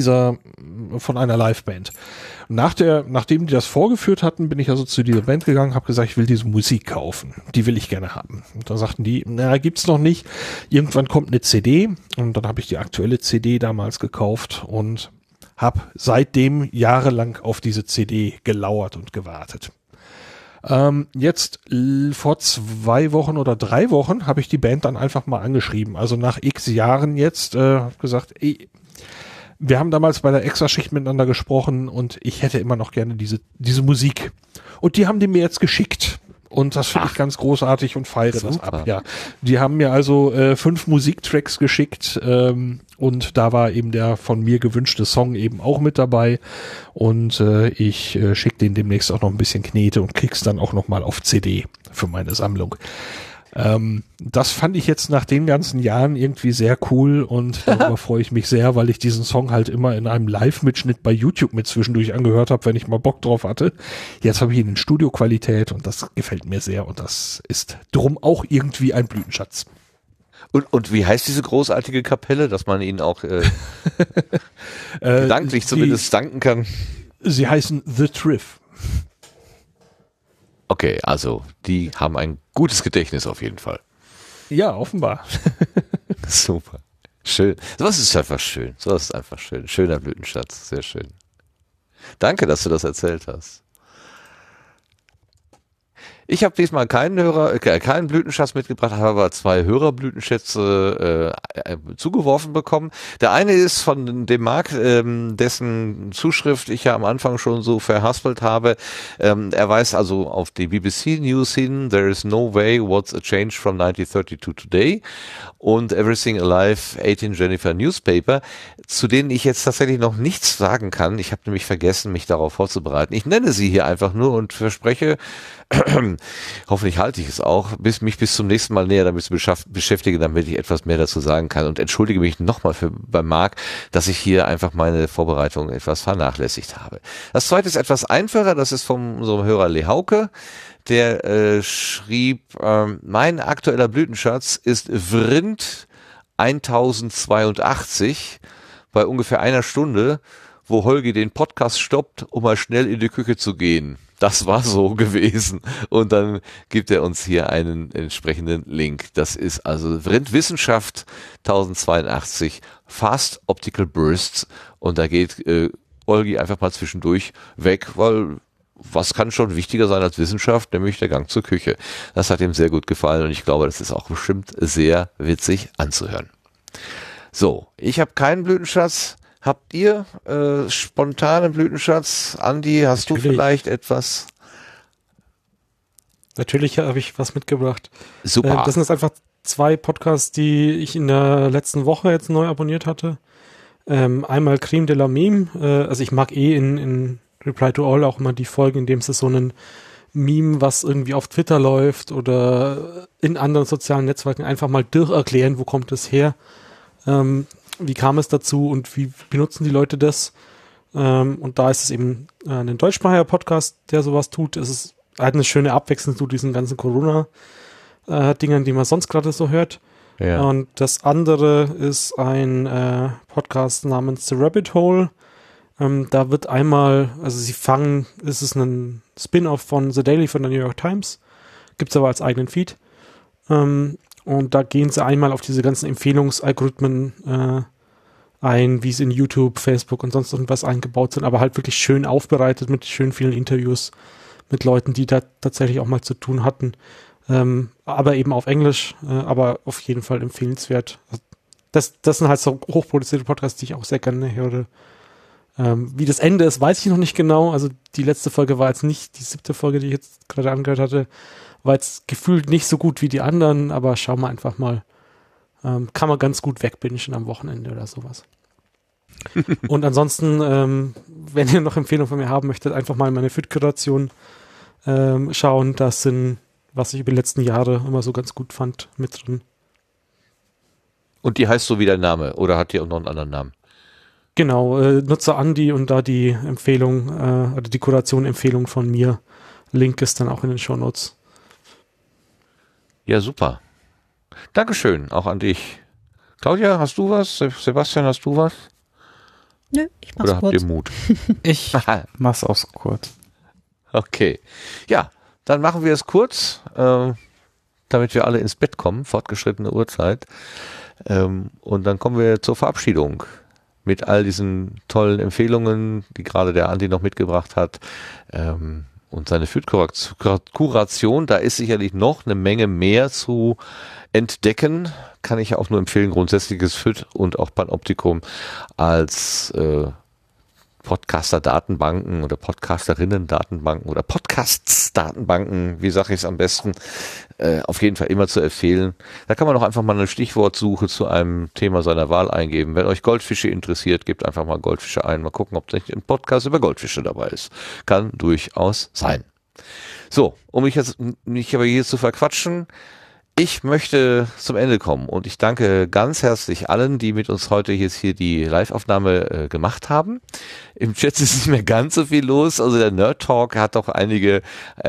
von einer Liveband. Nachdem die das vorgeführt hatten, bin ich also zu dieser Band gegangen, habe gesagt, ich will diese Musik kaufen. Die will ich gerne haben. Und da sagten die, gibt's noch nicht. Irgendwann kommt eine CD. Und dann habe ich die aktuelle CD damals gekauft und habe seitdem jahrelang auf diese CD gelauert und gewartet. Jetzt vor 2 Wochen oder 3 Wochen habe ich die Band dann einfach mal angeschrieben. Also nach x Jahren jetzt gesagt, wir haben damals bei der Extraschicht miteinander gesprochen und ich hätte immer noch gerne diese Musik. Und die haben die mir jetzt geschickt. Und das finde ich ganz großartig und feiere das ab. Ja, die haben mir also 5 Musiktracks geschickt und da war eben der von mir gewünschte Song eben auch mit dabei. Und ich schicke denen demnächst auch noch ein bisschen Knete und krieg's dann auch noch mal auf CD für meine Sammlung. Das fand ich jetzt nach den ganzen Jahren irgendwie sehr cool und darüber freue ich mich sehr, weil ich diesen Song halt immer in einem Live-Mitschnitt bei YouTube mit zwischendurch angehört habe, wenn ich mal Bock drauf hatte. Jetzt habe ich ihn in Studioqualität und das gefällt mir sehr und das ist drum auch irgendwie ein Blütenschatz. Und wie heißt diese großartige Kapelle, dass man ihnen auch gedanklich zumindest danken kann? Sie heißen The Triff. Okay, also die haben ein gutes Gedächtnis auf jeden Fall. Ja, offenbar. Super. Schön. Sowas ist einfach schön. Sowas ist einfach schön. Schöner Blütenschatz. Sehr schön. Danke, dass du das erzählt hast. Ich habe diesmal keinen Blütenschatz mitgebracht, habe aber 2 Hörerblütenschätze zugeworfen bekommen. Der eine ist von dem Marc, dessen Zuschrift ich ja am Anfang schon so verhaspelt habe. Er weist also auf die BBC News hin, There is no way what's a change from 1930 to today und Everything Alive 18 Jennifer Newspaper, zu denen ich jetzt tatsächlich noch nichts sagen kann. Ich habe nämlich vergessen, mich darauf vorzubereiten. Ich nenne sie hier einfach nur und verspreche, hoffentlich halte ich es auch, mich bis zum nächsten Mal näher damit zu beschäftigen, damit ich etwas mehr dazu sagen kann und entschuldige mich nochmal bei Marc, dass ich hier einfach meine Vorbereitung etwas vernachlässigt habe. Das zweite ist etwas einfacher, das ist von unserem Hörer Lehauke, der schrieb, mein aktueller Blütenschatz ist Vrind 1082 bei ungefähr 1 Stunde, wo Holgi den Podcast stoppt, um mal schnell in die Küche zu gehen. Das war so gewesen. Und dann gibt er uns hier einen entsprechenden Link. Das ist also Vrind Wissenschaft 1082 Fast Optical Bursts. Und da geht Holgi einfach mal zwischendurch weg, weil was kann schon wichtiger sein als Wissenschaft, nämlich der Gang zur Küche. Das hat ihm sehr gut gefallen und ich glaube, das ist auch bestimmt sehr witzig anzuhören. So, ich habe keinen Blütenschatz. Habt ihr spontanen Blütenschatz? Andi, hast du vielleicht etwas? Natürlich habe ich was mitgebracht. Super. Das sind jetzt einfach 2 Podcasts, die ich in der letzten Woche jetzt neu abonniert hatte. Einmal Creme de la Meme. Also ich mag in Reply to All auch immer die Folgen, in dem es so ein Meme, was irgendwie auf Twitter läuft oder in anderen sozialen Netzwerken einfach mal durcherklären, wo kommt es her. Wie kam es dazu und wie benutzen die Leute das? Und da ist es eben ein deutschsprachiger Podcast, der sowas tut. Es ist halt eine schöne Abwechslung zu diesen ganzen Corona-Dingern, die man sonst gerade so hört. Ja. Und das andere ist ein Podcast namens The Rabbit Hole. Da wird einmal, also es ist ein Spin-off von The Daily von der New York Times. Gibt es aber als eigenen Feed. Und da gehen sie einmal auf diese ganzen Empfehlungsalgorithmen ein, wie es in YouTube, Facebook und sonst irgendwas eingebaut sind, aber halt wirklich schön aufbereitet mit schön vielen Interviews mit Leuten, die da tatsächlich auch mal zu tun hatten. aber eben auf Englisch, aber auf jeden Fall empfehlenswert. Das sind halt so hochproduzierte Podcasts, die ich auch sehr gerne höre. Wie das Ende ist, weiß ich noch nicht genau. Also die letzte Folge war jetzt nicht die 7. Folge, die ich jetzt gerade angehört hatte. War jetzt gefühlt nicht so gut wie die anderen, aber schauen wir einfach mal. Kann man ganz gut wegbingen am Wochenende oder sowas. Und ansonsten, wenn ihr noch Empfehlungen von mir haben möchtet, einfach mal in meine Fit-Kuration schauen. Das sind, was ich über die letzten Jahre immer so ganz gut fand, mit drin. Und die heißt so wie der Name oder hat die auch noch einen anderen Namen? Genau, Nutzer Andi und da die Empfehlung, oder die Kuration-Empfehlung von mir. Link ist dann auch in den Shownotes. Ja, super. Dankeschön, auch an dich. Claudia, hast du was? Sebastian, hast du was? Nö, ich mach's Oder kurz. habt ihr Mut? Ich mach's auch so kurz. Okay. Ja, dann machen wir es kurz, damit wir alle ins Bett kommen, fortgeschrittene Uhrzeit. Und dann kommen wir zur Verabschiedung mit all diesen tollen Empfehlungen, die gerade der Andi noch mitgebracht hat. Und seine Food-Kuration, da ist sicherlich noch eine Menge mehr zu entdecken. Kann ich auch nur empfehlen, grundsätzliches Food und auch Panoptikum als Podcaster-Datenbanken oder Podcasterinnen-Datenbanken oder Podcasts-Datenbanken, wie sage ich es am besten, auf jeden Fall immer zu empfehlen. Da kann man auch einfach mal eine Stichwortsuche zu einem Thema seiner Wahl eingeben. Wenn euch Goldfische interessiert, gebt einfach mal Goldfische ein, mal gucken, ob nicht ein Podcast über Goldfische dabei ist. Kann durchaus sein. So, um mich jetzt nicht aber hier zu verquatschen, ich möchte zum Ende kommen und ich danke ganz herzlich allen, die mit uns heute jetzt hier die Live-Aufnahme gemacht haben. Im Chat ist nicht mehr ganz so viel los, also der Nerd Talk hat doch einige,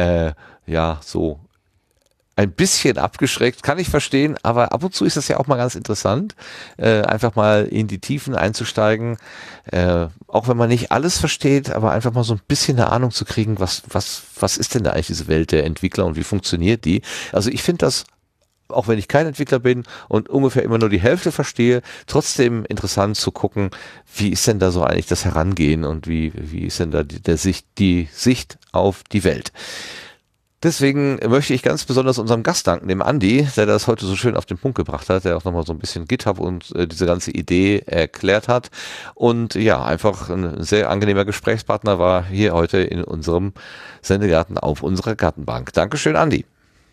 so ein bisschen abgeschreckt, kann ich verstehen, aber ab und zu ist das ja auch mal ganz interessant, einfach mal in die Tiefen einzusteigen, auch wenn man nicht alles versteht, aber einfach mal so ein bisschen eine Ahnung zu kriegen, was ist denn da eigentlich diese Welt der Entwickler und wie funktioniert die? Also ich finde das, auch wenn ich kein Entwickler bin und ungefähr immer nur die Hälfte verstehe, trotzdem interessant zu gucken, wie ist denn da so eigentlich das Herangehen und wie ist denn da die Sicht auf die Welt. Deswegen möchte ich ganz besonders unserem Gast danken, dem Andi, der das heute so schön auf den Punkt gebracht hat, der auch nochmal so ein bisschen GitHub und diese ganze Idee erklärt hat und ja, einfach ein sehr angenehmer Gesprächspartner war hier heute in unserem Sendegarten auf unserer Gartenbank. Dankeschön, Andi.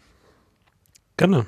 Gerne.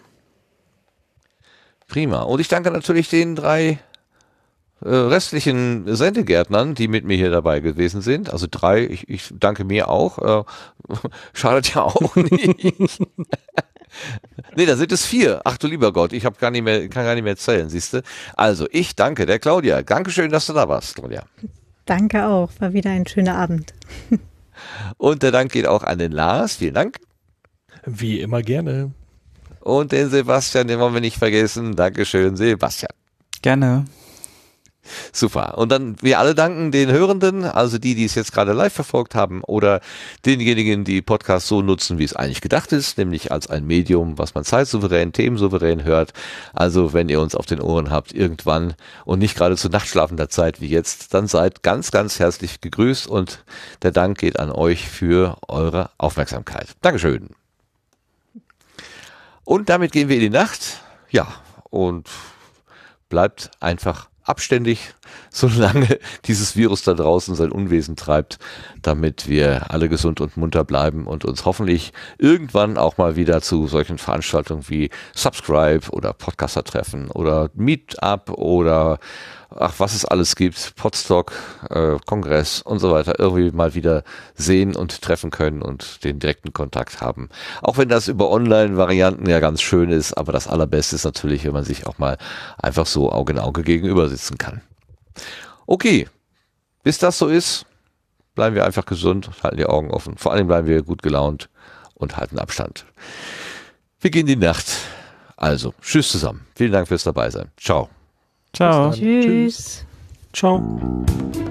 Prima. Und ich danke natürlich den 3 restlichen Sendegärtnern, die mit mir hier dabei gewesen sind. Also 3, ich danke mir auch. Schadet ja auch nicht. Nee, da sind es 4. Ach du lieber Gott, ich kann gar nicht mehr zählen, siehst du. Also, ich danke der Claudia. Dankeschön, dass du da warst, Claudia. Danke auch, war wieder ein schöner Abend. Und der Dank geht auch an den Lars. Vielen Dank. Wie immer gerne. Und den Sebastian, den wollen wir nicht vergessen. Dankeschön, Sebastian. Gerne. Super. Und dann wir alle danken den Hörenden, also die es jetzt gerade live verfolgt haben oder denjenigen, die Podcasts so nutzen, wie es eigentlich gedacht ist, nämlich als ein Medium, was man zeitsouverän, themensouverän hört. Also wenn ihr uns auf den Ohren habt irgendwann und nicht gerade zu nachtschlafender Zeit wie jetzt, dann seid ganz, ganz herzlich gegrüßt und der Dank geht an euch für eure Aufmerksamkeit. Dankeschön. Und damit gehen wir in die Nacht. Ja, und bleibt einfach abständig, solange dieses Virus da draußen sein Unwesen treibt, damit wir alle gesund und munter bleiben und uns hoffentlich irgendwann auch mal wieder zu solchen Veranstaltungen wie Subscribe oder Podcaster-Treffen oder Meetup oder was es alles gibt, Podstock, Kongress und so weiter, irgendwie mal wieder sehen und treffen können und den direkten Kontakt haben. Auch wenn das über Online-Varianten ja ganz schön ist, aber das Allerbeste ist natürlich, wenn man sich auch mal einfach so Auge in Auge gegenüber sitzen kann. Okay, bis das so ist, bleiben wir einfach gesund, halten die Augen offen. Vor allem bleiben wir gut gelaunt und halten Abstand. Wir gehen in die Nacht. Also, tschüss zusammen. Vielen Dank fürs Dabeisein. Ciao. Ciao. Tschüss. Ciao.